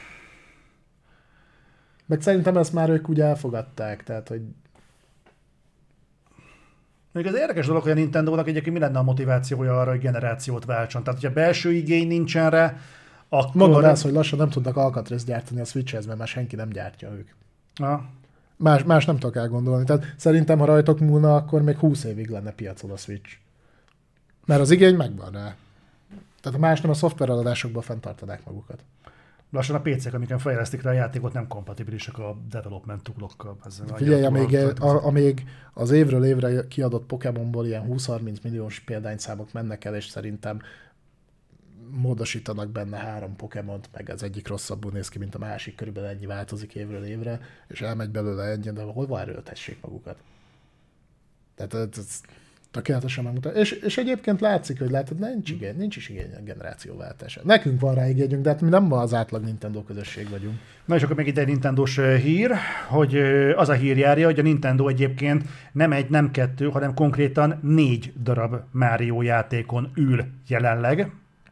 Meg szerintem ezt már ők úgy elfogadták, tehát hogy még az érdekes dolog, hogy a Nintendónak egyébként mi lenne a motivációja arra, hogy generációt váltson. Tehát, hogyha belső igény nincsen rá, akkor... Mondod azt, hogy lassan nem tudnak alkatrészt gyártani a Switchhez, mert már senki nem gyártja ők. Ha. Más, más nem tudok elgondolni. Tehát szerintem, ha rajtok múlna, akkor még húsz évig lenne piacon a Switch. Mert az igény megvan rá. Tehát a más nem a szoftvereladásokban fenntartanák magukat. Lassan a pé cék, amiken fejlesztik rá a játékot, nem kompatibilisek a development toolokkal. Figyelj, amíg, a, amíg az évről évre kiadott Pokémonból ilyen húsz-harminc milliós példányszámok mennek el, és szerintem módosítanak benne három Pokémont, meg az egyik rosszabbul néz ki, mint a másik, körülbelül ennyi változik évről évre, és elmegy belőle ennyi, de hol erőltessék magukat? Tehát ez tökéletesen megmutat. És, és egyébként látszik, hogy látod, nincs, igény, nincs is igény a generációváltásra. Nekünk van rá igényünk, de hát mi nem az átlag Nintendo közösség vagyunk. Na és akkor még itt egy Nintendós hír, hogy az a hír járja, hogy a Nintendo egyébként nem egy, nem kettő, hanem konkrétan négy darab Mario játékon ül jelenleg.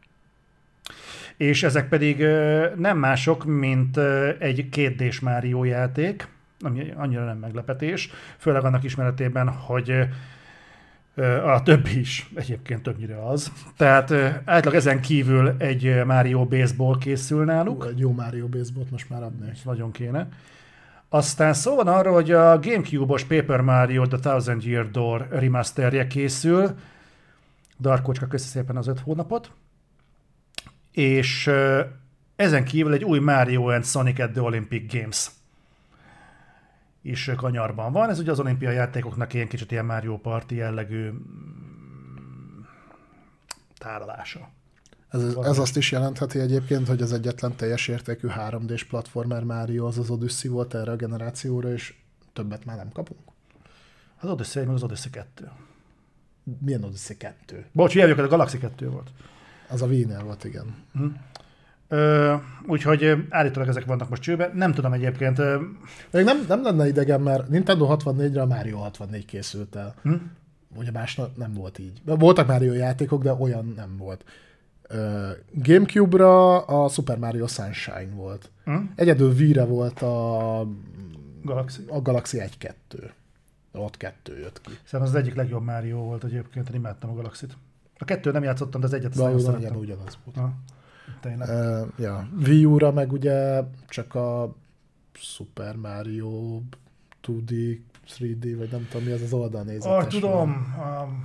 És ezek pedig nem mások, mint egy kétdés Mario játék, ami annyira nem meglepetés, főleg annak ismeretében, hogy a többi is egyébként többnyire az. Tehát átlag ezen kívül egy Mario Baseball készül náluk. Ú, egy jó Mario Baseballt most már adnék. Nagyon kéne. Aztán szó van arról, hogy a Gamecube-os Paper Mario The Thousand Year Door remasterje készül. Darkocska, köszi szépen az öt hónapot. És ezen kívül egy új Mario and Sonic at the Olympic Games is kanyarban van. Ez ugye az olimpiai játékoknak ilyen kicsit ilyen Mario Party jellegű tárolása. Ez, ez azt is jelentheti egyébként, hogy az egyetlen teljes értékű három dés platformer Mario az az Odyssey volt erre a generációra, és többet már nem kapunk. Az Odyssey meg az Odyssey kettő. Milyen Odyssey kettő? Bocs, hívjuk, a Galaxy kettő volt. Az a Wii-nél volt, igen. Hm. Ö, úgyhogy állítólag ezek vannak most csőben. Nem tudom egyébként. Ö... Még nem, nem lenne idegen, mert Nintendo hatvannégyre a Mario hatvannégy készült el. Hm? Ugye más nem volt így. Voltak Mario játékok, de olyan nem volt. Ö, Gamecube-ra a Super Mario Sunshine volt. Hm? Egyedül Wii-re volt a Galaxy, a Galaxy egy kettő. Ott kettő jött ki. Szerintem az, az egyik legjobb Mario volt egyébként, én imádtam a Galaxy-t. A kettő nem játszottam, de az egyet nagyon szerettem. Ugyanaz volt. Ha. Tényleg. Uh, ja. Wii U-ra meg ugye csak a Super Mario kettő dé, három dé, vagy nem tudom mi az az oldalnézetes. Ah, tudom, a,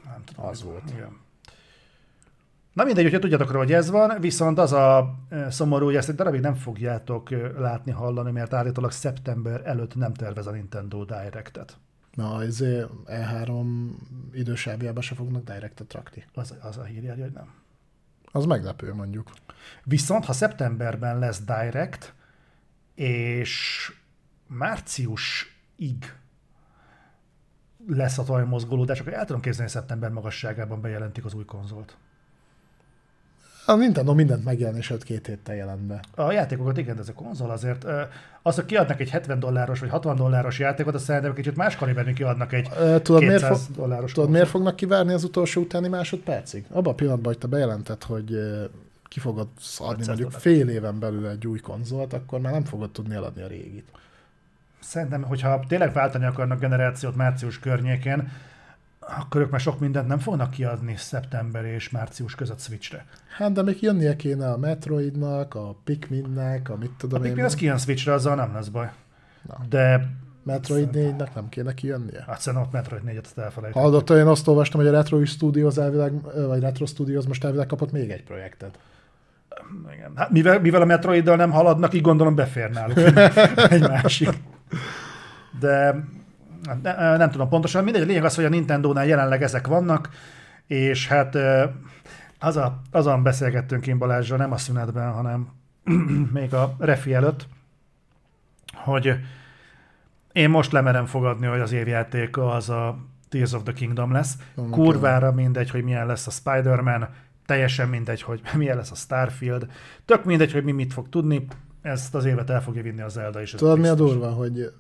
Nem tudom. Az volt. Igen. Na mindegy, hogyha tudjátok róla, hogy ez van, viszont az a szomorú, hogy ezt egy darabig nem fogjátok látni, hallani, mert állítólag szeptember előtt nem tervez a Nintendo Direct-et. Na, ezért E három idősávjában se fognak Direct-et rakni. Az, az a hírjárja, hogy nem. Az meglepő, mondjuk. Viszont, ha szeptemberben lesz Direct, és márciusig lesz a toljmozgolódás, akkor el tudom képzelni, hogy szeptember magasságában bejelentik az új konzolt. A Nintendo mindent megjelenés előtt két héttel jelent be. A játékokat igen, de ez a konzol azért, az, hogy kiadnak egy hetven dolláros vagy hatvan dolláros játékot, azt szerintem kicsit más kaliberben kiadnak egy uh, tudod, miért fog, dolláros Tudod, miért fognak kivárni az utolsó utáni másodpercig? Abban a pillanatban, hogy te bejelented, hogy ki fogod adni mondjuk fél éven belül egy új konzolt, akkor már nem fogod tudni eladni a régit. Szerintem, hogyha tényleg váltani akarnak generációt március környékén, akkor ők már sok mindent nem fognak kiadni szeptember és március között Switchre. Hát, de még jönnie kéne a Metroidnak, a Pikminnek, a mit tudom a én. Pikmin az kijön Switchre, azzal nem lesz baj. Na. De... Metroid négynek nem kéne kijönnie? Hát szerintem ott Metroid négyet azt elfelejtettem. Hallottam, én azt olvastam, hogy a Retro Studios elvileg, vagy Retro Studios most elvileg kapott még egy projektet. Igen. Hát mivel, mivel a Metroiddal nem haladnak, így gondolom befér náluk egy másik. De nem, nem tudom pontosan. Mindegy, a lényeg az, hogy a Nintendónál jelenleg ezek vannak, és hát az a, azon beszélgettünk én Balázsra, nem a szünetben, hanem még a refi előtt, hogy én most lemerem fogadni, hogy az évjáték az a Tears of the Kingdom lesz. Okay. Kurvára mindegy, hogy milyen lesz a Spider-Man, teljesen mindegy, hogy milyen lesz a Starfield, tök mindegy, hogy mi mit fog tudni, ezt az évet el fogja vinni a Zelda is. Tudod, mi a durva, hogy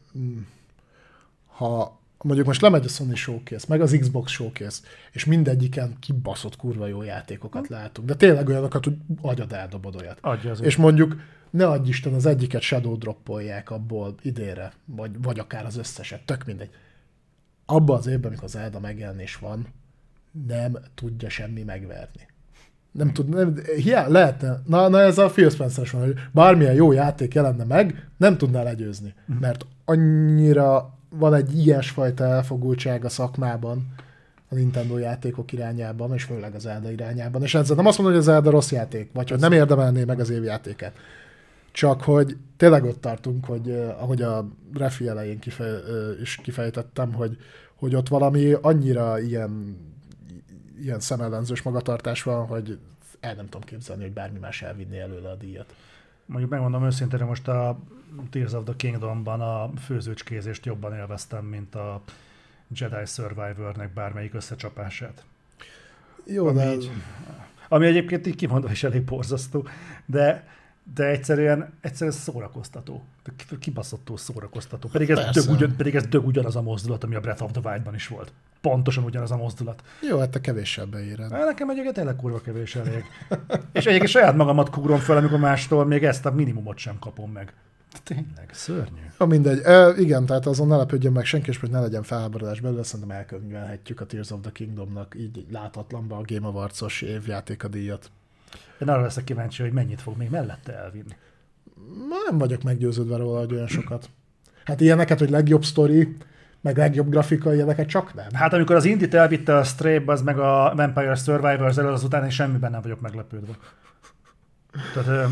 ha mondjuk most lemegy a Sony Showcase, meg az Xbox Showcase, és mindegyiken kibaszott kurva jó játékokat hmm. látunk, de tényleg olyanokat, hogy agyad eldobod olyat. Adja az és úgy. Mondjuk ne adj Isten, az egyiket shadow droppolják abból idénre, vagy, vagy akár az összeset, tök mindegy. Abban az évben, amikor az Zelda megjelenés van, nem tudja semmi megverni. Nem tud, nem, hiá, lehetne, na, na ez a Phil Spencer-es van, hogy bármilyen jó játék jelenne meg, nem tudná legyőzni. Uh-huh. Mert annyira van egy ilyesfajta elfogultság a szakmában, a Nintendo játékok irányában, és főleg az Zelda irányában. És ezzel nem azt mondom, hogy az Zelda rossz játék, vagy hogy nem érdemelné meg az évjátékát. Csak hogy tényleg ott tartunk, hogy eh, ahogy a refi elején kifej, eh, is kifejtettem, hogy, hogy ott valami annyira ilyen, ilyen szemellenzős magatartás van, hogy el nem tudom képzelni, hogy bármi más elvinné előle a díjat. Mondjuk megmondom őszintén, most a Tears of the Kingdomban a főzőcskézést jobban élveztem, mint a Jedi Survivornek bármelyik összecsapását. Jó, ami, de... így, ami egyébként így kimondva is elég borzasztó, de, de egyszerűen, egyszerűen szórakoztató. Kibaszottó szórakoztató. Pedig ez, dög, ugyan, pedig ez dög ugyanaz a mozdulat, ami a Breath of the Wild-ban is volt. Pontosan ugyanaz a mozdulat. Jó, hát te kevéssel beéred. Nekem egyébként tényleg kurva kevés elég. És egyébként saját magamat kúrom fel, amikor mástól még ezt a minimumot sem kapom meg. Tényleg, szörnyű. Ja, mindegy. E, igen, tehát azon ne lepődjön meg senki, és hogy ne legyen felháborodás belőle, szerintem elkönyvelhetjük a Tears of the Kingdomnak így láthatatlanba a Game Awards-os évjátékadíjat. Én arra leszek kíváncsi, hogy mennyit fog még mellette elvinni. Nem vagyok meggyőződve róla, hogy olyan sokat. Hát ilyeneket, hogy legjobb sztori, meg legjobb grafika, ilyeneket csak nem. Hát amikor az Indit elvitte a Stray, az meg a Vampire Survivors elől, azután én semmiben nem vagyok meglepődve. Tehát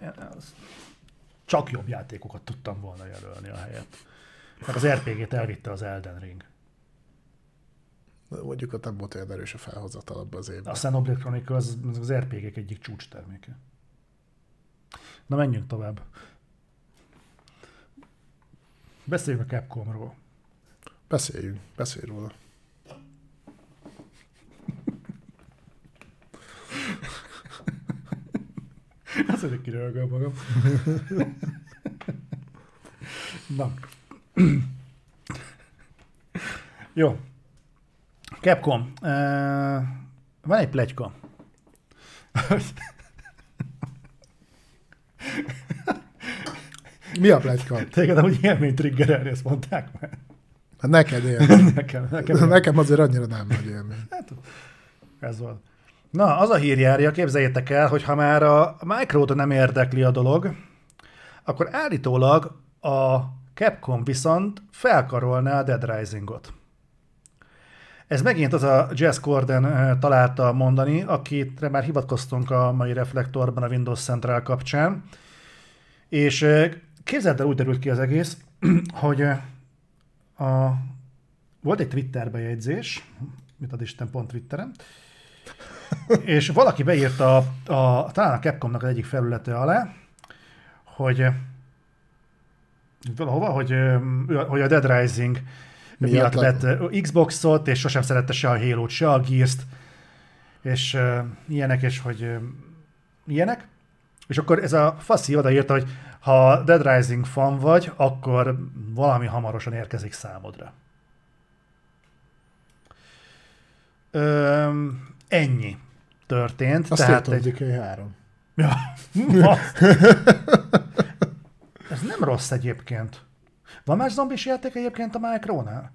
csak jobb játékokat tudtam volna jelölni a helyet. Mert az er pé gét elvitte az Elden Ring. Mondjuk ott nem volt olyan erős a felhozatal abban az évben. A Xenoblade Chronicles az, az er pé gék egyik csúcs terméke. Na menjünk tovább. Beszéljünk a Capcomról. Beszéljünk, beszélj róla. Azt mondja, kirölgöl magam. Na. Jó. Capcom. Uh, van egy pletyka. Mi a pletyka? Téged amúgy élmény triggerelni, ezt mondták már. Hát neked élmény. nekem, nekem, nekem azért annyira nem nagy élmény. Hát, ez volt. Na, az a hír járja, képzeljétek el, hogy ha már a Micrót nem érdekli a dolog, akkor állítólag a Capcom viszont felkarolná a Dead Rising-ot. Ez megint az a Jez Corden találta mondani, akire már hivatkoztunk a mai Reflektorban a Windows Central kapcsán. És képzeld el, úgy derült ki az egész, hogy a, volt egy Twitter bejegyzés, mit ad Isten, pont Twitteren, és valaki beírta a, a, talán a Capcomnak az egyik felülete alá, hogy valahova, hogy, hogy a Dead Rising miatt vett Xboxot, és sosem szerette se a Halo-t, se a Gears-t, és uh, ilyenek, és hogy uh, ilyenek. És akkor ez a faszi odaírta, hogy ha Dead Rising fan vagy, akkor valami hamarosan érkezik számodra. Öm, ennyi történt. A State of Decay három. Ja. Ez nem rossz egyébként. Van más zombis játék egyébként a Micronál?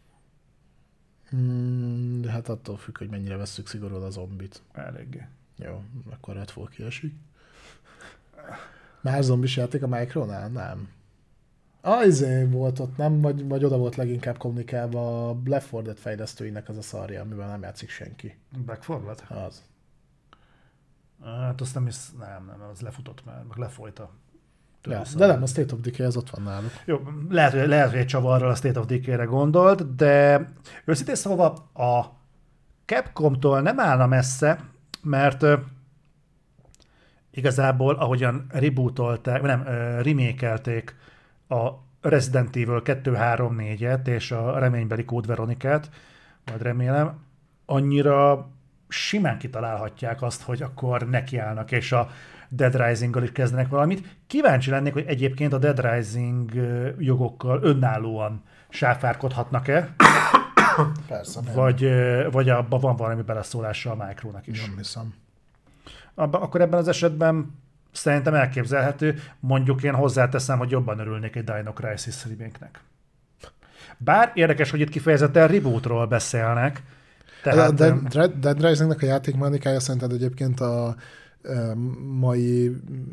Hmm, de hát attól függ, hogy mennyire vesszük szigorúan a zombit. Eléggé. Jó, akkor Redfall kiesik. Más zombis játék a Micronál? Nem. Ah, izé volt ott, nem? Vagy, vagy oda volt leginkább kommunikálva a Left four Dead fejlesztőinek az a szarja, amivel nem játszik senki. Back four Blood? Az. Hát azt nem is, nem, nem, az lefutott már, meg lefolyta. Ja, de nem, a State of Decay az ott van náluk. Jó, lehet, hogy, lehet, hogy egy csavarral a State of Decay-re gondolt, de őszintén szóval a Capcomtól nem állna messze, mert uh, igazából ahogyan rebootolták, nem, uh, remake-elték a Resident Evil kettő három négyet és a reménybeli Code Veronicát, majd remélem, annyira simán kitalálhatják azt, hogy akkor nekiállnak, és a Dead Rising-gal is kezdenek valamit. Kíváncsi lennék, hogy egyébként a Dead Rising jogokkal önállóan sáfárkodhatnak-e. Persze. Vagy, vagy abban van valami beleszólása a Micronak is. Nem hiszem. Abba, akkor ebben az esetben szerintem elképzelhető. Mondjuk én hozzáteszem, hogy jobban örülnék egy Dino Crisis remake-nek. Bár érdekes, hogy itt kifejezetten rebootról beszélnek. Tehát, a Dead, Dead Rising-nek a játékmechanikája szerinted egyébként a mai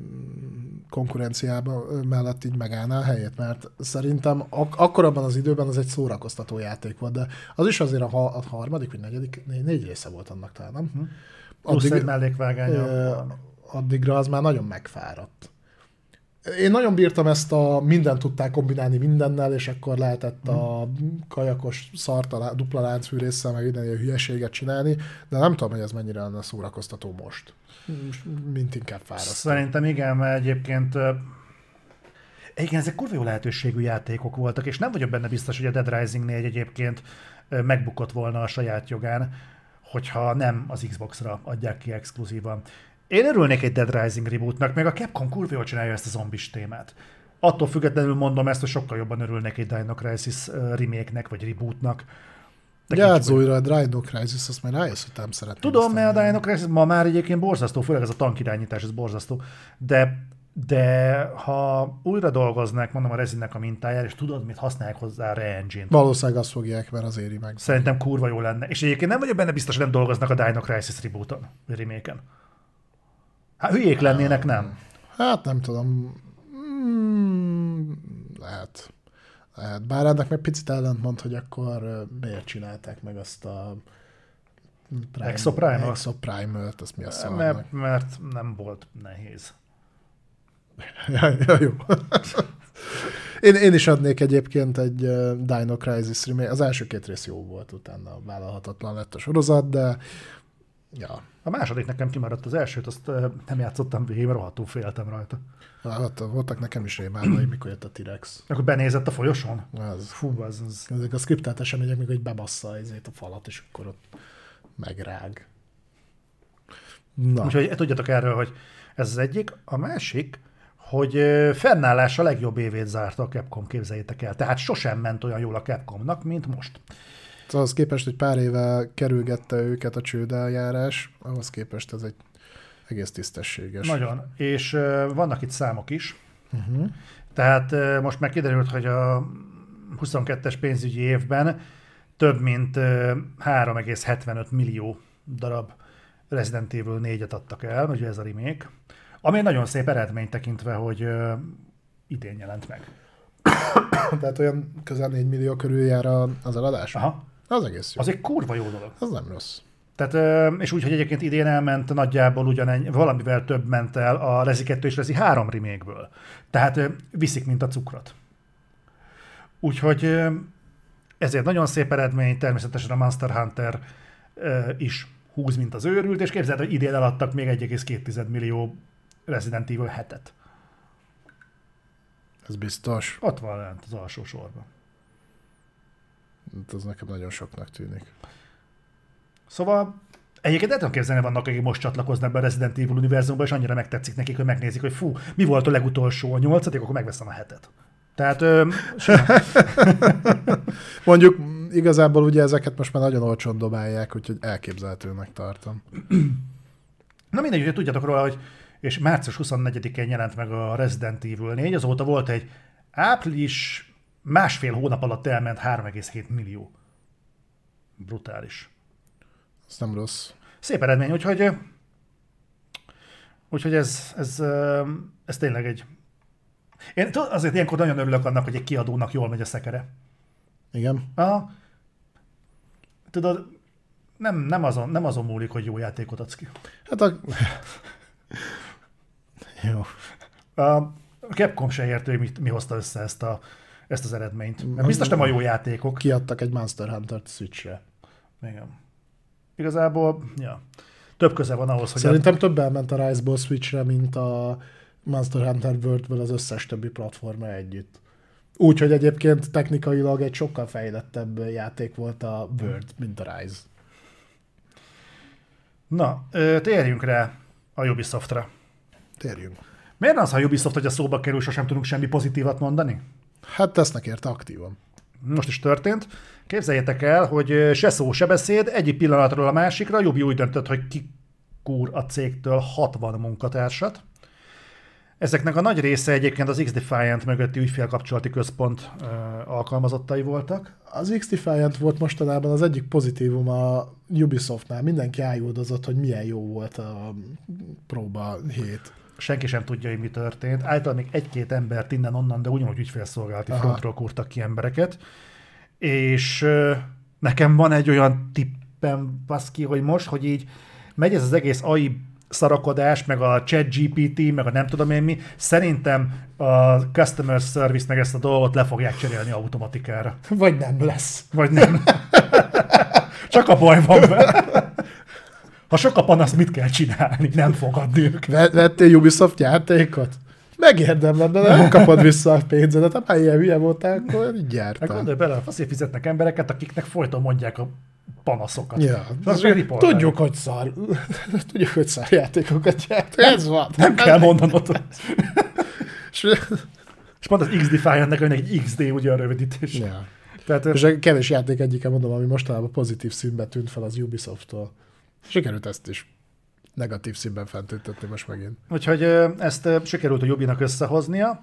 konkurenciában mellett így megállná a helyét, mert szerintem ak- akkor abban az időben az egy szórakoztató játék volt, de az is azért a, ha- a harmadik vagy negyedik, négy, négy része volt annak talán, nem? Hm. Plusz addig, egy mellékvágánya. Ö, addigra az már nagyon megfáradt. Én nagyon bírtam ezt a mindent tudták kombinálni mindennel, és akkor lehetett a kajakos szart, dupla láncfűrésszel, meg minden ilyen hülyeséget csinálni, de nem tudom, hogy ez mennyire lenne szórakoztató most. Mint inkább fárasztó. Szerintem igen, mert egyébként igen, ezek kurva jó lehetőségű játékok voltak, és nem vagyok benne biztos, hogy a Dead Rising négy egyébként megbukott volna a saját jogán, hogyha nem az Xboxra adják ki exkluzívan. Én örülnék egy Dead Rising rebootnak, meg a Capcom kurva jól csinálja ezt a zombis témát. Attól függetlenül mondom ezt, hogy sokkal jobban örülnék egy Dino Crisis remake-nek, vagy rebootnak. Játszó újra a Dino Crisis, azt már rájössz, hogy nem szeretném. Tudom, mert a Dino Crisis ma már egyébként borzasztó, főleg ez a tankirányítás, ez borzasztó. De, de ha újra dolgoznák, mondom, a Resinnek a mintájára, és tudod, mit használják hozzá a Re-engine-t. Valószínűleg azt fogják, mert az éri meg. Szerintem kurva jó lenne. És egyébként nem vagyok benne biztos, hogy nem dolgoznak a Dino Crisis rebooton, vagy remake-en. Hát hülyék lennének, nem? Hát nem tudom. Hmm, lehet. lehet. Bár ennek meg picit ellentmond, hogy akkor miért csinálták meg azt a Prime, Exoprimal? Exoprimal-t, azt mi a szarnak? Mert, mert nem volt nehéz. ja, ja, jó. én, én is adnék egyébként egy Dino Crisis remake. Az első két rész jó volt, utána vállalhatatlan lett a sorozat, de ja. A második nekem kimaradt, az elsőt, azt nem játszottam végig, mert rohadtul féltem rajta. Hát, voltak nekem is rémálmai, mikor jött a T-Rex. Akkor benézett a folyosón? Az. Fú, az... az... Ezek a skriptelt események, mikor így bebassza ezért a falat, és akkor ott megrág. Na. Úgyhogy tudjatok erről, hogy ez az egyik. A másik, hogy fennállás a legjobb évét zárta a Capcom, képzeljétek el. Tehát sosem ment olyan jól a Capcomnak, mint most. Ahhoz képest, hogy pár éve kerülgette őket a csődeljárás, ahhoz képest ez egy egész tisztességes. Nagyon. És uh, vannak itt számok is. Uh-huh. Tehát uh, most már kiderült, hogy a huszonkettes pénzügyi évben több mint uh, három egész hetvenöt millió darab Resident Evil négyet adtak el, ugye ez a remake, ami nagyon szép eredmény tekintve, hogy uh, idén jelent meg. Tehát olyan közel négy millió körül jár az eladás? Aha. Az egész jó. Az egy kurva jó dolog. Az nem rossz. Tehát, és úgy, hogy egyébként idén elment nagyjából ugyanennyi, valamivel több ment el a Rezi kettő és Rezi három remake-ből. Tehát viszik, mint a cukrot. Úgyhogy ezért nagyon szép eredmény, természetesen a Monster Hunter is húz, mint az őrült, és képzeld, hogy idén eladtak még egy egész két millió Resident Evil hetet. Ez biztos. Ott van lent az alsó sorban. Az nekem nagyon soknak tűnik. Szóval egyébként el tudom képzelni, vannak, akik most csatlakoznak be a Resident Evil univerzumba, és annyira megtetszik nekik, hogy megnézik, hogy fú, mi volt a legutolsó, a nyolcadik, akkor megveszem a hetet. Tehát... Ö, Mondjuk igazából ugye ezeket most már nagyon olcsón dobálják, úgyhogy elképzelhetőnek tartom. Na mindegy, hogy tudjátok róla, hogy és március huszonnegyedikén jelent meg a Resident Evil négy, azóta volt egy április másfél hónap alatt elment három egész hét millió. Brutális. Ez nem rossz. Szép eredmény, úgyhogy, úgyhogy ez, ez, ez tényleg egy... Én azért ilyenkor nagyon örülök annak, hogy egy kiadónak jól megy a szekere. Igen. Aha. Tudod, nem, nem, azon, nem azon múlik, hogy jó játékot adsz ki. Hát a... Jó. A Capcom se értő, hogy mi, mi hozta össze ezt, a, ezt az eredményt. Mert biztos nem a jó játékok. Kiadtak egy Monster Hunter-t Switchre. Igen. Igazából, ja. Több köze van ahhoz, hogy... Szerintem a... több elment a Rise-ból Switchre, mint a Monster Hunter World-ből az összes többi platforma együtt. Úgyhogy egyébként technikailag egy sokkal fejlettebb játék volt a World, mint a Rise. Na, térjünk rá a Ubisoftra. Térjünk. Miért az, ha a Ubisoft, hogy a szóba kerül, sosem tudunk semmi pozitívat mondani? Hát tesznek érte aktívan. Most is történt. Képzeljétek el, hogy se szó, se beszéd, egyik pillanatról a másikra Ubi úgy döntött, hogy kikúr a cégtől hatvan munkatársat. Ezeknek a nagy része egyébként az X-Defiant mögötti ügyfélkapcsolati központ ö, alkalmazottai voltak. Az X-Defiant volt mostanában az egyik pozitívum a Ubisoftnál. Mindenki ájuldozott, hogy milyen jó volt a próba hét. Senki sem tudja, hogy mi történt. Általában még egy-két embert innen-onnan, de ugyanúgy ügyfélszolgálati Aha. frontról kurtak ki embereket. És ö, nekem van egy olyan tippem, baszki, hogy most, hogy így megy ez az egész á i szarakodás, meg a ChatGPT, meg a nem tudom én mi, szerintem a customer service meg ezt a dolgot le fogják cserélni automatikára. Vagy nem lesz. Vagy nem. Csak a baj van vele. Ha sok a panasz, mit kell csinálni? Nem fogadni őket. Vettél Ubisoft játékot? Megérdemled, de nem kapod vissza a pénzedet. Ha már ilyen hülye voltál, akkor így jártál. Meg gondolj bele, azért fizetnek embereket, akiknek folyton mondják a panaszokat. Ja, tudjuk, hogy szar. Tudjuk, hogy szar játékokat járt. Ez van. Nem kell mondanod. És pont az X-Defiant-nek egy iksz dé ugye a rövidítés. Ja. Tehát, és a kevés játék egyike, mondom, ami mostanában pozitív színben tűnt fel az Ubisoft-tól. Sikerült ezt is negatív színben fentültetni most megint. Úgyhogy ezt sikerült a Ubinak összehoznia.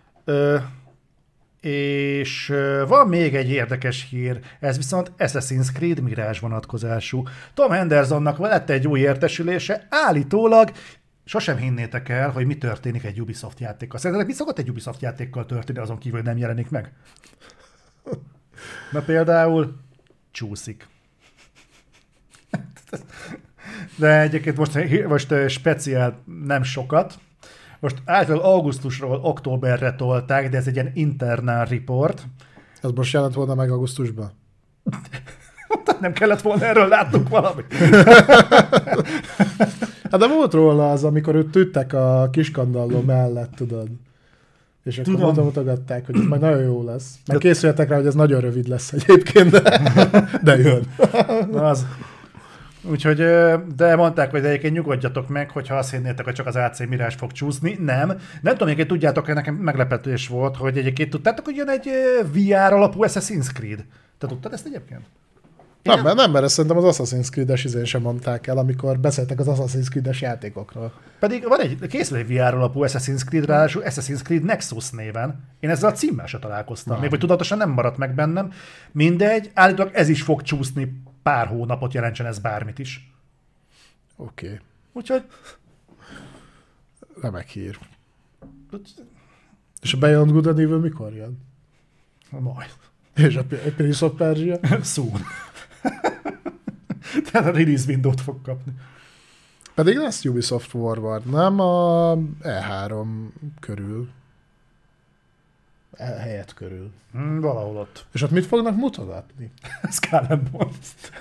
És van még egy érdekes hír, ez viszont Assassin's Creed Mirage vonatkozású. Tom Hendersonnak lett egy új értesülése, állítólag sosem hinnétek el, hogy mi történik egy Ubisoft játékkal. Szerintetek mi szokott egy Ubisoft játékkal történni, azon kívül, hogy nem jelenik meg? Na például csúszik. De egyébként most, most speciál nem sokat. Most általában augusztusról októberre tolták, de ez egy ilyen internal report. Ez most jelent volna meg augusztusban? Nem kellett volna erről látnunk valamit. Hát de volt róla az, amikor őt tűntek a kiskandalló mellett, tudod. És akkor mondta, mutogatták, hogy ez majd nagyon jó lesz. Meg készüljetek rá, hogy ez nagyon rövid lesz egyébként, de, de jön. Na az. Úgyhogy, de mondták, hogy egyébként nyugodjatok meg, hogyha azt hinnétek, hogy csak az á cé Mirage fog csúszni. Nem. Nem tudom, egyébként tudjátok, nekem meglepetés volt, hogy egyébként tudtátok, hogy jön egy vé er alapú Assassin's Creed. Te tudtad ezt egyébként? Nem, nem, nem, mert szerintem az Assassin's Creed-es izén sem mondták el, amikor beszéltek az Assassin's Creed-es játékokról. Pedig van egy, készül egy vé er alapú Assassin's Creed, ráadásul Assassin's Creed Nexus néven. Én ezzel a címmel se találkoztam. Nem. Még hogy tudatosan nem maradt meg bennem. Mindegy, állítólag ez is fog csúszni pár hónapot, jelentsen ez bármit is. Oké. Okay. Úgyhogy... Remek hír. És a Beyond Good and Evil mikor jön? Majd. És a Prince of Persia? Soon. Tehát a release window-t fog kapni. Pedig lesz Ubisoft Forward, nem a E három körül. E helyett körül. Hmm, valahol ott. És ott mit fognak mutogatni? Skull and Bones.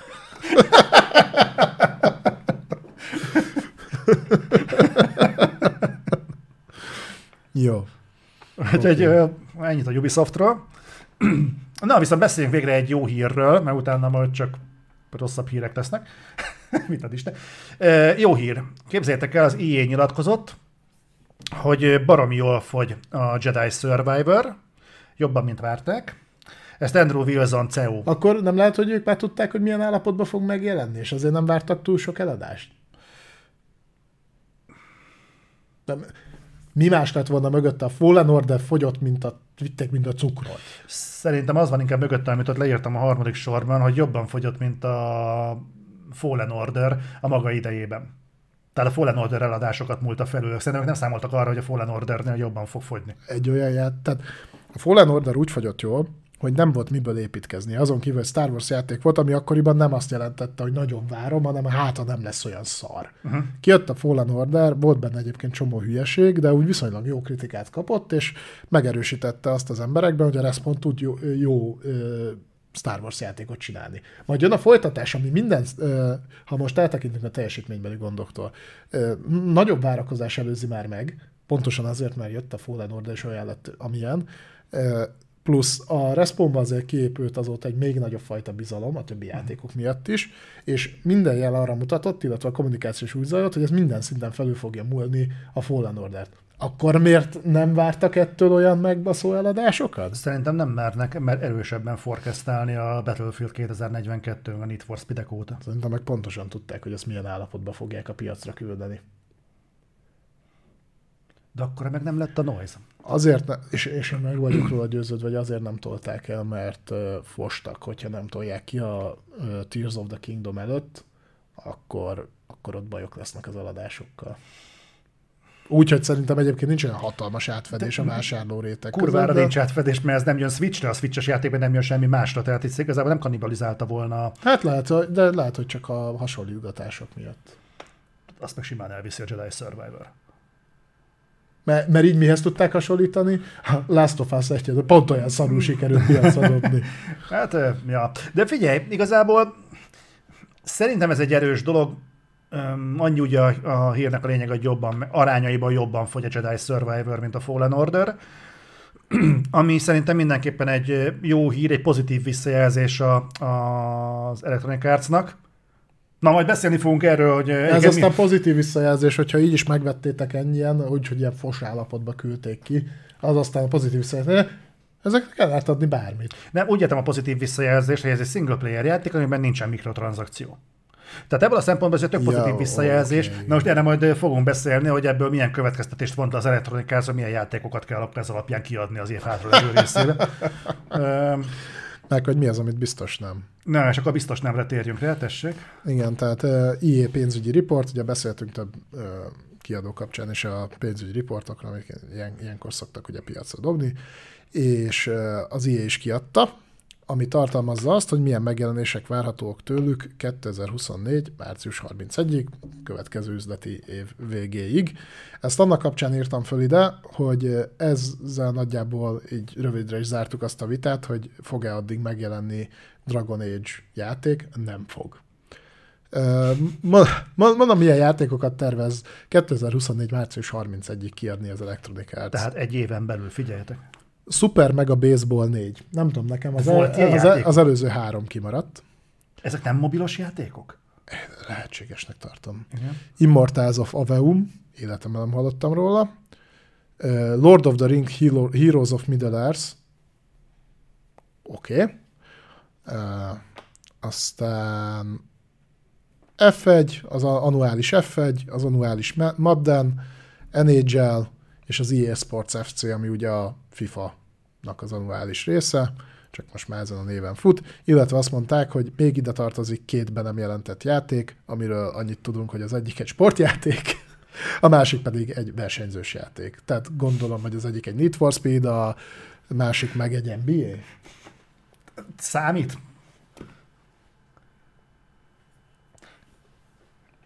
Jó. Úgyhogy okay. Ennyit a Ubisoftról. Na, viszont beszéljünk végre egy jó hírről, mert utána majd csak rosszabb hírek lesznek. Mit ad Isten? Jó hír. Képzeljétek el, az í á nyilatkozott, hogy baromi jól fogy a Jedi Survivor, jobban, mint várták. Ezt Andrew Wilson cé e o. Akkor nem lehet, hogy ők már tudták, hogy milyen állapotban fog megjelenni, és azért nem vártak túl sok eladást? Nem. Mi más lett volna mögötte? A Fallen Order fogyott, mint a, vitték, mint a cukrot. Szerintem az van inkább mögötte, amit ott leírtam a harmadik sorban, hogy jobban fogyott, mint a Fallen Order a maga idejében. Tehát a Fallen Order eladásokat múlta felül. Szerintem nem számoltak arra, hogy a Fallen Ordernél jobban fog fogyni. Egy olyan ját, tehát a Fallen Order úgy fogyott jól, hogy nem volt miből építkezni. Azon kívül, hogy Star Wars játék volt, ami akkoriban nem azt jelentette, hogy nagyon várom, hanem hát, ha nem lesz olyan szar. Uh-huh. Kijött a Fallen Order, volt benne egyébként csomó hülyeség, de úgy viszonylag jó kritikát kapott, és megerősítette azt az emberekben, hogy a Respawn tud jó, jó ö, Star Wars játékot csinálni. Majd jön a folytatás, ami minden, ö, ha most eltekintünk a teljesítménybeli gondoktól, ö, nagyobb várakozás előzi már meg, pontosan azért, mert jött a Fallen Order, és olyan lett, amilyen, ö, plusz a Respawnban azért kiépült azóta egy még nagyobb fajta bizalom a többi játékok miatt is, és minden jel arra mutatott, illetve a kommunikációs úgy zajlott, hogy ez minden szinten felül fogja múlni a Fallen Ordert. Akkor miért nem vártak ettől olyan megbaszó eladásokat? Szerintem nem mernek, mert erősebben forecastálni a Battlefield kétezer-negyvenkettőn a Need for Speed óta. Szerintem meg pontosan tudták, hogy ezt milyen állapotban fogják a piacra küldeni. De akkor meg nem lett a noise. Azért, ne, és, és én meg vagyok róla győződve, hogy azért nem tolták el, mert uh, fostak, hogyha nem tolják ki a uh, Tears of the Kingdom előtt, akkor, akkor ott bajok lesznek az eladásokkal. Úgyhogy szerintem egyébként nincs olyan hatalmas átfedés de, a vásárló réteg. Kurvára de... nincs átfedés, mert ez nem jön Switchre, a Switches játékban nem jön semmi másra, tehát itt igazából nem kannibalizálta volna. Hát lehet, de lehet, hogy csak a hasonlítgatások miatt. Azt meg simán elviszi a Jedi Survivor. Mert, mert így mihez tudták hasonlítani? Last of Us egy, pont olyan szarul sikerült piacra dobni. Hát, ja. De figyelj, igazából szerintem ez egy erős dolog. Annyi ugye a, a hírnek a lényeg, hogy jobban, arányaiban jobban fogy a Jedi Survivor, mint a Fallen Order. Ami szerintem mindenképpen egy jó hír, egy pozitív visszajelzés a, a, az Electronic Arts-nak. Na, majd beszélni fogunk erről, hogy... Ez igen, aztán mi... pozitív visszajelzés, hogyha így is megvettétek ennyien, úgyhogy ilyen fos állapotba küldték ki, az aztán a pozitív visszajelzés. Ezeknek el lehet adni bármit. Nem, úgy értem a pozitív visszajelzést, hogy ez egy single player játék, amiben nincsen mikrotranszakció. Tehát ebből a szempontból ez egy tök pozitív ja, visszajelzés. Okay. Na most erre majd fogunk beszélni, hogy ebből milyen következtetést vont az Electronic Arts, hogy milyen játékokat kell ez alapján kiadni az év hátralévő részére. Meg, hogy mi az, amit biztos nem. Na, és akkor biztos nemre térjünk rá, tessék. Igen, tehát uh, í á pénzügyi report, ugye beszéltünk több uh, kiadó kapcsán is a pénzügyi riportokra, amik ilyen, ilyenkor szoktak ugye piacra dobni, és uh, az í á is kiadta, ami tartalmazza azt, hogy milyen megjelenések várhatók tőlük kétezer-huszonnégy. március harmincegyedikéig, következő üzleti év végéig. Ezt annak kapcsán írtam föl ide, hogy ezzel nagyjából így rövidre is zártuk azt a vitát, hogy fog-e addig megjelenni Dragon Age játék? Nem fog. Mondom, milyen játékokat tervez kétezer-huszonnégy. március harmincegyedikéig kiadni az Electronic Arts. Tehát egy éven belül, figyeljetek. Super Mega Baseball négy. Nem tudom, nekem az, el, az, az előző három kimaradt. Ezek nem mobilos játékok? Lehetségesnek tartom. Igen. Immortals of Aveum, életemben nem hallottam róla. Uh, Lord of the Ring Hero, Heroes of Middle-earth. Oké. Okay. Uh, aztán ef egy, az annuális ef egy, az annuális Madden, en há el és az í á Sports ef cé, ami ugye a FIFA-nak az annuális része, csak most már ezen a néven fut, illetve azt mondták, hogy még ide tartozik két be nem jelentett játék, amiről annyit tudunk, hogy az egyik egy sportjáték, a másik pedig egy versenyzős játék. Tehát gondolom, hogy az egyik egy Need for Speed, a másik meg egy en bé á. Számít?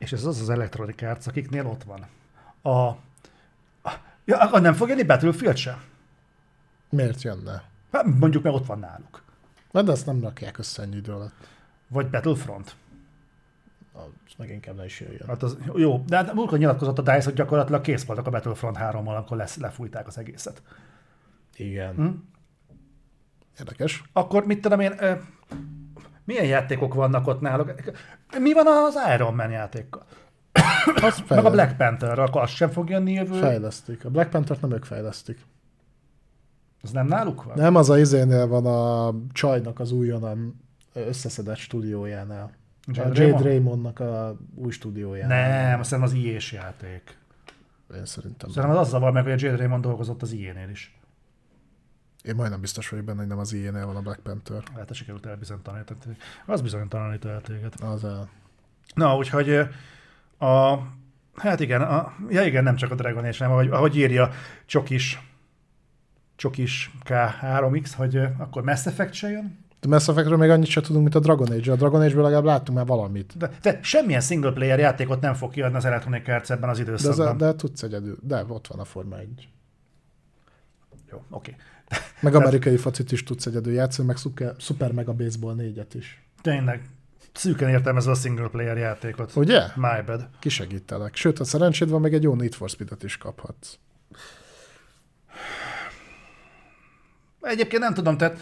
És ez az az Electronic Arts, akiknél ott van. A... a ja, akkor nem fog jönni Battlefield sem? Miért jönne? Hát mondjuk, mert ott van náluk. Mert de azt nem rakják össze ennyi idő alatt. Vagy Battlefront. Az meg inkább ne is jöjjön. Hát az, jó, de hát múltkor nyilatkozott a DICE, hogy gyakorlatilag kész voltak a Battlefront hárommal, amikor lesz, lefújták az egészet. Igen. Hm? Érdekes. Akkor mit tudom én, ö, milyen játékok vannak ott náluk? Mi van az Iron Man játékkal? Az Meg a Black Panther, akkor az sem fog jönni jövő? Fejlesztik. A Black Panther-t nem ők fejlesztik. Az nem náluk van? Nem, az a izénél van a csajnak az újonnan összeszedett stúdiójánál. Jade a Jade Raymond? Raymondnak a új stúdiójánál. Nem, azt hiszem az í á-s játék. Én szerintem. Szerintem az az zavar meg, hogy a Jade Raymond dolgozott az í á-nél is. Én majdnem biztos vagyok benne, hogy nem az í á-nél van a Black Panther. Hát sikerült elbizonytalanítani. Az bizonytalanít el téged. Az a... Na, úgyhogy a... Hát igen, a, ja igen, nem csak a Dragon Age, nem, ahogy, ahogy írja Csokis, Csokis ká három iksz, hogy akkor Mass Effect se jön. De Mass Effectről még annyit sem tudunk, mint a Dragon Age. A Dragon Age-ből legalább láttunk már valamit. De, de semmilyen single player játékot nem fog kiadni az Electronic Arts ebben az De, időszakban. az, de tudsz egyedül. De ott van a Forma egy. Jó, oké. Meg amerikai focit is tudsz egyedül játszani, meg Super, Super Mega Baseball négyet is. Tényleg, szűken értelmezve a single player játékot. Ugye? My bad. Kisegítelek. Sőt, ha szerencséd van, meg egy jó Need for Speed-et is kaphatsz. Egyébként nem tudom, tehát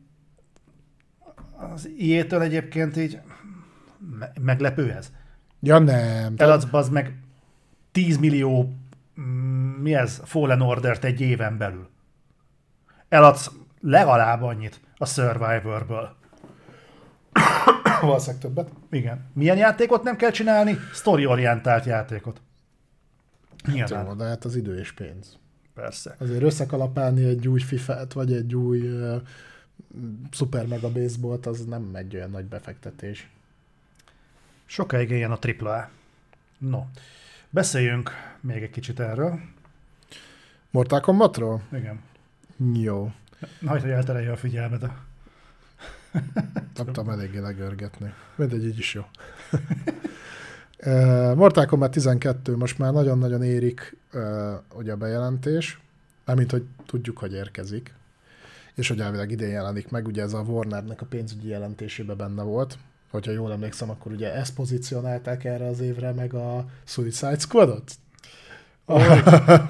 az í á-től egyébként így me- meglepő ez. Ja nem. Eladsz bazd meg tíz millió, mm, mi ez, Fallen Ordert egy éven belül. Eladsz legalább annyit a Survivorből. Valószínűleg többet. Igen. Milyen játékot nem kell csinálni? Story-orientált játékot. Nyilván. Jó, de hát az idő és pénz. Persze. Azért összekalapálni egy új fifát, vagy egy új uh, Super Mega Baseballt, az nem egy olyan nagy befektetés. Sokáig éljen a tripla á. No, beszéljünk még egy kicsit erről. Mortal Kombatról? Igen. Jó. Nagy, hogy elterelje a figyelmet. Nem tudom eléggé legörgetni. Mindegy, így is jó. Uh, Mortal Kombat tizenkettő most már nagyon-nagyon érik uh, ugye a bejelentés, mármint, hogy tudjuk, hogy érkezik, és hogy elvileg idén jelenik meg, ugye ez a Warnernek a pénzügyi jelentésében benne volt, hogyha jól emlékszem, akkor ugye ezt pozícionálták erre az évre, meg a Suicide Squadot. Oh.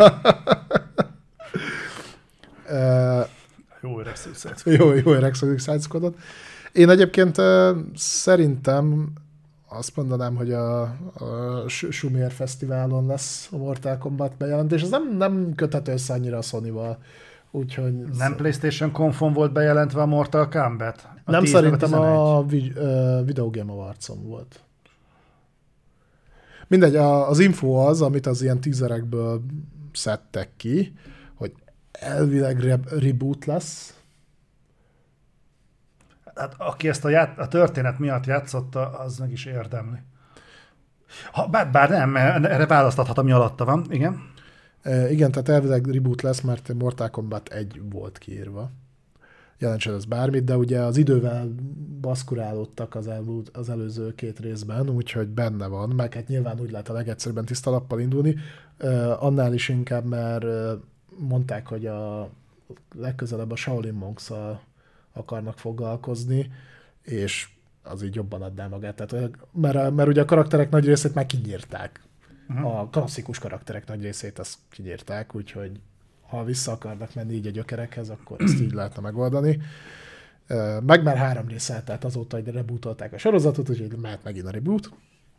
uh, Jó öreg Suicide Squad. Jó, jó öreg Suicide Squadot. Én egyébként uh, szerintem azt mondanám, hogy a, a Sumér Fesztiválon lesz a Mortal Kombat bejelentés. Ez nem, nem köthető össze annyira a Sony-val. Úgyhogy... Nem PlayStation Confon volt bejelentve a Mortal Kombat? A nem, tíz, szerintem a, a vi, uh, Video Game Awards-on volt. Mindegy, a, az info az, amit az ilyen teaserekből szedtek ki, hogy elvileg re- reboot lesz. Hát, aki ezt a, ját, a történet miatt játszotta, az meg is érdemli. Ha, bár, bár nem, erre választhathat, ami alatta van. Igen. E, igen, tehát elvileg reboot lesz, mert Mortal Kombat egy volt kiírva. Jelentsen ez bármit, de ugye az idővel baszkurálódtak az, el, az előző két részben, úgyhogy benne van, meg hát nyilván úgy lehet a legegyszerűbben tiszta lappal indulni. E, annál is inkább, mert mondták, hogy a legközelebb a Shaolin Monks-szal akarnak foglalkozni, és az így jobban adná magát. Tehát, mert, mert ugye a karakterek nagy részét már kinyírták. Uh-huh. A klasszikus karakterek nagy részét azt kinyírták, úgyhogy ha vissza akarnak menni így a gyökerekhez, akkor ezt így lehetne megoldani. Meg már három rész el, tehát azóta, hogy rebootolták a sorozatot, úgyhogy mehet megint a reboot.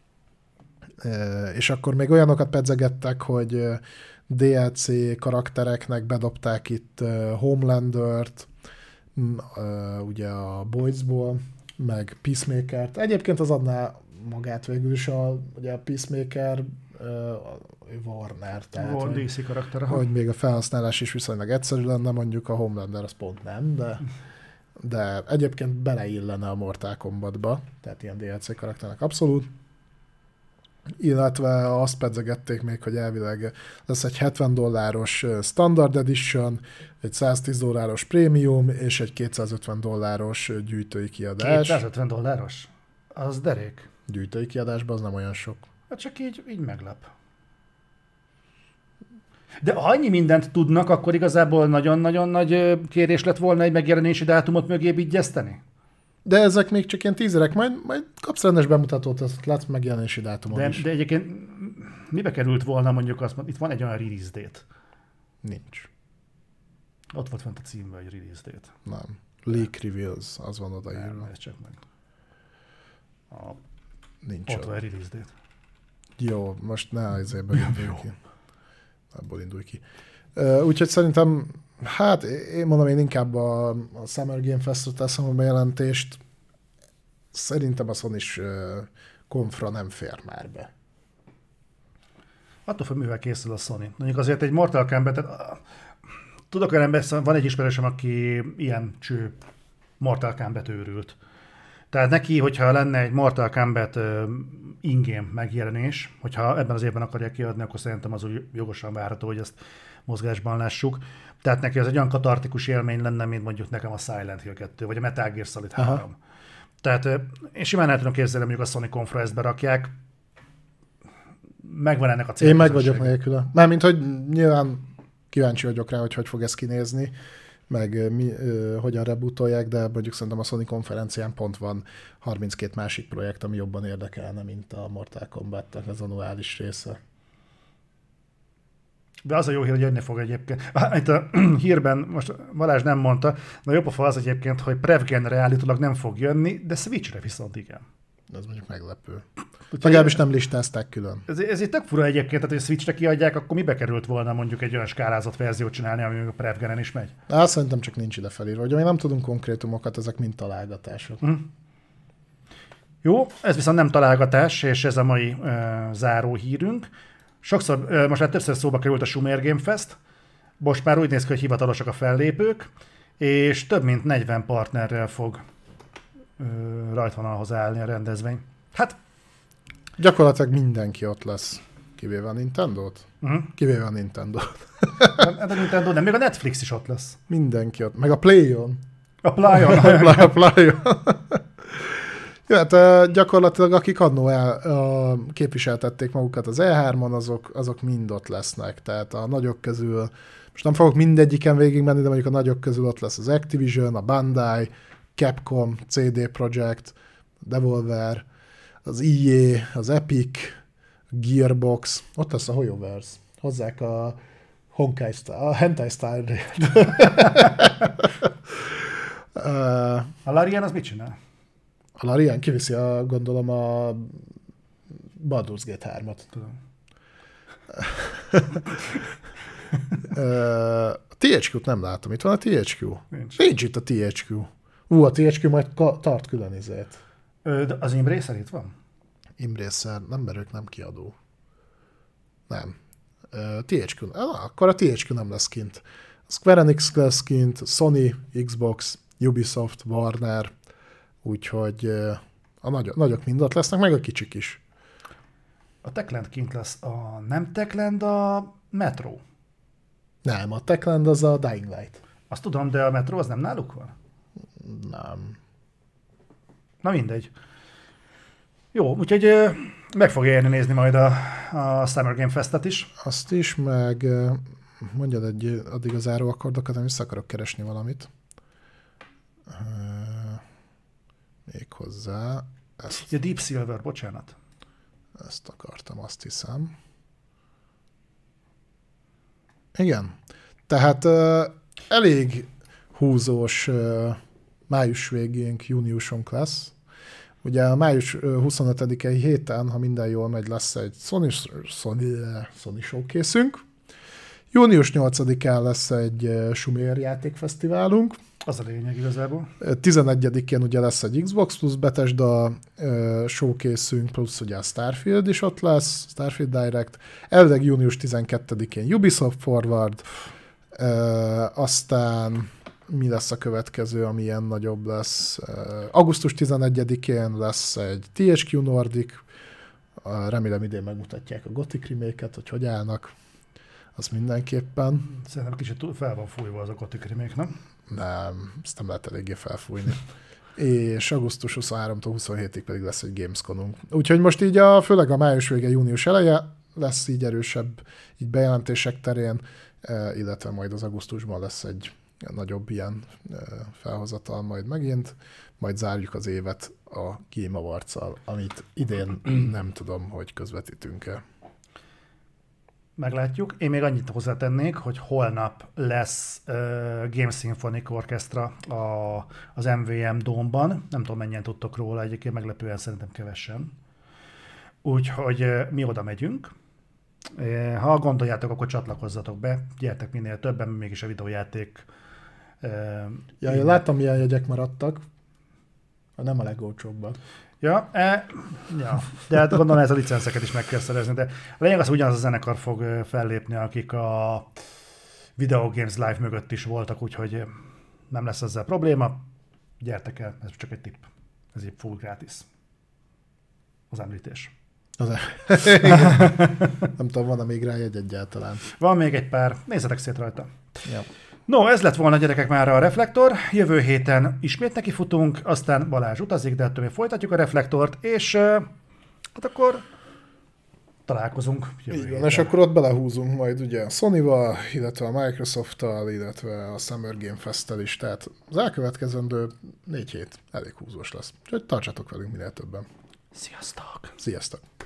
És akkor még olyanokat pedzegettek, hogy dé el cé karaktereknek bedobták itt Homelandert, ugye a Boysból, meg Peacemaker-t. Egyébként az adná magát végül is, a, ugye a Peacemaker uh, Warner, tehát War hogy, dé cé karakter. hogy még a felhasználás is viszonylag egyszerű lenne, mondjuk a Homelander az pont nem, de, de egyébként beleillene a Mortal Kombatba, tehát ilyen dé el cé karakternek abszolút. Illetve azt pedzegették még, hogy elvileg lesz egy hetven dolláros Standard Edition, egy száztíz dolláros Premium, és egy kétszázötven dolláros gyűjtői kiadás. kétszázötven dolláros? Az derék. Gyűjtői kiadásban az nem olyan sok. Hát csak így, így meglep. De ha annyi mindent tudnak, akkor igazából nagyon-nagyon nagy kérés lett volna egy megjelenési dátumot mögé vigyezteni? De ezek még csak ilyen tízerek, majd, majd kapsz rendes bemutatót, azt látsz megjelenési dátumon de, is. de egyébként mibe került volna mondjuk azt, itt van egy olyan release date. Nincs. Ott volt fent a címben egy release date. Nem. Leak Reveals, az van odaírva. Nem, ez csak meg. A... Nincs ott van egy release date. Jó, most ne azért indulj ki. Abból indulj ki. Uh, úgyhogy szerintem, hát én mondom, én inkább a, a Summer Game Festre teszem a bejelentést. Szerintem a Sony-s uh, konfra nem fér már be. Attól függ, mivel készül a Sony. Mondjuk azért egy Mortal Kombat, tudok olyan ember, van egy ismerősöm, aki ilyen cső Mortal Kombat őrült. Tehát neki, hogyha lenne egy Mortal Kombat uh, in-game megjelenés, hogyha ebben az évben akarják kiadni, akkor szerintem az úgy jogosan várható, hogy ezt mozgásban lássuk. Tehát neki az egy olyan katartikus élmény lenne, mint mondjuk nekem a Silent Hill kettő, vagy a Metal Gear Solid három. Aha. Tehát uh, én simán el tudom képzelni, mondjuk a Sony Confra ezt berakják. Megvan ennek a cél. Én meg vagyok nélküle. Mármint, hogy nyilván kíváncsi vagyok rá, hogy hogy fog ez kinézni, meg mi, ö, hogyan rebootolják, de mondjuk szerintem a Sony konferencián pont van harminckét másik projekt, ami jobban érdekelne, mint a Mortal Kombat-nak az annuális része. De az a jó hír, hogy jönni fog egyébként. Itt a hírben, most Balázs nem mondta, de jobb a fa az egyébként, hogy Prevgenre állítólag nem fog jönni, de Switchre viszont igen. Ez mondjuk meglepő. Legalábbis nem listázták külön. Ez, ez itt tök fura egyébként, tehát, hogy a Switchre kiadják, akkor mibe került volna mondjuk egy olyan skálázott verziót csinálni, ami a Prevgenen is megy? Á, szerintem csak nincs ide felírva, hogy még nem tudunk konkrétumokat, ezek mind találgatások. Mm. Jó, ez viszont nem találgatás, és ez a mai uh, záró hírünk. Sokszor, uh, most már többször szóba került a Summer Game Fest, most már úgy néz ki, hogy hivatalosak a fellépők, és több mint negyven partnerrel fog uh, rajtvonalhoz állni a rendezvény. Hát gyakorlatilag mindenki ott lesz, kivéve a Nintendót? Uh-huh. Kivéve a Nintendót. Hát a Nintendo nem, még a Netflix is ott lesz. Mindenki ott, meg a Playon. A Playon. a Playon. Ja, hát gyakorlatilag akik annó el, uh, képviseltették magukat az E hármon, azok, azok mind ott lesznek. Tehát a nagyok közül, most nem fogok mindegyiken végigmenni, de mondjuk a nagyok közül ott lesz az Activision, a Bandai, Capcom, cé dé Projekt, Devolver, az í á, az Epic, Gearbox, ott lesz a HoYoverse. Hozzák a Honkai Star, a Hentai Star-t. uh, a Larian az mit csinál? A Larian kiviszi, a, gondolom, a Baldur's Gate hármat. Tudom. uh, a té há kú-t nem látom. Itt van a té há kú? Nincs. Nincs itt a té há kú. Ú, a té há kú majd ka- tart külön izét. Ö, az Embracer itt van? Embracer, nem, mert ők nem kiadó. Nem. Uh, té há kú, ah, akkor a té há kú nem lesz kint. A Square Enix lesz kint, Sony, Xbox, Ubisoft, Warner, úgyhogy uh, a nagyok, nagyok mind ott lesznek, meg a kicsik is. A Techland kint lesz. A nem Techland a Metro. Nem, a Techland az a Dying Light. Azt tudom, de a Metro az nem náluk van? Nem. Na mindegy. Jó, úgyhogy ö, meg fogja érni nézni majd a, a Summer Game Festet is. Azt is, meg uh, mondjad egy addig az záróakkordokat, nem vissza akarok keresni valamit. Uh, még hozzá. Ezt, Ja, Deep Silver, bocsánat. ezt akartam, azt hiszem. Igen. Tehát uh, elég húzós uh, május végénk, júniusunk lesz. Ugye a május huszonötödikei héten, ha minden jól megy, lesz egy Sony, Sony, Sony showcase-ünk. június nyolcadikán lesz egy Sumér játékfesztiválunk. Az a lényeg igazából. tizenegyedikén ugye lesz egy Xbox plusz Bethesda showcase-ünk, plusz ugye a Starfield is ott lesz, Starfield Direct. Elvileg június tizenkettedikén Ubisoft Forward, aztán mi lesz a következő, ami ilyen nagyobb lesz. augusztus tizenegyedikén lesz egy té há kú Nordic, remélem idén megmutatják a Gothic remake-et, hogy hogy állnak. Az mindenképpen. Szerintem kicsit fel van fújva az a Gothic remake, nem? Nem, ezt nem lehet eléggé felfújni. és augusztus huszonharmadikától huszonhétig pedig lesz egy Gamesconunk. Úgyhogy most így a, főleg a május vége, június eleje lesz így erősebb így bejelentések terén, illetve majd az augusztusban lesz egy nagyobb ilyen felhozatal majd megint, majd zárjuk az évet a Game Awards-szal, amit idén nem tudom, hogy közvetítünk-e. Meglátjuk. Én még annyit hozzátennék, hogy holnap lesz uh, Game Symphonic Orchestra a, az em vé em Dome-ban. Nem tudom, mennyien tudtok róla, egyébként meglepően szerintem kevesen. Úgyhogy uh, mi oda megyünk. Uh, ha gondoljátok, akkor csatlakozzatok be. Gyertek minél többen, mégis a videójáték. Uh, ja, én láttam, milyen jegyek maradtak. Nem a legolcsóbbak. Ja, e, ja, de hát gondolom ez a licenszeket is meg kell szerezni, de a lényeg az, hogy ugyanaz a zenekar fog fellépni, akik a Video Games Live mögött is voltak, úgyhogy nem lesz ezzel probléma. Gyertek el, ez csak egy tipp. Ez így full gratis. Az említés. Az nem tudom, van-e még rá jegy egyáltalán. Van még egy pár, nézzetek szét rajta. Ja. No, ez lett volna, gyerekek, már a Reflektor. Jövő héten ismét nekifutunk, aztán Balázs utazik, de ettől még folytatjuk a Reflektort, és uh, hát akkor találkozunk jövő Így van, héten. és akkor ott belehúzunk majd ugye a Sony-val, illetve a Microsoft-tal, illetve a Summer Game Fest-tel is, tehát az elkövetkezendő négy hét elég húzós lesz. Úgyhogy tartsatok velünk minél többen. Sziasztok! Sziasztok!